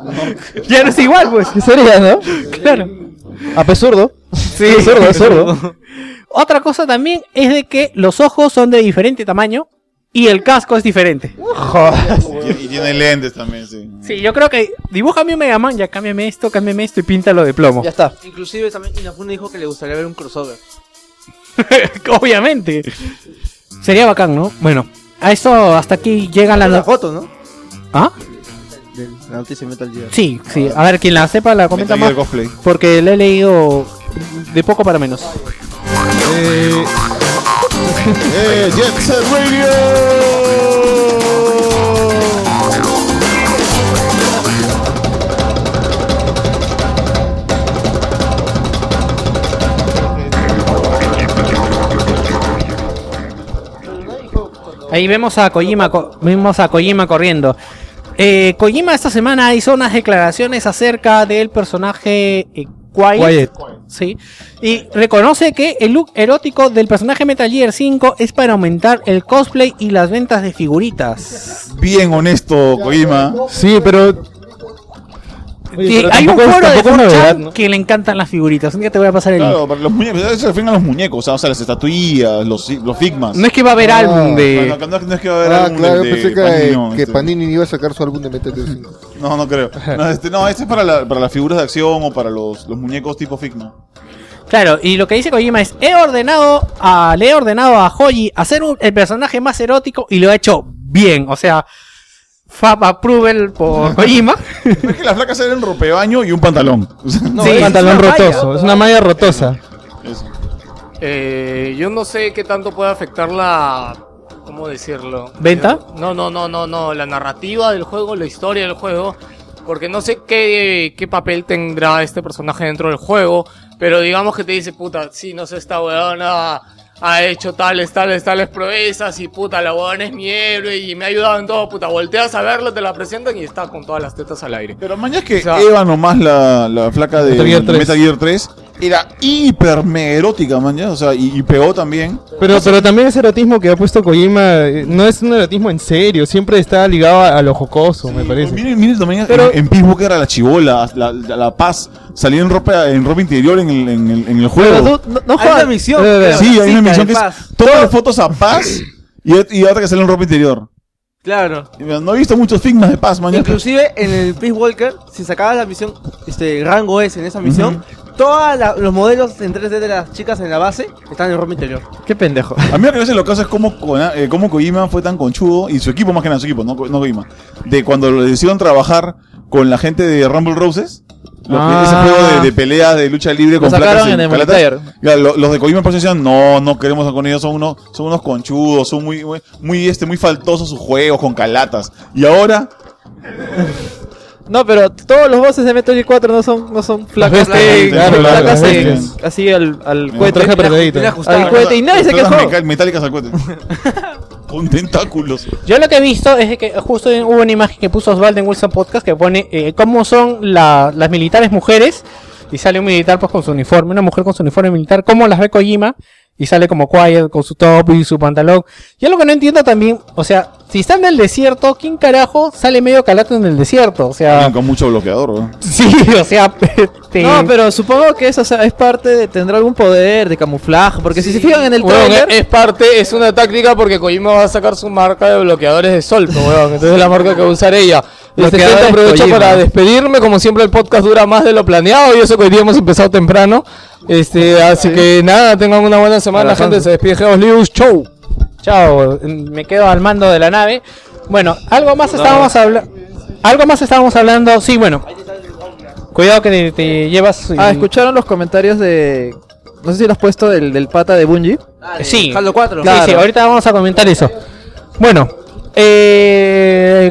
Speaker 1: Ya no es igual, pues.
Speaker 2: ¿Qué sería, no?
Speaker 1: Claro.
Speaker 2: Absurdo.
Speaker 1: Sí,
Speaker 2: Es zurdo, es zurdo.
Speaker 1: Otra cosa también es de que los ojos son de diferente tamaño y el casco es diferente.
Speaker 4: Y, y tiene lentes también, sí.
Speaker 1: Sí, yo creo que dibújame un Mega Man, ya cámbiame esto, cámbiame esto y píntalo de plomo.
Speaker 2: Ya está.
Speaker 8: Inclusive también Inafune dijo que le gustaría ver un crossover.
Speaker 1: Obviamente. Sería bacán, ¿no? Bueno, a eso hasta aquí llega la
Speaker 8: La
Speaker 1: no-
Speaker 8: foto, ¿no?
Speaker 1: ¿Ah?
Speaker 8: De la noticia de Metal Gear.
Speaker 1: Sí, sí. A ver, quien la sepa la comenta
Speaker 4: Metal
Speaker 1: más.
Speaker 4: Gear Cosplay.
Speaker 1: Porque la he leído de poco para menos.
Speaker 5: Eh,
Speaker 4: ¡Eh, Jet Set Radio!
Speaker 1: Ahí vemos a Kojima, co- vemos a Kojima corriendo. Eh, Kojima esta semana hizo unas declaraciones acerca del personaje eh, Quiet,
Speaker 2: Quiet.
Speaker 1: Sí, y reconoce que el look erótico del personaje Metal Gear cinco es para aumentar el cosplay y las ventas de figuritas.
Speaker 4: Bien honesto, Kojima.
Speaker 5: sí, pero
Speaker 2: Oye,
Speaker 1: Y
Speaker 2: pero
Speaker 1: hay un
Speaker 2: tampoco es-
Speaker 1: foro de
Speaker 2: tampoco es
Speaker 1: four chan
Speaker 2: novedad, ¿no?
Speaker 1: que le encantan las figuritas. Un día te voy a pasar el link.
Speaker 4: Claro, para los muñecos, eso se refieren a los muñecos, o sea, las estatuillas, los, los figmas.
Speaker 1: No es que va a haber
Speaker 6: Ah,
Speaker 1: álbum de...
Speaker 4: No, no, no es que va a haber
Speaker 6: Ah,
Speaker 4: álbum
Speaker 6: claro,
Speaker 4: de-
Speaker 6: yo pensé
Speaker 4: de
Speaker 6: que,
Speaker 4: Panini,
Speaker 6: que
Speaker 4: este.
Speaker 6: Panini iba a sacar su álbum de Metal Gear cinco.
Speaker 4: No, no creo. No, este, no, este es para, la- para las figuras de acción o para los, los muñecos tipo Figma.
Speaker 1: Claro, y lo que dice Kojima es, he ordenado a, le he ordenado a Hoji hacer un- el personaje más erótico y lo ha hecho bien. O sea, Fab approval por Kojima.
Speaker 4: Es que las flacas eran un ropebaño y un pantalón. O sea,
Speaker 2: No,
Speaker 1: Sí,
Speaker 2: es
Speaker 1: es
Speaker 2: pantalón
Speaker 1: una malla.
Speaker 2: rotoso, es una malla rotosa.
Speaker 4: eso.
Speaker 9: Eh, yo no sé qué tanto puede afectar la... ¿Cómo decirlo?
Speaker 1: ¿Venta?
Speaker 9: No, no, no, no, no. La narrativa del juego, la historia del juego. Porque no sé qué, qué papel tendrá este personaje dentro del juego. Pero digamos que te dice, puta, sí, no sé, esta weona ha hecho tales, tales, tales proezas. Y puta, la weona es mi héroe y me ha ayudado en todo. Puta, volteas a verlo, te la presentan y está con todas las tetas al aire.
Speaker 4: Pero mañana es que
Speaker 9: O sea-
Speaker 4: Eva nomás, la, la flaca de
Speaker 2: Metal Gear
Speaker 4: de
Speaker 2: tres.
Speaker 4: Metal Gear tres, era hiper mega erótica, mañana. O sea, y, y pegó también.
Speaker 5: Pero, pero también ese erotismo que ha puesto Kojima eh, no es un erotismo en serio, siempre está ligado a, a lo jocoso, me parece.
Speaker 4: Miren, miren también
Speaker 5: Pero-
Speaker 4: en, en Peace Walker era la chibola, la, la, la paz. Salía en ropa, en ropa interior en el, en el, en el juego.
Speaker 2: Pero tú, no, no
Speaker 8: Hay
Speaker 2: juegas-
Speaker 8: una misión.
Speaker 2: Eh, eh,
Speaker 4: Sí, hay una
Speaker 8: cita
Speaker 4: misión
Speaker 8: de
Speaker 4: que
Speaker 8: paz.
Speaker 4: es toma fotos a Paz y, y otra que sale en ropa interior.
Speaker 8: Claro.
Speaker 4: Y, No he visto muchos figmas de Paz, mañana.
Speaker 8: Inclusive en el Peace Walker, si sacabas la misión, este el rango S en esa misión, todos los modelos en tres D de las chicas en la base están en ropa interior.
Speaker 2: Qué pendejo.
Speaker 4: A mí lo que me hace lo caso es cómo, Kona- eh, cómo Kojima fue tan conchudo, y su equipo más que nada, su equipo, no, Ko- no Kojima, de cuando lo decidieron trabajar con la gente de Rumble Roses, lo que-
Speaker 2: Ah.
Speaker 4: ese juego de, de peleas de lucha libre
Speaker 2: Lo
Speaker 4: con
Speaker 2: sacaron
Speaker 4: placas
Speaker 2: en el
Speaker 4: calatas.
Speaker 2: multiplayer.
Speaker 4: Ya, lo- los de Kojima por eso decían, no, no queremos con ellos, son unos, son unos conchudos, son muy, muy, muy, este, muy faltosos sus juegos con calatas. Y ahora,
Speaker 2: No, pero todos los bosses de Metal Gear cuatro no son, no son flacas.
Speaker 5: bestias,
Speaker 2: eh,
Speaker 4: claro,
Speaker 2: flacas
Speaker 4: claro, las
Speaker 2: en-
Speaker 4: bestias.
Speaker 2: así al, al
Speaker 4: Eh,
Speaker 2: cohete.
Speaker 5: traje apretadito.
Speaker 8: Tiene ajustado.
Speaker 2: Al cohete y nadie se
Speaker 4: todas
Speaker 2: quejó.
Speaker 4: meca- metálicas al cohete. Con tentáculos.
Speaker 1: Yo lo que he visto es de que justo hubo una imagen que puso Osvaldo en Wilson Podcast que pone eh, cómo son la- las militares mujeres y sale un militar pues con su uniforme, una mujer con su uniforme militar, cómo las ve Kojima y sale como Quiet con su top y su pantalón. Yo lo que no entiendo también, o sea, si está en el desierto, ¿quién carajo sale medio calato en el desierto? O sea,
Speaker 4: Alguien con mucho bloqueador, ¿no?
Speaker 1: sí, o sea, este,
Speaker 2: No, pero supongo que eso o sea, es parte de tendrá algún poder de camuflaje, porque si se fijan en el
Speaker 9: Weón,
Speaker 2: trailer,
Speaker 9: es, es parte, es una táctica porque Kojima va a sacar su marca de bloqueadores de sol, pues, weón. Entonces es la marca que va a usar ella. Este
Speaker 2: Bloqueadores
Speaker 9: gente aprovecho
Speaker 2: Kojima.
Speaker 9: para despedirme, como siempre el podcast dura más de lo planeado y eso que hoy día hemos empezado temprano. Este, así que nada, tengan una buena semana,
Speaker 2: Para
Speaker 9: gente.
Speaker 2: Hansen.
Speaker 9: Se despide Geos Lius, show.
Speaker 1: chao, me quedo al mando de la nave. Bueno, algo más estábamos hablando. Algo más estábamos hablando. Sí, bueno. Cuidado que te, te llevas.
Speaker 2: ah,
Speaker 1: y-
Speaker 2: escucharon los comentarios de, no sé si lo has puesto del, del pata de Bungie.
Speaker 1: Sí.
Speaker 8: Halo cuatro.
Speaker 1: Sí, sí, ahorita vamos a comentar eso. Bueno, eh,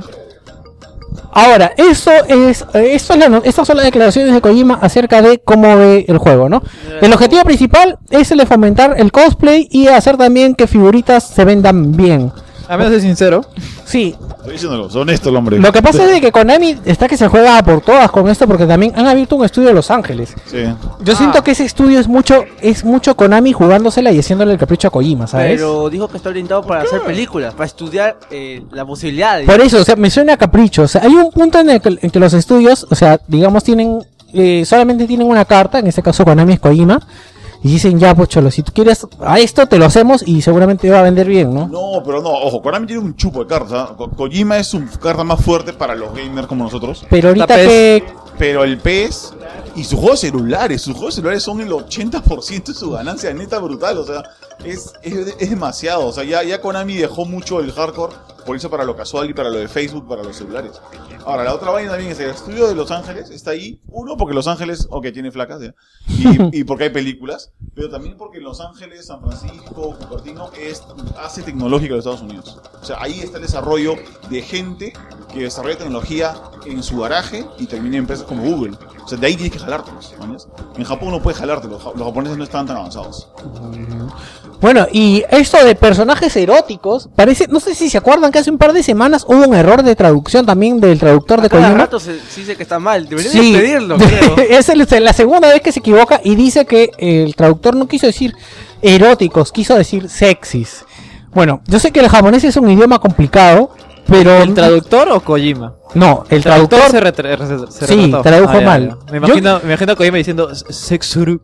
Speaker 1: ahora, eso es, eh, esto es la no- estas son las declaraciones de Kojima acerca de cómo ve el juego, ¿no? El objetivo principal es el de fomentar el cosplay y hacer también que figuritas se vendan bien.
Speaker 2: A menos de sincero.
Speaker 1: Sí.
Speaker 4: Estoy diciéndolo, es honesto el hombre.
Speaker 1: Lo que pasa es de que Konami está que se juega por todas con esto porque también han abierto un estudio en Los Ángeles.
Speaker 4: Sí.
Speaker 1: Yo siento que ese estudio es mucho es mucho Konami jugándosela y haciéndole el capricho a Kojima, ¿sabes?
Speaker 8: Pero dijo que está orientado para hacer películas, para estudiar eh, la posibilidad de...
Speaker 1: Por eso, o sea, me suena a capricho. O sea, hay un punto en el que, en que los estudios, o sea, digamos, tienen eh, solamente tienen una carta, en este caso Konami es Kojima, y dicen, ya, pues cholo, si tú quieres a esto, te lo hacemos y seguramente va a vender bien, ¿no?
Speaker 4: No, pero no, ojo, Konami tiene un chupo de cartas. ¿Ah? Ko- Kojima es su carta más fuerte para los gamers como nosotros.
Speaker 1: Pero ahorita
Speaker 2: La
Speaker 1: que...
Speaker 4: Pero el P E S y sus juegos celulares, sus juegos celulares son el ochenta por ciento de su ganancia neta brutal. O sea, es, es, es demasiado. O sea, ya, ya Konami dejó mucho el hardcore por irse para lo casual y para lo de Facebook, para los celulares. Ahora, la otra vaina también es el estudio de Los Ángeles está ahí. Uno, porque Los Ángeles, ok, tiene flacas, ¿ya? Y, y porque hay películas. Pero también porque Los Ángeles, San Francisco, Cupertino es hace tecnológica de los Estados Unidos. O sea, ahí está el desarrollo de gente que desarrolla tecnología en su garaje y termina en empresas como Google. O sea, de ahí tienes que jalártelos, ¿no? En Japón no puedes jalártelos, los japoneses no están tan avanzados.
Speaker 1: Bueno, y esto de personajes eróticos, parece, no sé si se acuerdan que hace un par de semanas hubo un error de traducción también del traductor de
Speaker 8: Cada
Speaker 1: Kojima.
Speaker 8: rato se, se dice que está mal, deberían
Speaker 1: Sí.
Speaker 8: despedirlo, creo.
Speaker 1: Es el- la segunda vez que se equivoca y dice que el traductor no quiso decir eróticos, quiso decir sexys. Bueno, yo sé que el japonés es un idioma complicado, pero...
Speaker 2: ¿El traductor o Kojima?
Speaker 1: No, el traductor...
Speaker 2: se, retra- re- se
Speaker 1: Sí,
Speaker 2: retrató.
Speaker 1: tradujo
Speaker 2: ya,
Speaker 1: mal.
Speaker 2: ya. Me imagino, me imagino a Kojima diciendo sexuru.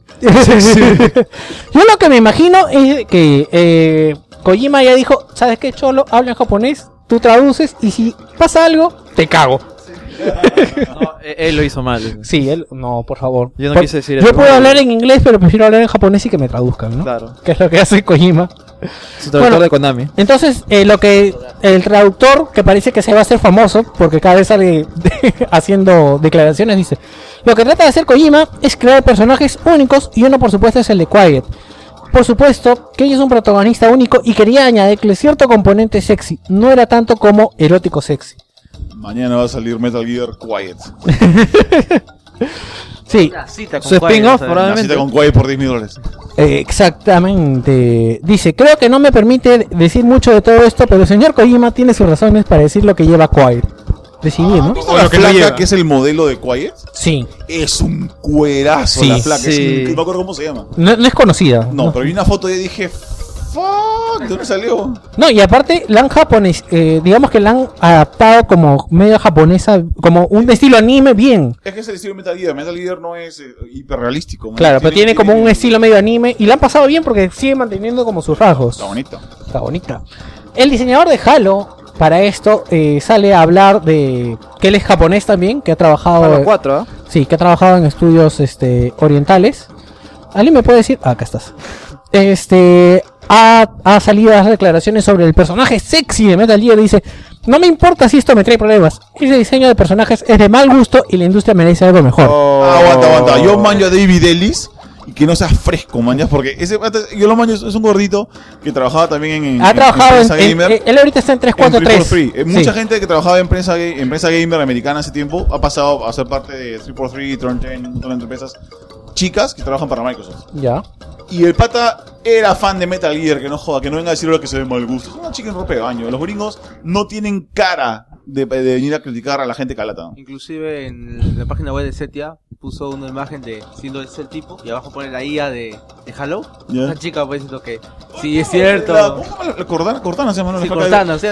Speaker 1: Yo lo que me imagino es que eh, Kojima ya dijo, ¿sabes qué, cholo? Habla en japonés, tú traduces y si pasa algo, te cago.
Speaker 2: No, él, él lo hizo mal.
Speaker 1: Sí, él, no, por favor.
Speaker 2: Yo no
Speaker 1: Por-
Speaker 2: quise decir
Speaker 1: Yo
Speaker 2: eso.
Speaker 1: puedo hablar en inglés, pero prefiero hablar en japonés y que me traduzcan, ¿no?
Speaker 2: Claro.
Speaker 1: Que es lo que hace Kojima.
Speaker 2: Su traductor
Speaker 1: Bueno,
Speaker 2: de Konami.
Speaker 1: Entonces, eh, lo que el traductor, que parece que se va a hacer famoso, porque cada vez sale haciendo declaraciones, dice, lo que trata de hacer Kojima es crear personajes únicos y uno por supuesto es el de Quiet. Por supuesto que ella es un protagonista único y quería añadirle cierto componente sexy, no era tanto como erótico sexy.
Speaker 4: Mañana va a salir Metal Gear Quiet.
Speaker 1: Sí,
Speaker 8: Una cita con
Speaker 2: Su
Speaker 8: Quiet,
Speaker 2: spin-off,
Speaker 8: o sea,
Speaker 4: Una
Speaker 2: probablemente.
Speaker 4: cita con Quiet por diez mil dólares.
Speaker 1: eh, exactamente. Dice, creo que no me permite decir mucho de todo esto, pero el señor Kojima tiene sus razones para decir lo que lleva Quiet. Decidí, ¿no?
Speaker 4: ¿Viste la flaca que es el modelo de Quiet?
Speaker 1: Sí,
Speaker 4: Es un cuerazo
Speaker 1: Sí,
Speaker 4: la flaca. es
Speaker 2: sí.
Speaker 4: un- no me acuerdo cómo se llama.
Speaker 1: no, no es conocida.
Speaker 4: No, pero vi una foto y dije, fuck, ¿de dónde salió?
Speaker 1: No, y aparte la han japonés, eh, digamos que la han adaptado como medio japonesa, como un estilo anime bien.
Speaker 4: Es que es el estilo Metal Gear. Metal Gear no es eh, hiperrealístico. man.
Speaker 1: Claro, pero tiene como un estilo medio anime y la han pasado bien porque sigue manteniendo como sus rasgos.
Speaker 4: Está bonito.
Speaker 1: Está bonita. El diseñador de Halo, para esto, eh, sale a hablar de que él es japonés también, que ha trabajado...
Speaker 2: Halo cuatro, ¿ah?
Speaker 1: Sí, que ha trabajado en estudios este, orientales. ¿Alguien me puede decir? Ah, acá estás. Este... Ha, ha salido las declaraciones sobre el personaje sexy de Metal Gear. Dice, no me importa si esto me trae problemas. Ese diseño de personajes es de mal gusto y la industria merece algo mejor.
Speaker 4: Ah, aguanta, aguanta. Yo manjo a David Ellis y que no sea fresco, manjas, porque ese pata- yo lo manjo, es un gordito que trabajaba también en,
Speaker 1: Ha
Speaker 4: en-
Speaker 1: trabajado en...
Speaker 4: prensa
Speaker 1: en-
Speaker 4: gamer.
Speaker 1: eh, él ahorita está en tres cuatro
Speaker 4: En Triple
Speaker 1: tres.
Speaker 4: Three. Eh, Mucha gente que trabajaba en prensa, ga- en prensa gamer americana hace tiempo ha pasado a ser parte de Triple Three, Turn diez, un montón de empresas chicas que trabajan para Microsoft.
Speaker 1: Ya.
Speaker 4: Y el pata era fan de Metal Gear, que no joda, que no venga a decir lo que se ve mal gusto. Es una chica en ropa de baño. Los gringos no tienen cara de, de venir a criticar a la gente calata.
Speaker 8: Inclusive en la página web de Setia puso una imagen de siendo ese el tipo y abajo pone la I A de, de Halo.
Speaker 4: Ya.
Speaker 8: Una chica pues diciendo que sí es cierto.
Speaker 4: La, ¿Cómo se llama? La Cortana, Cortana se llama, ¿no?
Speaker 8: Sí,
Speaker 4: La flaca de-
Speaker 8: Cortana, o sea,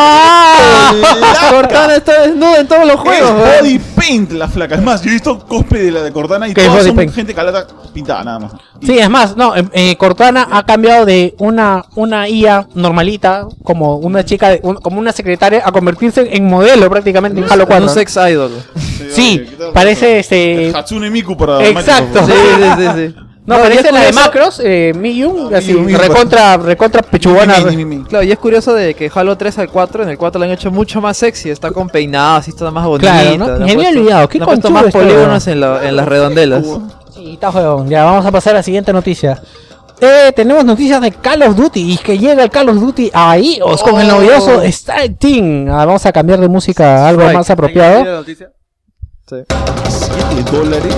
Speaker 1: ¡Ah!
Speaker 2: Cortana está desnuda en todos los juegos,
Speaker 4: Es
Speaker 2: weón.
Speaker 4: body paint la flaca. Es más, yo he visto cosplay de la de Cortana y
Speaker 1: ¿Qué es
Speaker 4: todas
Speaker 1: body
Speaker 4: son
Speaker 1: paint?
Speaker 4: gente calata pintada, nada más. Y-
Speaker 1: Sí, es más, no, eh, eh, Cortana ha cambiado de una una I A normalita, como una chica, de- un- como una secretaria, a convertirse en modelo prácticamente en Halo
Speaker 2: Un
Speaker 1: cuatro.
Speaker 2: sex idol.
Speaker 1: Sí,
Speaker 4: oye, ¿qué tal?
Speaker 1: parece este...
Speaker 4: El Hatsune Miku para
Speaker 1: Exacto.
Speaker 4: Microsoft.
Speaker 2: Sí, sí, sí, sí.
Speaker 1: No,
Speaker 2: No, y
Speaker 1: parece
Speaker 2: es
Speaker 1: la de
Speaker 2: curioso-
Speaker 1: Macros, eh, Miyun,
Speaker 4: Ah,
Speaker 1: así,
Speaker 4: Miyun, Miyun,
Speaker 1: recontra, recontra pechugona.
Speaker 4: Mi, mi, mi, mi.
Speaker 2: Claro, y es curioso de que Halo tres al cuatro, en el cuatro lo han hecho mucho más sexy, está con peinados, así está más bonita.
Speaker 1: Claro, ¿no?
Speaker 2: le han
Speaker 1: Me había
Speaker 2: puesto-
Speaker 1: olvidado, qué
Speaker 2: le han puesto
Speaker 1: conchudo
Speaker 2: más
Speaker 1: este
Speaker 2: polígonos en, la- en las redondelas.
Speaker 1: Sí, está juego. Ya, vamos a pasar a la siguiente noticia. Eh, tenemos noticias de Call of Duty y que llega el Call of Duty a iOS con el
Speaker 2: Oh.
Speaker 1: novedoso Strike Team. Ah, vamos a cambiar de música a algo
Speaker 2: Strike.
Speaker 1: más apropiado.
Speaker 8: la noticia.
Speaker 2: Sí.
Speaker 4: siete dólares.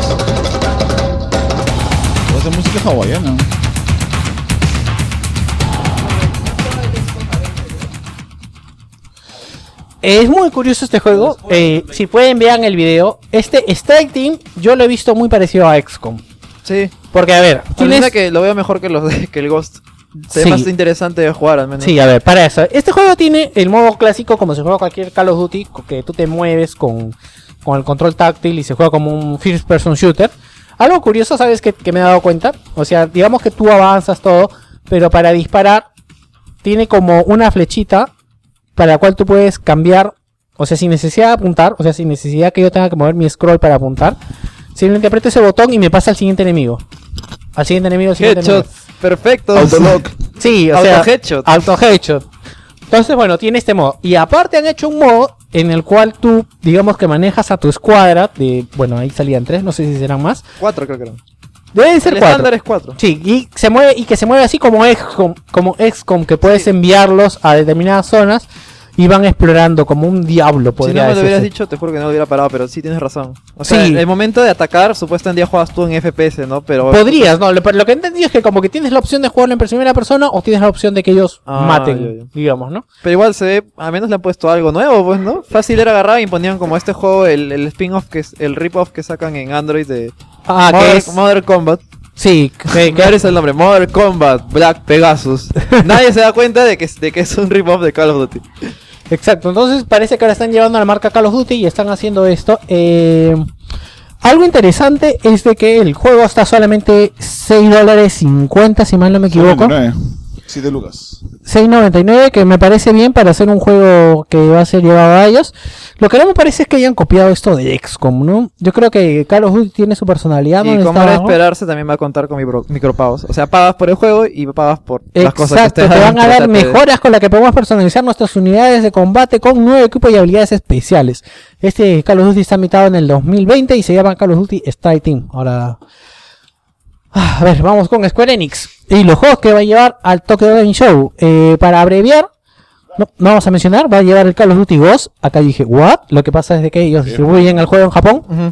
Speaker 4: Esa música hawaiana.
Speaker 1: Es muy curioso este juego. Eh, si pueden, vean el video. Este Strike Team, yo lo he visto muy parecido a X COM.
Speaker 2: Sí.
Speaker 1: Porque, a ver,
Speaker 2: Tienes
Speaker 1: tienes...
Speaker 2: que lo veo mejor que, los de, que el Ghost. Se ve
Speaker 1: Sí.
Speaker 2: más interesante de jugar al menos.
Speaker 1: Sí, a ver, para eso. Este juego tiene el modo clásico como si juega cualquier Call of Duty, que tú te mueves con, con el control táctil y se juega como un first person shooter. Algo curioso, ¿sabes? Que, que me he dado cuenta. O sea, digamos que tú avanzas todo, pero para disparar tiene como una flechita para la cual tú puedes cambiar, o sea, sin necesidad de apuntar, o sea, sin necesidad que yo tenga que mover mi scroll para apuntar. Simplemente aprieto ese botón y me pasa al siguiente enemigo. Al siguiente enemigo, al siguiente
Speaker 2: Headshot.
Speaker 1: enemigo.
Speaker 2: Perfecto.
Speaker 6: Autolock.
Speaker 1: Sí, o
Speaker 2: Auto
Speaker 1: sea,
Speaker 2: headshot.
Speaker 1: auto headshot. Entonces, bueno, tiene este modo. Y aparte han hecho un modo en el cual tú, digamos que manejas a tu escuadra de, bueno, ahí salían tres, no sé si serán más.
Speaker 2: Cuatro creo que eran.
Speaker 1: Deben ser
Speaker 2: El
Speaker 1: cuatro.
Speaker 2: estándar es cuatro.
Speaker 1: Sí, y se mueve y que se mueve así como X COM, como X COM, que puedes enviarlos a determinadas zonas y van explorando como un diablo,
Speaker 2: Si
Speaker 1: podría
Speaker 2: no me lo hubieras
Speaker 1: decirse.
Speaker 2: dicho, te juro que no lo hubiera parado, pero sí tienes razón. O sea,
Speaker 1: Sí.
Speaker 2: el momento de atacar, supuestamente juegas tú en F P S, ¿no? Pero
Speaker 1: Podrías, no, lo, lo que entendí es que como que tienes la opción de jugarlo en primera persona o tienes la opción de que ellos
Speaker 2: Ah,
Speaker 1: maten,
Speaker 2: ya, ya.
Speaker 1: digamos, ¿no?
Speaker 2: Pero igual se ve, al menos le han puesto algo nuevo, pues, ¿no? Fácil era agarrar y ponían como este juego, el, el spin-off, que es el rip-off que sacan en Android de
Speaker 1: Ah,
Speaker 2: Modern,
Speaker 1: que es...
Speaker 2: Modern Combat.
Speaker 1: Sí, que, que-
Speaker 2: ¿Cuál es el nombre? Modern Combat Black Pegasus. Nadie se da cuenta de que, de que es un rip-off de Call of Duty.
Speaker 1: Exacto, entonces parece que ahora están llevando a la marca Call of Duty y están haciendo esto. Eh, algo interesante es de que el juego está solamente seis dólares cincuenta, si mal no me equivoco.
Speaker 4: siete lucas.
Speaker 1: seis noventa y nueve, que me parece bien para hacer un juego que va a ser llevado a ellos. Lo que no me parece es que hayan copiado esto de X COM, ¿no? Yo creo que Call of Duty tiene su personalidad.
Speaker 2: Y
Speaker 1: ¿dónde
Speaker 2: como
Speaker 1: está
Speaker 2: era
Speaker 1: abajo?
Speaker 2: esperarse, también va a contar con micro, micropagos. O sea, pagas por el juego y pagas por las cosas que
Speaker 1: Exacto,
Speaker 2: estén
Speaker 1: te van a
Speaker 2: adentro,
Speaker 1: dar
Speaker 2: o sea, te-
Speaker 1: mejoras con las que podemos personalizar nuestras unidades de combate con nuevo equipo y habilidades especiales. Este Call of Duty está mitado en el dos mil veinte y se llama Call of Duty Strike Team. Ahora, ah, a ver, vamos con Square Enix y los juegos que va a llevar al Tokyo Game Show. Eh, para abreviar, no, no vamos a mencionar, va a llevar el Call of Duty Ghost. Acá dije, ¿what? Lo que pasa es de que ellos distribuyen el juego en Japón.
Speaker 2: Ujú.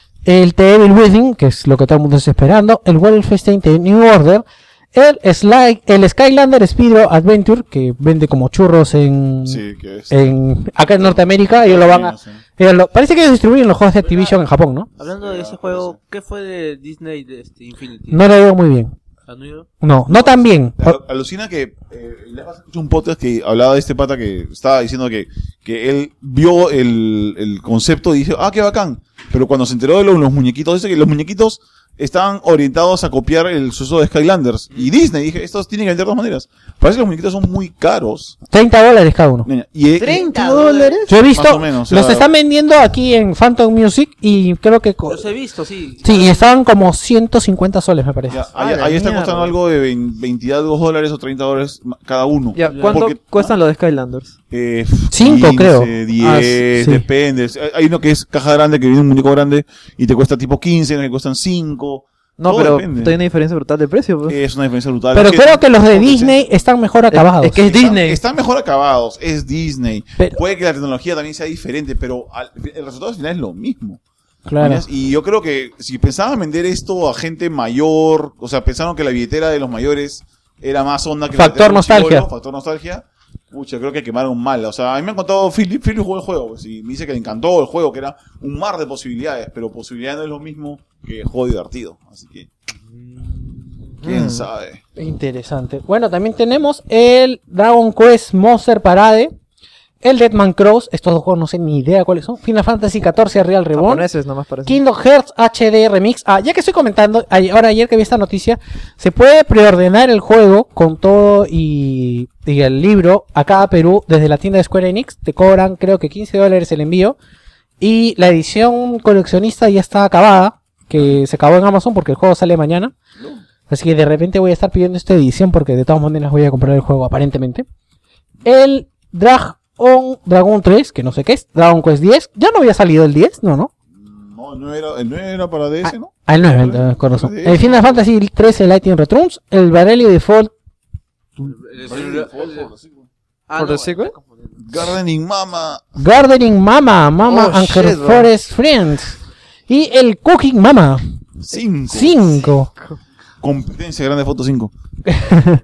Speaker 1: El The Evil Within, que es lo que todo el mundo está esperando, el Wolfenstein The New Order, el, Sly, el Skylander Speedro Adventure, que vende como churros en,
Speaker 4: Sí, que es.
Speaker 1: en acá en Norteamérica, ellos lo van a...
Speaker 4: Sí.
Speaker 1: ellos lo- parece que ellos distribuyen los juegos de Activision en Japón, ¿no?
Speaker 8: Hablando de ese juego, ¿qué fue de Disney de este Infinity?
Speaker 1: No lo veo muy bien.
Speaker 8: ¿Ah, no iba?
Speaker 1: No, no tan bien.
Speaker 4: Al- Alucina que eh, le has escuchado un podcast que hablaba de este pata que estaba diciendo que, que él vio el, el concepto y dijo, ah, qué bacán. Pero cuando se enteró de los, los muñequitos, dice que los muñequitos estaban orientados a copiar el suceso de Skylanders. Y Disney, dije, estos tienen que vender de todas maneras. Parece que los muñequitos son muy caros.
Speaker 1: treinta dólares cada uno.
Speaker 4: Niña, Y,
Speaker 8: ¿treinta dólares?
Speaker 1: Yo he visto,
Speaker 4: Más o menos, o
Speaker 1: los
Speaker 4: sea-
Speaker 1: están vendiendo aquí en Phantom Music y creo que... co-
Speaker 8: Los he visto, sí.
Speaker 1: Sí, y estaban como ciento cincuenta soles, me parece.
Speaker 4: Ya,
Speaker 2: Ah,
Speaker 4: ahí,
Speaker 2: la
Speaker 4: ahí está
Speaker 2: mierda.
Speaker 4: costando algo de veinte dólares o treinta dólares ma- cada uno.
Speaker 2: Ya, ¿cuánto
Speaker 4: Porque-
Speaker 2: cuestan los de Skylanders?
Speaker 4: Eh,
Speaker 1: Cinco,
Speaker 4: quince,
Speaker 1: creo.
Speaker 4: diez,
Speaker 1: Ah, sí.
Speaker 4: depende. Hay- Hay uno que es caja grande, que viene un muñeco grande y te cuesta tipo quince, uno que cuestan cinco.
Speaker 2: No,
Speaker 4: Todo
Speaker 2: pero
Speaker 4: depende.
Speaker 2: hay una diferencia brutal de precio, pues.
Speaker 4: Es una diferencia brutal.
Speaker 1: Pero
Speaker 4: Es
Speaker 1: creo que los de
Speaker 4: porque
Speaker 1: Disney están mejor acabados.
Speaker 2: es que es
Speaker 4: están-
Speaker 2: Disney.
Speaker 4: Están mejor acabados, es Disney.
Speaker 1: Pero-
Speaker 4: Puede que la tecnología también sea diferente, pero al- el resultado final es lo mismo.
Speaker 1: Claro.
Speaker 4: ¿Mañas? Y yo creo que si pensaban vender esto a gente mayor, o sea, pensaron que la billetera de los mayores era más onda que la
Speaker 1: Factor
Speaker 4: billetera de un
Speaker 1: nostalgia.
Speaker 4: chibolo, factor nostalgia. Pucha, creo que quemaron mal. O sea, a mí me han contado, Philip, Philip jugó el juego, pues, y me dice que le encantó el juego, que era un mar de posibilidades, pero posibilidades no es lo mismo que juego divertido. Así que, quién
Speaker 1: Mm.
Speaker 4: sabe.
Speaker 1: Interesante. Bueno, también tenemos el Dragon Quest Monster Parade, el Deadman Cross, estos dos juegos no sé ni idea cuáles son, Final Fantasy catorce Real Reborn,
Speaker 2: Japoneses nomás parece.
Speaker 1: Kingdom Hearts H D Remix. Ah, ya que estoy comentando, ay- ahora ayer que vi esta noticia, se puede preordenar el juego con todo y, y el libro acá a Perú desde la tienda de Square Enix. Te cobran creo que quince dólares el envío. Y la edición coleccionista ya está acabada, que se acabó en Amazon porque el juego sale mañana. Así que de repente voy a estar pidiendo esta edición porque de todas maneras voy a comprar el juego aparentemente. El Dragon, Dragon tres, que no sé qué es, Dragon Quest diez. ¿Ya no había salido el diez? No, ¿no?
Speaker 4: No, el nueve era, el nueve era para D S, ¿no?
Speaker 1: Ah, el nueve, el, con razón. El Final Fantasy trece Lightning Returns, el Barelli Default,
Speaker 8: Ah,
Speaker 2: ¿Por
Speaker 8: no,
Speaker 2: el sequel?
Speaker 8: está confundiendo.
Speaker 4: Gardening Mama.
Speaker 1: Gardening Mama, Mama
Speaker 2: Oh,
Speaker 1: and Her
Speaker 2: shit, bro.
Speaker 1: Forest Friends. Y el Cooking Mama
Speaker 4: cinco.
Speaker 1: cinco.
Speaker 4: Competencia grande foto cinco.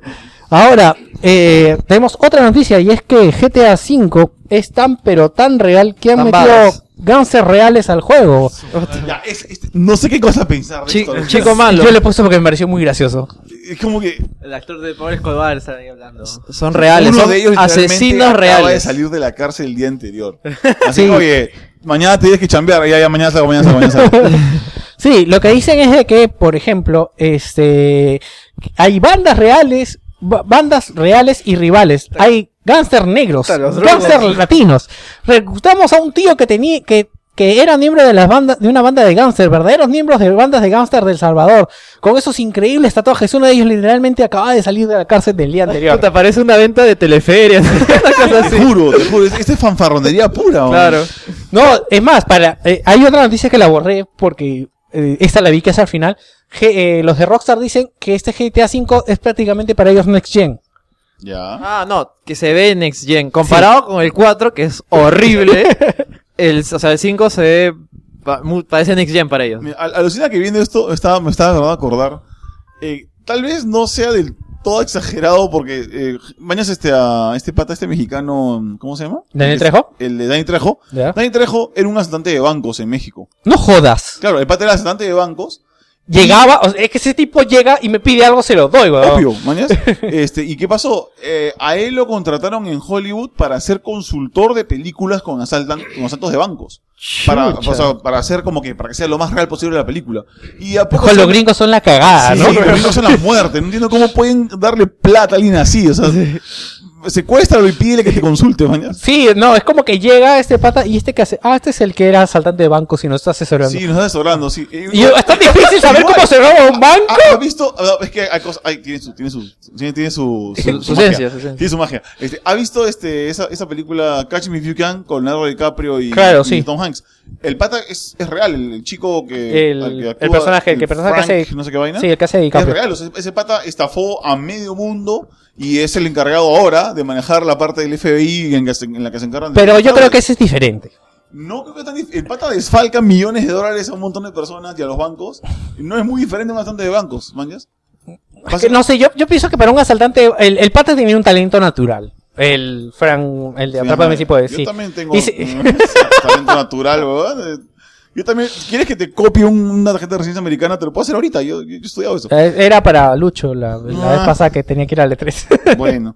Speaker 1: Ahora, eh, tenemos otra noticia y es que G T A cinco es tan pero tan real que han
Speaker 2: Tan
Speaker 1: metido
Speaker 2: vagas.
Speaker 1: gangsters reales al juego.
Speaker 4: Ya, es- es- no sé qué cosa pensar de
Speaker 2: Chi-
Speaker 4: esto.
Speaker 2: chico malo.
Speaker 1: Yo le puse porque me pareció muy gracioso.
Speaker 4: Es como que
Speaker 8: El actor de Pablo Escobar está ahí hablando.
Speaker 2: Son reales,
Speaker 4: uno
Speaker 2: son
Speaker 4: de ellos literalmente
Speaker 2: asesinos
Speaker 4: acaba de
Speaker 2: reales.
Speaker 4: salir de la cárcel el día anterior. Así
Speaker 1: Sí.
Speaker 4: que, oye, mañana tienes que chambear. Ya, ya, mañana salgo, mañana salgo, mañana salgo.
Speaker 1: Sí, lo que dicen es de que, por ejemplo, este, hay bandas reales, ba- bandas reales y rivales. Hay gángster negros, gángster latinos. Reclutamos a un tío que tenía, que, que era miembro de las bandas, de una banda de gángster, verdaderos miembros de bandas de gángster del Salvador, con esos increíbles tatuajes. Uno de ellos literalmente acaba de salir de la cárcel del día anterior.
Speaker 2: Puta, parece una venta de teleferias. Una cosa
Speaker 4: Te
Speaker 2: así.
Speaker 4: juro, te juro. Esta es fanfarronería pura. ¿no?
Speaker 2: Claro.
Speaker 1: No, es más, para, eh, hay otra noticia que la borré porque eh, esta la vi que es al final. G- eh, los de Rockstar dicen que este G T A cinco es prácticamente para ellos Next Gen.
Speaker 4: Ya.
Speaker 2: Ah, no, que se ve Next Gen. Comparado con el cuatro, que es horrible, el, o sea, el cinco se ve, pa- mu- parece Next Gen para ellos.
Speaker 4: Mira, al- alucina que viendo esto, estaba, me estaba tratando de acordar. Eh, tal vez no sea del todo exagerado porque eh, bañas este a este pata, este mexicano, ¿cómo se llama?
Speaker 1: ¿Daniel
Speaker 4: El que-
Speaker 1: Trejo?
Speaker 4: El de Dani Trejo.
Speaker 1: ¿Ya?
Speaker 4: Dani Trejo era un asaltante de bancos en México.
Speaker 1: No jodas.
Speaker 4: Claro, el pata era asaltante de bancos.
Speaker 1: Llegaba, o sea, es que ese tipo llega y me pide algo, se lo doy, weón.
Speaker 4: Obvio, mañas. Este, ¿y qué pasó? Eh, a él lo contrataron en Hollywood para ser consultor de películas con, asaltan, con asaltos de bancos. Para, o sea, para hacer como que, para que sea lo más real posible la película. Y a poco
Speaker 1: Ojo,
Speaker 4: se-
Speaker 1: los gringos son la cagada,
Speaker 4: Sí,
Speaker 1: ¿no?
Speaker 4: los gringos son la muerte. No entiendo cómo pueden darle plata a alguien así. O sea, secuéstralo y pídele que te consulte, mañas.
Speaker 1: Sí, no, es como que llega este pata y este que hace, ah, este es el que era asaltante de bancos y nos está asesorando.
Speaker 4: Sí, nos está asesorando, sí. Eh,
Speaker 1: Y es tan difícil saber
Speaker 4: igual.
Speaker 1: cómo se roba un banco.
Speaker 4: ¿Ha, ha visto? ah, Es que hay cosas, hay- tiene su, tiene su, tiene, tiene su,
Speaker 2: Su- su
Speaker 4: magia.
Speaker 2: ciencia, su ciencia.
Speaker 4: Tiene su magia. Este, ¿ha visto este, esa, esa película Catch Me If You Can con Leonardo DiCaprio y,
Speaker 1: Claro,
Speaker 4: y
Speaker 1: sí.
Speaker 4: Tom Hanks? El pata es, es real, el, el chico que,
Speaker 1: El-
Speaker 4: al que
Speaker 1: el
Speaker 4: actúa,
Speaker 1: personaje, el que personaje que
Speaker 4: Frank,
Speaker 1: hace-
Speaker 4: no sé qué vaina.
Speaker 1: Sí, el que hace de
Speaker 4: Es
Speaker 1: DiCaprio.
Speaker 4: real, o sea, ese pata estafó a medio mundo y es el encargado ahora de manejar la parte del F B I en, que se- en la que se encargan de
Speaker 1: Pero
Speaker 4: los
Speaker 1: yo creo
Speaker 4: fraudes.
Speaker 1: que ese es diferente.
Speaker 4: No creo que tan dif- el pata desfalca millones de dólares a un montón de personas y a los bancos. No es muy diferente a un bastante de bancos, manjas.
Speaker 1: Es que no sé, yo, yo pienso que para un asaltante, el, el pata tenía un talento natural. El Fran, el de
Speaker 4: Sí,
Speaker 1: Atrápame
Speaker 4: madre.
Speaker 1: si puedes,
Speaker 4: Yo
Speaker 1: sí.
Speaker 4: también tengo
Speaker 1: Dice-
Speaker 4: mm, talento natural, weón. Eh, Yo también, ¿quieres que te copie un- una tarjeta de residencia americana? Te lo puedo hacer ahorita, yo, yo, yo he estudiado eso.
Speaker 1: Eh, Era para Lucho la, la
Speaker 4: Ah.
Speaker 1: vez pasada que tenía que ir al E tres.
Speaker 4: Bueno,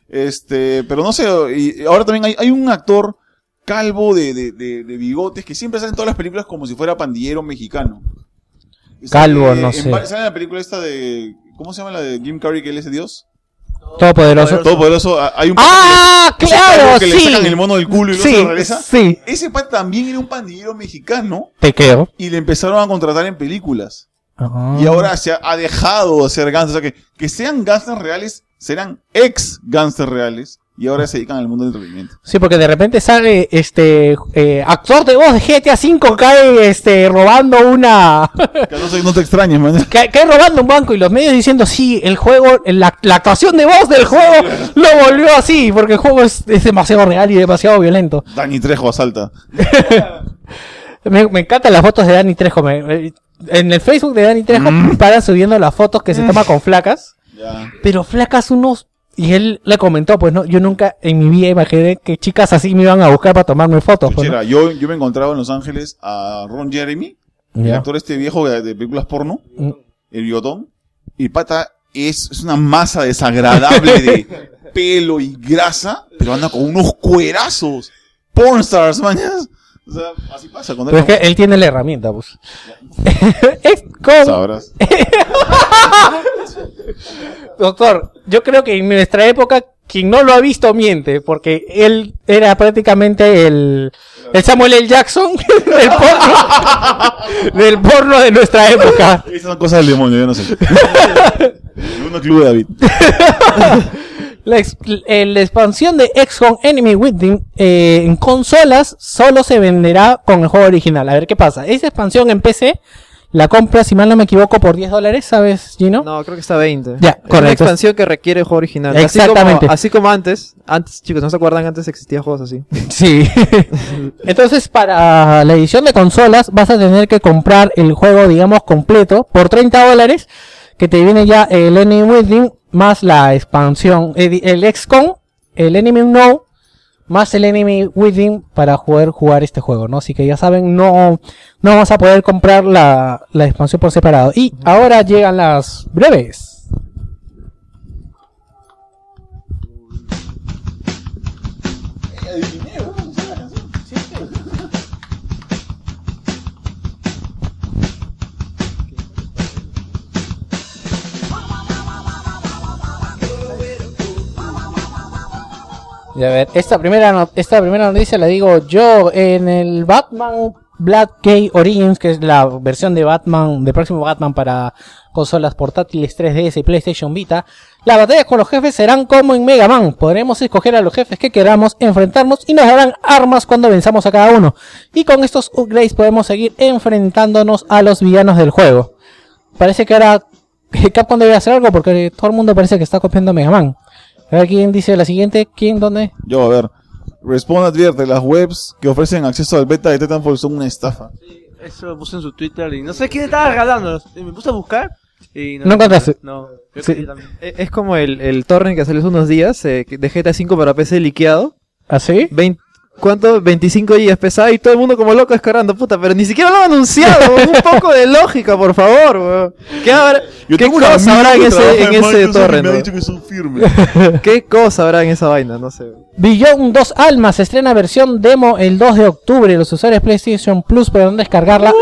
Speaker 4: este, pero no sé, y ahora también hay, hay un actor calvo de, de, de, de bigotes que siempre sale en todas las películas como si fuera pandillero mexicano. Y sale,
Speaker 1: Calvo, no
Speaker 4: en
Speaker 1: sé.
Speaker 4: va- Sale en la película esta de, ¿cómo se llama la de Jim Carrey que él es Dios?
Speaker 1: Todopoderoso.
Speaker 4: Todopoderoso. ah, Hay un
Speaker 1: ¡Ah,
Speaker 4: ese
Speaker 1: claro!
Speaker 4: calvo que le
Speaker 1: Sí.
Speaker 4: sacan el mono del culo y luego
Speaker 1: Sí,
Speaker 4: se lo regresa.
Speaker 1: sí.
Speaker 4: Ese pat también era un pandillero mexicano
Speaker 1: Te creo.
Speaker 4: y le empezaron a contratar en películas.
Speaker 1: Ah.
Speaker 4: Y ahora se ha, ha dejado de ser gangsters. O sea, que, que sean gangsters reales, serán ex gangsters reales. Y ahora se dedican al mundo del entretenimiento.
Speaker 1: Sí, porque de repente sale este eh, actor de voz de G T A cinco cae este robando una
Speaker 4: Que no, se- no te extrañes, man.
Speaker 1: cae, cae robando un banco y los medios diciendo sí, el juego, la, la actuación de voz del juego lo volvió así, porque el juego es, es demasiado real y demasiado violento.
Speaker 4: Dani Trejo asalta.
Speaker 1: Me, me encantan las fotos de Dani Trejo. me- me- en el Facebook de Dani Trejo
Speaker 4: Mm.
Speaker 1: paran subiendo las fotos que se toma con flacas,
Speaker 4: Ya.
Speaker 1: pero flacas unos. Y él le comentó, pues no, yo nunca en mi vida imaginé que chicas así me iban a buscar para tomarme fotos. Pues, ¿no?
Speaker 4: Chuchera, yo, yo me encontraba en Los Ángeles a Ron Jeremy, el
Speaker 1: Ya.
Speaker 4: actor este viejo de, de películas porno,
Speaker 1: Mm.
Speaker 4: el bigotón. Y pata es, es una masa desagradable de pelo y grasa, pero anda con unos cuerazos. Pornstars, mañas. O sea, así pasa con
Speaker 1: Pero es que él tiene la herramienta, pues. es con...
Speaker 4: Sabrás.
Speaker 1: Doctor, yo creo que en nuestra época quien no lo ha visto miente, porque él era prácticamente el, el Samuel L. Jackson del porno, del porno de nuestra época.
Speaker 4: Esas son cosas del demonio, yo no sé. Segundo club de David.
Speaker 1: La, ex- eh, la expansión de X COM Enemy Within eh, en consolas solo se venderá con el juego original. A ver qué pasa. Esa expansión en P C la compra, si mal no me equivoco, por diez dólares, ¿sabes, Gino?
Speaker 2: No, creo que está veinte.
Speaker 1: Ya,
Speaker 2: Es una
Speaker 1: correcto.
Speaker 2: expansión que requiere el juego original.
Speaker 1: Exactamente.
Speaker 2: Así como, así como antes. Antes, chicos, ¿no se acuerdan? Antes existían juegos así.
Speaker 1: Sí. Entonces, para la edición de consolas, vas a tener que comprar el juego, digamos, completo por treinta dólares. que te viene ya el Enemy Within más la expansión, el, el X COM, el Enemy Unknown más el Enemy Within para poder jugar este juego, ¿no? Así que ya saben, no, no vamos a poder comprar la, la expansión por separado. Y ahora llegan las breves. Y a ver, esta primera, no- esta primera noticia la digo yo. En el Batman Black Gate Origins, que es la versión de Batman, del próximo Batman para consolas portátiles tres D S y PlayStation Vita, las batallas con los jefes serán como en Mega Man. Podremos escoger a los jefes que queramos, enfrentarnos y nos darán armas cuando venzamos a cada uno. Y con estos upgrades podemos seguir enfrentándonos a los villanos del juego. Parece que ahora Capcom debe hacer algo porque todo el mundo parece que está copiando a Mega Man. A ver quién dice la siguiente, quién, dónde.
Speaker 4: Yo, a ver. Respawn advierte, las webs que ofrecen acceso al beta de Titanfall son una estafa.
Speaker 8: Eso lo puse en su Twitter y no sé quién estaba regalándolos. Y me puse a buscar y no.
Speaker 1: ¿No encontraste?
Speaker 8: No, creo
Speaker 1: Sí.
Speaker 8: que yo también.
Speaker 2: Eh, Es como el, el torrent que salió hace unos días eh, de G T A cinco para P C liqueado.
Speaker 1: ¿Así?
Speaker 2: veinte ¿Cuánto? veinticinco gigas pesado y todo el mundo como loco descargando, puta, pero ni siquiera lo han anunciado, weón. Un poco de lógica, por favor, weón. ¿Qué, habrá,
Speaker 4: Yo
Speaker 2: ¿qué
Speaker 4: tengo un amigo
Speaker 2: cosa habrá en
Speaker 4: que
Speaker 2: ese,
Speaker 4: trabaja
Speaker 2: en ese
Speaker 4: Microsoft y
Speaker 2: torrent?
Speaker 4: me ha
Speaker 2: weón?
Speaker 4: dicho que son firmes.
Speaker 2: ¿Qué cosa habrá en esa vaina? No sé. weón.
Speaker 1: Beyond dos Almas se estrena versión demo el dos de octubre. Los usuarios PlayStation Plus podrán descargarla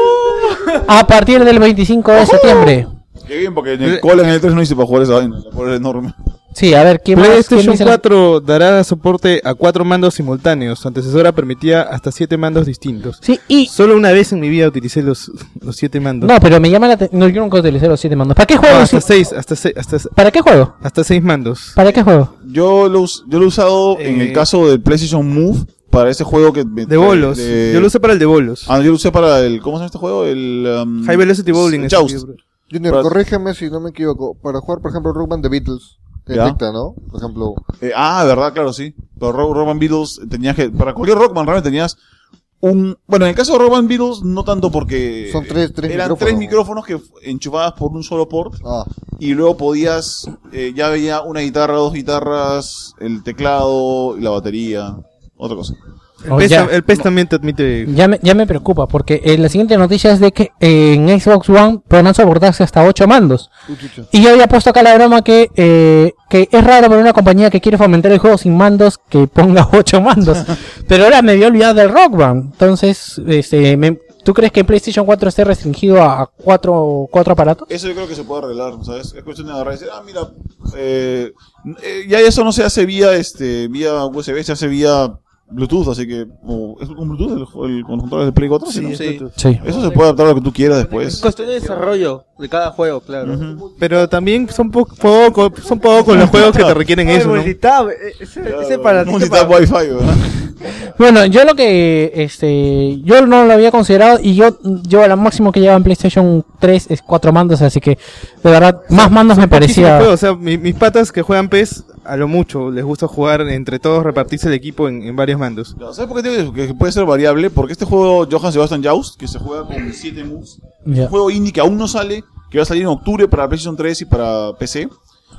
Speaker 1: a partir del veinticinco de septiembre.
Speaker 4: Qué bien, porque en el cola en el tres no hice para jugar esa vaina. La pobre es enorme.
Speaker 1: Sí, a ver, ¿quién más? ¿Quién
Speaker 5: PlayStation
Speaker 1: dice la-
Speaker 5: cuatro dará soporte a cuatro mandos simultáneos. Su antecesora permitía hasta siete mandos distintos.
Speaker 1: Sí, y...
Speaker 5: Solo una vez en mi vida utilicé los, los siete mandos.
Speaker 1: No, pero me llama la atención... No, yo nunca utilicé los siete mandos. ¿Para qué
Speaker 5: No,
Speaker 1: juego?
Speaker 5: hasta
Speaker 1: sí?
Speaker 5: seis, hasta seis, hasta,
Speaker 1: ¿Para qué juego?
Speaker 5: hasta seis mandos.
Speaker 1: ¿Para qué juego?
Speaker 4: Yo lo, us- yo lo he usado en
Speaker 5: Eh.
Speaker 4: el caso del PlayStation Move para ese juego que... me-
Speaker 5: De bolos.
Speaker 4: de-
Speaker 5: Yo lo usé para el de bolos.
Speaker 4: Ah, yo lo usé para el... ¿Cómo se llama este juego? El... um,
Speaker 5: High Velocity Bowling.
Speaker 4: el
Speaker 5: es-
Speaker 4: Joust.
Speaker 6: Junior,
Speaker 4: Para-
Speaker 6: corrígeme si no me equivoco. Para jugar, por ejemplo, Rock Band The Beatles, te
Speaker 4: Ya.
Speaker 6: detecta, ¿no? Por ejemplo,
Speaker 4: Eh, ah, verdad, claro, sí. Pero Rock, Rock Band Beatles tenías que... Para cualquier Rockman realmente tenías un... Bueno, en el caso de Rock Band Beatles no tanto porque...
Speaker 6: Son tres- tres
Speaker 4: Eran
Speaker 6: micrófonos.
Speaker 4: tres micrófonos que f- enchufabas por un solo port.
Speaker 6: ah,
Speaker 4: Y luego podías... eh, ya veía una guitarra, dos guitarras, el teclado y la batería. Otra cosa.
Speaker 5: El,
Speaker 1: Oh,
Speaker 5: P E S,
Speaker 1: ya.
Speaker 5: tam- el P E S también te admite.
Speaker 1: Ya me, ya me preocupa, porque eh, la siguiente noticia es de que eh, en Xbox One podrán soportarse hasta ocho mandos.
Speaker 6: uy, chucha.
Speaker 1: Y yo había puesto acá la broma que, eh, que es raro para una compañía que quiere fomentar el juego sin mandos que ponga ocho mandos. Pero ahora me había olvidado del Rock Band. Entonces, este, me- ¿tú crees que en PlayStation cuatro esté restringido a, a cuatro, cuatro aparatos?
Speaker 4: Eso yo creo que se puede arreglar, ¿sabes? Es cuestión de agarrar y decir, ah, mira, eh, eh, ya eso no se hace vía, este, vía U S B, se hace vía Bluetooth, así que, o- ¿es con Bluetooth el, el, con los controles de Play cuatro? Sí, ¿no?
Speaker 8: Sí.
Speaker 1: Sí.
Speaker 4: Eso se puede adaptar a lo que tú quieras
Speaker 8: Es
Speaker 4: después.
Speaker 8: cuestión de desarrollo de cada juego, claro.
Speaker 5: Pero también son po- poco, son pocos los juegos que te requieren
Speaker 8: Ay,
Speaker 5: eso, ¿no?
Speaker 8: multitap, eh, ese, ese para ti.
Speaker 4: Multitap
Speaker 8: para-
Speaker 4: Wi-Fi, ¿verdad?
Speaker 1: Bueno, yo lo que, este, yo no lo había considerado y yo, yo lo máximo que lleva en PlayStation tres es cuatro mandos, así que, de verdad, más mandos me
Speaker 5: Poquísimos
Speaker 1: parecía...
Speaker 5: juegos, o sea, mi- mis patas que juegan P E S, a lo mucho, les gusta jugar entre todos, repartirse el equipo en, en varios mandos.
Speaker 4: Ya, ¿sabes por qué digo que puede ser variable? Porque este juego, Johann Sebastian Joust, que se juega con siete moves,
Speaker 1: Ya.
Speaker 4: un juego indie que aún no sale, que va a salir en octubre para PlayStation tres y para P C.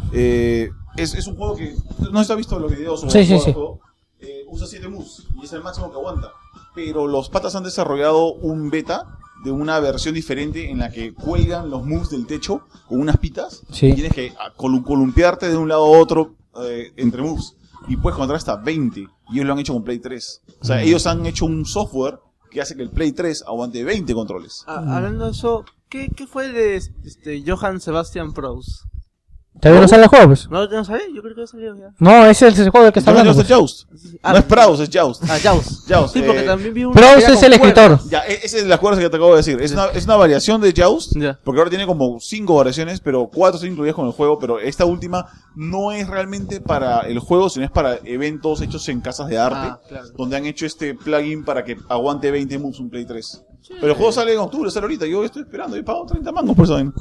Speaker 4: Eh, es, es un juego que, no sé si has visto los videos sobre
Speaker 1: Sí,
Speaker 4: el
Speaker 1: sí,
Speaker 4: juego,
Speaker 1: sí.
Speaker 4: el juego, eh, usa siete moves y es el máximo que aguanta. Pero los patas han desarrollado un beta de una versión diferente en la que cuelgan los moves del techo con unas pitas
Speaker 1: Sí.
Speaker 4: y tienes que ah, colum- columpiarte de un lado a otro eh, entre moves y puedes contar hasta veinte y ellos lo han hecho con Play tres. O sea, ellos han hecho un software que hace que el Play tres aguante veinte controles.
Speaker 8: Ah, hablando de eso, ¿qué, qué fue de este Johann Sebastian Prowse?
Speaker 1: ¿Todavía no sale el juego, pues?
Speaker 8: ¿No, no sabía? Yo creo que ya salió ya.
Speaker 1: No, ese es el juego del que está
Speaker 4: Johann
Speaker 1: hablando.
Speaker 4: Joust
Speaker 1: pues.
Speaker 4: es Joust.
Speaker 8: Ah,
Speaker 4: No es Prowse, es Joust.
Speaker 8: Ah, Jaws.
Speaker 4: Jaws,
Speaker 8: Sí, porque
Speaker 4: eh,
Speaker 8: también vi un.
Speaker 1: Prowse es el escritor.
Speaker 4: Ya, e- esa es la cuerda que te acabo de decir. Es una, es una variación de Joust,
Speaker 8: Ya.
Speaker 4: porque ahora tiene como cinco variaciones, pero cuatro son incluidas con el juego, pero esta última no es realmente para el juego, sino es para eventos hechos en casas de arte,
Speaker 8: Ah, claro.
Speaker 4: donde han hecho este plugin para que aguante veinte moves un Play tres. Pero el juego sale en octubre, sale ahorita, yo estoy esperando, he pagado treinta mangos por eso. vaina.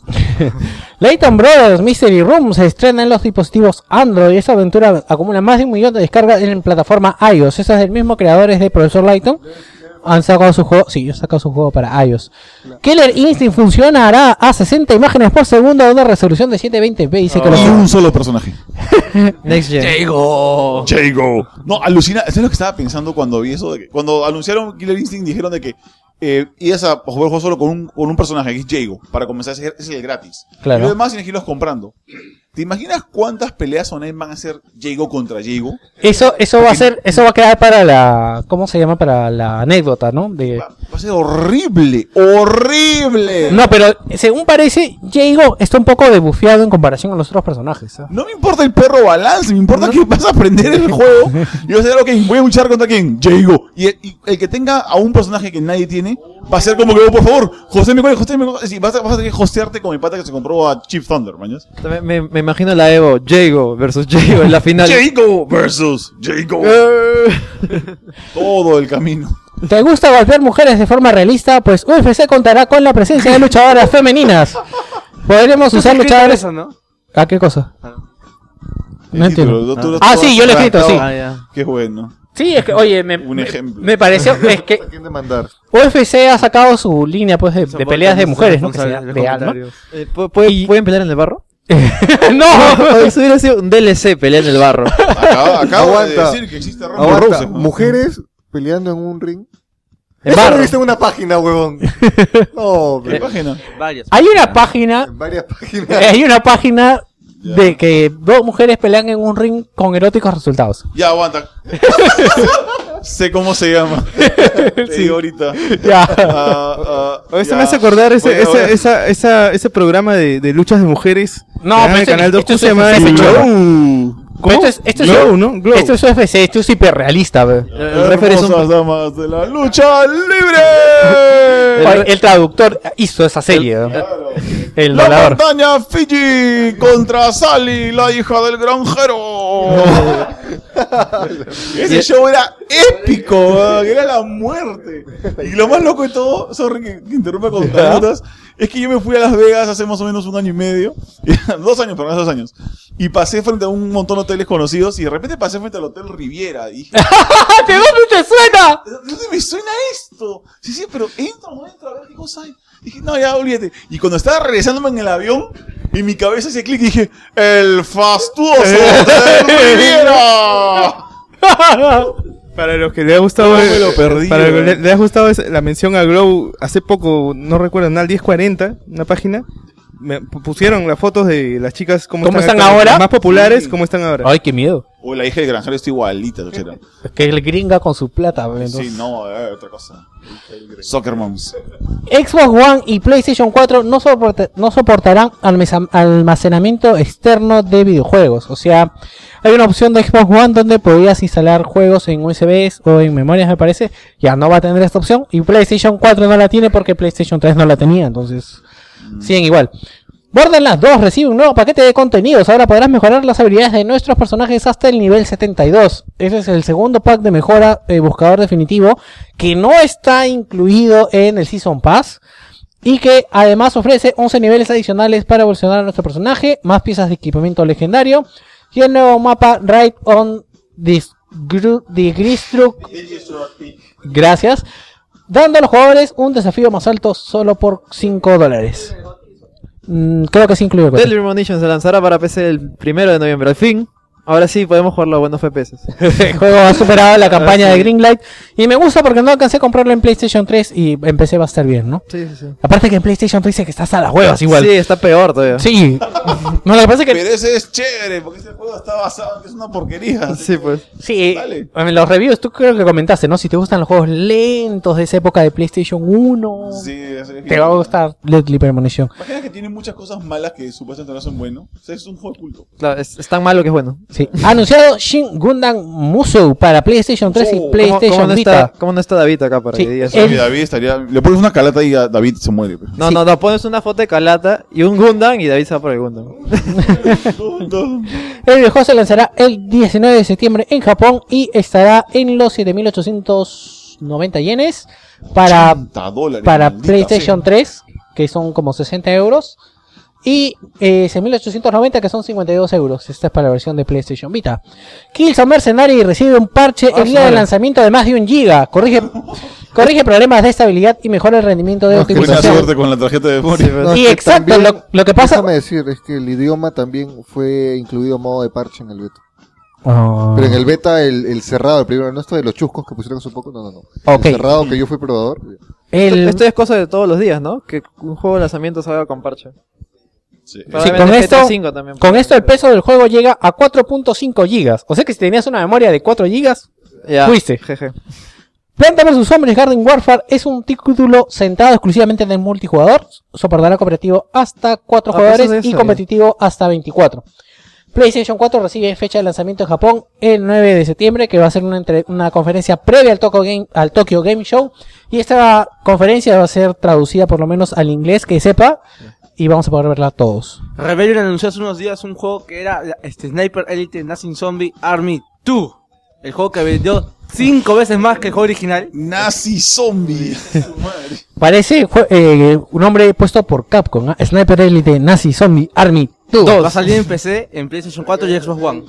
Speaker 1: Layton Brothers Mystery Room se estrena en los dispositivos Android. Esta aventura acumula más de un millón de descargas en plataforma iOS. Esa es del mismo creadores de Profesor Layton. Han sacado su juego, sí, han sacado su juego para iOS. Killer Instinct funcionará a sesenta imágenes por segundo a una resolución de setecientos veinte p. Dice que
Speaker 4: Y
Speaker 1: lo
Speaker 4: un solo personaje.
Speaker 2: Next Gen.
Speaker 9: Jago.
Speaker 4: Jago. No, alucina. ¿Sabes lo que estaba pensando cuando vi eso? De que, cuando anunciaron Killer Instinct dijeron de que eh, ibas a jugar el juego solo con un, con un personaje, que es Jago, para comenzar. Ese es el gratis.
Speaker 1: Claro.
Speaker 4: Y lo demás tienes que irlos comprando. ¿Te imaginas cuántas peleas online van a ser Jago contra Jago?
Speaker 1: Eso, eso va a ser, eso va a quedar para la, ¿cómo se llama? Para la anécdota, ¿no? De...
Speaker 4: Va, va a ser horrible. ¡Horrible!
Speaker 1: No, pero según parece, Jago está un poco debufiado en comparación con los otros personajes. ¿eh?
Speaker 4: No me importa el perro balance, me importa que vas a aprender el juego y vas a decir, ok, voy a luchar contra quién, Jago. Y el, y el que tenga a un personaje que nadie tiene, va a ser como que, oh, por favor, José me José me sí, vas, a, vas a tener que hostearte con el pata que se compró a Chief Thunder, mañas.
Speaker 2: Me, me, me imagino la Evo, Jago versus Jago en la final.
Speaker 4: Jago versus Jago. Todo el camino.
Speaker 1: ¿Te gusta golpear mujeres de forma realista? Pues U F C contará con la presencia de luchadoras femeninas. Podremos usar luchadores...
Speaker 8: Eso, ¿no?
Speaker 1: ¿Ah, qué cosa? No
Speaker 4: El título,
Speaker 1: entiendo.
Speaker 4: tú- tú- tú
Speaker 1: Ah,
Speaker 4: has
Speaker 1: sí, yo lo he escrito, sí.
Speaker 2: Ah, ya.
Speaker 4: Qué bueno.
Speaker 1: Sí, es que, oye, me,
Speaker 4: Un
Speaker 1: me-
Speaker 4: ejemplo.
Speaker 1: me pareció, es que
Speaker 6: ¿A quién demandar?
Speaker 1: U F C ha sacado su línea pues de, de peleas de mujeres, ¿no? Que se llama
Speaker 2: Responsables
Speaker 1: de alma.
Speaker 2: comentarios. Eh, ¿pu- puede-
Speaker 1: Y-
Speaker 2: ¿Pueden pelear en el barro?
Speaker 1: ¡No!
Speaker 2: Eso hubiera sido un D L C, pelea en el barro.
Speaker 4: Acabo, acabo de
Speaker 6: Aguanta.
Speaker 4: decir que existe Ronda
Speaker 6: Aguanta,
Speaker 4: Rousey. ¿no?
Speaker 6: mujeres peleando en un ring.
Speaker 2: En
Speaker 6: Eso lo
Speaker 2: barro.
Speaker 6: viste en una página, huevón. No,
Speaker 4: ¿Qué
Speaker 6: pero
Speaker 4: página?
Speaker 8: Varias.
Speaker 1: Hay una página,
Speaker 6: en varias páginas.
Speaker 1: hay una página
Speaker 4: Ya.
Speaker 1: de que dos mujeres pelean en un ring con eróticos resultados.
Speaker 4: Ya, aguanta. Sé cómo se llama. Te digo ahorita.
Speaker 1: Ya.
Speaker 4: Ah, ah,
Speaker 5: Oye, Eso
Speaker 4: ya.
Speaker 5: me hace acordar ese,
Speaker 4: Voy a-
Speaker 5: esa,
Speaker 4: voy a-
Speaker 5: esa, esa, ese programa de, de luchas de mujeres.
Speaker 1: No,
Speaker 5: que daban
Speaker 1: pero
Speaker 5: en
Speaker 1: ese-
Speaker 5: Canal dos,
Speaker 1: esto
Speaker 5: ¿cómo
Speaker 1: es
Speaker 5: se llama
Speaker 1: ese
Speaker 5: ese?
Speaker 1: programa.
Speaker 5: Glow.
Speaker 1: Pero Esto es, esto es,
Speaker 5: Glow, ¿no? Glow.
Speaker 1: esto es U F C, esto es hiperrealista, ve.
Speaker 2: El referee es un-
Speaker 4: Hermosas damas de la lucha libre.
Speaker 1: Oye, el traductor hizo esa serie, ¿no? El
Speaker 4: La
Speaker 1: doblador.
Speaker 4: montaña Fiji contra Sally, la hija del granjero. Ese show era épico, weón, que era la muerte. Y lo más loco de todo, sorry que, que interrumpa con notas, es que yo me fui a Las Vegas hace más o menos un año y medio, dos años, perdón, dos años, y pasé frente a un montón de hoteles conocidos y de repente pasé frente al Hotel Riviera y dije,
Speaker 1: ¿De dónde te suena?
Speaker 4: ¿de dónde me suena esto? Sí, sí, pero entra o no entra, a ver qué cosa hay. Dije, no, ya, olvídate. Y cuando estaba regresándome en el avión, en mi cabeza ese clic dije, el fastuoso Hotel Riviera.
Speaker 5: Para los que le ha gustado,
Speaker 4: No me lo perdí,
Speaker 5: para los que le,
Speaker 4: weón.
Speaker 5: le ha gustado esa- la mención a Glow hace poco, no recuerdo, en el diez cuarenta, una página, me pu- pusieron las fotos de las chicas como
Speaker 1: ¿Cómo están
Speaker 5: actualmente,
Speaker 1: ahora?
Speaker 5: las más populares,
Speaker 4: Sí.
Speaker 5: cómo están ahora.
Speaker 1: Ay, qué miedo.
Speaker 4: O la hija del granjero está igualita, chera.
Speaker 1: Es que el gringa con su plata, ve, entonces.
Speaker 4: Sí, no, eh, otra cosa. Soccer Moms.
Speaker 1: Xbox One y PlayStation cuatro no, soporta- no soportarán almesa- almacenamiento externo de videojuegos. O sea, hay una opción de Xbox One donde podías instalar juegos en U S Bs o en memorias, me parece. Ya no va a tener esta opción. Y PlayStation cuatro no la tiene porque PlayStation tres no la tenía. Entonces, siguen igual. Borderlands dos recibe un nuevo paquete de contenidos. Ahora podrás mejorar las habilidades de nuestros personajes hasta el nivel setenta y dos. Ese es el segundo pack de mejora eh, buscador definitivo que no está incluido en el Season Pass y que además ofrece once niveles adicionales para evolucionar a nuestro personaje, más piezas de equipamiento legendario y el nuevo mapa Ride on the Gru- the Gristruck. Gracias. Dando a los jugadores un desafío más alto solo por cinco dólares. Mm, creo que sí incluye el
Speaker 2: Deadly Premonition se lanzará para P C el primero de noviembre. Al fin, ahora sí podemos jugarlo a buenos F P S.
Speaker 1: El juego ha superado la campaña de Greenlight y me gusta porque no alcancé a comprarlo en PlayStation tres y en P C va a estar bien, ¿no?
Speaker 2: Sí, sí, sí.
Speaker 1: Aparte que en PlayStation tres dice que está hasta las huevas igual.
Speaker 2: Sí, está peor todavía.
Speaker 1: Sí. No, lo que pasa es que
Speaker 4: Pero ese es chévere, porque este juego está basado en que es una porquería.
Speaker 2: Sí, pues.
Speaker 1: sí,
Speaker 4: Dale.
Speaker 1: en los reviews tú creo que comentaste, ¿no? Si te gustan los juegos lentos de esa época de PlayStation uno,
Speaker 4: Sí, es- es-
Speaker 1: te va a gustar Deadly Premonition.
Speaker 4: Imagina que tiene muchas cosas malas que supuestamente no son buenos. O sea, es un juego culto.
Speaker 2: Claro, es, es tan malo que es bueno.
Speaker 1: Sí. Ha anunciado Shin Gundam Musou para PlayStation tres y
Speaker 4: Oh, ¿cómo-
Speaker 1: PlayStation
Speaker 2: ¿Cómo no,
Speaker 1: Vita.
Speaker 2: está, ¿Cómo no está David acá para
Speaker 1: Sí,
Speaker 2: que digas
Speaker 1: el-
Speaker 4: Y David estaría. Le pones una calata y a David se muere. pues.
Speaker 2: No, no, no, pones una foto de Calata y un Gundam y David se va por el Gundam.
Speaker 1: El videojuego se lanzará el diecinueve de septiembre en Japón y estará en los siete mil ochocientos noventa yenes para,
Speaker 4: ochenta dólares,
Speaker 1: para
Speaker 4: maldita
Speaker 1: PlayStation tres, que son como sesenta euros, y eh, seis mil ochocientos noventa, que son cincuenta y dos euros. Esta es para la versión de PlayStation Vita. Killzone Mercenary recibe un parche el día del lanzamiento de más de un giga. Corrige, Corrige problemas de estabilidad y mejora el rendimiento de
Speaker 6: No, que
Speaker 4: Buena
Speaker 1: optimización.
Speaker 4: suerte con la tarjeta de memoria.
Speaker 6: Sí, no,
Speaker 1: Y
Speaker 6: es que
Speaker 1: exacto,
Speaker 6: también,
Speaker 1: lo- lo que pasa-
Speaker 6: Déjame decir, es que el idioma también fue incluido modo de parche en el beta.
Speaker 1: Oh.
Speaker 6: Pero en el beta, el, el cerrado, el primero, no esto de los chuscos que pusieron hace poco, no, no, no.
Speaker 1: Ok.
Speaker 6: El cerrado que yo fui probador.
Speaker 1: El-
Speaker 2: Esto es cosa de todos los días, ¿no? Que un juego de lanzamiento salga con parche.
Speaker 4: Sí.
Speaker 1: Sí, con esto, con esto el peso del juego llega a cuatro punto cinco gigas. O sea que si tenías una memoria de cuatro gigas,
Speaker 2: Ya,
Speaker 1: fuiste.
Speaker 2: jeje.
Speaker 1: Planta versus. Zombies Garden Warfare es un título centrado exclusivamente en el multijugador. Soportará cooperativo hasta cuatro
Speaker 2: Ah, pues
Speaker 1: jugadores
Speaker 2: eso de
Speaker 1: y
Speaker 2: eso,
Speaker 1: competitivo hasta veinticuatro. PlayStation cuatro recibe fecha de lanzamiento en Japón el nueve de septiembre, que va a ser una, entre- una conferencia previa al Tokyo, Game, al Tokyo Game Show. Y esta conferencia va a ser traducida por lo menos al inglés que sepa. Y vamos a poder verla todos.
Speaker 8: Rebellion anunció hace unos días un juego que era la- este Sniper Elite Nazi Zombie Army dos. El juego que vendió cinco veces más que el juego original.
Speaker 4: Nazi Zombie. Madre.
Speaker 1: Parece jue- eh, un nombre puesto por Capcom. ¿eh? Sniper Elite Nazi Zombie Army dos.
Speaker 8: Va a salir en P C, en PlayStation cuatro y Xbox One.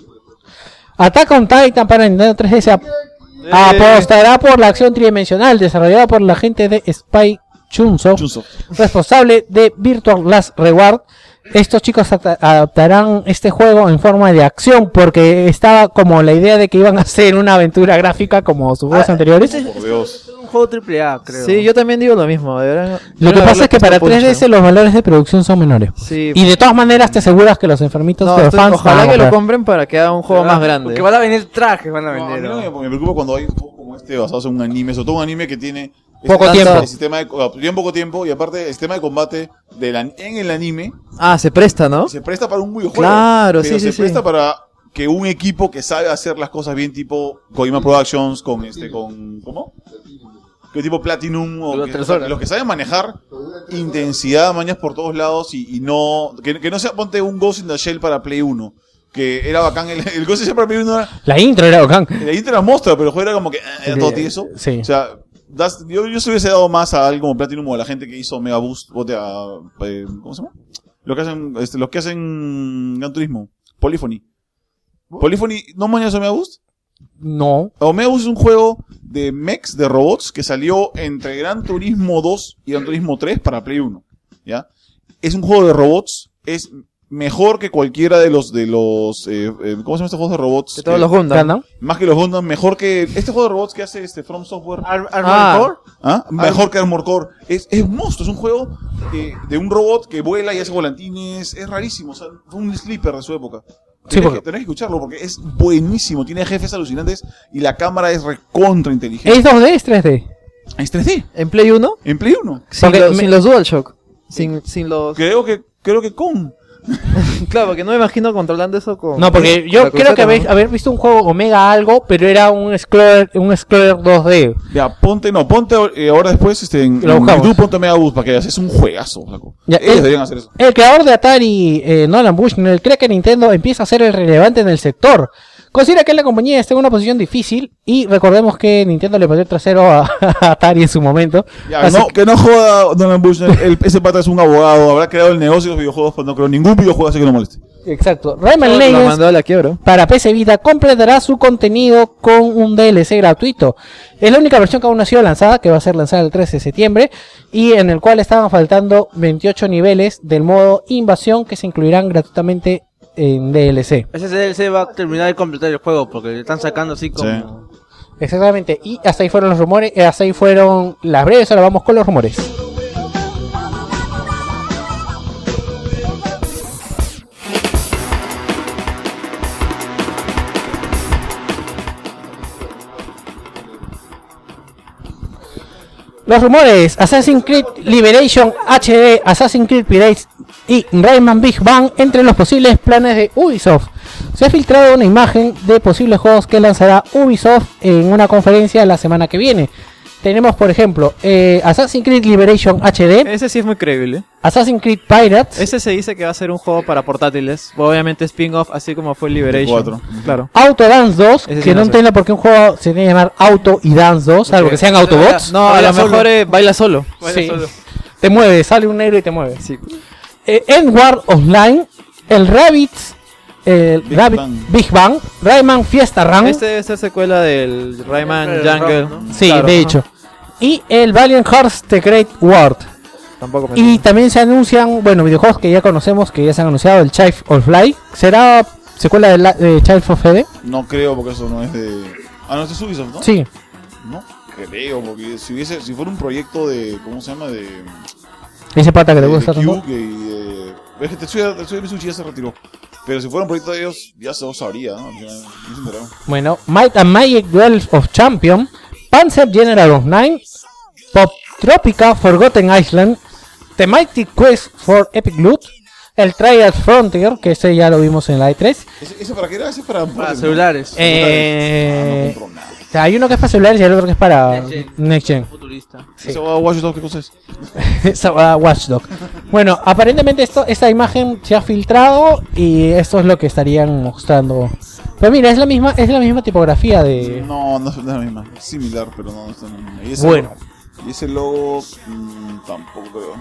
Speaker 1: Attack on Titan para Nintendo tres D S ap- apostará por la acción tridimensional desarrollada por la gente de Spy Chunsoft,
Speaker 4: Chunsoft.
Speaker 1: responsable de Virtual Last Reward. Estos chicos adapta- adaptarán este juego en forma de acción porque estaba como la idea de que iban a hacer una aventura gráfica como sus juegos
Speaker 8: Ah,
Speaker 1: anteriores.
Speaker 4: Por Dios.
Speaker 8: Es un juego triple A, creo.
Speaker 2: Sí, yo también digo lo mismo. deberán-
Speaker 1: Lo que
Speaker 2: deberán
Speaker 1: pasa
Speaker 2: haberle
Speaker 1: es que para
Speaker 2: puesto
Speaker 1: tres D S
Speaker 2: punch,
Speaker 1: los valores de producción son menores.
Speaker 2: Sí.
Speaker 1: Y de todas maneras te aseguras que los enfermitos
Speaker 2: No,
Speaker 1: de los
Speaker 2: estoy-
Speaker 1: fans
Speaker 2: ojalá
Speaker 1: van a
Speaker 2: que lo
Speaker 1: comprar.
Speaker 2: compren para que haga un juego más grande.
Speaker 8: Porque van a venir trajes, van a
Speaker 4: No, a
Speaker 8: vender.
Speaker 4: mí no
Speaker 8: ¿no?
Speaker 4: me, me preocupa cuando hay juegos como este basados en un anime, sobre todo un anime que tiene
Speaker 1: Poco
Speaker 4: este-
Speaker 1: tiempo.
Speaker 4: el sistema de, co- tiene poco tiempo y aparte el sistema de combate del an- en el anime
Speaker 2: Ah, se presta, ¿no?
Speaker 4: se presta para un videojuego.
Speaker 2: Claro,
Speaker 4: pero
Speaker 2: sí,
Speaker 4: se
Speaker 2: sí,
Speaker 4: presta
Speaker 2: sí.
Speaker 4: para que un equipo que sabe hacer las cosas bien, tipo Kojima Productions, con este, con ¿cómo? Que tipo Platinum o
Speaker 8: Los
Speaker 4: que-
Speaker 8: tres
Speaker 4: o sea,
Speaker 8: horas.
Speaker 4: los que saben manejar intensidad, mañas por todos lados y, y no que, que no sea ponte un Ghost in the Shell para Play uno, que era bacán el, el Ghost in the Shell para Play uno era,
Speaker 1: La intro era bacán.
Speaker 4: la intro era monstruo, pero el juego era como que eh, era todo tieso.
Speaker 1: Sí.
Speaker 4: O sea, das- yo, yo se hubiese dado más a algo como Platinum o a la gente que hizo Mega Boost, bote a, eh, ¿cómo se llama? Lo que hacen, este, los que hacen Gran Turismo, Polyphony. Polyphony, ¿no mañana Mega Boost?
Speaker 1: No.
Speaker 4: Omega Boost es un juego de mechs, de robots, que salió entre Gran Turismo dos y Gran Turismo tres para Play uno. ¿Ya? Es un juego de robots, es mejor que cualquiera de los, de los, eh, eh, ¿cómo se llama este juego de robots?
Speaker 2: Que todos
Speaker 4: Eh,
Speaker 2: los Gundam.
Speaker 1: ¿Gundam?
Speaker 4: Más que los Gundam, mejor que, este juego de robots que hace este From Software.
Speaker 8: Ar- Armored
Speaker 2: Ah.
Speaker 8: Core.
Speaker 4: ¿Ah? Mejor que Armored Core. Es, es un monstruo, es un juego eh, de un robot que vuela y hace volantines. Es rarísimo, o sea, fue un sleeper de su época.
Speaker 1: Sí,
Speaker 4: Tenés,
Speaker 1: porque-
Speaker 4: que, tenés que escucharlo porque es buenísimo. Tiene jefes alucinantes y la cámara es recontra inteligente.
Speaker 1: ¿Es dos D? ¿Es tres D?
Speaker 4: Es tres D,
Speaker 2: ¿En Play uno?
Speaker 4: en Play uno.
Speaker 2: Sin,
Speaker 1: Porque
Speaker 2: lo-
Speaker 1: me-
Speaker 2: sin los DualShock. Sin, sin los...
Speaker 4: Creo que, creo que con.
Speaker 2: Claro, porque no me imagino controlando eso con...
Speaker 1: No, porque
Speaker 2: con
Speaker 1: yo
Speaker 2: la
Speaker 1: creo
Speaker 2: cruceta,
Speaker 1: que haber,
Speaker 2: ¿no?
Speaker 1: haber visto un juego Omega algo, pero era un Explorer, un Explorer dos D.
Speaker 4: Ya, ponte, no, ponte eh, ahora después este, en,
Speaker 1: Lo
Speaker 4: en
Speaker 1: buscamos.
Speaker 4: YouTube, ponte Mega Boost para que veas. Es un juegazo, flaco.
Speaker 1: Ya,
Speaker 4: Ellos
Speaker 1: el-
Speaker 4: deberían hacer eso.
Speaker 1: El creador de Atari, eh, Nolan Bushnell, cree que Nintendo empieza a ser el relevante en el sector. Considera que la compañía está en una posición difícil y recordemos que Nintendo le pateó el trasero a, a Atari en su momento.
Speaker 4: Ya,
Speaker 1: Así
Speaker 4: no,
Speaker 1: que-
Speaker 4: que no joda Donald Bush, el, ese pata es un abogado, habrá creado el negocio de los videojuegos, pero no creo ningún videojuego así que lo moleste.
Speaker 1: exacto. Rayman
Speaker 2: Lo
Speaker 1: Legends
Speaker 2: mandó a la quiebra.
Speaker 1: para P C Vita completará su contenido con un D L C gratuito. Es la única versión que aún no ha sido lanzada, que va a ser lanzada el trece de septiembre, y en el cual estaban faltando veintiocho niveles del modo invasión que se incluirán gratuitamente en D L C.
Speaker 8: Ese D L C va a terminar de completar el juego porque le están sacando así como...
Speaker 1: Exactamente, y hasta ahí fueron los rumores, eh, hasta ahí fueron las breves, ahora vamos con los rumores. Los rumores: Assassin's Creed Liberation H D, Assassin's Creed Pirates y Rayman Big Bang entre los posibles planes de Ubisoft. Se ha filtrado una imagen de posibles juegos que lanzará Ubisoft en una conferencia la semana que viene. Tenemos, por ejemplo, eh, Assassin's Creed Liberation H D,
Speaker 2: Ese sí es muy creíble.
Speaker 1: Assassin's Creed Pirates,
Speaker 2: Ese se dice que va a ser un juego para portátiles. Obviamente spin-off, así como fue Liberation.
Speaker 4: cuatro.
Speaker 2: Claro.
Speaker 1: Autodance dos,
Speaker 2: Ese sí
Speaker 1: que
Speaker 2: no
Speaker 1: no
Speaker 2: sé.
Speaker 1: entiendo por qué un juego se tiene que llamar Auto y Dance dos, algo que sean Autobots.
Speaker 2: No, a
Speaker 8: Baila
Speaker 2: lo
Speaker 8: solo.
Speaker 2: mejor eh, baila solo.
Speaker 1: Sí. Te mueve, sale un negro y te mueve.
Speaker 2: Sí.
Speaker 1: Eh, Endward Online, el Rabbids, el
Speaker 4: Big
Speaker 1: Rabbit
Speaker 4: Bang.
Speaker 1: Big Bang, Rayman Fiesta Run.
Speaker 2: Este debe ser secuela del Rayman
Speaker 8: El
Speaker 2: Jungle.
Speaker 8: Rock, ¿no?
Speaker 1: Sí,
Speaker 2: Claro,
Speaker 1: de
Speaker 2: ajá.
Speaker 1: hecho. Y el Valiant Hearts The Great World.
Speaker 2: Tampoco me
Speaker 1: Y
Speaker 2: entiendo.
Speaker 1: también se anuncian, bueno, videojuegos que ya conocemos, que ya se han anunciado, el Child of Light. ¿Será secuela de, la, de Child of Fede?
Speaker 4: No creo, porque eso no es de. Ah, no, es de Ubisoft, ¿no?
Speaker 1: Sí.
Speaker 4: No creo, porque si hubiese, si fuera un proyecto de. ¿Cómo se llama? De.
Speaker 1: Ese pata que te
Speaker 4: de,
Speaker 1: gusta
Speaker 4: de
Speaker 1: tanto.
Speaker 4: Cube y de. Es que Tetsuya, Tetsuya Mizuchi ya se retiró. Pero si fuera un proyecto de ellos, ya se lo sabría, ¿no? Ya, ya se enteraron.
Speaker 1: Bueno, Might and Magic Duel of Champion, Panzer General of Nine, Pop Tropica Forgotten Island, The Mighty Quest for Epic Loot, el Triad Frontier, que ese ya lo vimos en la E tres.
Speaker 4: ¿Ese, ese para qué era? Ese para,
Speaker 8: Para celulares.
Speaker 1: Eh,
Speaker 4: Ah, no compro nada.
Speaker 1: o sea, hay uno que es para celulares y el otro que es para
Speaker 8: Next Gen.
Speaker 1: Next Gen.
Speaker 8: Futurista.
Speaker 4: ¿Ese va a Watch Dogs qué cosa es?
Speaker 1: Esa va a Watchdog. Bueno, aparentemente esto, esta imagen se ha filtrado y esto es lo que estarían mostrando. Pero mira, es la misma, es la misma tipografía de.
Speaker 4: No, no es no es la misma. Es similar, pero no, no es la misma. Y ese
Speaker 1: Bueno.
Speaker 4: logo- y ese logo. Mmm, tampoco creo.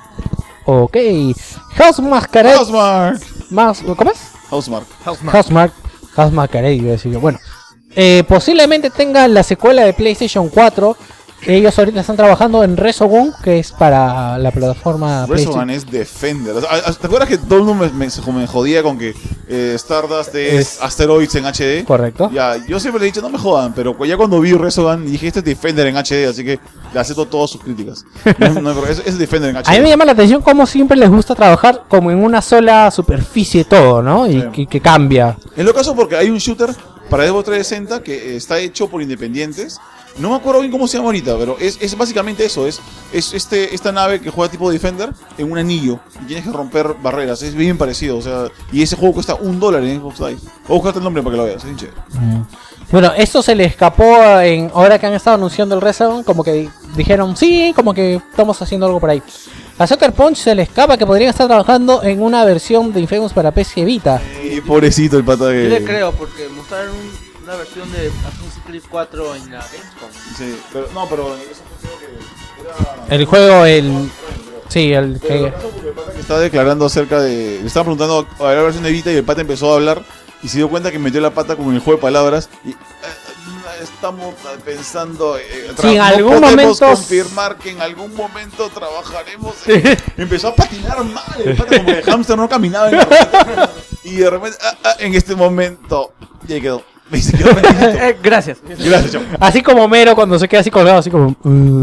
Speaker 1: Ok. House Masquerade.
Speaker 4: Housemark.
Speaker 1: Más, ¿cómo es?
Speaker 4: Housemark.
Speaker 1: Housemark. House Masquerade, iba a decir yo. Bueno. Eh, posiblemente tenga la secuela de PlayStation cuatro. Ellos ahorita están trabajando en Resogun, que es para la plataforma
Speaker 4: Resogun es Defender. O sea, a- a- ¿te acuerdas que todo el mundo me, me- se- me jodía con que eh, Stardust es,
Speaker 1: Es-
Speaker 4: Asteroids en H D?
Speaker 1: Correcto.
Speaker 4: Ya, yo siempre le he dicho, no me jodan, pero cu- ya cuando vi Resogun dije, este es Defender en H D, así que le acepto todas sus críticas. No, no, pero es, es Defender en H D.
Speaker 1: A mí me llama la atención cómo siempre les gusta trabajar como en una sola superficie todo, ¿no? Y
Speaker 4: Sí.
Speaker 1: que, que cambia.
Speaker 4: En lo caso porque hay un shooter para Xbox trescientos sesenta que eh, está hecho por independientes. No me acuerdo bien cómo se llama ahorita, pero es, es básicamente eso. Es, es este, esta nave que juega tipo Defender en un anillo. Y tienes que romper barreras. Es bien parecido. O sea, y ese juego cuesta un dólar en Xbox Live. Voy a buscarte el nombre para que lo veas. Es bien chévere.
Speaker 1: Bueno, esto se le escapó en ahora que han estado anunciando el Resogun, como que di- dijeron, sí, como que estamos haciendo algo por ahí. A Sucker Punch se le escapa que podrían estar trabajando en una versión de Infamous para P C Vita.
Speaker 4: Y pobrecito el pata que...
Speaker 8: Yo le creo, porque mostraron un- una versión de Assassin's Creed cuatro en la Gamescom.
Speaker 4: Sí, pero, no, pero eso creo que era...
Speaker 1: El juego, el... Sí, el
Speaker 4: Pero
Speaker 1: que...
Speaker 4: el pata que estaba declarando acerca de... Le estaban preguntando a ver la versión de Vita y el pata empezó a hablar y se dio cuenta que metió la pata como en el juego de palabras y... eh, estamos pensando... Eh,
Speaker 1: Sí, en
Speaker 4: no
Speaker 1: algún
Speaker 4: podemos
Speaker 1: momento-
Speaker 4: confirmar que en algún momento trabajaremos... en-". Empezó a patinar mal, el pata como que el hámster no caminaba en la rueda. Y de repente, ah, ah, en este momento... Y ahí quedó. Me dice, quedó tranquilito.
Speaker 8: Eh, gracias.
Speaker 4: Gracias, chamo.
Speaker 1: Así como Mero cuando se queda así colgado, así como...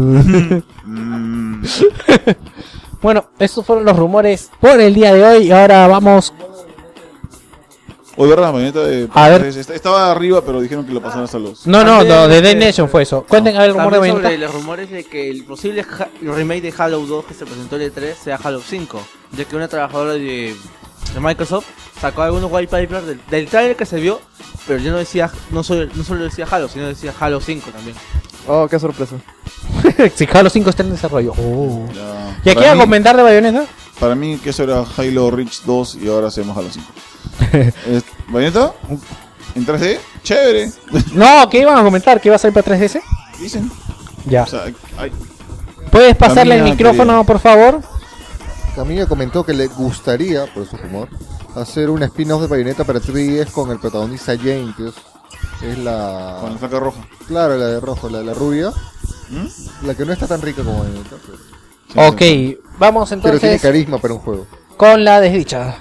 Speaker 4: Mm.
Speaker 1: Bueno, estos fueron los rumores por el día de hoy y ahora vamos...
Speaker 4: Oye, ¿verdad? La mañanita de...
Speaker 1: A ver.
Speaker 4: Estaba arriba, pero dijeron que lo pasaron hasta los...
Speaker 1: No, no, no, de Dead
Speaker 8: Eh,
Speaker 1: Nation fue eso. Cuenten a ver el rumor de
Speaker 8: También
Speaker 1: venta.
Speaker 8: sobre los rumores de que el posible ja- remake de Halo dos que se presentó en el E tres sea Halo cinco, ya que una trabajadora de, de Microsoft sacó algunos white papers del, del trailer que se vio, pero ya no decía, no solo, no solo decía Halo, sino decía Halo cinco también.
Speaker 2: Oh, qué sorpresa.
Speaker 1: Si Halo cinco está en desarrollo. Oh.
Speaker 4: Ya.
Speaker 1: ¿Y aquí
Speaker 4: Para
Speaker 1: a
Speaker 4: mí-
Speaker 1: comentar de Bayonetta?
Speaker 4: Para mí que eso era Halo Reach dos y ahora hacemos Halo cinco. Eh, ¿Bayonetta? ¿En tres D? Chévere.
Speaker 1: No, ¿qué iban a comentar? ¿Que iba a salir para tres D S?
Speaker 4: Dicen.
Speaker 1: Ya.
Speaker 4: O sea, hay-
Speaker 1: ¿Puedes pasarle el
Speaker 4: Camina,
Speaker 1: micrófono,
Speaker 4: querido.
Speaker 1: por favor?
Speaker 6: Camilla comentó que le gustaría, por su rumor, hacer un spin-off de Bayonetta para tres D S con el protagonista Jane, que es, es la...
Speaker 4: con la flaca roja.
Speaker 6: Claro, la de rojo, la de la rubia.
Speaker 4: ¿Mm?
Speaker 6: La que no está tan rica como Bayonetta, pero,
Speaker 4: Sí,
Speaker 1: Ok,
Speaker 4: sí.
Speaker 1: vamos
Speaker 6: pero tiene
Speaker 1: entonces
Speaker 6: carisma para un juego.
Speaker 1: con la desdichada.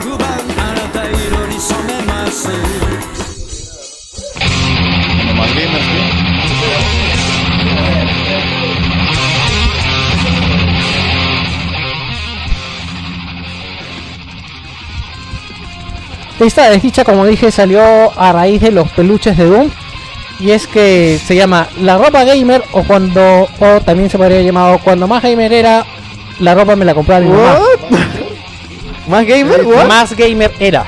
Speaker 4: Bueno, más gamers, ¿sí?
Speaker 1: Esta desdicha, como dije, salió a raíz de los peluches de Doom. Y es que se llama La Ropa Gamer, o cuando, o también se podría llamado Cuando más gamer era, la ropa me la compraba mi mamá.
Speaker 2: ¿Más gamer? What?
Speaker 1: Más gamer era.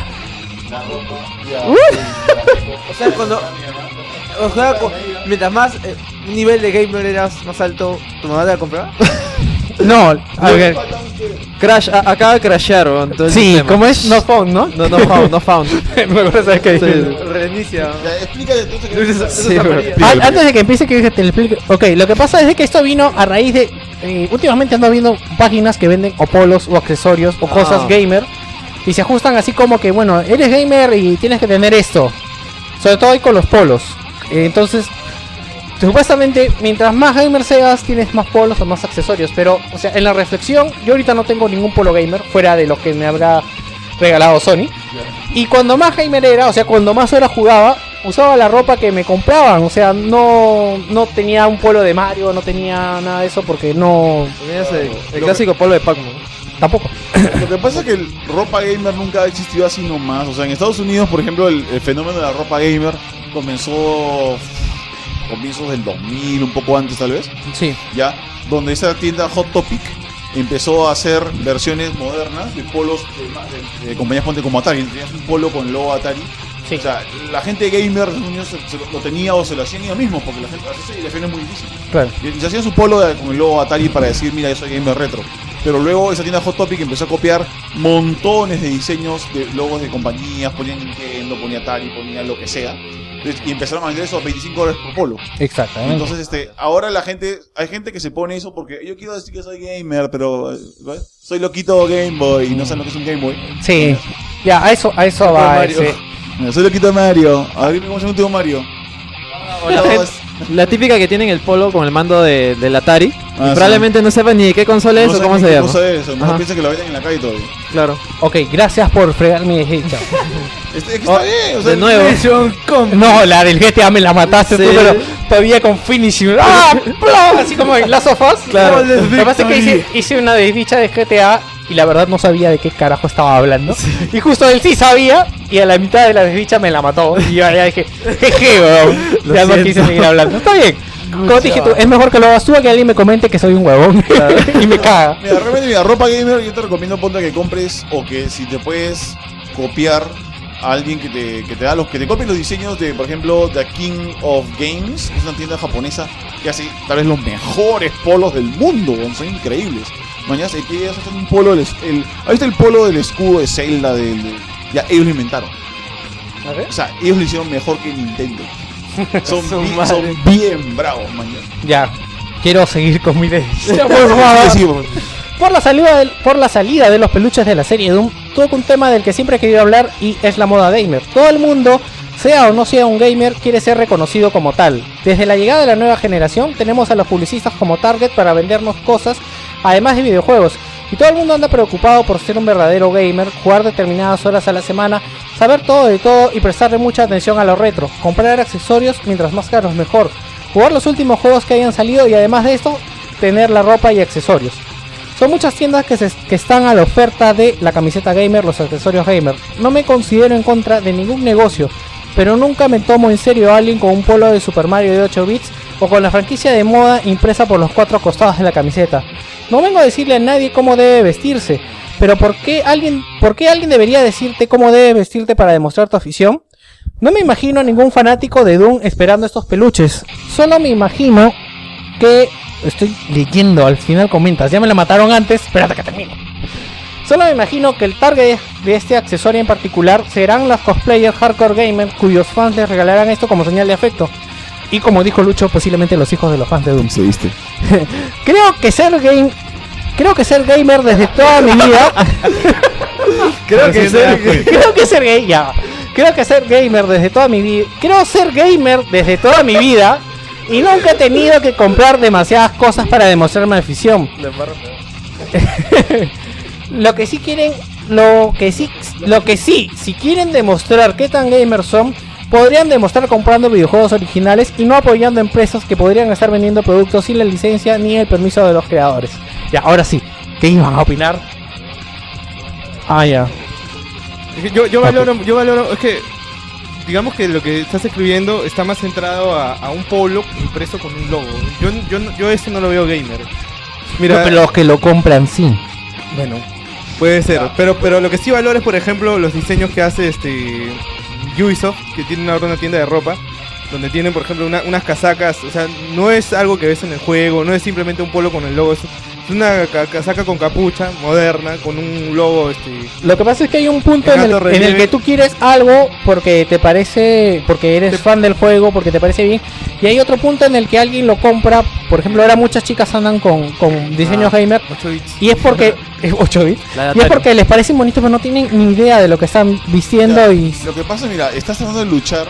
Speaker 8: O sea, cuando... O sea, cu- mientras más eh, nivel de gamer eras más alto, ¿tu mamá te la compraba?
Speaker 1: No, a ver.
Speaker 2: Crash, a- acaba de crashear, weón, todo el
Speaker 1: Sí,
Speaker 2: sistema.
Speaker 1: como es no found, ¿no?
Speaker 2: No, no found, no found.
Speaker 1: Me acuerdo, ¿sabes qué?
Speaker 2: Sí.
Speaker 8: Reinicia.
Speaker 4: Ya, explícate entonces que...
Speaker 8: Eso- eso
Speaker 2: Sí,
Speaker 8: es
Speaker 2: bro.
Speaker 8: María.
Speaker 1: An- Antes de que empiece, que te lo explique. Ok, lo que pasa es de que esto vino a raíz de. eh, últimamente ando viendo páginas que venden o polos o accesorios o cosas
Speaker 2: Ah.
Speaker 1: gamer. Y se ajustan así como que, bueno, eres gamer y tienes que tener esto. Sobre todo ahí con los polos. Eh, entonces, supuestamente, mientras más gamer seas, tienes más polos o más accesorios. Pero, o sea, en la reflexión, yo ahorita no tengo ningún polo gamer fuera de lo que me habrá regalado Sony. Y cuando más gamer era, o sea, cuando más horas jugaba, usaba la ropa que me compraban. O sea, no, no tenía un polo de Mario, no tenía nada de eso porque no...
Speaker 2: Tenías el, el clásico polo de Pac-Man.
Speaker 1: Tampoco.
Speaker 4: Lo que pasa es que el ropa gamer nunca ha existido así nomás. O sea, en Estados Unidos, por ejemplo, el, el fenómeno de la ropa gamer comenzó comienzos del dos mil, un poco antes tal vez.
Speaker 1: Sí.
Speaker 4: Ya, donde esa tienda Hot Topic empezó a hacer versiones modernas de polos de, de, de compañías como Atari. Tenías un polo con logo Atari. Sí. O sea, la gente gamer de Estados Unidos se, se lo, lo tenía o se lo hacían ellos mismos, porque la gente así se defiende muy difícil.
Speaker 1: Claro.
Speaker 4: Y se hacían su polo de, con el logo Atari para decir, mira, yo soy gamer retro. Pero luego esa tienda Hot Topic empezó a copiar montones de diseños de logos de compañías, ponía Nintendo, ponía Atari, ponía lo que sea. Y empezaron a vender eso a veinticinco dólares por polo.
Speaker 1: Exactamente.
Speaker 4: Entonces, este, ahora la gente, hay gente que se pone eso porque yo quiero decir que soy gamer, pero ¿ves? Soy loquito Game Boy y no saben lo que es un Game Boy.
Speaker 1: Sí. Ya, a eso, a eso va
Speaker 4: Mario.
Speaker 1: ese.
Speaker 4: Soy loquito Mario. A ver cómo se llama un Mario.
Speaker 2: O la, gente, la típica que tienen el polo con el mando de, del Atari.
Speaker 4: Ah,
Speaker 2: y probablemente
Speaker 4: sí.
Speaker 2: no sepan ni de qué consola es
Speaker 4: no
Speaker 2: o cómo se
Speaker 4: qué
Speaker 2: llama.
Speaker 4: cosa es eso. No piensan que lo venden en la calle todavía.
Speaker 2: Claro.
Speaker 1: Ok, gracias por fregar mi deshecha.
Speaker 4: Es que está
Speaker 2: Oh,
Speaker 4: bien, o sea,
Speaker 2: de nuevo.
Speaker 1: No, la del G T A me la mataste
Speaker 2: Sí.
Speaker 1: tú, pero todavía con finishing. ¡Ah! ¡Plum! Así como en Last of Us.
Speaker 2: Claro.
Speaker 1: Lo que pasa es que hice, hice una desdicha de G T A y la verdad no sabía de qué carajo estaba hablando. Sí. Y justo él sí sabía y a la mitad de la desdicha me la mató. Y yo ya dije, jeje, weón. Ya no quise seguir hablando. Está bien. Como te dije tú, es mejor que lo hagas tú a que alguien me comente que soy un huevón. Claro. Y me caga.
Speaker 4: Mira, realmente, mira, ropa gamer yo te recomiendo ponte que compres o que si te puedes copiar a alguien que te, que te da los que te copie los diseños de, por ejemplo, The King of Games, que es una tienda japonesa que hace tal vez los mejores polos del mundo, son increíbles. Mañana que ellos hacen un polo del el, ahí está el polo del escudo de Zelda del, del, ya ellos lo inventaron. O sea, ellos lo hicieron mejor que Nintendo. Son, bi, son bien bravos, mañana.
Speaker 1: Ya, quiero seguir con mi desdicha.
Speaker 4: Sí,
Speaker 1: Por la, salida del, por la salida de los peluches de la serie Doom, toco un tema del que siempre he querido hablar y es la moda gamer. Todo el mundo, sea o no sea un gamer, quiere ser reconocido como tal. Desde la llegada de la nueva generación, tenemos a los publicistas como target para vendernos cosas, además de videojuegos. Y todo el mundo anda preocupado por ser un verdadero gamer, jugar determinadas horas a la semana, saber todo de todo y prestarle mucha atención a lo retro. Comprar accesorios, mientras más caros mejor. Jugar los últimos juegos que hayan salido y además de esto, tener la ropa y accesorios. Son muchas tiendas que, se, que están a la oferta de la camiseta gamer, los accesorios gamer. No me considero en contra de ningún negocio, pero nunca me tomo en serio a alguien con un polo de Super Mario de ocho bits o con la franquicia de moda impresa por los cuatro costados de la camiseta. No vengo a decirle a nadie cómo debe vestirse, pero ¿por qué alguien, por qué alguien debería decirte cómo debes vestirte para demostrar tu afición? No me imagino a ningún fanático de Doom esperando estos peluches. Solo me imagino que... Estoy leyendo, al final comentas, ya me la mataron antes, espérate que termine. Solo me imagino que el target de este accesorio en particular serán los cosplayers hardcore gamer cuyos fans les regalarán esto como señal de afecto. Y como dijo Lucho, posiblemente los hijos de los fans de Doom.
Speaker 4: ¿Se viste?
Speaker 1: Creo que ser game... Creo que ser gamer desde toda mi vida... creo que ser... Creo que ser gay... Ya. Creo que ser gamer desde toda mi vida... Creo ser gamer desde toda mi vida... Y nunca he tenido que comprar demasiadas cosas para demostrar mi afición. Lo que sí quieren, lo que sí, lo que sí, si quieren demostrar qué tan gamers son, podrían demostrar comprando videojuegos originales y no apoyando empresas que podrían estar vendiendo productos sin la licencia ni el permiso de los creadores. Ya, ahora sí, ¿qué iban a opinar? Ah, ya.
Speaker 5: Yo, yo valoro, yo valoro, es que digamos que lo que estás escribiendo está más centrado a, a un polo impreso con un logo. Yo, yo, yo eso no lo veo gamer.
Speaker 1: Mira, no, pero los que lo compran sí.
Speaker 5: Bueno, puede ser. Pero, pero lo que sí valoro es, por ejemplo, los diseños que hace este Ubisoft, que tiene ahora una tienda de ropa, donde tienen, por ejemplo, una, unas casacas. O sea, no es algo que ves en el juego, no es simplemente un polo con el logo. Es una ca casaca con capucha, moderna, con un logo este...
Speaker 1: Lo que pasa es que hay un punto en el, en el que tú quieres algo porque te parece, porque eres fan del juego, porque te parece bien, y hay otro punto en el que alguien lo compra. Por ejemplo, ahora muchas chicas andan con, con diseños ah, gamer
Speaker 5: ocho bits.
Speaker 1: Y es porque es ocho bits y es porque les parecen bonitos pero no tienen ni idea de lo que están vistiendo. Ya, y
Speaker 4: lo que pasa, mira, estás tratando de luchar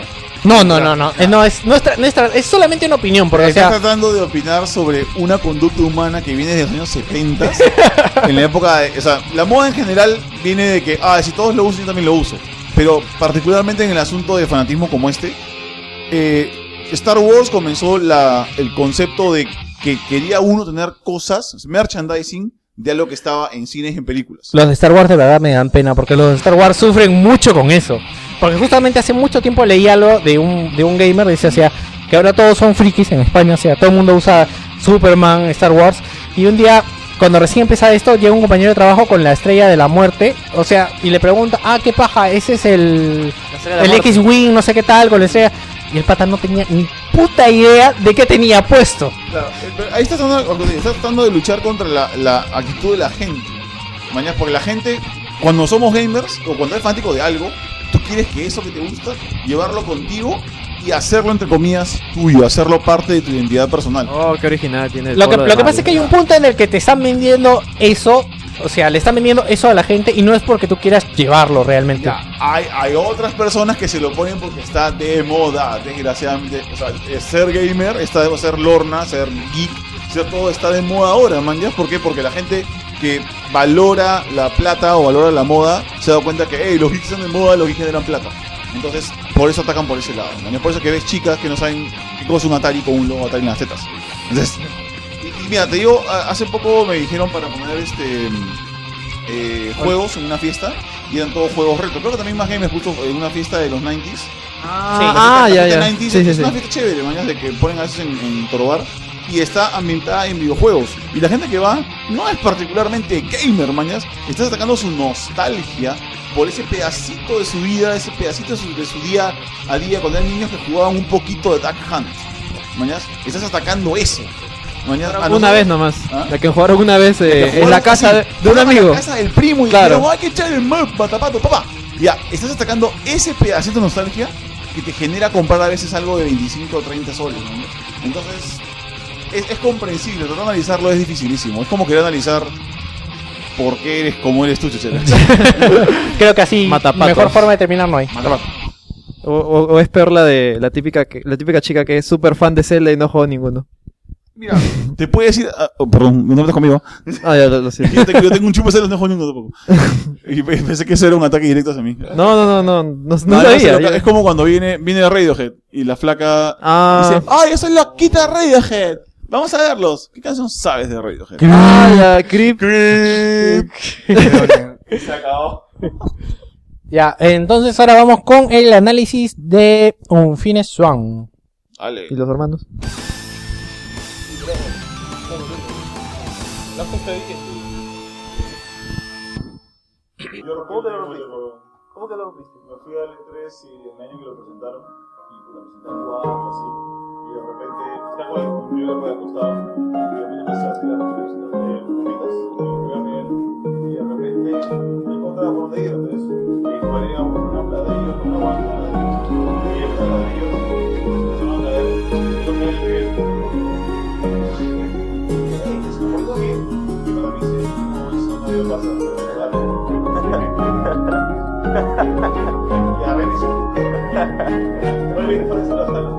Speaker 1: No, no, no, no. Eh, no, es nuestra, nuestra, es solamente una opinión, porque o
Speaker 4: Estás
Speaker 1: sea,
Speaker 4: tratando de opinar sobre una conducta humana que viene de los años setenta. En la época de, o sea, la moda en general viene de que, ah, si todos lo usan, yo también lo uso. Pero particularmente en el asunto de fanatismo como este, eh, Star Wars comenzó la, el concepto de que quería uno tener cosas, merchandising, de algo que estaba en cines y en películas.
Speaker 1: los de Star Wars de verdad me dan pena, porque los de Star Wars sufren mucho con eso. Porque justamente hace mucho tiempo leí algo de un, de un gamer, decía, o sea, que ahora todos son frikis en España, o sea, todo el mundo usa Superman, Star Wars, y un día, cuando recién empezaba esto, llega un compañero de trabajo con la Estrella de la Muerte, o sea, y le pregunta, ah, qué paja, ese es el, el X-Wing, no sé qué tal, con la estrella, y el pata no tenía ni puta idea de qué tenía puesto.
Speaker 4: Claro, ahí estás tratando, estás tratando de luchar contra la, la actitud de la gente. Mañana, porque la gente, cuando somos gamers, o cuando eres fanático de algo, tú quieres que eso que te gusta, llevarlo contigo y hacerlo, entre comillas, tuyo, hacerlo parte de tu identidad personal.
Speaker 2: Oh, qué original tiene el
Speaker 1: Lo que,
Speaker 2: polo de
Speaker 1: lo que
Speaker 2: Mario.
Speaker 1: pasa es que hay un punto en el que te están vendiendo eso, o sea, le están vendiendo eso a la gente y no es porque tú quieras llevarlo realmente.
Speaker 4: Ya, hay, hay otras personas que se lo ponen porque está de moda, desgraciadamente. O sea, eh, ser gamer, está de ser lorna, ser geek, ser todo está de moda ahora, man. ¿Ya? ¿Por qué? Porque la gente que valora la plata o valora la moda se ha dado cuenta que, hey, los geeks están de moda, los geeks generan plata. Entonces, por eso atacan por ese lado, man. Por eso que ves chicas que no saben qué cosa es un Atari con un logo Atari en las tetas. Entonces, y, y mira, te digo, a- hace poco me dijeron para poner este eh, juegos en una fiesta y eran todos juegos retro. Creo que también Más Gamers puso en una fiesta de los noventa.
Speaker 2: Ah, ya, ya.
Speaker 4: noventa
Speaker 2: Sí, sí,
Speaker 4: es
Speaker 2: sí.
Speaker 4: una fiesta chévere, mañana de que ponen a veces en, en Torobar y está ambientada en videojuegos. Y la gente que va no es particularmente gamer, mañas. Está sacando su nostalgia por ese pedacito de su vida, ese pedacito de su, de su día a día cuando eran niños que jugaban un poquito de Duck Hunt. Mañas, estás atacando eso. Mañas, a
Speaker 2: Una
Speaker 4: nosotros-
Speaker 2: vez nomás.
Speaker 4: ¿Ah?
Speaker 2: La que jugaron una vez eh,
Speaker 4: que
Speaker 2: en
Speaker 4: jugaron
Speaker 2: la casa
Speaker 4: así,
Speaker 2: de, de un
Speaker 4: fueron a
Speaker 2: amigo.
Speaker 4: la casa del primo y
Speaker 2: Claro.
Speaker 4: dijeron, hay que echar el mapa, tapato, papá. Ya, estás atacando ese pedacito de nostalgia que te genera comprar a veces algo de veinticinco o treinta soles, ¿no? Entonces, es, es comprensible, tratar de analizarlo es dificilísimo. Es como querer analizar por qué eres como eres tú, Chechera.
Speaker 1: Creo que así,
Speaker 2: Matapatos.
Speaker 1: mejor forma de terminar no hay.
Speaker 2: O, o- o es peor la de la típica que- la típica chica que es súper fan de Zelda y no juega ninguno.
Speaker 4: Mira, te puede decir, ah, oh, perdón, no metas conmigo.
Speaker 2: Ah, ya lo, lo siento.
Speaker 4: Yo tengo, yo tengo un chupo de celos, no juego ninguno tampoco. Y pe- pensé que eso era un ataque directo hacia mí.
Speaker 2: No, no, no, no, no, no
Speaker 4: No, no,
Speaker 2: sabía.
Speaker 4: se lo-
Speaker 2: yo-
Speaker 4: es como cuando viene, viene Radiohead y la flaca
Speaker 2: Ah,
Speaker 4: dice, ¡ay, yo soy la quita Radiohead! Vamos a verlos. ¿Qué canción sabes de Radiohead?
Speaker 2: ah, ya, Creep.
Speaker 4: Se acabó.
Speaker 1: Ya, entonces ahora vamos con el análisis de Unfine Swan.
Speaker 4: Dale.
Speaker 2: ¿Y los hermanos?
Speaker 4: ¿Cómo que lo rompiste? ¿Cómo que lo rompiste? Me fui al E tres y el año que lo presentaron y pues, lo presentaron jugando así y de repente está con el primer de costado y de repente empecé a tirar las gomitas y me fui a nivel y de repente no encontraba por dónde ir, entonces me disparé a un ladrillo con una guanta de ladrillos y esos ladrillos empezaron a caer y yo caí en el nivel. ¿Se comportó bien? Y para mí sí, no, eso no debe pasar, pero dale. Ya, bendición. Muy bien, para eso la sala.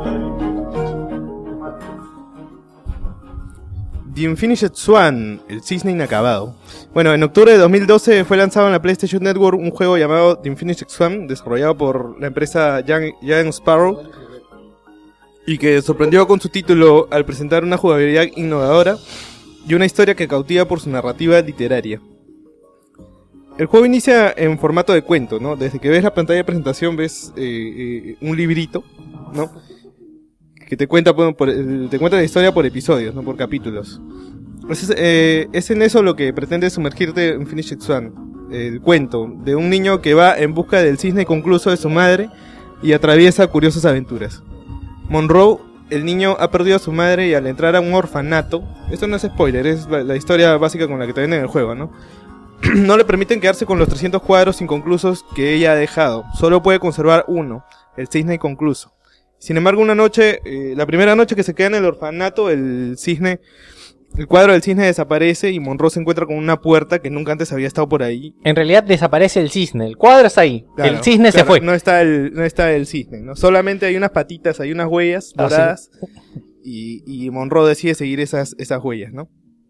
Speaker 5: The Unfinished Swan, el cisne inacabado. Bueno, en octubre de dos mil doce fue lanzado en la PlayStation Network un juego llamado The Unfinished Swan, desarrollado por la empresa Young, Young Sparrow, y que sorprendió con su título al presentar una jugabilidad innovadora y una historia que cautiva por su narrativa literaria. El juego inicia en formato de cuento, ¿no? Desde que ves la pantalla de presentación ves eh, eh, un librito, ¿no? Que te cuenta, por, por- eh, te cuenta la historia por episodios, no por capítulos. Es, eh, es en eso lo que pretende sumergirte en Unfinished Swan, el cuento de un niño que va en busca del cisne inconcluso de su madre y atraviesa curiosas aventuras. Monroe, el niño, ha perdido a su madre y al entrar a un orfanato, esto no es spoiler, es la, la historia básica con la que te viene en el juego, ¿no? No le permiten quedarse con los trescientos cuadros inconclusos que ella ha dejado, solo puede conservar uno, el cisne inconcluso. Sin embargo, una noche, eh, la primera noche que se queda en el orfanato, el cisne el cuadro del cisne desaparece y Monroe se encuentra con una puerta que nunca antes había estado por ahí.
Speaker 1: En realidad desaparece el cisne, el cuadro está ahí,
Speaker 5: Claro,
Speaker 1: el cisne
Speaker 5: claro,
Speaker 1: se fue.
Speaker 5: No está el, no está el cisne, ¿no? Solamente hay unas patitas, hay unas huellas
Speaker 1: Ah,
Speaker 5: doradas y, y Monroe decide seguir esas, esas huellas, ¿no?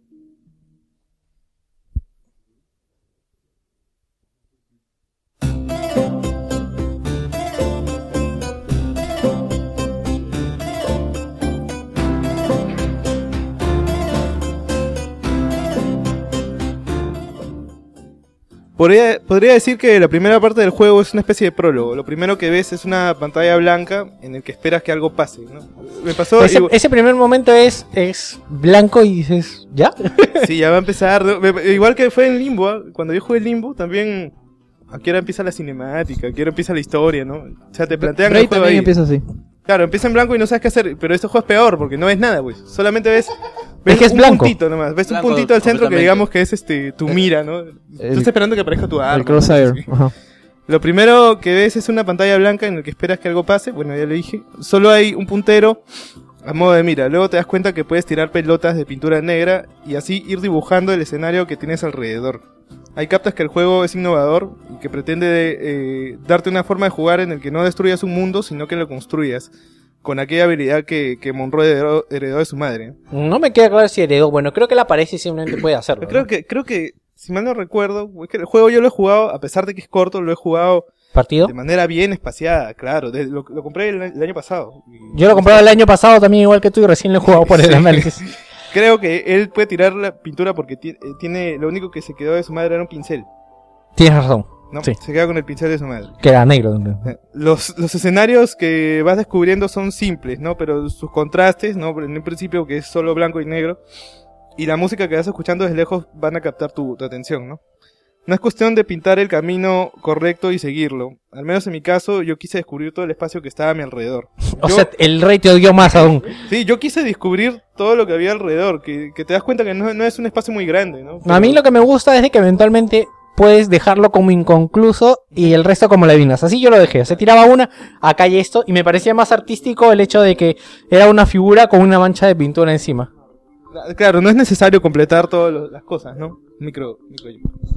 Speaker 5: Podría, podría decir que la primera parte del juego es una especie de prólogo. Lo primero que ves es una pantalla blanca en el que esperas que algo pase, ¿no? Me pasó...
Speaker 1: Ese,
Speaker 5: igual-
Speaker 1: ese primer momento es, es blanco y dices, ¿ya?
Speaker 5: Sí, ya va a empezar. ¿no? Me- Igual que fue en Limbo, ¿ah? Cuando yo jugué Limbo también... Aquí ahora empieza la cinemática, aquí ahora empieza la historia, ¿no? O sea, te plantean
Speaker 2: Braid
Speaker 5: el juego
Speaker 2: también
Speaker 5: ahí.
Speaker 2: empieza así.
Speaker 5: Claro, empieza en blanco y no sabes qué hacer, pero este juego es peor porque no ves nada, pues. Solamente ves, ves
Speaker 1: Es que es
Speaker 5: un
Speaker 1: blanco.
Speaker 5: puntito nomás, ves
Speaker 8: Blanco
Speaker 5: un puntito al centro que
Speaker 8: completamente.
Speaker 5: digamos que es este tu mira, ¿no? Tú estás esperando que aparezca tu arma.
Speaker 2: El crosshair.
Speaker 5: ¿no? Sí.
Speaker 2: Ajá.
Speaker 5: Lo primero que ves es una pantalla blanca en la que esperas que algo pase, bueno, ya lo dije. Solo hay un puntero a modo de mira. Luego te das cuenta que puedes tirar pelotas de pintura negra y así ir dibujando el escenario que tienes alrededor. Hay captas que el juego es innovador y que pretende eh, darte una forma de jugar en el que no destruyas un mundo, sino que lo construyas, con aquella habilidad que, que Monroe heredó, heredó de su madre.
Speaker 1: No me queda claro si heredó. Bueno, creo que la aparece y simplemente puede hacerlo.
Speaker 5: Yo creo
Speaker 1: ¿no?
Speaker 5: que, creo que, si mal no recuerdo, es que el juego yo lo he jugado, a pesar de que es corto, lo he jugado
Speaker 1: ¿Partido?
Speaker 5: de manera bien espaciada, claro. de- lo, lo compré el, el año pasado. Y-
Speaker 1: Yo lo compré el año pasado también igual que tú y recién lo he jugado por el
Speaker 5: Sí.
Speaker 1: análisis.
Speaker 5: Creo que él puede tirar la pintura porque ti- eh, tiene, lo único que se quedó de su madre era un pincel,
Speaker 1: Tienes razón,
Speaker 5: ¿no?
Speaker 1: Sí.
Speaker 5: Se queda con el pincel de su madre.
Speaker 1: que era negro. ¿no?
Speaker 5: Eh, Los, los escenarios que vas descubriendo son simples, ¿no? Pero sus contrastes, ¿no? En un principio que es solo blanco y negro. Y la música que vas escuchando desde lejos van a captar tu, tu atención, ¿no? No es cuestión de pintar el camino correcto y seguirlo. Al menos en mi caso, yo quise descubrir todo el espacio que estaba a mi alrededor.
Speaker 1: O
Speaker 5: Yo-
Speaker 1: sea, el rey te odió más aún.
Speaker 5: Sí, yo quise descubrir todo lo que había alrededor, que, que te das cuenta que no, no es un espacio muy grande, ¿no?
Speaker 1: A mí lo que me gusta es de que eventualmente puedes dejarlo como inconcluso y el resto como le adivinas. Así yo lo dejé. Se tiraba una, acá hay esto, y me parecía más artístico el hecho de que era una figura con una mancha de pintura encima.
Speaker 5: Claro, no es necesario completar todas lo- las cosas, ¿no? Micro, micro.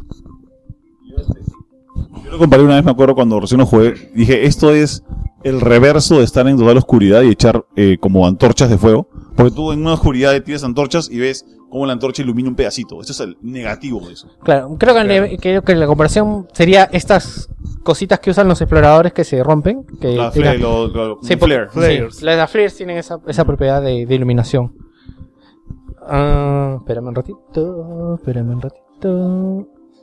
Speaker 4: Yo lo comparé una vez, me acuerdo, cuando recién lo jugué. Dije, esto es el reverso de estar en total oscuridad y echar eh, como antorchas de fuego. Porque tú en una oscuridad tienes antorchas y ves cómo la antorcha ilumina un pedacito. Eso es el negativo de eso.
Speaker 1: Claro, creo que, le- creo que la comparación sería estas cositas que usan los exploradores que se rompen. Que
Speaker 4: La
Speaker 1: tiran-
Speaker 4: flare, lo- lo-
Speaker 1: Sí,
Speaker 4: un
Speaker 1: porque-
Speaker 4: flare.
Speaker 5: Flares.
Speaker 1: sí, las flares tienen esa, esa propiedad de, de iluminación. Ah, espérame un ratito, espérame un ratito.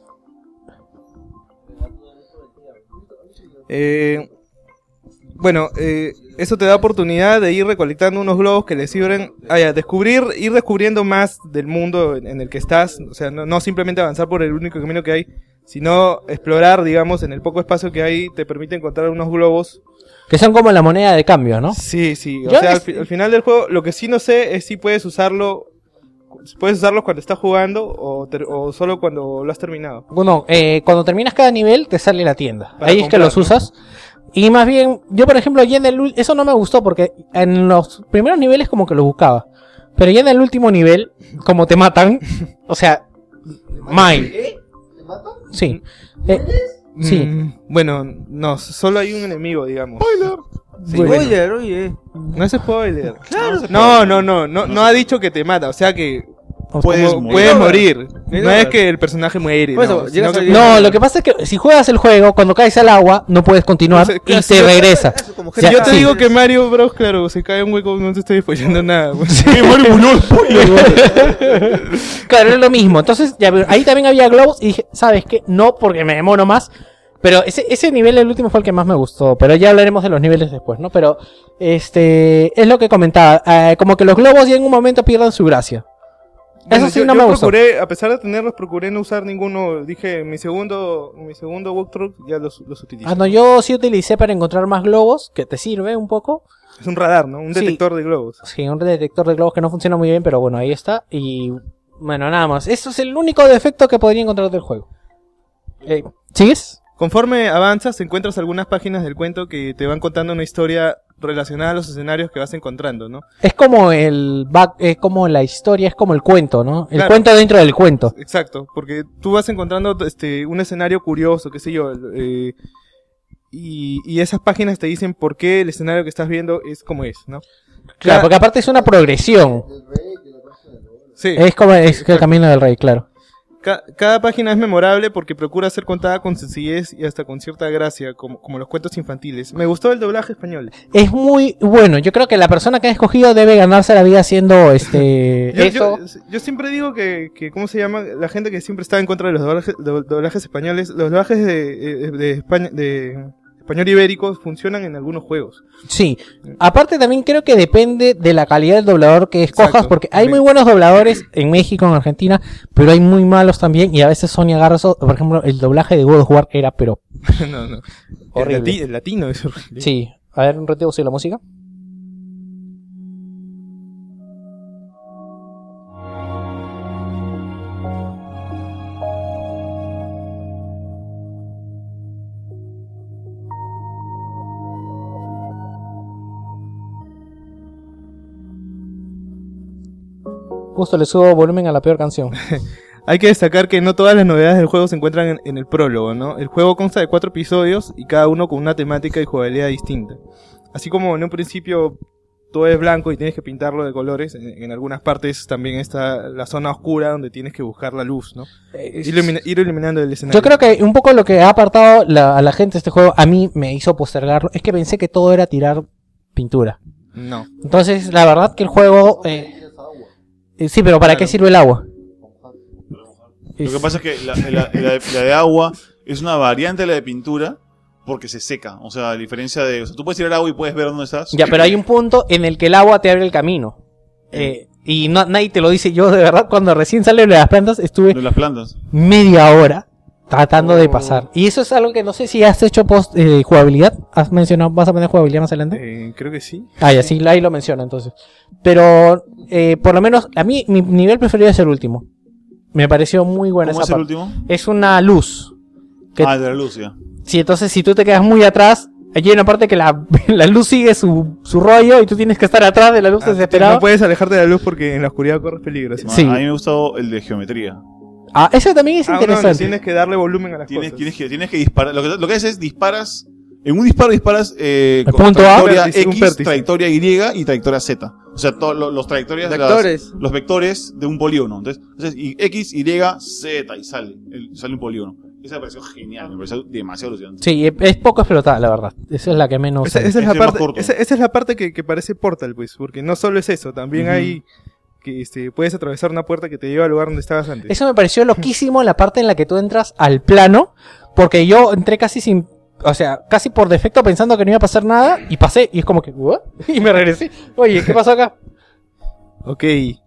Speaker 5: Eh, bueno, eh, eso te da oportunidad de ir recolectando unos globos que le sirven a descubrir, ir descubriendo más del mundo en, en el que estás. O sea, no, no simplemente avanzar por el único camino que hay, sino explorar, digamos, en el poco espacio que hay, te permite encontrar unos globos.
Speaker 1: Que son como la moneda de cambio, ¿no?
Speaker 5: Sí, sí. O
Speaker 1: Yo
Speaker 5: sea, al,
Speaker 1: es-
Speaker 5: fi- al final del juego, lo que sí no sé es si puedes usarlo, si puedes usarlo cuando estás jugando o, ter- o solo cuando lo has terminado.
Speaker 1: Bueno, eh, cuando terminas cada nivel te sale la tienda.
Speaker 5: Para
Speaker 1: Ahí es que
Speaker 5: comprar,
Speaker 1: los
Speaker 5: ¿no?
Speaker 1: usas. Y más bien, yo por ejemplo, ya en el ul- eso no me gustó porque en los primeros niveles como que lo buscaba. Pero ya en el último nivel, como te matan, o sea, mine. Sí. Eh, sí.
Speaker 5: Mm, bueno, no, solo hay un enemigo, digamos. Sí,
Speaker 8: Spoiler,
Speaker 5: bueno.
Speaker 8: oye.
Speaker 5: No es spoiler. No, no, no, no, no ha dicho que te mata, o sea que
Speaker 4: Puedes
Speaker 5: como-
Speaker 4: morir.
Speaker 5: puedes morir.
Speaker 8: No,
Speaker 5: No es que el personaje muere,
Speaker 8: Por eso,
Speaker 5: no,
Speaker 8: llegas
Speaker 5: sino
Speaker 8: a-
Speaker 5: que-
Speaker 1: No, lo que pasa es que si juegas el juego, cuando caes al agua, no puedes continuar
Speaker 5: Entonces,
Speaker 1: y
Speaker 5: claro,
Speaker 1: te
Speaker 5: si yo-
Speaker 1: regresa.
Speaker 8: Como
Speaker 1: O sea,
Speaker 5: Si yo te
Speaker 1: sí.
Speaker 5: digo que Mario Bros, claro, se cae en un hueco, no te estoy spoilando nada. pues.
Speaker 4: Mario murió, spoiler.
Speaker 1: Claro, es lo mismo. Entonces, ya, ahí también había globos y dije, ¿sabes qué? No, porque me demoro más. Pero ese, ese nivel, el último, fue el que más me gustó. Pero ya hablaremos de los niveles después, ¿no? Pero, este, es lo que comentaba. eh, como que los globos ya en un momento pierdan su gracia. Eso
Speaker 5: Bueno,
Speaker 1: sí
Speaker 5: yo-
Speaker 1: no
Speaker 5: yo
Speaker 1: me gustó.
Speaker 5: procuré, a pesar de tenerlos, procuré no usar ninguno. Dije, mi segundo, mi segundo walkthrough ya los, los utilicé.
Speaker 1: Ah, no, yo sí utilicé para encontrar más globos, que te sirve un poco.
Speaker 5: Es un radar, ¿no? Un
Speaker 1: Sí.
Speaker 5: detector de globos.
Speaker 1: Sí, un detector de globos que no funciona muy bien, pero bueno, ahí está. Y bueno, nada más. Eso es el único defecto que podría encontrar del juego. Eh, ¿Sigues?
Speaker 5: Conforme avanzas, encuentras algunas páginas del cuento que te van contando una historia relacionada a los escenarios que vas encontrando, ¿no?
Speaker 1: Es como el back, es como la historia, es como el cuento, ¿no? El
Speaker 5: Claro.
Speaker 1: cuento dentro del cuento.
Speaker 5: Exacto, porque tú vas encontrando este un escenario curioso, qué sé yo, eh, y, y esas páginas te dicen por qué el escenario que estás viendo es como es, ¿no?
Speaker 1: Claro,
Speaker 5: Cada-
Speaker 1: porque aparte es una progresión.
Speaker 5: sí,
Speaker 1: Es como es el camino del rey, claro.
Speaker 5: ca- cada página es memorable porque procura ser contada con sencillez y hasta con cierta gracia, como, como los cuentos infantiles. Me gustó el doblaje español.
Speaker 1: Es muy bueno. Yo creo que la persona que ha escogido debe ganarse la vida haciendo este
Speaker 5: Yo,
Speaker 1: eso.
Speaker 5: yo- yo siempre digo que, que, ¿cómo se llama? La gente que siempre está en contra de los doblajes, do- doblajes españoles, los doblajes de, eh, de, España, de español ibérico funcionan en algunos juegos.
Speaker 1: Sí. Aparte también creo que depende de la calidad del doblador que escojas,
Speaker 5: Exacto.
Speaker 1: porque hay
Speaker 5: Sí.
Speaker 1: muy buenos dobladores en México, en Argentina, pero hay muy malos también y a veces Sony agarra eso. Por ejemplo, el doblaje de God of War era pero
Speaker 5: no, no.
Speaker 1: Horrible.
Speaker 5: El, lati- el latino es horrible.
Speaker 1: sí. A ver, un ratito de la música. Justo le subo volumen a la peor canción.
Speaker 5: Hay que destacar que no todas las novedades del juego se encuentran en, en el prólogo, ¿no? El juego consta de cuatro episodios y cada uno con una temática y jugabilidad distinta. Así como en un principio todo es blanco y tienes que pintarlo de colores, en, en algunas partes también está la zona oscura donde tienes que buscar la luz, ¿no? Ilumina- ir iluminando el escenario.
Speaker 1: Yo creo que un poco lo que ha apartado la- a la gente de este juego, a mí me hizo postergarlo, es que pensé que todo era tirar pintura.
Speaker 5: No.
Speaker 1: Entonces, la verdad que el juego... eh, eh, sí, pero ¿para
Speaker 5: Claro.
Speaker 1: qué sirve el agua?
Speaker 4: Lo que pasa es que la, la- la- la de agua es una variante de la de pintura porque se seca. O sea, a diferencia de... O sea, tú puedes tirar agua y puedes ver dónde estás.
Speaker 1: Ya, pero hay un punto en el que el agua te abre el camino. Eh, y no, nadie te lo dice. Yo, de verdad, cuando recién sale de las plantas, estuve
Speaker 4: De las plantas.
Speaker 1: media hora tratando
Speaker 5: Oh.
Speaker 1: de pasar. Y eso es algo que no sé si has hecho post eh, jugabilidad. ¿Has mencionado, vas a poner jugabilidad más adelante?
Speaker 5: Eh, creo que sí.
Speaker 1: Ah, ya, sí, ahí lo menciona entonces. Pero, eh, por lo menos, a mí, mi nivel preferido es el último. Me pareció muy buena
Speaker 4: ¿Cómo
Speaker 1: esa
Speaker 4: es el
Speaker 1: parte.
Speaker 4: último?
Speaker 1: Es una luz. Que-
Speaker 4: Ah, de la luz, ya.
Speaker 1: Sí, entonces si tú te quedas muy atrás, allí hay una parte que la, la luz sigue su, su rollo y tú tienes que estar atrás de la luz
Speaker 5: Ah,
Speaker 1: desesperado.
Speaker 5: no puedes alejarte de la luz porque en la oscuridad corres peligro. ¿sí?
Speaker 1: Sí.
Speaker 4: A mí me gustó el de geometría.
Speaker 1: Ah, ese también es
Speaker 5: Ah, no,
Speaker 1: interesante.
Speaker 5: no, tienes que darle volumen a las
Speaker 4: Tienes,
Speaker 5: cosas.
Speaker 4: tienes, que, tienes que disparar. Lo que, lo que haces es disparas. En un disparo disparas eh,
Speaker 1: El
Speaker 4: con
Speaker 1: punto A.
Speaker 4: trayectoria
Speaker 5: Vértice, un
Speaker 4: X,
Speaker 5: vértice.
Speaker 4: trayectoria Y y trayectoria Z. O sea, todos los, los trayectorias de las-
Speaker 8: Vectores.
Speaker 4: los vectores de un polígono. Entonces, entonces y X, Y, Z y sale. El- sale un polígono. Esa me pareció genial, me pareció demasiado alucinante.
Speaker 1: Sí, es poco explotada, la verdad. Esa es la que menos...
Speaker 5: Esa, esa es
Speaker 4: Ese
Speaker 5: la
Speaker 4: es más
Speaker 5: parte,
Speaker 4: corto.
Speaker 5: esa, esa es la parte que, que parece Portal, pues, porque no solo es eso, también
Speaker 4: Ujú.
Speaker 5: hay que este, puedes atravesar una puerta que te lleva al lugar donde estabas antes.
Speaker 1: Eso me pareció loquísimo la parte en la que tú entras al plano, porque yo entré casi sin... O sea, casi por defecto pensando que no iba a pasar nada, y pasé, y es como que... ¿what? Y me regresé. Oye, ¿qué pasó acá?
Speaker 5: Ok.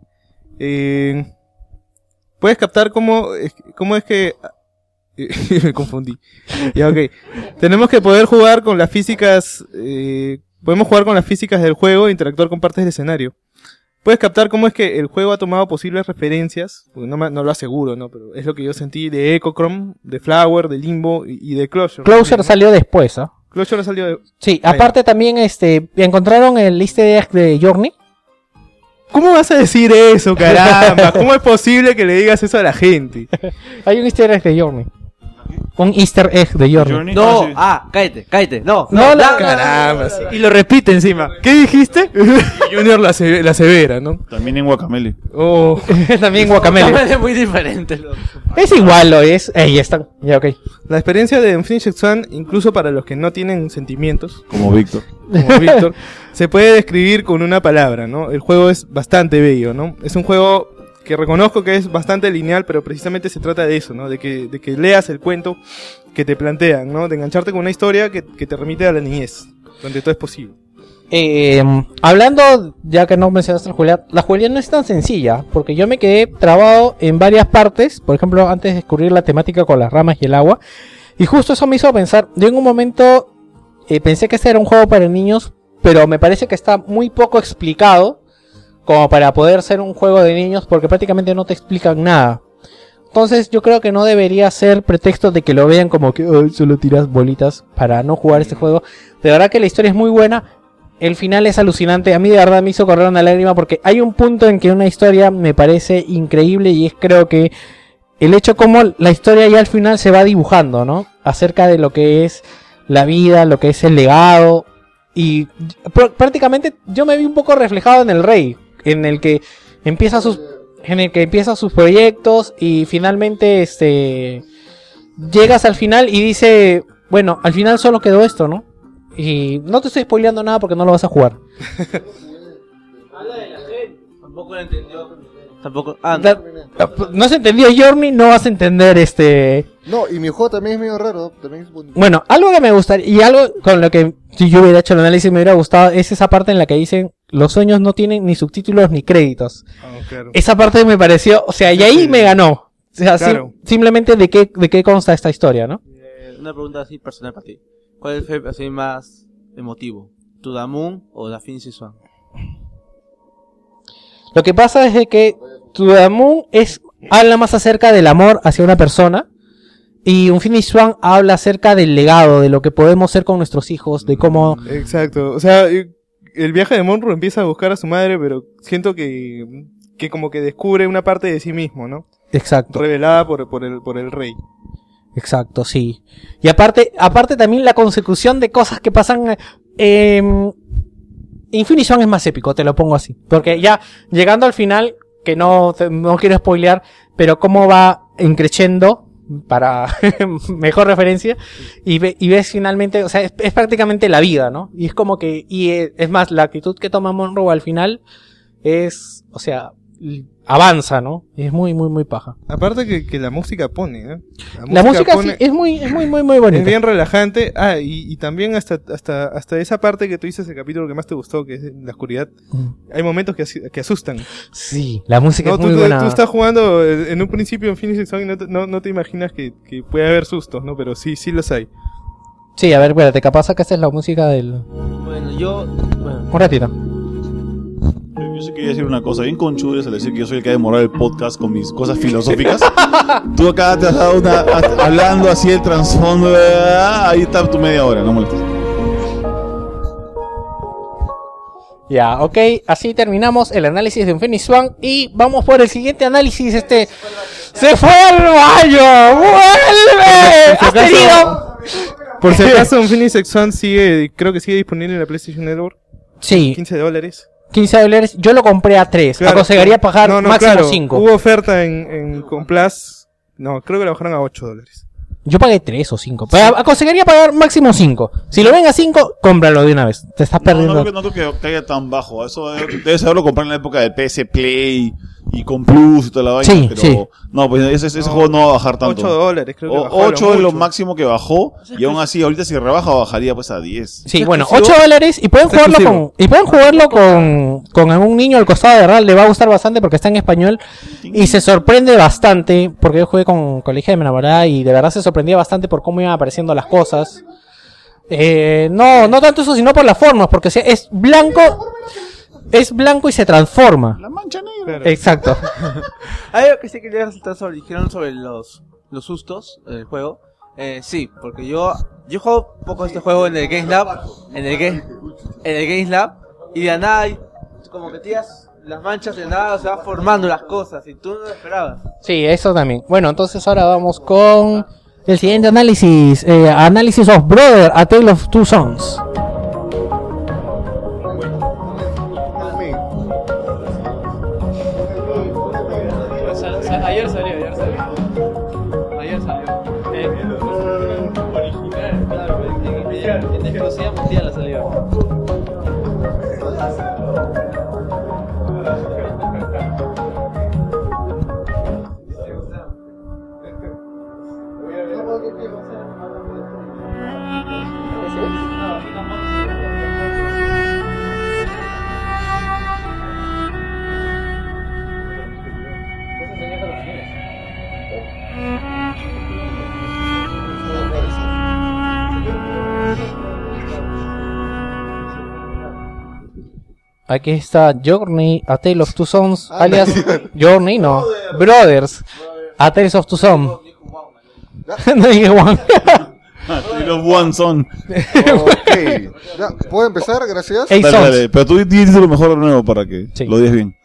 Speaker 5: Eh, puedes captar cómo, es- cómo es que... me confundí. Ya, ok. Tenemos que poder jugar con las físicas... eh, podemos jugar con las físicas del juego e interactuar con partes del escenario. Puedes captar cómo es que el juego ha tomado posibles referencias, porque no, me- no lo aseguro, ¿no? Pero es lo que yo sentí de Echochrome, de Flower, de Limbo y, y de Closure.
Speaker 1: Closer
Speaker 5: ¿no?
Speaker 1: salió después, ¿ah?
Speaker 5: Closure salió de...
Speaker 1: Sí,
Speaker 5: Ahí
Speaker 1: aparte también este encontraron el easter egg de Journey.
Speaker 5: ¿Cómo vas a decir eso, caramba? ¿Cómo es posible que le digas eso a la gente?
Speaker 1: Hay un easter egg de Journey. Un easter egg de Journey.
Speaker 4: Journey,
Speaker 8: No,
Speaker 4: ah, sí.
Speaker 8: ah, cállate, cállate. No,
Speaker 1: No, la-
Speaker 5: Caramba, sí.
Speaker 2: Y lo repite encima. ¿Qué dijiste?
Speaker 5: Junior la, se- la severa, ¿no?
Speaker 4: También en Guacamele.
Speaker 5: Oh,
Speaker 1: También Guacamele.
Speaker 8: Es muy diferente. loco.
Speaker 1: Es igual, lo es. Ahí ya están. Ya, ok.
Speaker 5: la experiencia de Unfinished Swan, incluso para los que no tienen sentimientos,
Speaker 4: Como Víctor.
Speaker 5: como Víctor, se puede describir con una palabra, ¿no? El juego es bastante bello, ¿no? Es un juego que reconozco que es bastante lineal, pero precisamente se trata de eso, ¿no? De que, de que leas el cuento que te plantean, ¿no? De engancharte con una historia que, que te remite a la niñez, donde todo es posible.
Speaker 1: Eh, hablando, ya que no mencionaste la jugabilidad, la jugabilidad no es tan sencilla, porque yo me quedé trabado en varias partes, por ejemplo, antes de descubrir la temática con las ramas y el agua, y justo eso me hizo pensar, yo en un momento eh, pensé que este era un juego para niños, pero me parece que está muy poco explicado como para poder ser un juego de niños, porque prácticamente no te explican nada. Entonces yo creo que no debería ser pretexto de que lo vean como que "Ay, solo tiras bolitas para no jugar este juego". De verdad que la historia es muy buena. el final es alucinante. A mí de verdad me hizo correr una lágrima porque hay un punto en que una historia me parece increíble y es creo que el hecho como la historia ya al final se va dibujando, ¿no? Acerca de lo que es la vida, lo que es el legado. Y pr- prácticamente yo me vi un poco reflejado en el rey, en el que empieza sus, en el que empieza sus proyectos y finalmente este llegas al final y dice, bueno, al final solo quedó esto, ¿no? Y no te estoy spoileando nada porque no lo vas a jugar.
Speaker 8: Tampoco lo entendió. Tampoco. Ah, no.
Speaker 1: Da- No has entendido Journey, no vas a entender este.
Speaker 6: No, y mi juego también es medio raro. También es bonito.
Speaker 1: Bueno, algo que me gustaría, y algo con lo que si yo hubiera hecho el análisis me hubiera gustado, es esa parte en la que dicen los sueños no tienen ni subtítulos ni créditos.
Speaker 5: Ah, claro.
Speaker 1: Esa parte me pareció, o sea, y ahí
Speaker 5: sí.
Speaker 1: me ganó. O sea,
Speaker 5: Claro.
Speaker 1: sim- simplemente de qué, de qué consta esta historia, ¿no?
Speaker 8: Eh, una pregunta así personal para ti. ¿Cuál fue así más emotivo? ¿To the Moon o The Phoenix Swan?
Speaker 1: Lo que pasa es de que To the Moon es, habla más acerca del amor hacia una persona. Y un Phoenix Swan habla acerca del legado, de lo que podemos ser con nuestros hijos, de cómo...
Speaker 5: Exacto. O sea, eh, el viaje de Monroe empieza a buscar a su madre, pero siento que, que como que descubre una parte de sí mismo, ¿no?
Speaker 1: Exacto.
Speaker 5: Revelada por, por, el, por el rey.
Speaker 1: Exacto, sí. Y aparte, aparte también la consecución de cosas que pasan... Eh, Infinity Swan es más épico, te lo pongo así. Porque ya llegando al final, que no, te- no quiero spoilear, pero cómo va increciendo, para mejor referencia, y, ve- y ves finalmente, o sea, es, es prácticamente la vida, ¿no? Y es como que, y es, es más, la actitud que toma Monroe al final es, o sea, l- avanza, ¿no? Es muy, muy, muy paja.
Speaker 5: Aparte que, que la música pone, ¿eh?
Speaker 1: La música
Speaker 5: pone-
Speaker 1: sí, es muy, es muy, muy, muy bonita.
Speaker 5: Es bien relajante. Ah, y, y también hasta, hasta, hasta esa parte que tú dices, el capítulo que más te gustó, que es la oscuridad.
Speaker 1: Mm.
Speaker 5: Hay momentos que, asi- que asustan.
Speaker 1: Sí, la música
Speaker 5: No,
Speaker 1: es
Speaker 5: tú,
Speaker 1: muy
Speaker 5: tú-
Speaker 1: buena.
Speaker 5: tú estás jugando eh, en un principio en Phoenix Swan y no te, no, no te imaginas que, que puede haber sustos, ¿no? Pero sí, sí los hay.
Speaker 1: Sí, a ver, espérate, capaz que esta es la música del...
Speaker 8: Bueno, yo. Bueno,
Speaker 1: Un ratito.
Speaker 4: Yo sí quería decir una cosa, bien conchudes al decir que yo soy el que ha demorado el podcast con mis cosas filosóficas. Tú acá te has dado una, a- hablando así el trasfondo, ah, ahí está tu media hora, no molestes.
Speaker 1: Ya, ok, así terminamos el análisis de Infinity Swan y vamos por el siguiente análisis, este... ¡Se fue al baño! ¡Vuelve!
Speaker 5: Por
Speaker 1: ¡Has
Speaker 5: si acaso-
Speaker 1: tenido!
Speaker 5: Por si acaso, un Phoenix Swan sigue, creo que sigue disponible en la PlayStation Network.
Speaker 1: Sí,
Speaker 5: quince dólares.
Speaker 1: quince dólares, yo lo compré a tres,
Speaker 5: Claro,
Speaker 1: aconsejaría pagar
Speaker 5: no, no,
Speaker 1: máximo
Speaker 5: claro,
Speaker 1: cinco.
Speaker 5: Hubo oferta en, en Complas. No, creo que la bajaron a ocho dólares.
Speaker 1: Yo pagué tres o cinco, pero aconsejaría pagar máximo cinco. Si lo ven a cinco, cómpralo de una vez, te estás
Speaker 4: No,
Speaker 1: perdiendo.
Speaker 4: no, creo que, no creo que caiga tan bajo. Eso debe- debes haberlo comprado en la época del P S Play y con Plus y toda la vaina.
Speaker 1: Sí,
Speaker 4: pero
Speaker 1: sí.
Speaker 4: no, pues ese, ese
Speaker 5: No,
Speaker 4: juego no va a bajar tanto.
Speaker 5: ocho dólares, creo que
Speaker 4: O-
Speaker 5: bajó a lo
Speaker 4: ocho es lo
Speaker 5: mucho.
Speaker 4: máximo que bajó. Y aún así, ahorita si rebaja, bajaría pues a diez.
Speaker 1: Sí,
Speaker 8: ¿Es
Speaker 1: bueno,
Speaker 8: exclusivo?
Speaker 1: ocho dólares y pueden
Speaker 5: Es
Speaker 1: jugarlo
Speaker 5: exclusivo.
Speaker 1: con y pueden jugarlo con con algún niño al costado de verdad, le va a gustar bastante porque está en español y se sorprende bastante porque yo jugué con colegio de mi enamorada y de verdad se sorprendía bastante por cómo iban apareciendo las cosas. Eh, no, no tanto eso, sino por las formas, porque o sea, es blanco, es blanco y se transforma.
Speaker 4: La mancha negra.
Speaker 5: Claro.
Speaker 1: Exacto.
Speaker 8: algo que sí quería resaltar sobre, dijeron sobre los, los sustos del juego. Eh, sí, porque yo, yo juego poco este juego en el Games Lab, en el Game, en el Games Lab, y de la nada, hay como que tiras las manchas de nada, se van formando las cosas, y tú no lo esperabas.
Speaker 1: Sí, eso también. Bueno, entonces ahora vamos con el siguiente análisis, eh, análisis of Brother, A Tale of Two Sons.
Speaker 9: Ayer salió, ayer salió. Ayer salió. Original, claro, en exclusiva mundial la salió.
Speaker 1: Aquí está Journey, A Tale of Two Sons, alias Journey, no, Brothers, A Tale of Two Sons. No dije Juan.
Speaker 4: Y los One son.
Speaker 6: Ok. Ya, ¿puedo empezar? Gracias.
Speaker 1: Ey,
Speaker 4: Dale,
Speaker 1: Sons.
Speaker 4: dale, pero tú dices lo mejor de nuevo para que
Speaker 1: Sí.
Speaker 4: lo digas bien.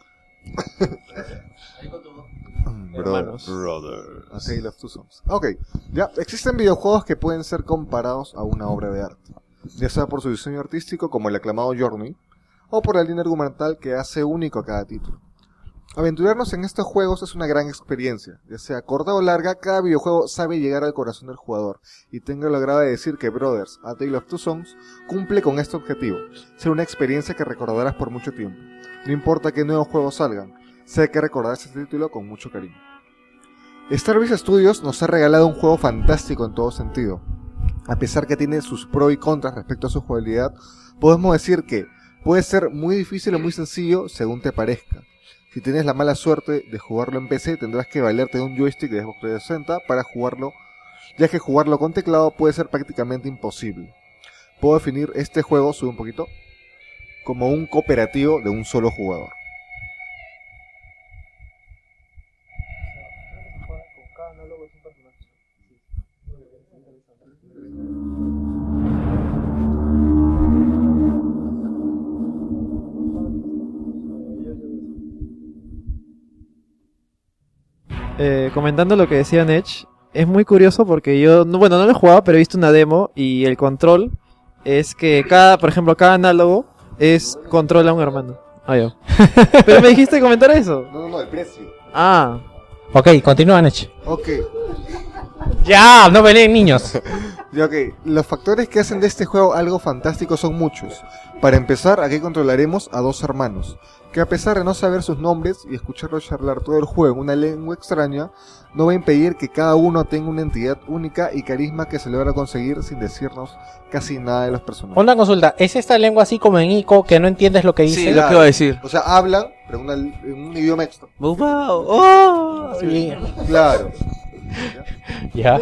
Speaker 6: Brother. Brother. A Tale of Two Sons. Ok, ya. Existen videojuegos que pueden ser comparados a una obra de arte, ya sea por su diseño artístico, como el aclamado Journey, o por la línea argumental que hace único a cada título. Aventurarnos en estos juegos es una gran experiencia, ya sea corta o larga. Cada videojuego sabe llegar al corazón del jugador, y tengo el agrado de decir que Brothers, A Tale of Two Sons cumple con este objetivo, ser una experiencia que recordarás por mucho tiempo. No importa qué nuevos juegos salgan, sé que recordarás este título con mucho cariño. Starbreeze Studios nos ha regalado un juego fantástico en todo sentido. A pesar que tiene sus pros y contras respecto a su jugabilidad, podemos decir que puede ser muy difícil o muy sencillo según te parezca. Si tienes la mala suerte de jugarlo en P C, tendrás que valerte de un joystick de Xbox trescientos sesenta para jugarlo, ya que jugarlo con teclado puede ser prácticamente imposible. Puedo definir este juego, sube un poquito, como un cooperativo de un solo jugador.
Speaker 2: Eh, comentando lo que decía Nech, es muy curioso porque yo, no, bueno, no lo he jugado, pero he visto una demo y el control es que cada, por ejemplo, cada análogo es controla a un hermano. Ah, yo. Pero me dijiste comentar eso.
Speaker 6: No, no, no, el precio.
Speaker 2: Ah.
Speaker 1: Ok, continúa, Nech.
Speaker 6: Ok.
Speaker 1: Ya, no peleen niños.
Speaker 6: Ya, ok. Los factores que hacen de este juego algo fantástico son muchos. Para empezar, aquí controlaremos a dos hermanos, que a pesar de no saber sus nombres y escucharlos charlar todo el juego en una lengua extraña, no va a impedir que cada uno tenga una entidad única y carisma que se logra conseguir sin decirnos casi nada de los personajes.
Speaker 1: Una consulta, ¿es esta lengua así como en Ico que no entiendes lo que dice?
Speaker 8: Sí, lo que iba a decir.
Speaker 6: O sea, hablan, pero en, una- en un idioma extra.
Speaker 8: Wow, oh.
Speaker 1: Sí.
Speaker 6: Claro.
Speaker 1: Ya.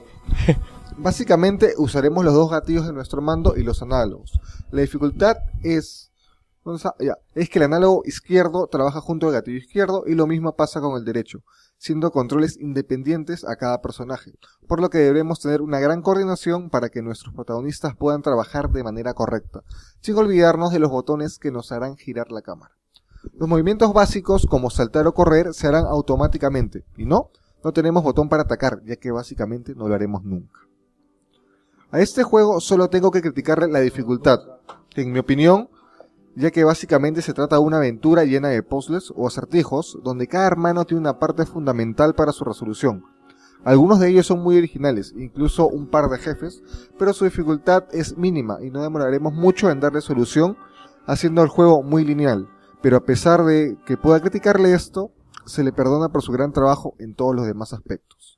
Speaker 6: Básicamente usaremos los dos gatillos de nuestro mando y los análogos. La dificultad es... ¿dónde está? Ya, es que el análogo izquierdo trabaja junto al gatillo izquierdo y lo mismo pasa con el derecho, siendo controles independientes a cada personaje, por lo que deberemos tener una gran coordinación para que nuestros protagonistas puedan trabajar de manera correcta, sin olvidarnos de los botones que nos harán girar la cámara. Los movimientos básicos como saltar o correr se harán automáticamente, y no, no tenemos botón para atacar, ya que básicamente no lo haremos nunca. A este juego solo tengo que criticarle la dificultad, que en mi opinión, ya que básicamente se trata de una aventura llena de puzzles o acertijos, donde cada hermano tiene una parte fundamental para su resolución. Algunos de ellos son muy originales, incluso un par de jefes, pero su dificultad es mínima y no demoraremos mucho en darle solución, haciendo el juego muy lineal. Pero a pesar de que pueda criticarle esto, se le perdona por su gran trabajo en todos los demás aspectos.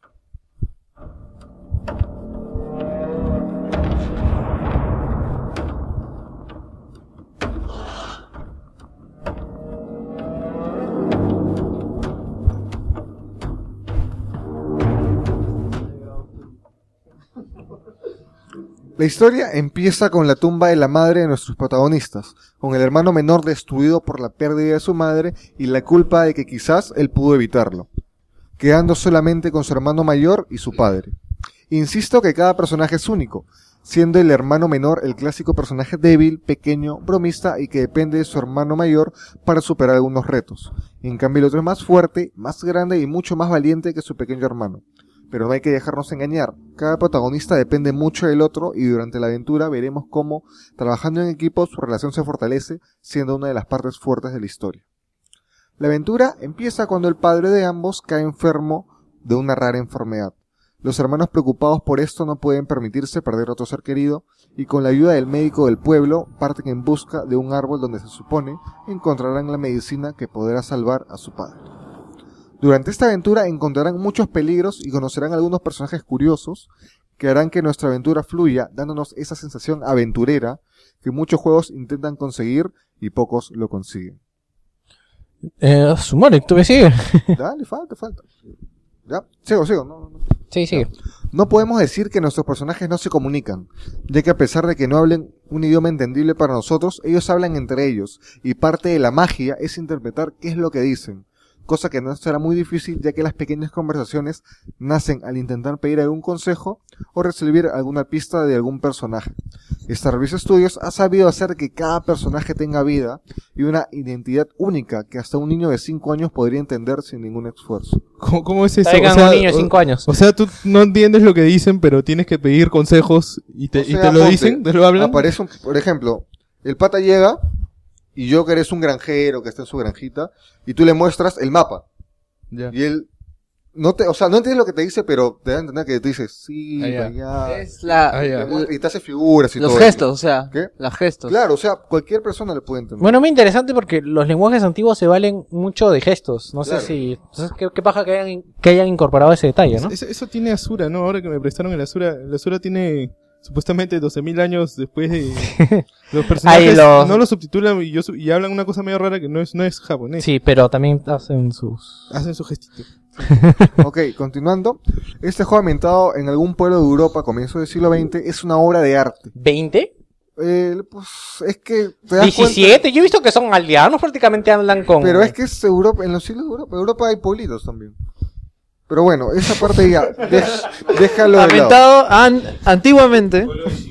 Speaker 6: La historia empieza con la tumba de la madre de nuestros protagonistas, con el hermano menor destruido por la pérdida de su madre y la culpa de que quizás él pudo evitarlo, quedando solamente con su hermano mayor y su padre. Insisto que cada personaje es único, siendo el hermano menor el clásico personaje débil, pequeño, bromista y que depende de su hermano mayor para superar algunos retos. En cambio el otro es más fuerte, más grande y mucho más valiente que su pequeño hermano. Pero no hay que dejarnos engañar, cada protagonista depende mucho del otro y durante la aventura veremos cómo, trabajando en equipo, su relación se fortalece, siendo una de las partes fuertes de la historia. La aventura empieza cuando el padre de ambos cae enfermo de una rara enfermedad. Los hermanos preocupados por esto no pueden permitirse perder a otro ser querido y con la ayuda del médico del pueblo parten en busca de un árbol donde se supone encontrarán la medicina que podrá salvar a su padre. Durante esta aventura encontrarán muchos peligros y conocerán algunos personajes curiosos que harán que nuestra aventura fluya, dándonos esa sensación aventurera que muchos juegos intentan conseguir y pocos lo consiguen.
Speaker 1: Eh, Sumonic, ¿tú me sigues?
Speaker 6: Dale, falta, falta. ¿Ya? Sigo, sigo. No, no, no.
Speaker 1: Sí, sigue.
Speaker 6: No podemos decir que nuestros personajes no se comunican, ya que a pesar de que no hablen un idioma entendible para nosotros, ellos hablan entre ellos, y parte de la magia es interpretar qué es lo que dicen. cosa que no será muy difícil ya que las pequeñas conversaciones nacen al intentar pedir algún consejo o recibir alguna pista de algún personaje. Star Wars Studios ha sabido hacer que cada personaje tenga vida y una identidad única que hasta un niño de cinco años podría entender sin ningún esfuerzo.
Speaker 5: ¿Cómo, cómo es eso?
Speaker 1: Traigan
Speaker 5: O sea,
Speaker 1: un niño de
Speaker 5: o-
Speaker 1: cinco años.
Speaker 5: O sea, tú no entiendes lo que dicen, pero tienes que pedir consejos y te,
Speaker 6: O
Speaker 5: y
Speaker 6: sea,
Speaker 5: te lo
Speaker 6: ponte,
Speaker 5: dicen, te lo hablan.
Speaker 6: Aparece un, por ejemplo, el pata llega y yo que eres un granjero que está en su granjita y tú le muestras el mapa.
Speaker 5: Ya.
Speaker 6: Y él no te, o sea, no entiendes lo que te dice, pero te da a entender que te dice sí,
Speaker 5: Ah, ya.
Speaker 6: allá.
Speaker 2: Es la,
Speaker 5: Ah, ya.
Speaker 6: Y te hace figuras y
Speaker 2: los
Speaker 6: todo.
Speaker 2: gestos, o sea,
Speaker 6: ¿Qué?
Speaker 2: los gestos.
Speaker 6: Claro, o sea, cualquier persona le puede entender.
Speaker 1: Bueno, muy interesante porque los lenguajes antiguos se valen mucho de gestos. No
Speaker 6: Claro.
Speaker 1: sé si... Entonces, ¿qué, qué paja que hayan, que hayan incorporado ese detalle, ¿no?
Speaker 5: Eso, eso tiene Asura, ¿no? Ahora que me prestaron el Asura, el Asura tiene supuestamente doce mil años después de... Los personajes
Speaker 1: Ahí los-
Speaker 5: no lo subtitulan y, yo, su- y hablan una cosa medio rara que no es, no es japonés.
Speaker 1: Sí, pero también hacen sus...
Speaker 5: Hacen su gestito.
Speaker 6: Ok, continuando. Este juego ambientado en algún pueblo de Europa a comienzos del siglo veinte es una obra de arte.
Speaker 1: ¿veinte?
Speaker 6: Eh, pues es que te das
Speaker 1: ¿diecisiete? Yo he visto que son aldeanos, prácticamente hablan con...
Speaker 6: cuenta, pero es que es Europa, en los siglos de Europa, Europa hay pueblitos también. Pero bueno, esa parte ya, dej- déjalo de lado.
Speaker 2: Ambientado an- antiguamente.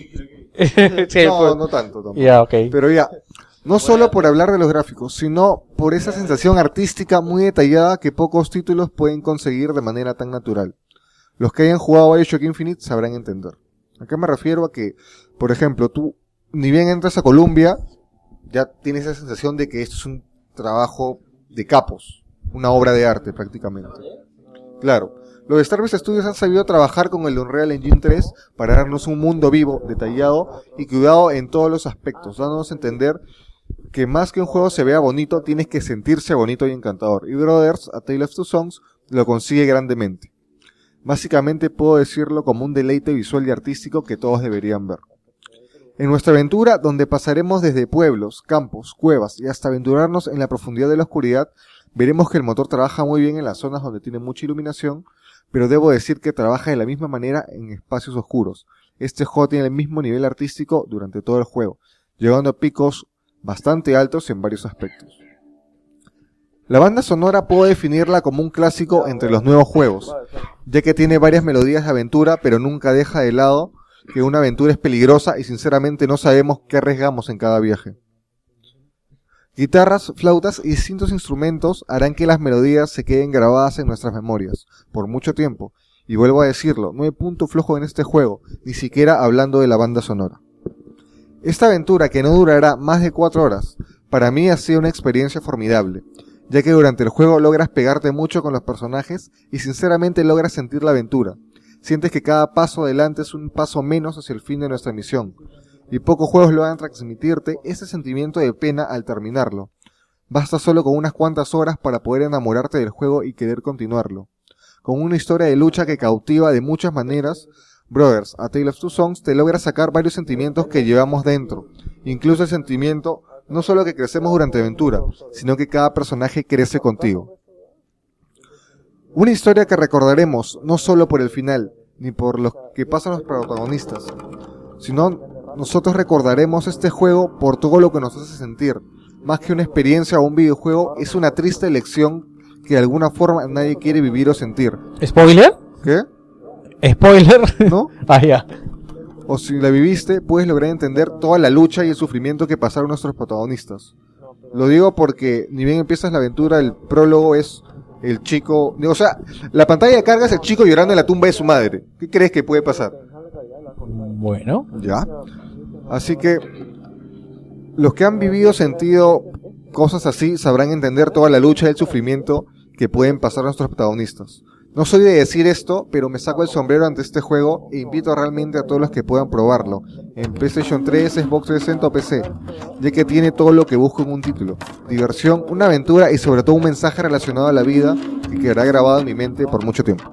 Speaker 1: Sí,
Speaker 6: No,
Speaker 1: pues-
Speaker 6: no tanto, tampoco.
Speaker 1: Ya, ok.
Speaker 6: Pero ya, no solo por hablar de los gráficos, sino por esa sensación artística muy detallada que pocos títulos pueden conseguir de manera tan natural. Los que hayan jugado Bioshock Infinite sabrán entender. ¿A qué me refiero? A que, por ejemplo, tú, ni bien entras a Columbia, ya tienes esa sensación de que esto es un trabajo de capos, una obra de arte prácticamente. Claro, los de Star Wars Studios han sabido trabajar con el Unreal Engine tres para darnos un mundo vivo, detallado y cuidado en todos los aspectos, dándonos a entender que más que un juego se vea bonito, tienes que sentirse bonito y encantador. Y Brothers, A Tale of Two Songs, lo consigue grandemente. Básicamente puedo decirlo como un deleite visual y artístico que todos deberían ver. En nuestra aventura, donde pasaremos desde pueblos, campos, cuevas y hasta aventurarnos en la profundidad de la oscuridad, veremos que el motor trabaja muy bien en las zonas donde tiene mucha iluminación, pero debo decir que trabaja de la misma manera en espacios oscuros. Este juego tiene el mismo nivel artístico durante todo el juego, llegando a picos bastante altos en varios aspectos. La banda sonora puedo definirla como un clásico entre los nuevos juegos, ya que tiene varias melodías de aventura, pero nunca deja de lado que una aventura es peligrosa y sinceramente no sabemos qué arriesgamos en cada viaje. Guitarras, flautas y distintos instrumentos harán que las melodías se queden grabadas en nuestras memorias por mucho tiempo, y vuelvo a decirlo, no hay punto flojo en este juego, ni siquiera hablando de la banda sonora. Esta aventura, que no durará más de cuatro horas, para mí ha sido una experiencia formidable, ya que durante el juego logras pegarte mucho con los personajes y sinceramente logras sentir la aventura. Sientes que cada paso adelante es un paso menos hacia el fin de nuestra misión, y pocos juegos logran transmitirte ese sentimiento de pena al terminarlo. Basta solo con unas cuantas horas para poder enamorarte del juego y querer continuarlo. Con una historia de lucha que cautiva de muchas maneras, Brothers, A Tale of Two Songs te logra sacar varios sentimientos que llevamos dentro, incluso el sentimiento no solo que crecemos durante la aventura, sino que cada personaje crece contigo. Una historia que recordaremos no solo por el final, ni por lo que pasan los protagonistas, sino nosotros recordaremos este juego por todo lo que nos hace sentir. Más que una experiencia o un videojuego, es una triste lección que de alguna forma nadie quiere vivir o sentir.
Speaker 1: ¿Spoiler?
Speaker 6: ¿Qué?
Speaker 1: ¿Spoiler?
Speaker 6: ¿No?
Speaker 1: Ah, ya.
Speaker 6: O si la viviste, puedes lograr entender toda la lucha y el sufrimiento que pasaron nuestros protagonistas. Lo digo porque ni bien empiezas la aventura, el prólogo es el chico... O sea, la pantalla de carga es el chico llorando en la tumba de su madre. ¿Qué crees que puede pasar?
Speaker 1: Bueno.
Speaker 6: ¿Ya? Así que los que han vivido, sentido cosas así, sabrán entender toda la lucha y el sufrimiento que pueden pasar nuestros protagonistas. No soy de decir esto, pero me saco el sombrero ante este juego e invito realmente a todos los que puedan probarlo, en PlayStation tres, Xbox trescientos sesenta o P C, ya que tiene todo lo que busco en un título: diversión, una aventura y sobre todo un mensaje relacionado a la vida que quedará grabado en mi mente por mucho tiempo.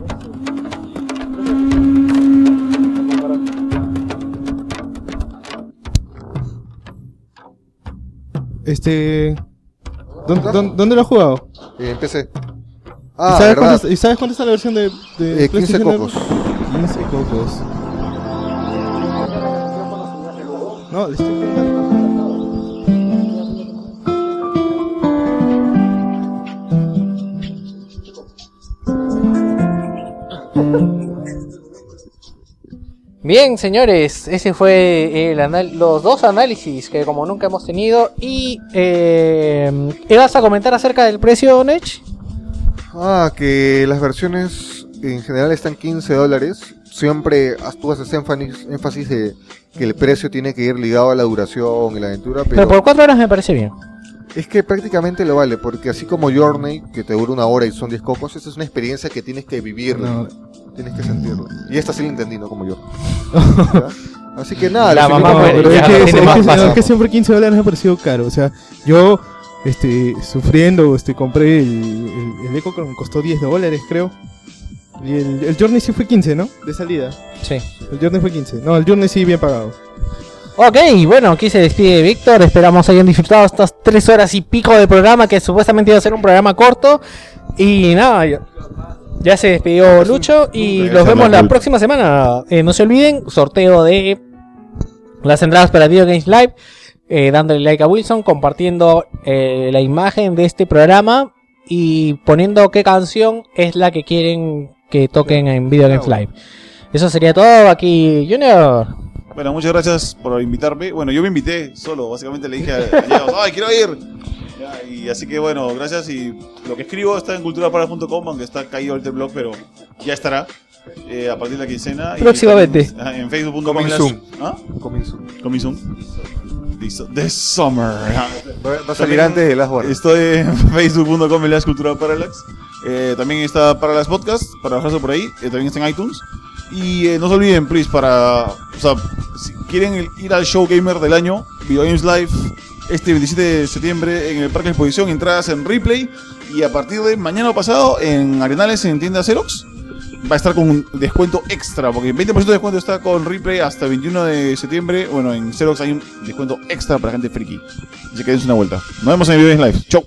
Speaker 5: Este... ¿Dónde, dónde, dónde lo has jugado?
Speaker 6: Eh, en P C.
Speaker 5: ¿Y,
Speaker 6: Ah,
Speaker 5: sabes
Speaker 6: ¿verdad?
Speaker 5: cuánto, ¿Y sabes cuánto está la versión de, de
Speaker 6: Eh, quince
Speaker 5: PlayStation?
Speaker 6: cocos.
Speaker 5: quince cocos. No, le estoy preguntando.
Speaker 1: Bien, señores, ese fue el anal- los dos análisis que como nunca hemos tenido. Y eh, ¿qué vas a comentar acerca del precio, Nech?
Speaker 6: Ah, que las versiones en general están quince dólares. Siempre tú haces énfasis, énfasis de que el precio tiene que ir ligado a la duración y la aventura, pero,
Speaker 1: Pero por cuatro horas me parece bien.
Speaker 6: es que prácticamente lo vale, porque así como Journey, que te dura una hora y son diez cocos, esta es una experiencia que tienes que vivirla,
Speaker 5: No.
Speaker 6: tienes que sentirlo. Y esta sí la entendí, no como yo. ¿Ya? Así que nada,
Speaker 1: La
Speaker 6: les
Speaker 1: mamá
Speaker 6: invito a-
Speaker 1: fue-
Speaker 5: Pero es
Speaker 1: ya,
Speaker 5: que,
Speaker 1: tiene
Speaker 5: es, que-
Speaker 1: más
Speaker 5: es
Speaker 1: paso.
Speaker 5: que siempre quince dólares me ha parecido caro. O sea, yo este, sufriendo este, compré el, el, el Echo que me costó diez dólares, creo. Y el, el Journey sí fue quince, ¿no? De salida.
Speaker 1: Sí.
Speaker 5: El Journey fue quince. No, el Journey sí bien pagado.
Speaker 1: Ok, bueno, aquí se despide Víctor. Esperamos hayan disfrutado estas tres horas y pico de programa, que supuestamente iba a ser un programa corto. Y nada, ya, ya se despidió Lucho y
Speaker 4: Nunca
Speaker 1: los
Speaker 4: es
Speaker 1: vemos
Speaker 4: la
Speaker 1: la
Speaker 4: culpa.
Speaker 1: próxima semana. Eh, no se olviden, sorteo de las entradas para Video Games Live. Eh, dándole like a Wilson, compartiendo eh, la imagen de este programa y poniendo qué canción es la que quieren que toquen en Video Games Live. Eso sería todo. Aquí Junior.
Speaker 4: Bueno, muchas gracias por invitarme. Bueno, yo me invité solo, básicamente le dije a, a Diego, ¡ay, quiero ir! Ya, y así que bueno, gracias. Y lo que escribo está en culturapara punto com, aunque está caído ahorita el blog, pero ya estará eh, a partir de la quincena. Y
Speaker 1: Próximamente.
Speaker 4: también, ah, en facebook punto com.
Speaker 6: Coming soon.
Speaker 4: ¿Ah?
Speaker 6: Coming soon.
Speaker 4: Coming soon. This, this summer.
Speaker 6: Va, va a salir antes de las horas.
Speaker 4: Estoy en facebook punto com slash cultura parallax. Eh, también está Parallax Podcast, para bajarse por ahí. Eh, también está en iTunes. Y eh, no se olviden, please, para. O sea, si quieren ir al show gamer del año, Video Games Live, este veintisiete de septiembre en el Parque de Exposición, entradas en Replay. Y a partir de mañana o pasado en Arenales, en tienda Xerox, va a estar con un descuento extra, porque el veinte por ciento de descuento está con Replay hasta el veintiuno de septiembre. Bueno, en Xerox hay un descuento extra para gente friki. Así que dense una vuelta. Nos vemos en el Video Games Live. Chau.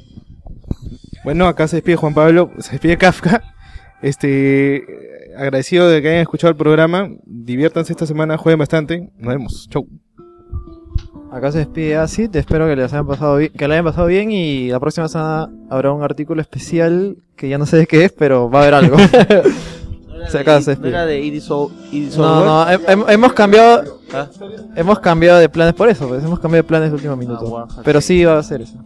Speaker 5: Bueno, acá se despide Juan Pablo, se despide Kafka. Este, agradecido de que hayan escuchado el programa. Diviértanse esta semana, jueguen bastante. Nos vemos. Chau.
Speaker 2: Acá se despide Acid, espero que les hayan pasado bien, que le hayan pasado bien y la próxima semana habrá un artículo especial que ya no sé de qué es, pero va a haber algo. Se acaba se
Speaker 8: ¿No
Speaker 2: despide.
Speaker 8: era de Id Soul- Id
Speaker 2: No,
Speaker 8: Software?
Speaker 2: no, he- hem- hemos cambiado
Speaker 8: ¿Ah?
Speaker 2: hemos cambiado de planes por eso, pues hemos cambiado de planes de último minuto.
Speaker 8: Ah, bueno,
Speaker 2: Pero
Speaker 8: ok.
Speaker 2: sí va a ser eso.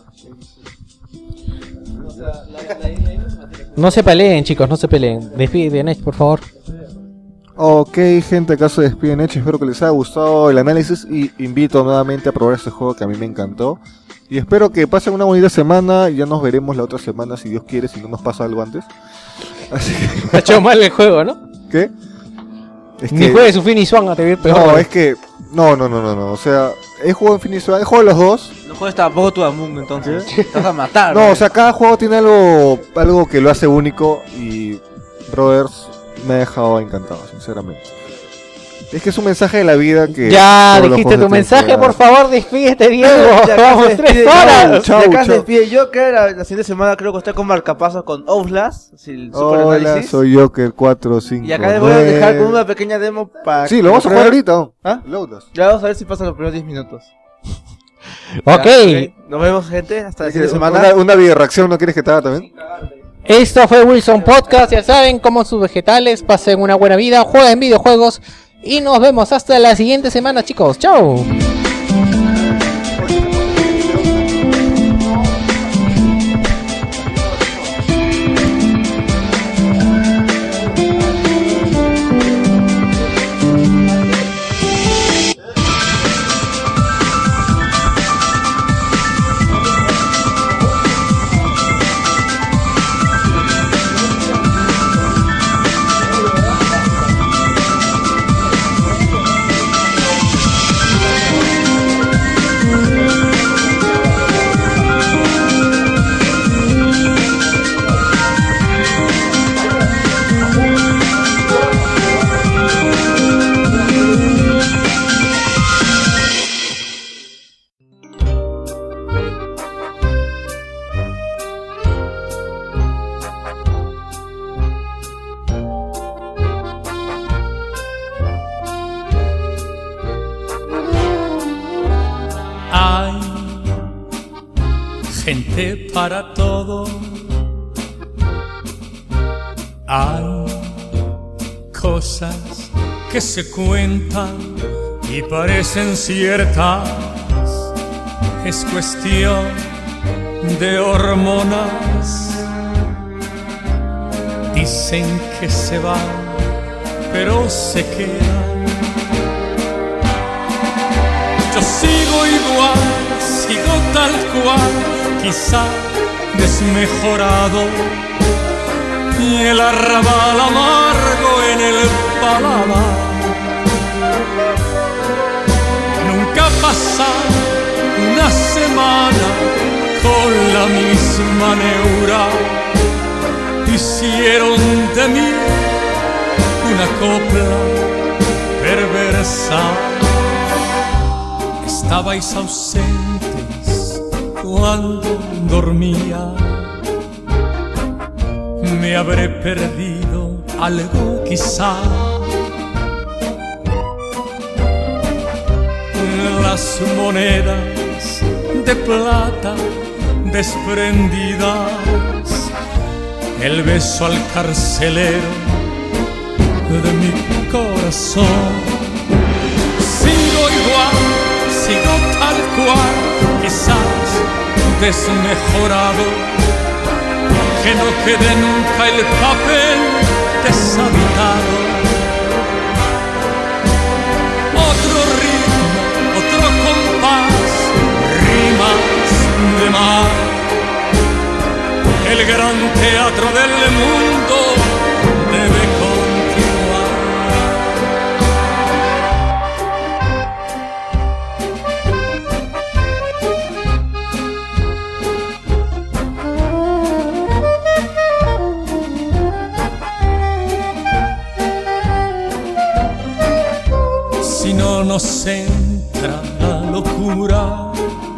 Speaker 1: No se peleen, chicos, no se peleen. Despide, Nech, por favor.
Speaker 6: Ok, gente, acá se despide Nech. Espero que les haya gustado el análisis y invito nuevamente a probar este juego que a mí me encantó. Y espero que pasen una bonita semana y ya nos veremos la otra semana si Dios quiere, si no nos pasa algo antes. Así que,
Speaker 1: Ha hecho mal el juego, ¿no?
Speaker 6: ¿qué? Es
Speaker 1: Ni juegue su fin y Swan a te ver peor.
Speaker 6: No, es que... No, no, no, no, no. O sea, he jugado Infinity Swan, he jugado los dos.
Speaker 8: No juegas tampoco tu Among, entonces. Te vas a matar.
Speaker 6: No,
Speaker 8: ¿no?
Speaker 6: o sea, cada juego tiene algo, algo que lo hace único y Brothers me ha dejado encantado, sinceramente. Es que es un mensaje de la vida que...
Speaker 1: Ya,
Speaker 6: todos los
Speaker 1: dijiste
Speaker 6: juegos
Speaker 1: tu
Speaker 6: de
Speaker 1: mensaje,
Speaker 6: temporada-
Speaker 1: por favor, despídete, Diego.
Speaker 8: Ya acá
Speaker 1: Vamos,
Speaker 8: se
Speaker 1: tres
Speaker 8: despide-
Speaker 1: horas.
Speaker 6: Chau,
Speaker 8: Ya acá
Speaker 6: chau.
Speaker 8: se despide yo, que la, la siguiente semana creo que está con marcapasos con Outlast, así, el super
Speaker 6: Hola,
Speaker 8: análisis.
Speaker 6: soy Joker cuatro cinco
Speaker 8: Y acá les voy a dejar con una pequeña demo para...
Speaker 6: Sí, lo vamos a jugar ahorita. ¿no?
Speaker 8: ¿Ah?
Speaker 6: El Outlast.
Speaker 8: Ya vamos a ver si pasan los primeros diez minutos.
Speaker 1: Ok,
Speaker 8: Ya, Nos vemos, gente, hasta la siguiente semana.
Speaker 6: Una, una video reacción, ¿no quieres que te haga también?
Speaker 1: esto fue Wilson Podcast. Ya saben, coman sus vegetales, pasen una buena vida, jueguen videojuegos y nos vemos hasta la siguiente semana, chicos. Chao.
Speaker 10: Hay gente para todo. Hay cosas que se cuentan y parecen ciertas. Es cuestión de hormonas. Dicen que se van, pero se quedan. Yo sigo igual, sigo tal cual, quizá desmejorado, y el arrabal amargo en el paladar. Nunca pasa una semana con la misma neura. Hicieron de mí una copla perversa. Estabais ausentes cuando dormía. Me habré perdido algo quizá. Las monedas de plata desprendidas, el beso al carcelero de mi corazón. Sigo igual, sigo tal cual, quizás desmejorado, que no quede nunca el papel deshabitado. Otro ritmo, otro compás, rimas de mar. El gran teatro del mundo debe continuar. Si no nos entra la locura,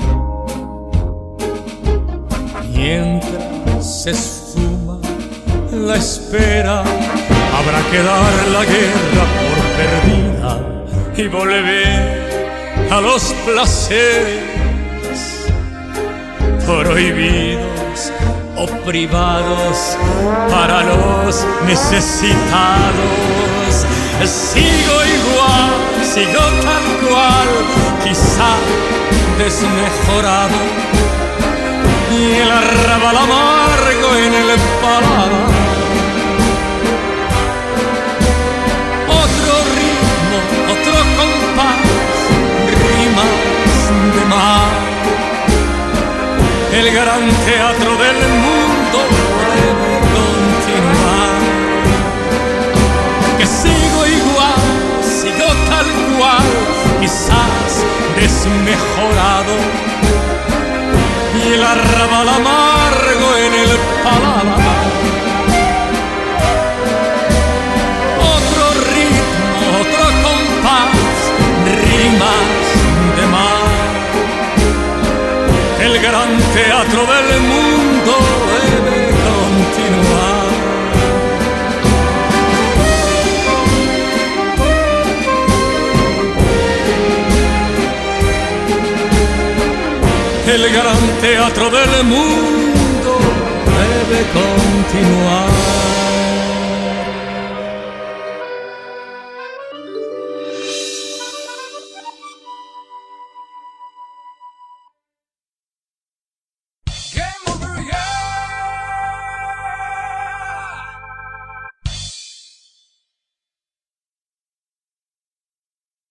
Speaker 10: mientras se esfuma la espera, habrá que dar la guerra por perdida y volver a los placeres prohibidos o privados para los necesitados. Sigo igual, sigo tal cual, quizá desmejorado, y el arrabal amargo en el paladar. Otro ritmo, otro compás, rimas de mar. El gran teatro del mundo debe continuar. Que sigo igual, sigo tal cual, quizás desmejorado, y el arrabal amargo en el paladar. Otro ritmo, otro compás, rimas de mar. El gran teatro del mundo debe continuar. El gran teatro del mundo debe continuar.